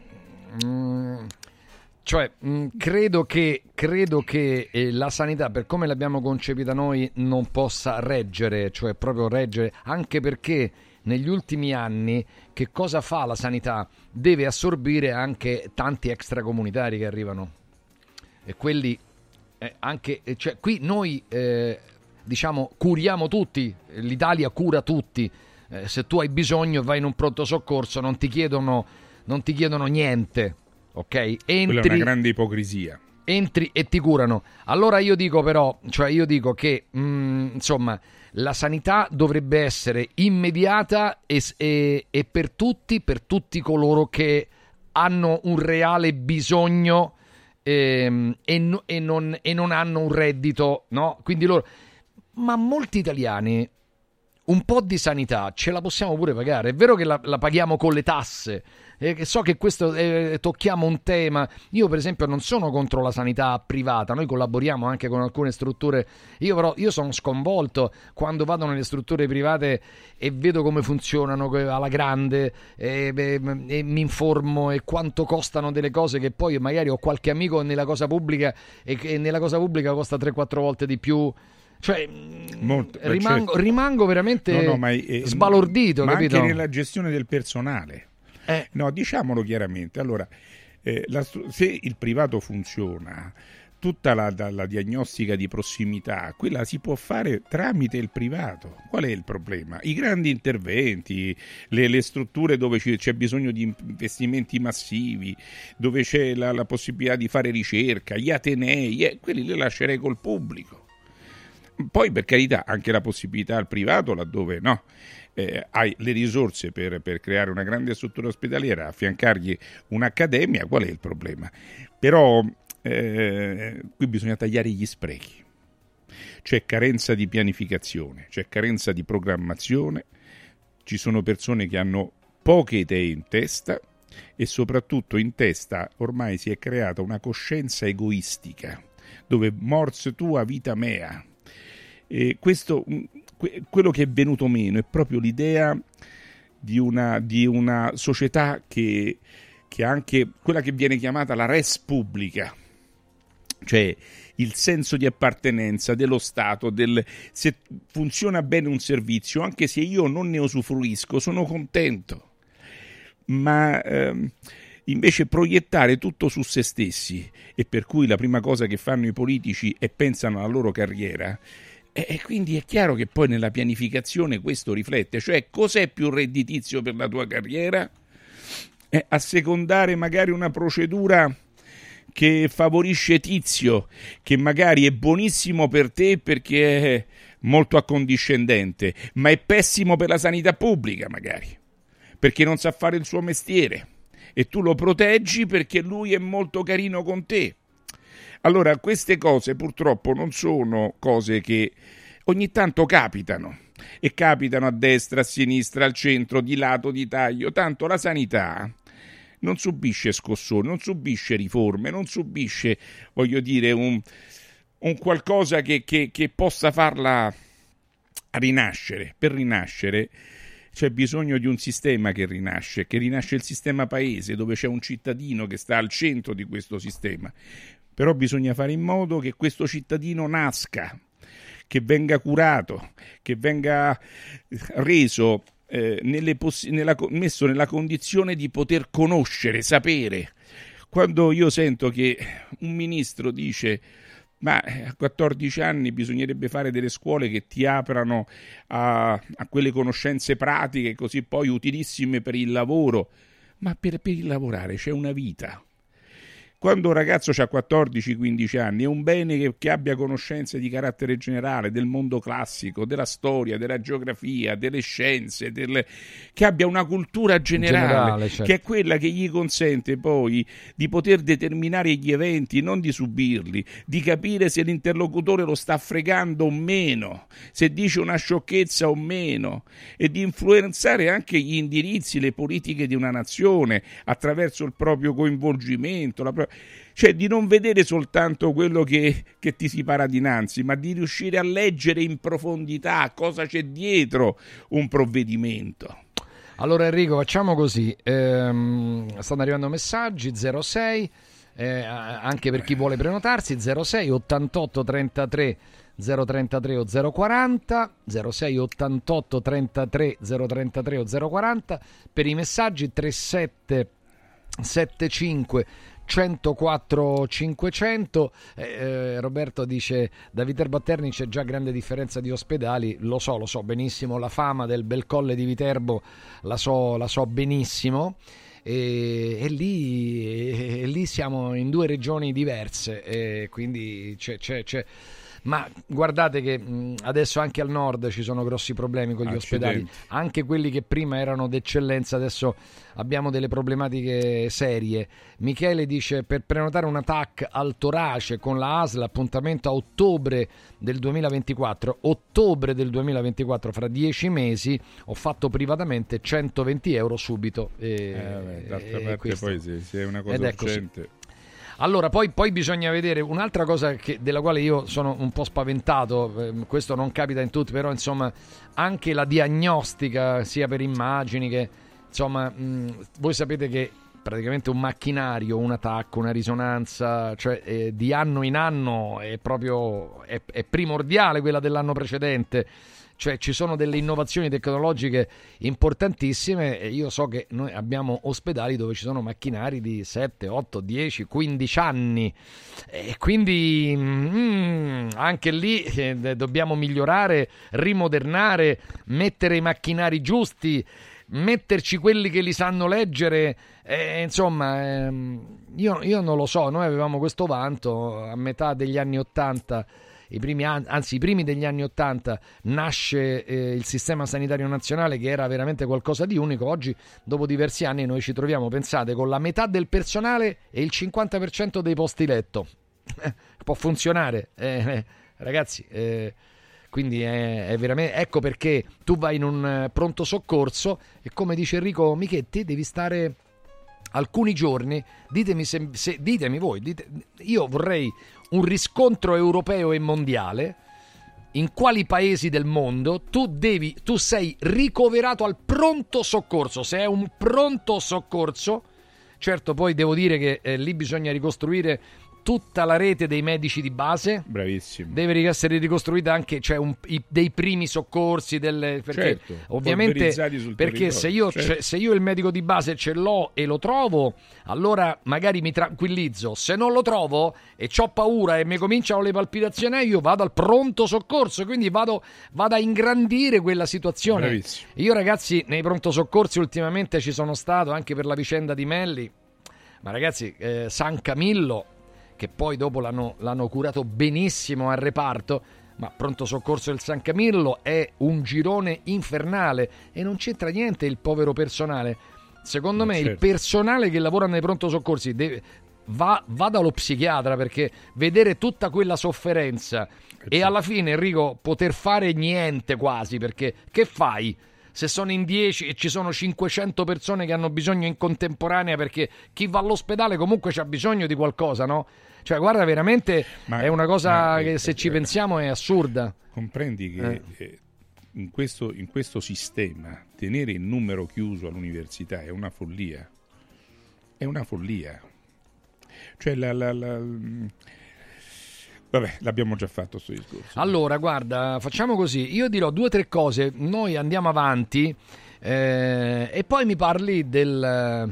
credo che la sanità, per come l'abbiamo concepita noi, non possa reggere, cioè proprio reggere, anche perché negli ultimi anni che cosa fa la sanità? Deve assorbire anche tanti extracomunitari che arrivano, e quelli qui noi curiamo tutti, l'Italia cura tutti. Se tu hai bisogno vai in un pronto soccorso, non ti chiedono niente, ok? Quella è una grande ipocrisia. Entri e ti curano. Allora io dico che la sanità dovrebbe essere immediata e per tutti coloro che hanno un reale bisogno e non hanno un reddito, no? Quindi loro... Ma molti italiani un po' di sanità ce la possiamo pure pagare. È vero che la paghiamo con le tasse, so che questo tocchiamo un tema. Io per esempio non sono contro la sanità privata, noi collaboriamo anche con alcune strutture. Io sono sconvolto quando vado nelle strutture private e vedo come funzionano alla grande, e mi informo e quanto costano delle cose che poi magari ho qualche amico nella cosa pubblica e nella cosa pubblica costa 3-4 volte di più. Cioè, rimango veramente sbalordito, ma capito? Anche nella gestione del personale. No, diciamolo chiaramente. Allora, se il privato funziona, tutta la diagnostica di prossimità, quella si può fare tramite il privato. Qual è il problema? I grandi interventi, le strutture dove c'è bisogno di investimenti massivi, dove c'è la possibilità di fare ricerca, gli atenei, quelli li lascerei col pubblico. Poi, per carità, anche la possibilità al privato, laddove no, hai le risorse per creare una grande struttura ospedaliera, affiancargli un'accademia, qual è il problema? Però qui bisogna tagliare gli sprechi. C'è carenza di pianificazione, c'è carenza di programmazione, ci sono persone che hanno poche idee in testa e soprattutto in testa ormai si è creata una coscienza egoistica, dove mors tua vita mea. E quello che è venuto meno è proprio l'idea di una società che anche quella che viene chiamata la res publica, cioè il senso di appartenenza dello Stato, se funziona bene un servizio, anche se io non ne usufruisco, sono contento, ma invece proiettare tutto su se stessi, e per cui la prima cosa che fanno i politici è pensano alla loro carriera. E quindi è chiaro che poi nella pianificazione questo riflette, cioè cos'è più redditizio per la tua carriera? Assecondare magari una procedura che favorisce Tizio, che magari è buonissimo per te perché è molto accondiscendente, ma è pessimo per la sanità pubblica magari, perché non sa fare il suo mestiere, e tu lo proteggi perché lui è molto carino con te. Allora, queste cose purtroppo non sono cose che ogni tanto capitano, e capitano a destra, a sinistra, al centro, di lato, di taglio. Tanto la sanità non subisce scossoni, non subisce riforme, non subisce, voglio dire, un qualcosa che possa farla rinascere. Per rinascere c'è bisogno di un sistema che rinasce il sistema paese, dove c'è un cittadino che sta al centro di questo sistema. Però bisogna fare in modo che questo cittadino nasca, che venga curato, che venga reso, messo nella condizione di poter conoscere, sapere. Quando io sento che un ministro dice: ma a 14 anni bisognerebbe fare delle scuole che ti aprano a quelle conoscenze pratiche, così poi utilissime per il lavoro, ma per il lavorare c'è una vita. Quando un ragazzo ha 14-15 anni è un bene che abbia conoscenze di carattere generale del mondo classico, della storia, della geografia, delle scienze, che abbia una cultura generale, certo, che è quella che gli consente poi di poter determinare gli eventi, non di subirli, di capire se l'interlocutore lo sta fregando o meno, se dice una sciocchezza o meno, e di influenzare anche gli indirizzi, le politiche di una nazione attraverso il proprio coinvolgimento, cioè di non vedere soltanto quello che ti si para dinanzi, ma di riuscire a leggere in profondità cosa c'è dietro un provvedimento. Allora Enrico, facciamo così, stanno arrivando messaggi 06, anche per chi vuole prenotarsi, 06 88 33 033 o 040, 06 88 33 033 o 040, per i messaggi 37 75 104 500. Roberto dice: da Viterbo a Terni c'è già grande differenza di ospedali. Lo so benissimo, la fama del bel colle di Viterbo la so benissimo, e lì siamo in due regioni diverse, quindi c'è Ma guardate che adesso anche al nord ci sono grossi problemi con gli ospedali, anche quelli che prima erano d'eccellenza, adesso abbiamo delle problematiche serie. Michele dice: per prenotare una TAC al torace con la ASL, appuntamento a ottobre del 2024, fra 10 mesi, ho fatto privatamente 120 euro subito. D'altra parte poi se è una cosa urgente... Allora, poi bisogna vedere un'altra cosa della quale io sono un po' spaventato, questo non capita in tutti, però insomma anche la diagnostica sia per immagini che, insomma, voi sapete che praticamente un macchinario, un attacco, una risonanza, cioè di anno in anno è proprio è primordiale quella dell'anno precedente. Cioè ci sono delle innovazioni tecnologiche importantissime e io so che noi abbiamo ospedali dove ci sono macchinari di 7, 8, 10, 15 anni e quindi anche lì dobbiamo migliorare, rimodernare, mettere i macchinari giusti, metterci quelli che li sanno leggere, insomma io non lo so, noi avevamo questo vanto a metà degli anni 80. I primi degli anni 80 nasce il sistema sanitario nazionale, che era veramente qualcosa di unico. Oggi, dopo diversi anni, noi ci troviamo, pensate, con la metà del personale e il 50% dei posti letto. Può funzionare, ragazzi. Quindi è veramente, ecco perché tu vai in un pronto soccorso e, come dice Enrico Michetti, devi stare alcuni giorni. Ditemi voi, io vorrei un riscontro europeo e mondiale. In quali paesi del mondo tu sei ricoverato al pronto soccorso? Se è un pronto soccorso, certo, poi devo dire che lì bisogna ricostruire tutta la rete dei medici di base. Bravissimo. Deve essere ricostruita anche, cioè, dei primi soccorsi, perché certo, ovviamente perché se io il medico di base ce l'ho e lo trovo, allora magari mi tranquillizzo. Se non lo trovo e c'ho paura e mi cominciano le palpitazioni, io vado al pronto soccorso, quindi vado a ingrandire quella situazione. Bravissimo. Io, ragazzi, nei pronto soccorsi ultimamente ci sono stato anche per la vicenda di Melli, ma ragazzi, San Camillo, che poi dopo l'hanno curato benissimo al reparto, ma pronto soccorso del San Camillo è un girone infernale e non c'entra niente il povero personale. Secondo me certo. Il personale che lavora nei pronto soccorsi va dallo psichiatra, perché vedere tutta quella sofferenza e alla fine, Enrico, poter fare niente quasi, perché che fai? Se sono in 10 e ci sono 500 persone che hanno bisogno in contemporanea, perché chi va all'ospedale comunque c'ha bisogno di qualcosa, no? Cioè, guarda, veramente è una cosa che se ci pensiamo è assurda. Comprendi che in questo sistema tenere il numero chiuso all'università è una follia. È una follia. Cioè vabbè, l'abbiamo già fatto sto discorso. Allora, guarda, facciamo così. Io dirò 2 o 3 cose, noi andiamo avanti e poi mi parli del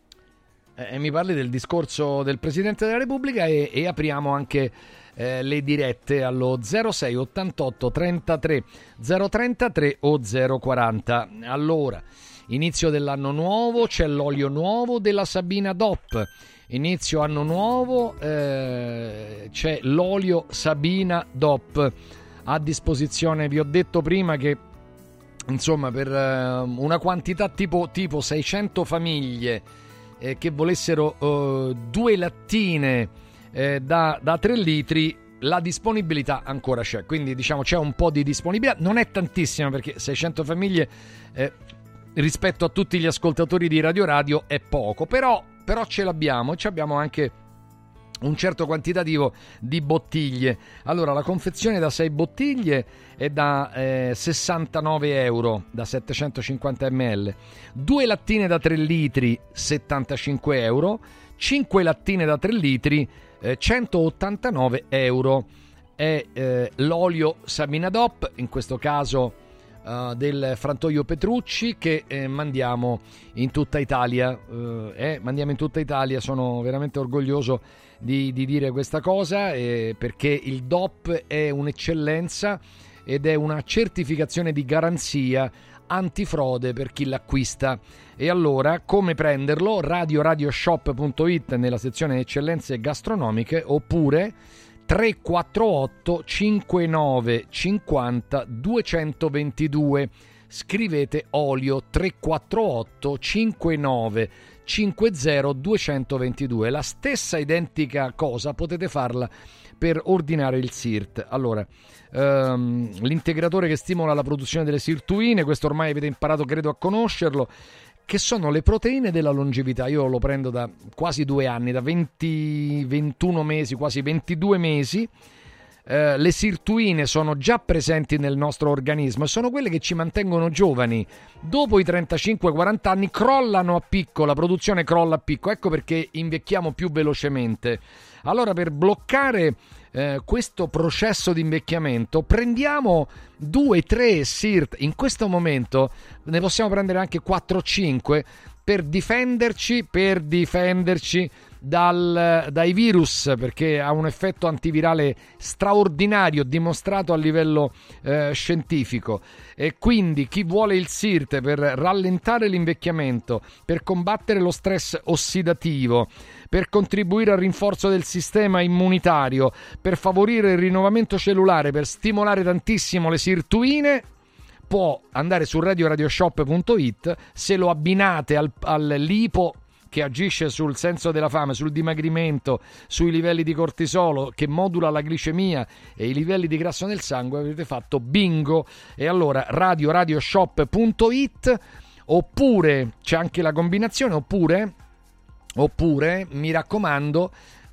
discorso del Presidente della Repubblica e apriamo anche le dirette allo 06 88 33 033 o 040. Allora, inizio dell'anno nuovo, c'è l'olio nuovo della Sabina DOP. Inizio anno nuovo, c'è l'olio Sabina DOP a disposizione. Vi ho detto prima che, insomma, per una quantità tipo 600 famiglie che volessero 2 lattine da 3 litri, la disponibilità ancora c'è. Quindi, diciamo, c'è un po' di disponibilità, non è tantissima, perché 600 famiglie rispetto a tutti gli ascoltatori di Radio è poco, però ce l'abbiamo, e abbiamo anche un certo quantitativo di bottiglie. Allora, la confezione da 6 bottiglie è da 69 euro, da 750 ml, 2 lattine da 3 litri 75 euro, 5 lattine da 3 litri 189 euro. È l'olio Sabina DOP, in questo caso del frantoio Petrucci, che mandiamo in tutta Italia. Sono veramente orgoglioso di dire questa cosa, perché il DOP è un'eccellenza ed è una certificazione di garanzia antifrode per chi l'acquista. E allora, come prenderlo? radioshop.it nella sezione eccellenze gastronomiche, oppure 348 59 50 222. Scrivete olio 348 59 50 222. La stessa identica cosa potete farla per ordinare il SIRT. Allora, l'integratore che stimola la produzione delle sirtuine, questo ormai avete imparato credo a conoscerlo, che sono le proteine della longevità. Io lo prendo da quasi 2 anni, da 21 mesi, quasi 22 mesi. Le sirtuine sono già presenti nel nostro organismo e sono quelle che ci mantengono giovani. Dopo i 35-40 anni crollano a picco, la produzione crolla a picco, ecco perché invecchiamo più velocemente. Allora, per bloccare questo processo di invecchiamento prendiamo 2-3 SIRT. In questo momento ne possiamo prendere anche 4-5 per difenderci dai virus, perché ha un effetto antivirale straordinario dimostrato a livello scientifico. E quindi chi vuole il SIRT per rallentare l'invecchiamento, per combattere lo stress ossidativo, per contribuire al rinforzo del sistema immunitario, per favorire il rinnovamento cellulare, per stimolare tantissimo le sirtuine, può andare su radioshop.it. Se lo abbinate al lipo, che agisce sul senso della fame, sul dimagrimento, sui livelli di cortisolo, che modula la glicemia e i livelli di grasso nel sangue, avete fatto bingo. E allora radioshop.it, oppure c'è anche la combinazione, oppure mi raccomando,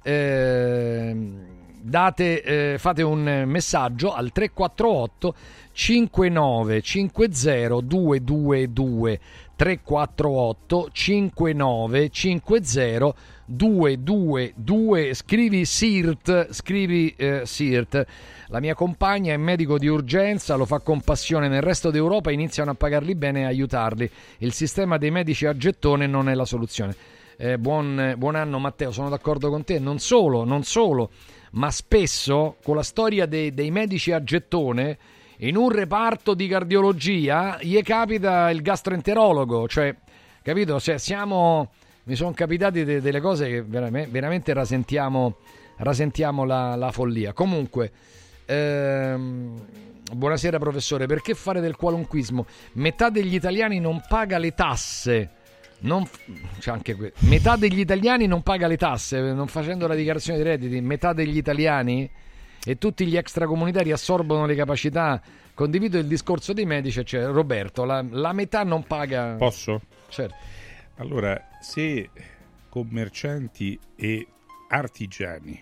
fate un messaggio al 348 59 50 222, 348 59 50 222. Scrivi SIRT. La mia compagna è medico di urgenza, lo fa con passione. Nel resto d'Europa iniziano a pagarli bene e aiutarli. Il sistema dei medici a gettone non è la soluzione. Buon anno Matteo, sono d'accordo con te. Non solo, ma spesso con la storia dei medici a gettone, in un reparto di cardiologia gli capita il gastroenterologo, cioè, capito? Cioè, mi sono capitati delle cose che veramente rasentiamo la follia. Comunque, buonasera professore, perché fare del qualunquismo? Metà degli italiani non paga le tasse. Metà degli italiani non paga le tasse, non facendo la dichiarazione dei redditi. Metà degli italiani e tutti gli extracomunitari assorbono le capacità. Condivido il discorso dei medici, cioè Roberto, la metà non paga. Posso? Certo. Allora, se commercianti e artigiani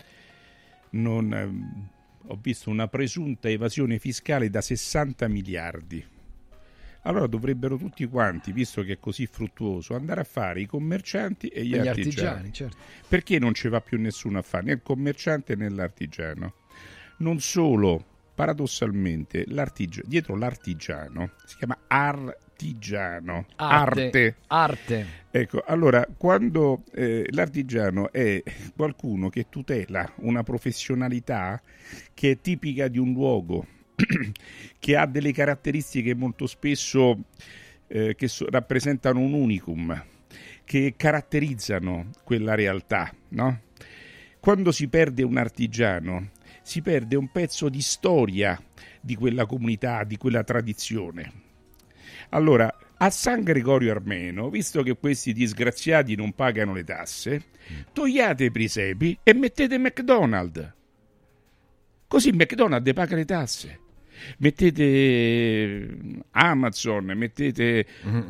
ho visto una presunta evasione fiscale da 60 miliardi, allora dovrebbero tutti quanti, visto che è così fruttuoso, andare a fare i commercianti e gli artigiani. Certo. Perché non ci va più nessuno a fare, né il commerciante né l'artigiano? Non solo, paradossalmente, dietro l'artigiano si chiama artigiano, arte. Ecco, allora, quando l'artigiano è qualcuno che tutela una professionalità che è tipica di un luogo, che ha delle caratteristiche molto spesso che rappresentano un unicum, che caratterizzano quella realtà, no? Quando si perde un artigiano, si perde un pezzo di storia di quella comunità, di quella tradizione. Allora, a San Gregorio Armeno, visto che questi disgraziati non pagano le tasse, togliate i presepi e mettete McDonald's. Così McDonald's paga le tasse. Mettete Amazon, mettete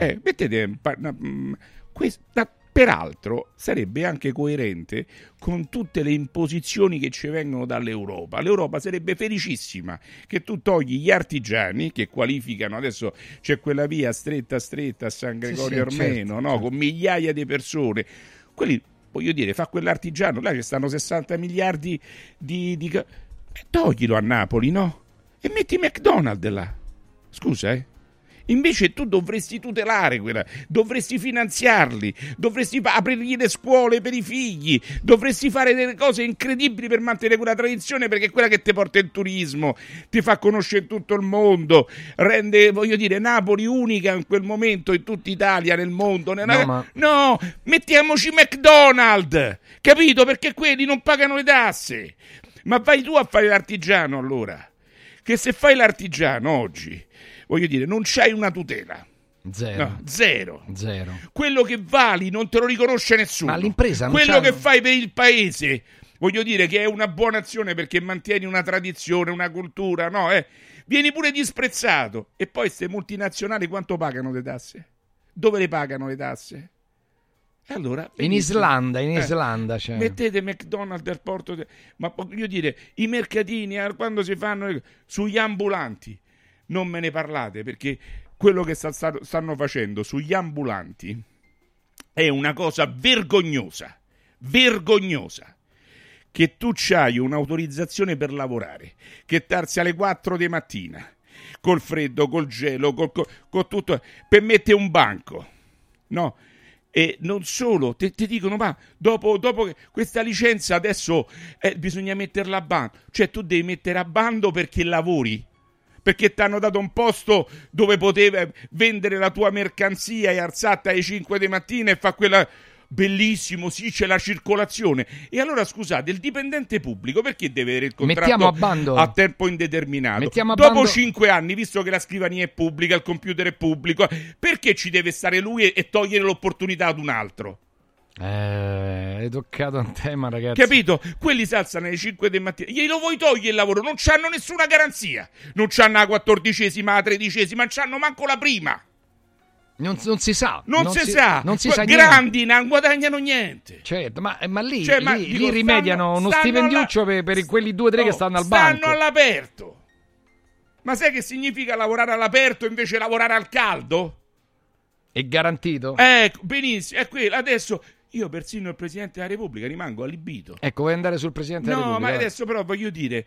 peraltro sarebbe anche coerente con tutte le imposizioni che ci vengono dall'Europa. L'Europa sarebbe felicissima che tu togli gli artigiani che qualificano, adesso c'è quella via stretta a San Gregorio Armeno, certo, no? Certo. Con migliaia di persone. Quelli, voglio dire, fa quell'artigiano, là ci stanno 60 miliardi di toglilo a Napoli, no? E metti McDonald's là. Scusa, Invece tu dovresti tutelare quella, dovresti finanziarli, dovresti aprirgli le scuole per i figli, dovresti fare delle cose incredibili per mantenere quella tradizione, perché è quella che ti porta il turismo, ti fa conoscere tutto il mondo, rende, voglio dire, Napoli unica in quel momento in tutta Italia, nel mondo. No, mettiamoci McDonald's, capito? Perché quelli non pagano le tasse. Ma vai tu a fare l'artigiano allora, che se fai l'artigiano oggi, voglio dire, non c'hai una tutela. Zero. Quello che vali non te lo riconosce nessuno. Ma l'impresa non quello che fai per il paese, voglio dire che è una buona azione perché mantieni una tradizione, una cultura, no? Vieni pure disprezzato. E poi queste multinazionali quanto pagano le tasse? Dove le pagano le tasse? Allora, in Islanda c'è. Mettete McDonald's al porto, ma voglio dire, i mercatini quando si fanno sugli ambulanti, non me ne parlate, perché quello che stanno facendo sugli ambulanti è una cosa vergognosa, che tu c'hai un'autorizzazione per lavorare, che tarsi alle 4 di mattina, col freddo, col gelo, con tutto, per mettere un banco, no? E non solo, ti dicono, ma dopo questa licenza adesso bisogna metterla a bando. Cioè tu devi mettere a bando perché lavori, perché ti hanno dato un posto dove potevi vendere la tua mercanzia e alzata alle 5 di mattina e fa quella... Bellissimo, sì, c'è la circolazione. E allora scusate, il dipendente pubblico perché deve avere il contratto a tempo indeterminato? Dopo 5 anni, visto che la scrivania è pubblica, il computer è pubblico, perché ci deve stare lui e togliere l'opportunità ad un altro? Hai toccato un tema, ragazzi. Capito? Quelli si alzano alle 5 del mattino. Glielo vuoi togliere il lavoro? Non c'hanno nessuna garanzia. Non c'hanno la 14ª, la 13ª, non c'hanno manco la prima. Non si sa. Non si sa. Grandi non guadagnano niente. Certo, ma lì, lì rimediano uno stipendiuccio per quelli 2 o 3 che stanno al banco. Stanno all'aperto. Ma sai che significa lavorare all'aperto invece lavorare al caldo? È garantito? Benissimo. È quello. Adesso io persino il Presidente della Repubblica rimango allibito. Ecco, vuoi andare sul Presidente della Repubblica? No, ma adesso però voglio dire...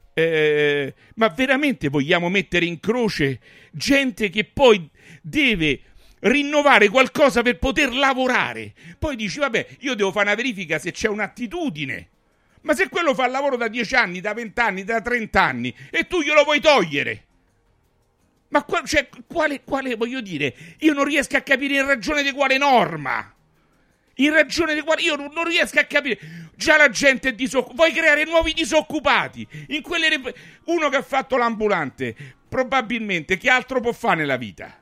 ma veramente vogliamo mettere in croce gente che poi deve... rinnovare qualcosa per poter lavorare? Poi dici, vabbè, io devo fare una verifica se c'è un'attitudine. Ma se quello fa il lavoro da 10 anni, da 20 anni, da 30 anni e tu glielo vuoi togliere? Ma quale voglio dire? Io non riesco a capire in ragione di quale norma. In ragione di quale... Io non riesco a capire. Già la gente è disoccupata. Vuoi creare nuovi disoccupati? Uno che ha fatto l'ambulante, probabilmente, che altro può fare nella vita?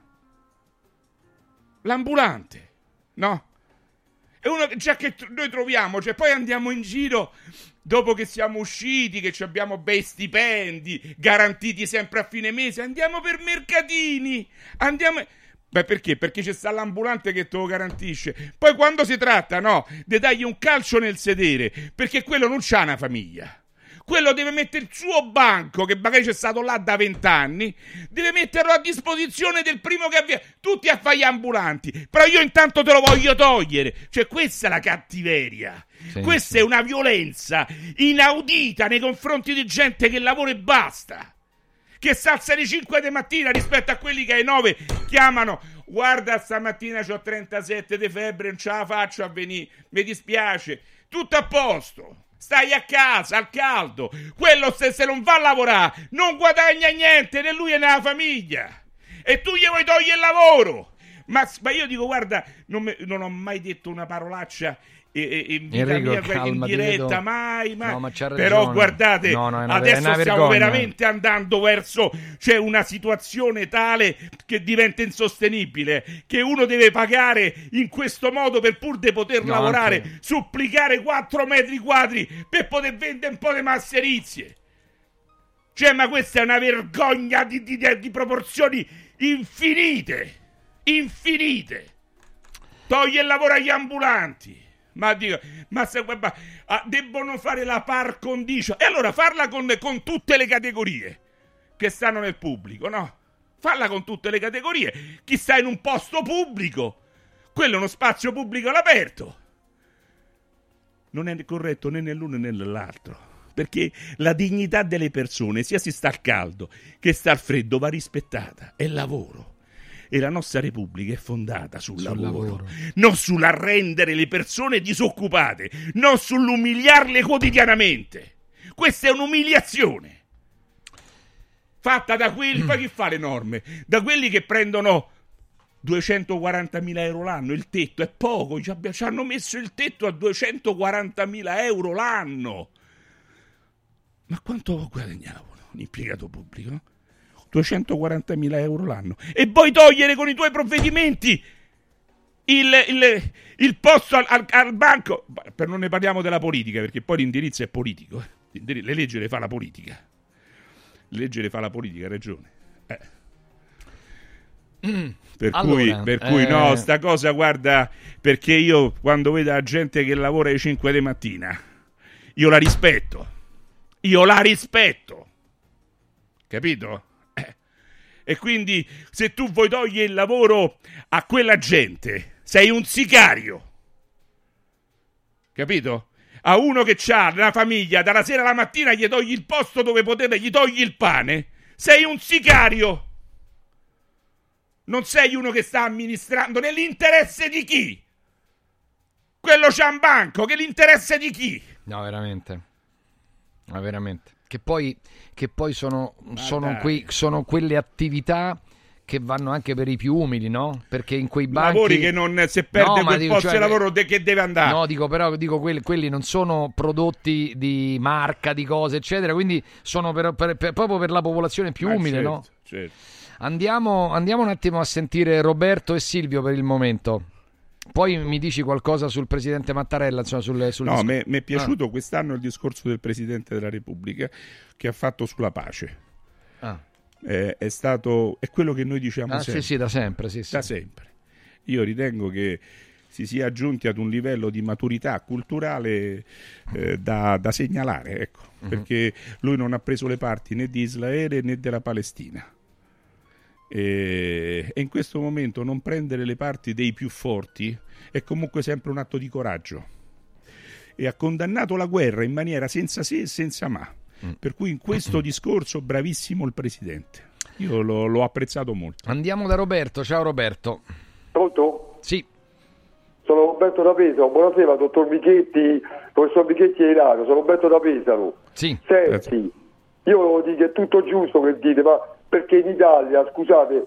L'ambulante, no? È uno che già che noi troviamo, cioè poi andiamo in giro dopo che siamo usciti, che abbiamo bei stipendi garantiti sempre a fine mese, andiamo per mercatini, Beh, perché? Perché c'è sta l'ambulante che te lo garantisce. Poi quando si tratta, no, di dargli un calcio nel sedere, perché quello non c'ha una famiglia. Quello deve mettere il suo banco, che magari c'è stato là da 20 anni, deve metterlo a disposizione del primo che avviene. Tutti a fare gli ambulanti, però io intanto te lo voglio togliere. Cioè questa è la cattiveria. Sì, questa è una violenza inaudita nei confronti di gente che lavora e basta. Che si alza alle 5 di mattina rispetto a quelli che alle 9 chiamano: guarda, stamattina c'ho 37 di febbre, non ce la faccio a venire, mi dispiace. Tutto a posto. Stai a casa, al caldo. Quello se non va a lavorare non guadagna niente, né lui né la famiglia. E tu gli vuoi togliere il lavoro. Ma io dico, guarda, non ho mai detto una parolaccia in vita Enrico, mia, in diretta, mai. No, ma c'ha però ragione. Guardate, adesso stiamo veramente andando verso una situazione tale che diventa insostenibile, che uno deve pagare in questo modo per pur di poter lavorare, anche supplicare 4 metri quadri per poter vendere un po' di masserizie. Cioè, ma questa è una vergogna di proporzioni infinite. Toglie il lavoro agli ambulanti. Ma debbono fare la par condicio. E allora farla con tutte le categorie che stanno nel pubblico, no? Farla con tutte le categorie. Chi sta in un posto pubblico, quello è uno spazio pubblico all'aperto. Non è corretto né nell'uno né nell'altro, perché la dignità delle persone, sia si sta al caldo che sta al freddo, va rispettata. È lavoro. E la nostra Repubblica è fondata sul lavoro, non sull'arrendere le persone disoccupate, non sull'umiliarle quotidianamente. Questa è un'umiliazione fatta da quelli, poi chi fa le norme? Da quelli che prendono 240.000 euro l'anno, il tetto è poco, ci hanno messo il tetto a 240.000 euro l'anno. Ma quanto guadagna un impiegato pubblico? 240.000 euro l'anno. E vuoi togliere con i tuoi provvedimenti il posto al banco? Per non ne parliamo della politica, perché poi l'indirizzo è politico. Le leggi le fa la politica. Hai ragione. Per cui no, sta cosa, guarda, perché io quando vedo la gente che lavora alle 5 di mattina, io la rispetto, capito? E quindi se tu vuoi togliere il lavoro a quella gente, sei un sicario, capito? A uno che ha una famiglia, dalla sera alla mattina gli togli il posto dove potete, gli togli il pane, sei un sicario. Non sei uno che sta amministrando nell'interesse di chi? Quello c'ha un banco, che l'interesse di chi? No, veramente. Che poi sono quelle attività che vanno anche per i più umili, no? Perché in quei banchi lavori che non, se perde quel posto di lavoro che deve andare. No, dico quelli non sono prodotti di marca, di cose eccetera, quindi sono proprio per la popolazione più umile, certo, no? Certo. Andiamo un attimo a sentire Roberto e Silvio per il momento. Poi mi dici qualcosa sul presidente Mattarella, insomma, No, mi è piaciuto quest'anno il discorso del Presidente della Repubblica che ha fatto sulla pace. È quello che noi diciamo sempre. Sì, da sempre. Da sempre. Io ritengo che si sia giunti ad un livello di maturità culturale da segnalare, ecco, perché lui non ha preso le parti né di Israele né della Palestina. E in questo momento non prendere le parti dei più forti è comunque sempre un atto di coraggio, e ha condannato la guerra in maniera senza se e senza ma, per cui in questo discorso bravissimo il Presidente, io l'ho apprezzato molto. Andiamo da Roberto. Ciao Roberto. Pronto? Sì. Sono Roberto da Pesaro, buonasera dottor Michetti, professor Michetti e Ilario, sono Roberto da Pesaro. Sì. Senti, io volevo dire che è tutto giusto che dite, ma perché in Italia, scusate,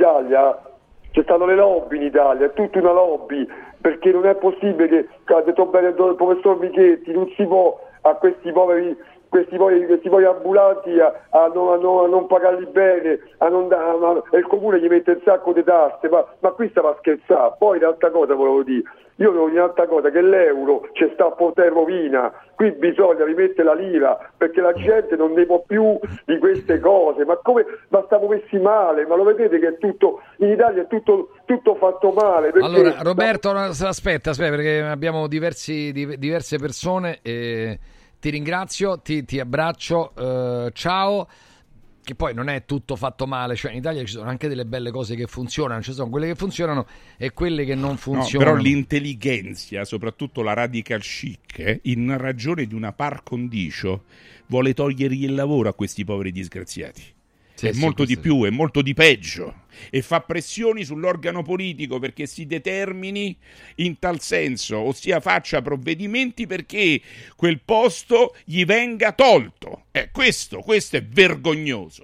c'è stato le lobby in Italia, è tutta una lobby, perché non è possibile che, ha detto bene il professor Michetti, non si può a questi poveri ambulanti a non pagarli bene, e il comune gli mette un sacco di tasse, ma qui stava a scherzare. Poi un'altra cosa volevo dire, io volevo dire un'altra cosa, che l'euro ci sta a portare rovina, qui bisogna rimettere la lira, perché la gente non ne può più di queste cose, ma stiamo messi male, ma lo vedete che è tutto, in Italia è tutto fatto male. Allora Roberto, aspetta, perché abbiamo diverse persone, ti ringrazio, ti abbraccio, ciao. Che poi non è tutto fatto male, cioè in Italia ci sono anche delle belle cose che funzionano, ci sono quelle che funzionano e quelle che non funzionano. Però l'intelligenza, soprattutto la radical chic, in ragione di una par condicio, vuole togliergli il lavoro a questi poveri disgraziati. È molto di più, è molto di peggio, e fa pressioni sull'organo politico perché si determini in tal senso, ossia faccia provvedimenti perché quel posto gli venga tolto. Questo è vergognoso.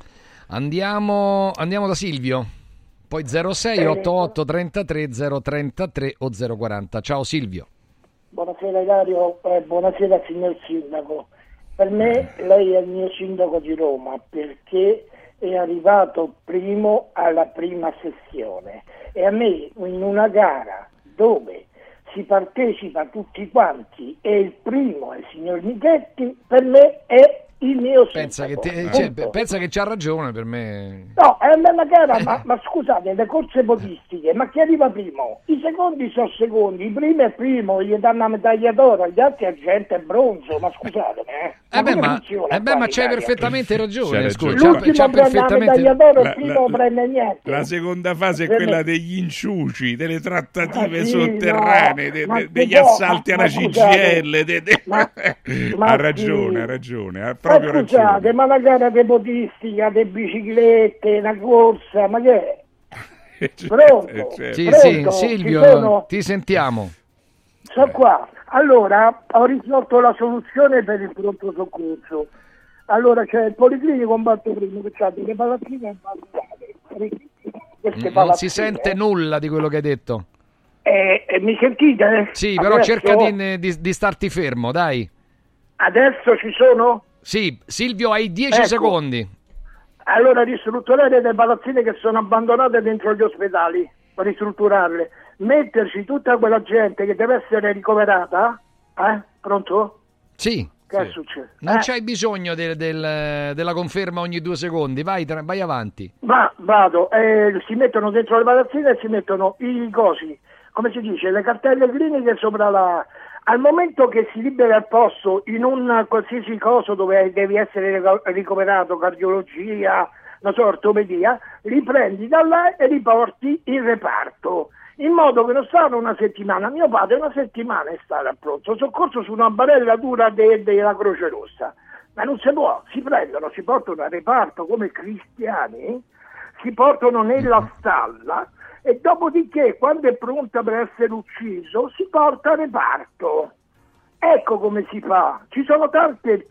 Andiamo da Silvio, poi 06 88 33 033 o 040. Ciao Silvio. Buonasera Ilario, buonasera signor Sindaco. Per me lei è il mio sindaco di Roma perché è arrivato primo alla prima sessione, e a me in una gara dove si partecipa tutti quanti e il primo è il signor Michetti, per me è il mio sindaco. Pensa che c'ha ragione, per me. No, è una gara, ma scusate, le corse podistiche, ma chi arriva primo? I secondi sono secondi, il primo è primo, gli danno la medaglia d'oro, gli altri argento e bronzo, ma scusatemi, ma c'hai perfettamente ragione, l'ultimo prende la medaglia d'oro, il primo prende niente. La seconda fase è quella degli inciuci, delle trattative sotterranee, degli assalti alla CGIL. Ha ragione. Scusate, ma la gara di podistica, di biciclette, una corsa, ma che è? Pronto? Sì, Silvio, ti sentiamo. Sono qua. Allora, ho risolto la soluzione per il pronto soccorso. Allora c'è il policlinico un batto primo, che c'ha delle palazzine e non si sente nulla di quello che hai detto. Mi sentite? Sì, però cerca di starti fermo, dai. Adesso ci sono? Sì, Silvio, hai 10 secondi. Allora, ristrutturare le palazzine che sono abbandonate dentro gli ospedali, ristrutturarle, metterci tutta quella gente che deve essere ricoverata, pronto? Sì. Che è successo? Non c'hai bisogno della conferma ogni 2 secondi, vai avanti. Vado, si mettono dentro le palazzine e si mettono i cosi, come si dice, le cartelle cliniche sopra la... Al momento che si libera il posto in un qualsiasi coso dove devi essere ricoverato, cardiologia, non so, ortopedia, li prendi da là e li porti in reparto, in modo che non stanno una settimana. Mio padre una settimana è stato a pronto soccorso su una barella dura della Croce Rossa, ma non si può, si prendono, si portano al reparto come cristiani, si portano nella stalla, e dopodiché, quando è pronta per essere ucciso, si porta a reparto. Ecco come si fa. Ci sono tanti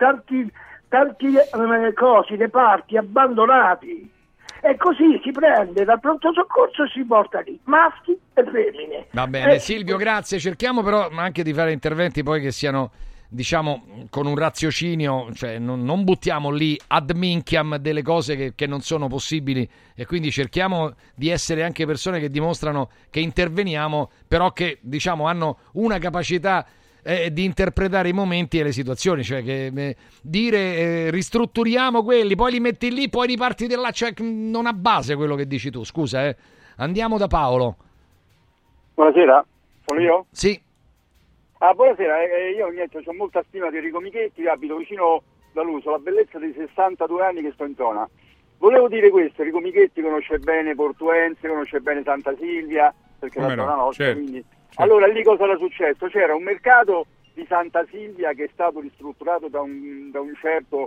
cosi, reparti abbandonati. E così si prende dal pronto soccorso e si porta lì, maschi e femmine. Va bene, Silvio, grazie. Cerchiamo però anche di fare interventi poi che siano, diciamo, con un raziocinio, cioè non buttiamo lì ad minchiam delle cose che non sono possibili, e quindi cerchiamo di essere anche persone che dimostrano che interveniamo, però che, diciamo, hanno una capacità di interpretare i momenti e le situazioni, cioè che dire ristrutturiamo quelli, poi li metti lì, poi riparti da là, cioè non ha base quello che dici tu. Scusa, andiamo da Paolo. Buonasera, sono io? Sì. Buonasera, io niente, ho molta stima di Enrico Michetti, abito vicino da lui, sono la bellezza dei 62 anni che sto in zona. Volevo dire questo, Enrico Michetti conosce bene Portuense, conosce bene Santa Silvia, perché è la zona nostra, certo, quindi... Certo. Allora lì cosa era successo? C'era un mercato di Santa Silvia che è stato ristrutturato da un certo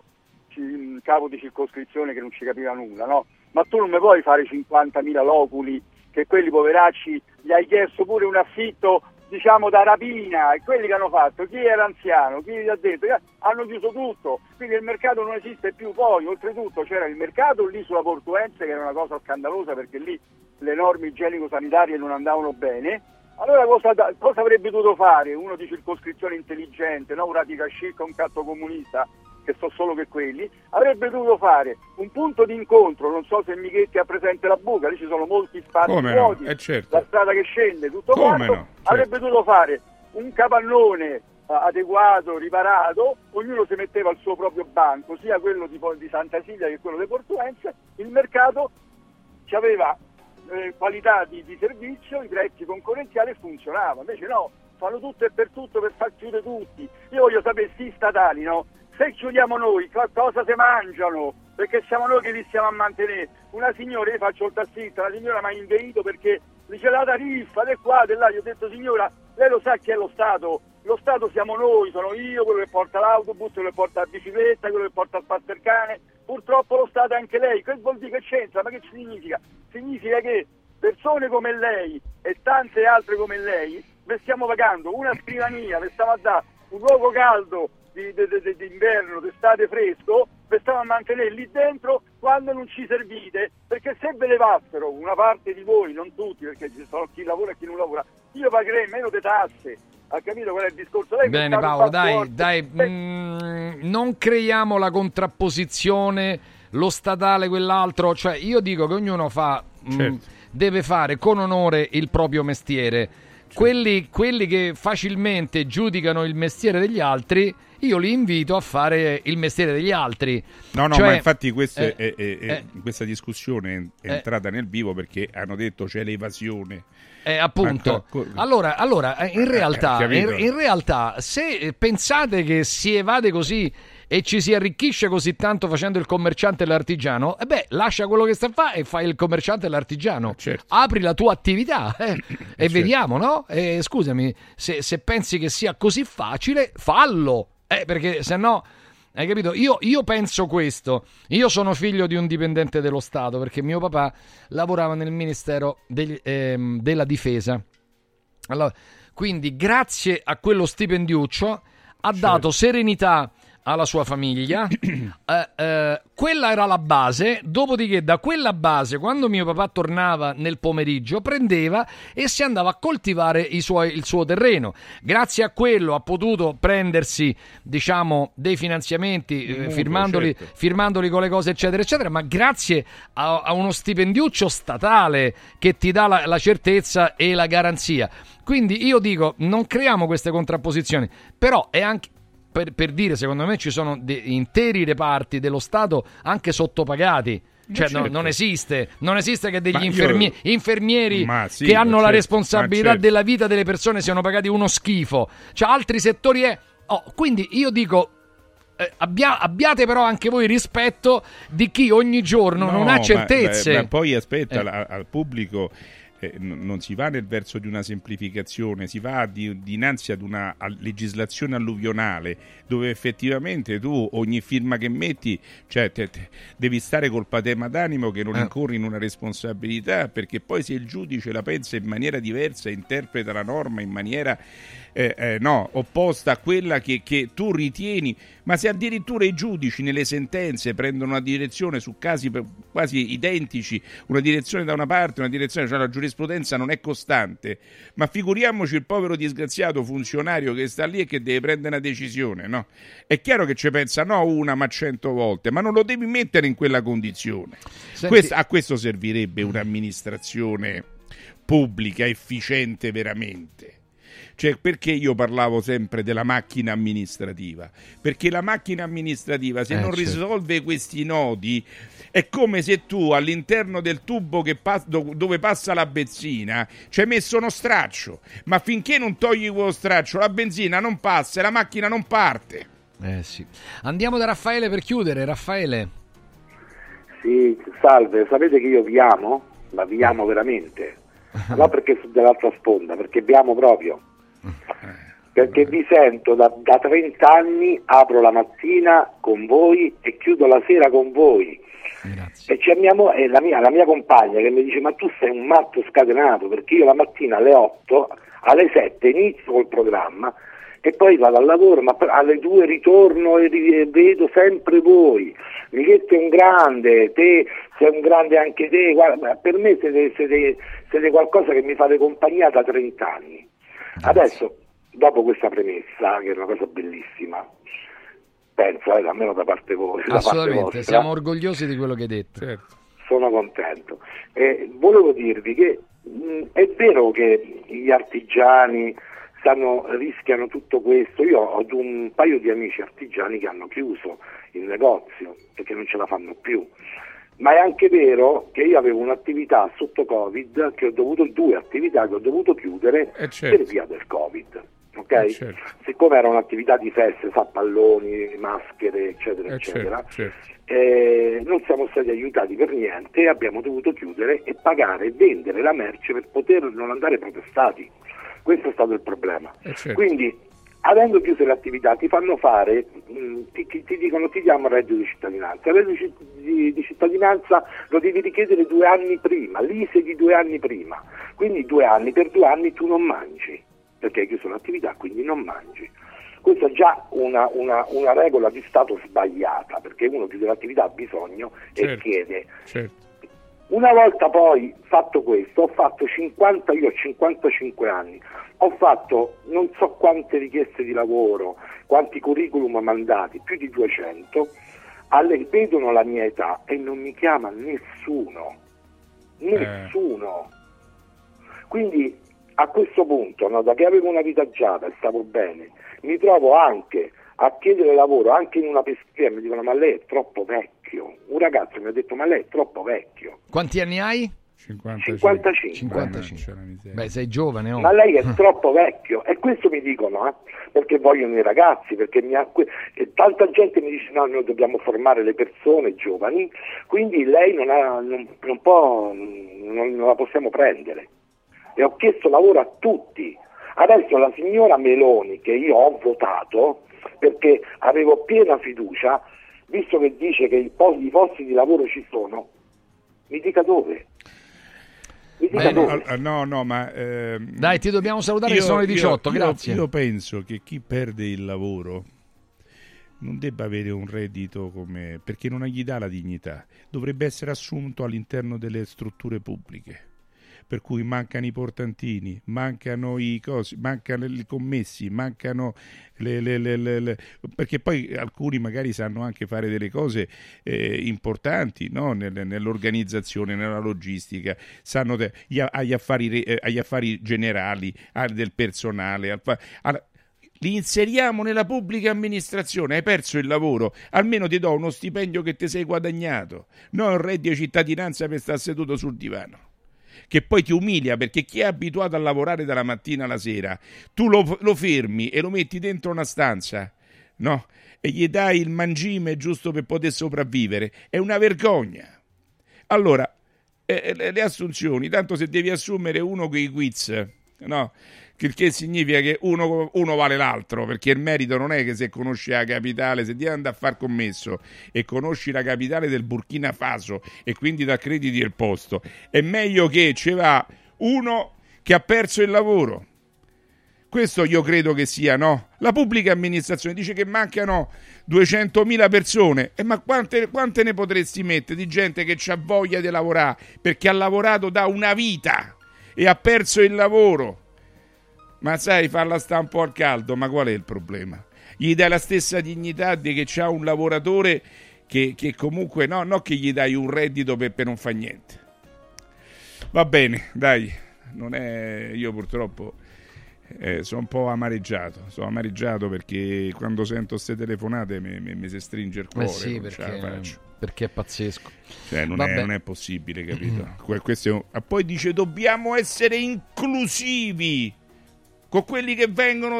capo di circoscrizione che non ci capiva nulla, no? Ma tu non mi puoi fare 50.000 loculi, che quelli poveracci gli hai chiesto pure un affitto, diciamo, da rapina, e quelli che hanno fatto, chi era anziano, chi gli ha detto, hanno chiuso tutto, quindi il mercato non esiste più. Poi oltretutto c'era il mercato lì sulla Portuense, che era una cosa scandalosa perché lì le norme igienico-sanitarie non andavano bene. Allora cosa avrebbe dovuto fare uno di circoscrizione intelligente, no? Un Radicascicca, un catto comunista, che so solo che quelli, avrebbe dovuto fare un punto di incontro, non so se Michetti ha presente la buca, lì ci sono molti spazi vuoti, certo, la strada che scende, tutto quanto, certo. Avrebbe dovuto fare un capannone adeguato, riparato, ognuno si metteva al suo proprio banco, sia quello di Santa Silvia che quello di Portuense, il mercato ci aveva qualità di servizio, i prezzi concorrenziali, e funzionava. Invece no, fanno tutto e per tutto per far chiudere tutti. Io voglio sapere, sti statali, no? Se chiudiamo noi, cosa si mangiano? Perché siamo noi che li stiamo a mantenere. Una signora, io faccio il tassista, la signora mi ha inveito perché dice la tariffa, di qua, di là. Io ho detto, signora, lei lo sa chi è lo Stato? Lo Stato siamo noi, sono io, quello che porta l'autobus, quello che porta la bicicletta, quello che porta il passercane. Purtroppo lo Stato è anche lei. Che vuol dire, che c'entra? Ma che significa? Significa che persone come lei e tante altre come lei vi stiamo pagando una scrivania, vi stiamo a dare un luogo caldo d'inverno, d'estate fresco, vi stiamo a mantenere lì dentro quando non ci servite, perché se ve levassero una parte di voi, non tutti, perché ci sono chi lavora e chi non lavora, io pagherei meno di tasse. Ha capito qual è il discorso? Lei bene Paolo, dai, non creiamo la contrapposizione, lo statale, quell'altro, cioè io dico che ognuno deve fare con onore il proprio mestiere. Quelli che facilmente giudicano il mestiere degli altri, io li invito a fare il mestiere degli altri. No, ma infatti questa discussione è entrata nel vivo perché hanno detto c'è l'evasione. Appunto. Allora in realtà se pensate che si evade così e ci si arricchisce così tanto facendo il commerciante e l'artigiano, lascia quello che sta a fare e fai il commerciante e l'artigiano. Certo. Apri la tua attività e certo. Vediamo, no? Scusami, se pensi che sia così facile, fallo, perché se no, hai capito? Io penso questo. Io sono figlio di un dipendente dello Stato perché mio papà lavorava nel Ministero della Difesa. Allora, quindi grazie a quello stipendiuccio ha dato serenità alla sua famiglia, quella era la base, dopodiché da quella base, quando mio papà tornava nel pomeriggio, prendeva e si andava a coltivare il suo terreno. Grazie a quello ha potuto prendersi, diciamo, dei finanziamenti, firmandoli con le cose eccetera eccetera, ma grazie a uno stipendiuccio statale che ti dà la certezza e la garanzia. Quindi io dico, non creiamo queste contrapposizioni, però è anche per dire, secondo me ci sono interi reparti dello Stato anche sottopagati. Cioè, certo. non esiste che degli infermieri sì, che hanno la certo, responsabilità della vita delle persone siano pagati uno schifo. Cioè, altri settori quindi io dico, abbiate però anche voi rispetto di chi ogni giorno non ha certezze. Ma poi aspetta, al pubblico non si va nel verso di una semplificazione, si va dinanzi ad una legislazione alluvionale dove effettivamente tu ogni firma che metti, cioè, devi stare col patema d'animo che non incorri in una responsabilità, perché poi se il giudice la pensa in maniera diversa, interpreta la norma in maniera opposta a quella che tu ritieni, ma se addirittura i giudici nelle sentenze prendono una direzione su casi quasi identici, una direzione da una parte, una direzione, cioè la giurisprudenza non è costante, ma figuriamoci il povero disgraziato funzionario che sta lì e che deve prendere una decisione, no? È chiaro che ci pensa una ma 100 volte, ma non lo devi mettere in quella condizione. A questo servirebbe un'amministrazione pubblica efficiente veramente. Cioè, perché io parlavo sempre della macchina amministrativa? Perché la macchina amministrativa, se non risolve questi nodi, è come se tu all'interno del tubo dove passa la benzina ci hai messo uno straccio, ma finché non togli quello straccio la benzina non passa e la macchina non parte. Sì. Andiamo da Raffaele per chiudere. Raffaele. Sì, salve, sapete che io vi amo? Ma vi amo veramente. Non perché sono dall'altra sponda, perché vi amo proprio. Perché vi sento da 30 anni, apro la mattina con voi e chiudo la sera con voi. Grazie. E c'è la mia compagna che mi dice: ma tu sei un matto scatenato, perché io la mattina alle 8, alle 7 inizio col programma e poi vado al lavoro, ma alle 2 ritorno e vedo sempre voi. Michetto è un grande, te sei un grande anche te, guarda, per me siete qualcosa che mi fate compagnia da 30 anni. Adesso, dopo questa premessa, che è una cosa bellissima, penso, almeno da parte vostra. Assolutamente, siamo orgogliosi di quello che hai detto. Certo. Sono contento. Volevo dirvi che è vero che gli artigiani rischiano tutto questo. Io ho un paio di amici artigiani che hanno chiuso il negozio perché non ce la fanno più. Ma è anche vero che io avevo un'attività sotto Covid, due attività che ho dovuto chiudere per via del Covid. Ok? Siccome era un'attività di feste, palloni, maschere, eccetera, eccetera, non siamo stati aiutati per niente e abbiamo dovuto chiudere e pagare e vendere la merce per poter non andare protestati. Questo è stato il problema. Quindi, avendo chiuso le attività, ti fanno fare, ti dicono: ti diamo il reddito di cittadinanza. Il reddito di cittadinanza lo devi richiedere 2 anni prima, l'ISEE di 2 anni prima. Quindi per 2 anni tu non mangi, perché hai chiuso l'attività, quindi non mangi. Questa è già una regola di Stato sbagliata, perché uno chiude l'attività, ha bisogno e chiede. Una volta poi fatto questo, io ho 55 anni, ho fatto non so quante richieste di lavoro, quanti curriculum mandati, più di 200, vedono la mia età e non mi chiama nessuno. Quindi a questo punto, da che avevo una vita agiata e stavo bene, mi trovo anche a chiedere lavoro anche in una pescheria, mi dicono: ma lei è troppo vecchio. Un ragazzo mi ha detto: ma lei è troppo vecchio. Quanti anni hai? 55. Beh, sei giovane. Ma lei è troppo vecchio. E questo mi dicono, perché vogliono i ragazzi, perché tanta gente mi dice: no, noi dobbiamo formare le persone giovani, quindi lei non la possiamo prendere. E ho chiesto lavoro a tutti. Adesso la signora Meloni, che io ho votato perché avevo piena fiducia, visto che dice che i posti di lavoro ci sono, mi dica dove. Dai, ti dobbiamo salutare, che sono le 18, grazie. Io penso che chi perde il lavoro non debba avere un reddito perché non gli dà la dignità, dovrebbe essere assunto all'interno delle strutture pubbliche, per cui mancano i portantini, mancano i cosi, mancano i commessi, mancano perché poi alcuni magari sanno anche fare delle cose importanti, no? Nell'organizzazione, nella logistica, sanno agli affari generali, del personale, li inseriamo nella pubblica amministrazione. Hai perso il lavoro, almeno ti do uno stipendio che ti sei guadagnato, non un reddito di cittadinanza per stare seduto sul divano, che poi ti umilia, perché chi è abituato a lavorare dalla mattina alla sera, tu lo fermi e lo metti dentro una stanza, no? E gli dai il mangime giusto per poter sopravvivere. È una vergogna. Allora, le assunzioni, tanto se devi assumere uno con i quiz, no? Che significa che uno vale l'altro, perché il merito non è che se conosci la capitale, se devi andare a far commesso e conosci la capitale del Burkina Faso e quindi da crediti il posto, è meglio che ci va uno che ha perso il lavoro. Questo io credo che sia, no? La pubblica amministrazione dice che mancano 200.000 persone, ma quante ne potresti mettere di gente che ha voglia di lavorare perché ha lavorato da una vita e ha perso il lavoro? Ma sai, farla sta un po' al caldo, ma qual è il problema? Gli dai la stessa dignità di che c'ha un lavoratore che comunque, no che gli dai un reddito per non fa niente. Va bene, dai, io purtroppo sono un po' amareggiato perché quando sento queste telefonate mi si stringe il cuore. Sì, perché è pazzesco. Cioè, non è possibile, capito? Poi dice dobbiamo essere inclusivi con quelli che vengono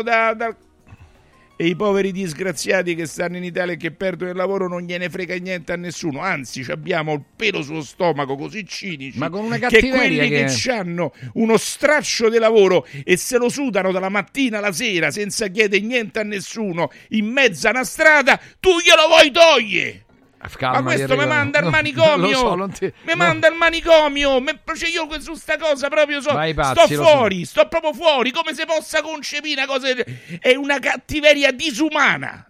e i poveri disgraziati che stanno in Italia e che perdono il lavoro non gliene frega niente a nessuno, anzi abbiamo il pelo sullo stomaco così cinici, ma con una che quelli che hanno uno straccio di lavoro e se lo sudano dalla mattina alla sera senza chiedere niente a nessuno in mezzo a una strada, tu glielo vuoi togliere? Calma, ma questo mi manda al manicomio, manda al manicomio, cioè io su sta cosa proprio sto proprio fuori, come se possa concepire una cosa, è una cattiveria disumana.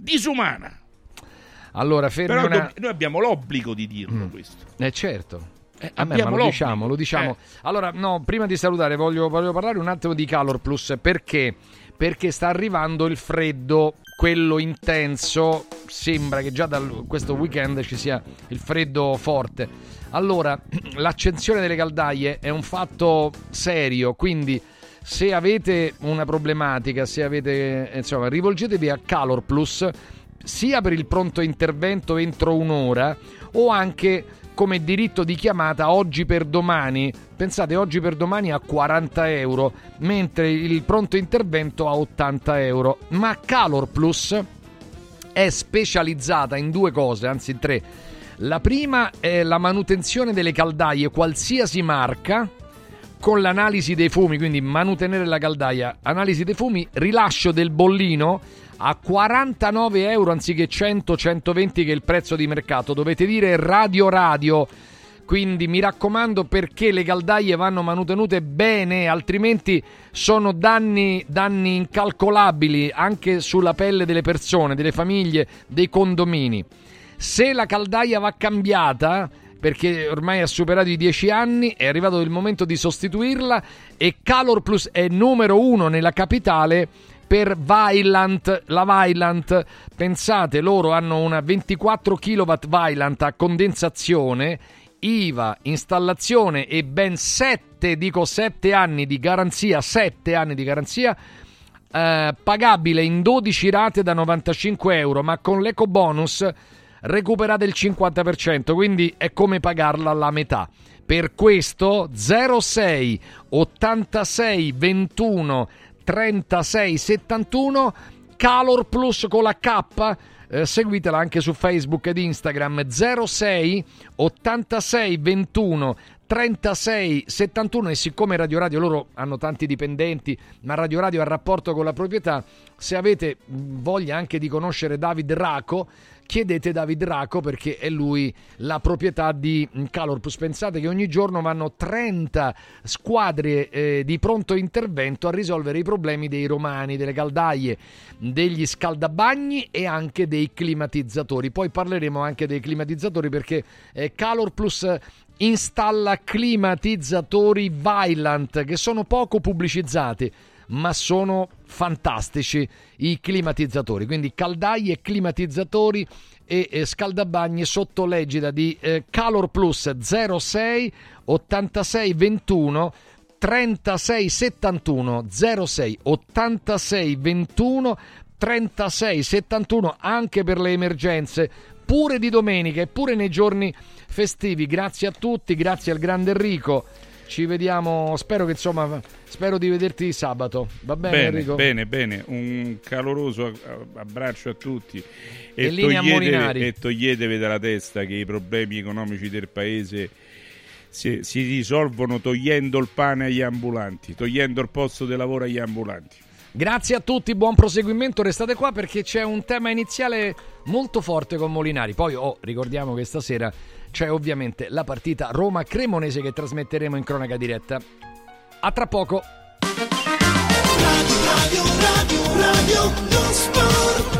Allora, però noi abbiamo l'obbligo di dirlo questo. Certo. Lo diciamo. Allora, prima di salutare voglio parlare un attimo di Calor Plus, perché sta arrivando il freddo, quello intenso. Sembra che già da questo weekend ci sia il freddo forte. Allora, l'accensione delle caldaie è un fatto serio, quindi se avete una problematica, rivolgetevi a Calor Plus, sia per il pronto intervento entro un'ora o anche come diritto di chiamata oggi per domani. Pensate, oggi per domani a 40 euro, mentre il pronto intervento a 80 euro. Ma Calor Plus è specializzata in due cose, anzi in tre. La prima è la manutenzione delle caldaie, qualsiasi marca, con l'analisi dei fumi, quindi manutenere la caldaia, analisi dei fumi, rilascio del bollino a 49 euro anziché 100-120 che è il prezzo di mercato. Dovete dire radio, quindi mi raccomando, perché le caldaie vanno manutenute bene, altrimenti sono danni incalcolabili anche sulla pelle delle persone, delle famiglie, dei condomini. Se la caldaia va cambiata, perché ormai ha superato i 10 anni, è arrivato il momento di sostituirla, e Calor Plus è numero 1 nella capitale per Vaillant. La Vaillant, pensate, loro hanno una 24 kW Vaillant a condensazione, IVA, installazione e ben 7 anni di garanzia, pagabile in 12 rate da 95 euro, ma con l'eco bonus recuperate il 50%, quindi è come pagarla alla metà. Per questo 06 86 21 36 71 Calor Plus con la K. Seguitela anche su Facebook ed Instagram. 06 86 21 36 71. E siccome Radio Radio, loro hanno tanti dipendenti, ma Radio Radio ha rapporto con la proprietà, se avete voglia anche di conoscere David Raco, chiedete David Racco, perché è lui la proprietà di Calor Plus. Pensate che ogni giorno vanno 30 squadre di pronto intervento a risolvere i problemi dei romani, delle caldaie, degli scaldabagni e anche dei climatizzatori. Poi parleremo anche dei climatizzatori, perché Calor Plus installa climatizzatori Vaillant che sono poco pubblicizzati, ma sono fantastici i climatizzatori. Quindi caldaie, climatizzatori e scaldabagni sotto l'egida di Calor Plus. 06 86 21 36 71, 06 86 21 36 71, anche per le emergenze, pure di domenica e pure nei giorni festivi. Grazie a tutti, grazie al grande Enrico. Ci vediamo, spero di vederti sabato. Va bene, Enrico? Bene, un caloroso abbraccio a tutti e toglietevi dalla testa che i problemi economici del paese si risolvono togliendo il pane agli ambulanti, togliendo il posto di lavoro agli ambulanti. Grazie a tutti, buon proseguimento, restate qua perché c'è un tema iniziale molto forte con Molinari. Poi ricordiamo che stasera c'è ovviamente la partita Roma-Cremonese che trasmetteremo in cronaca diretta. A tra poco. Radio, lo sport.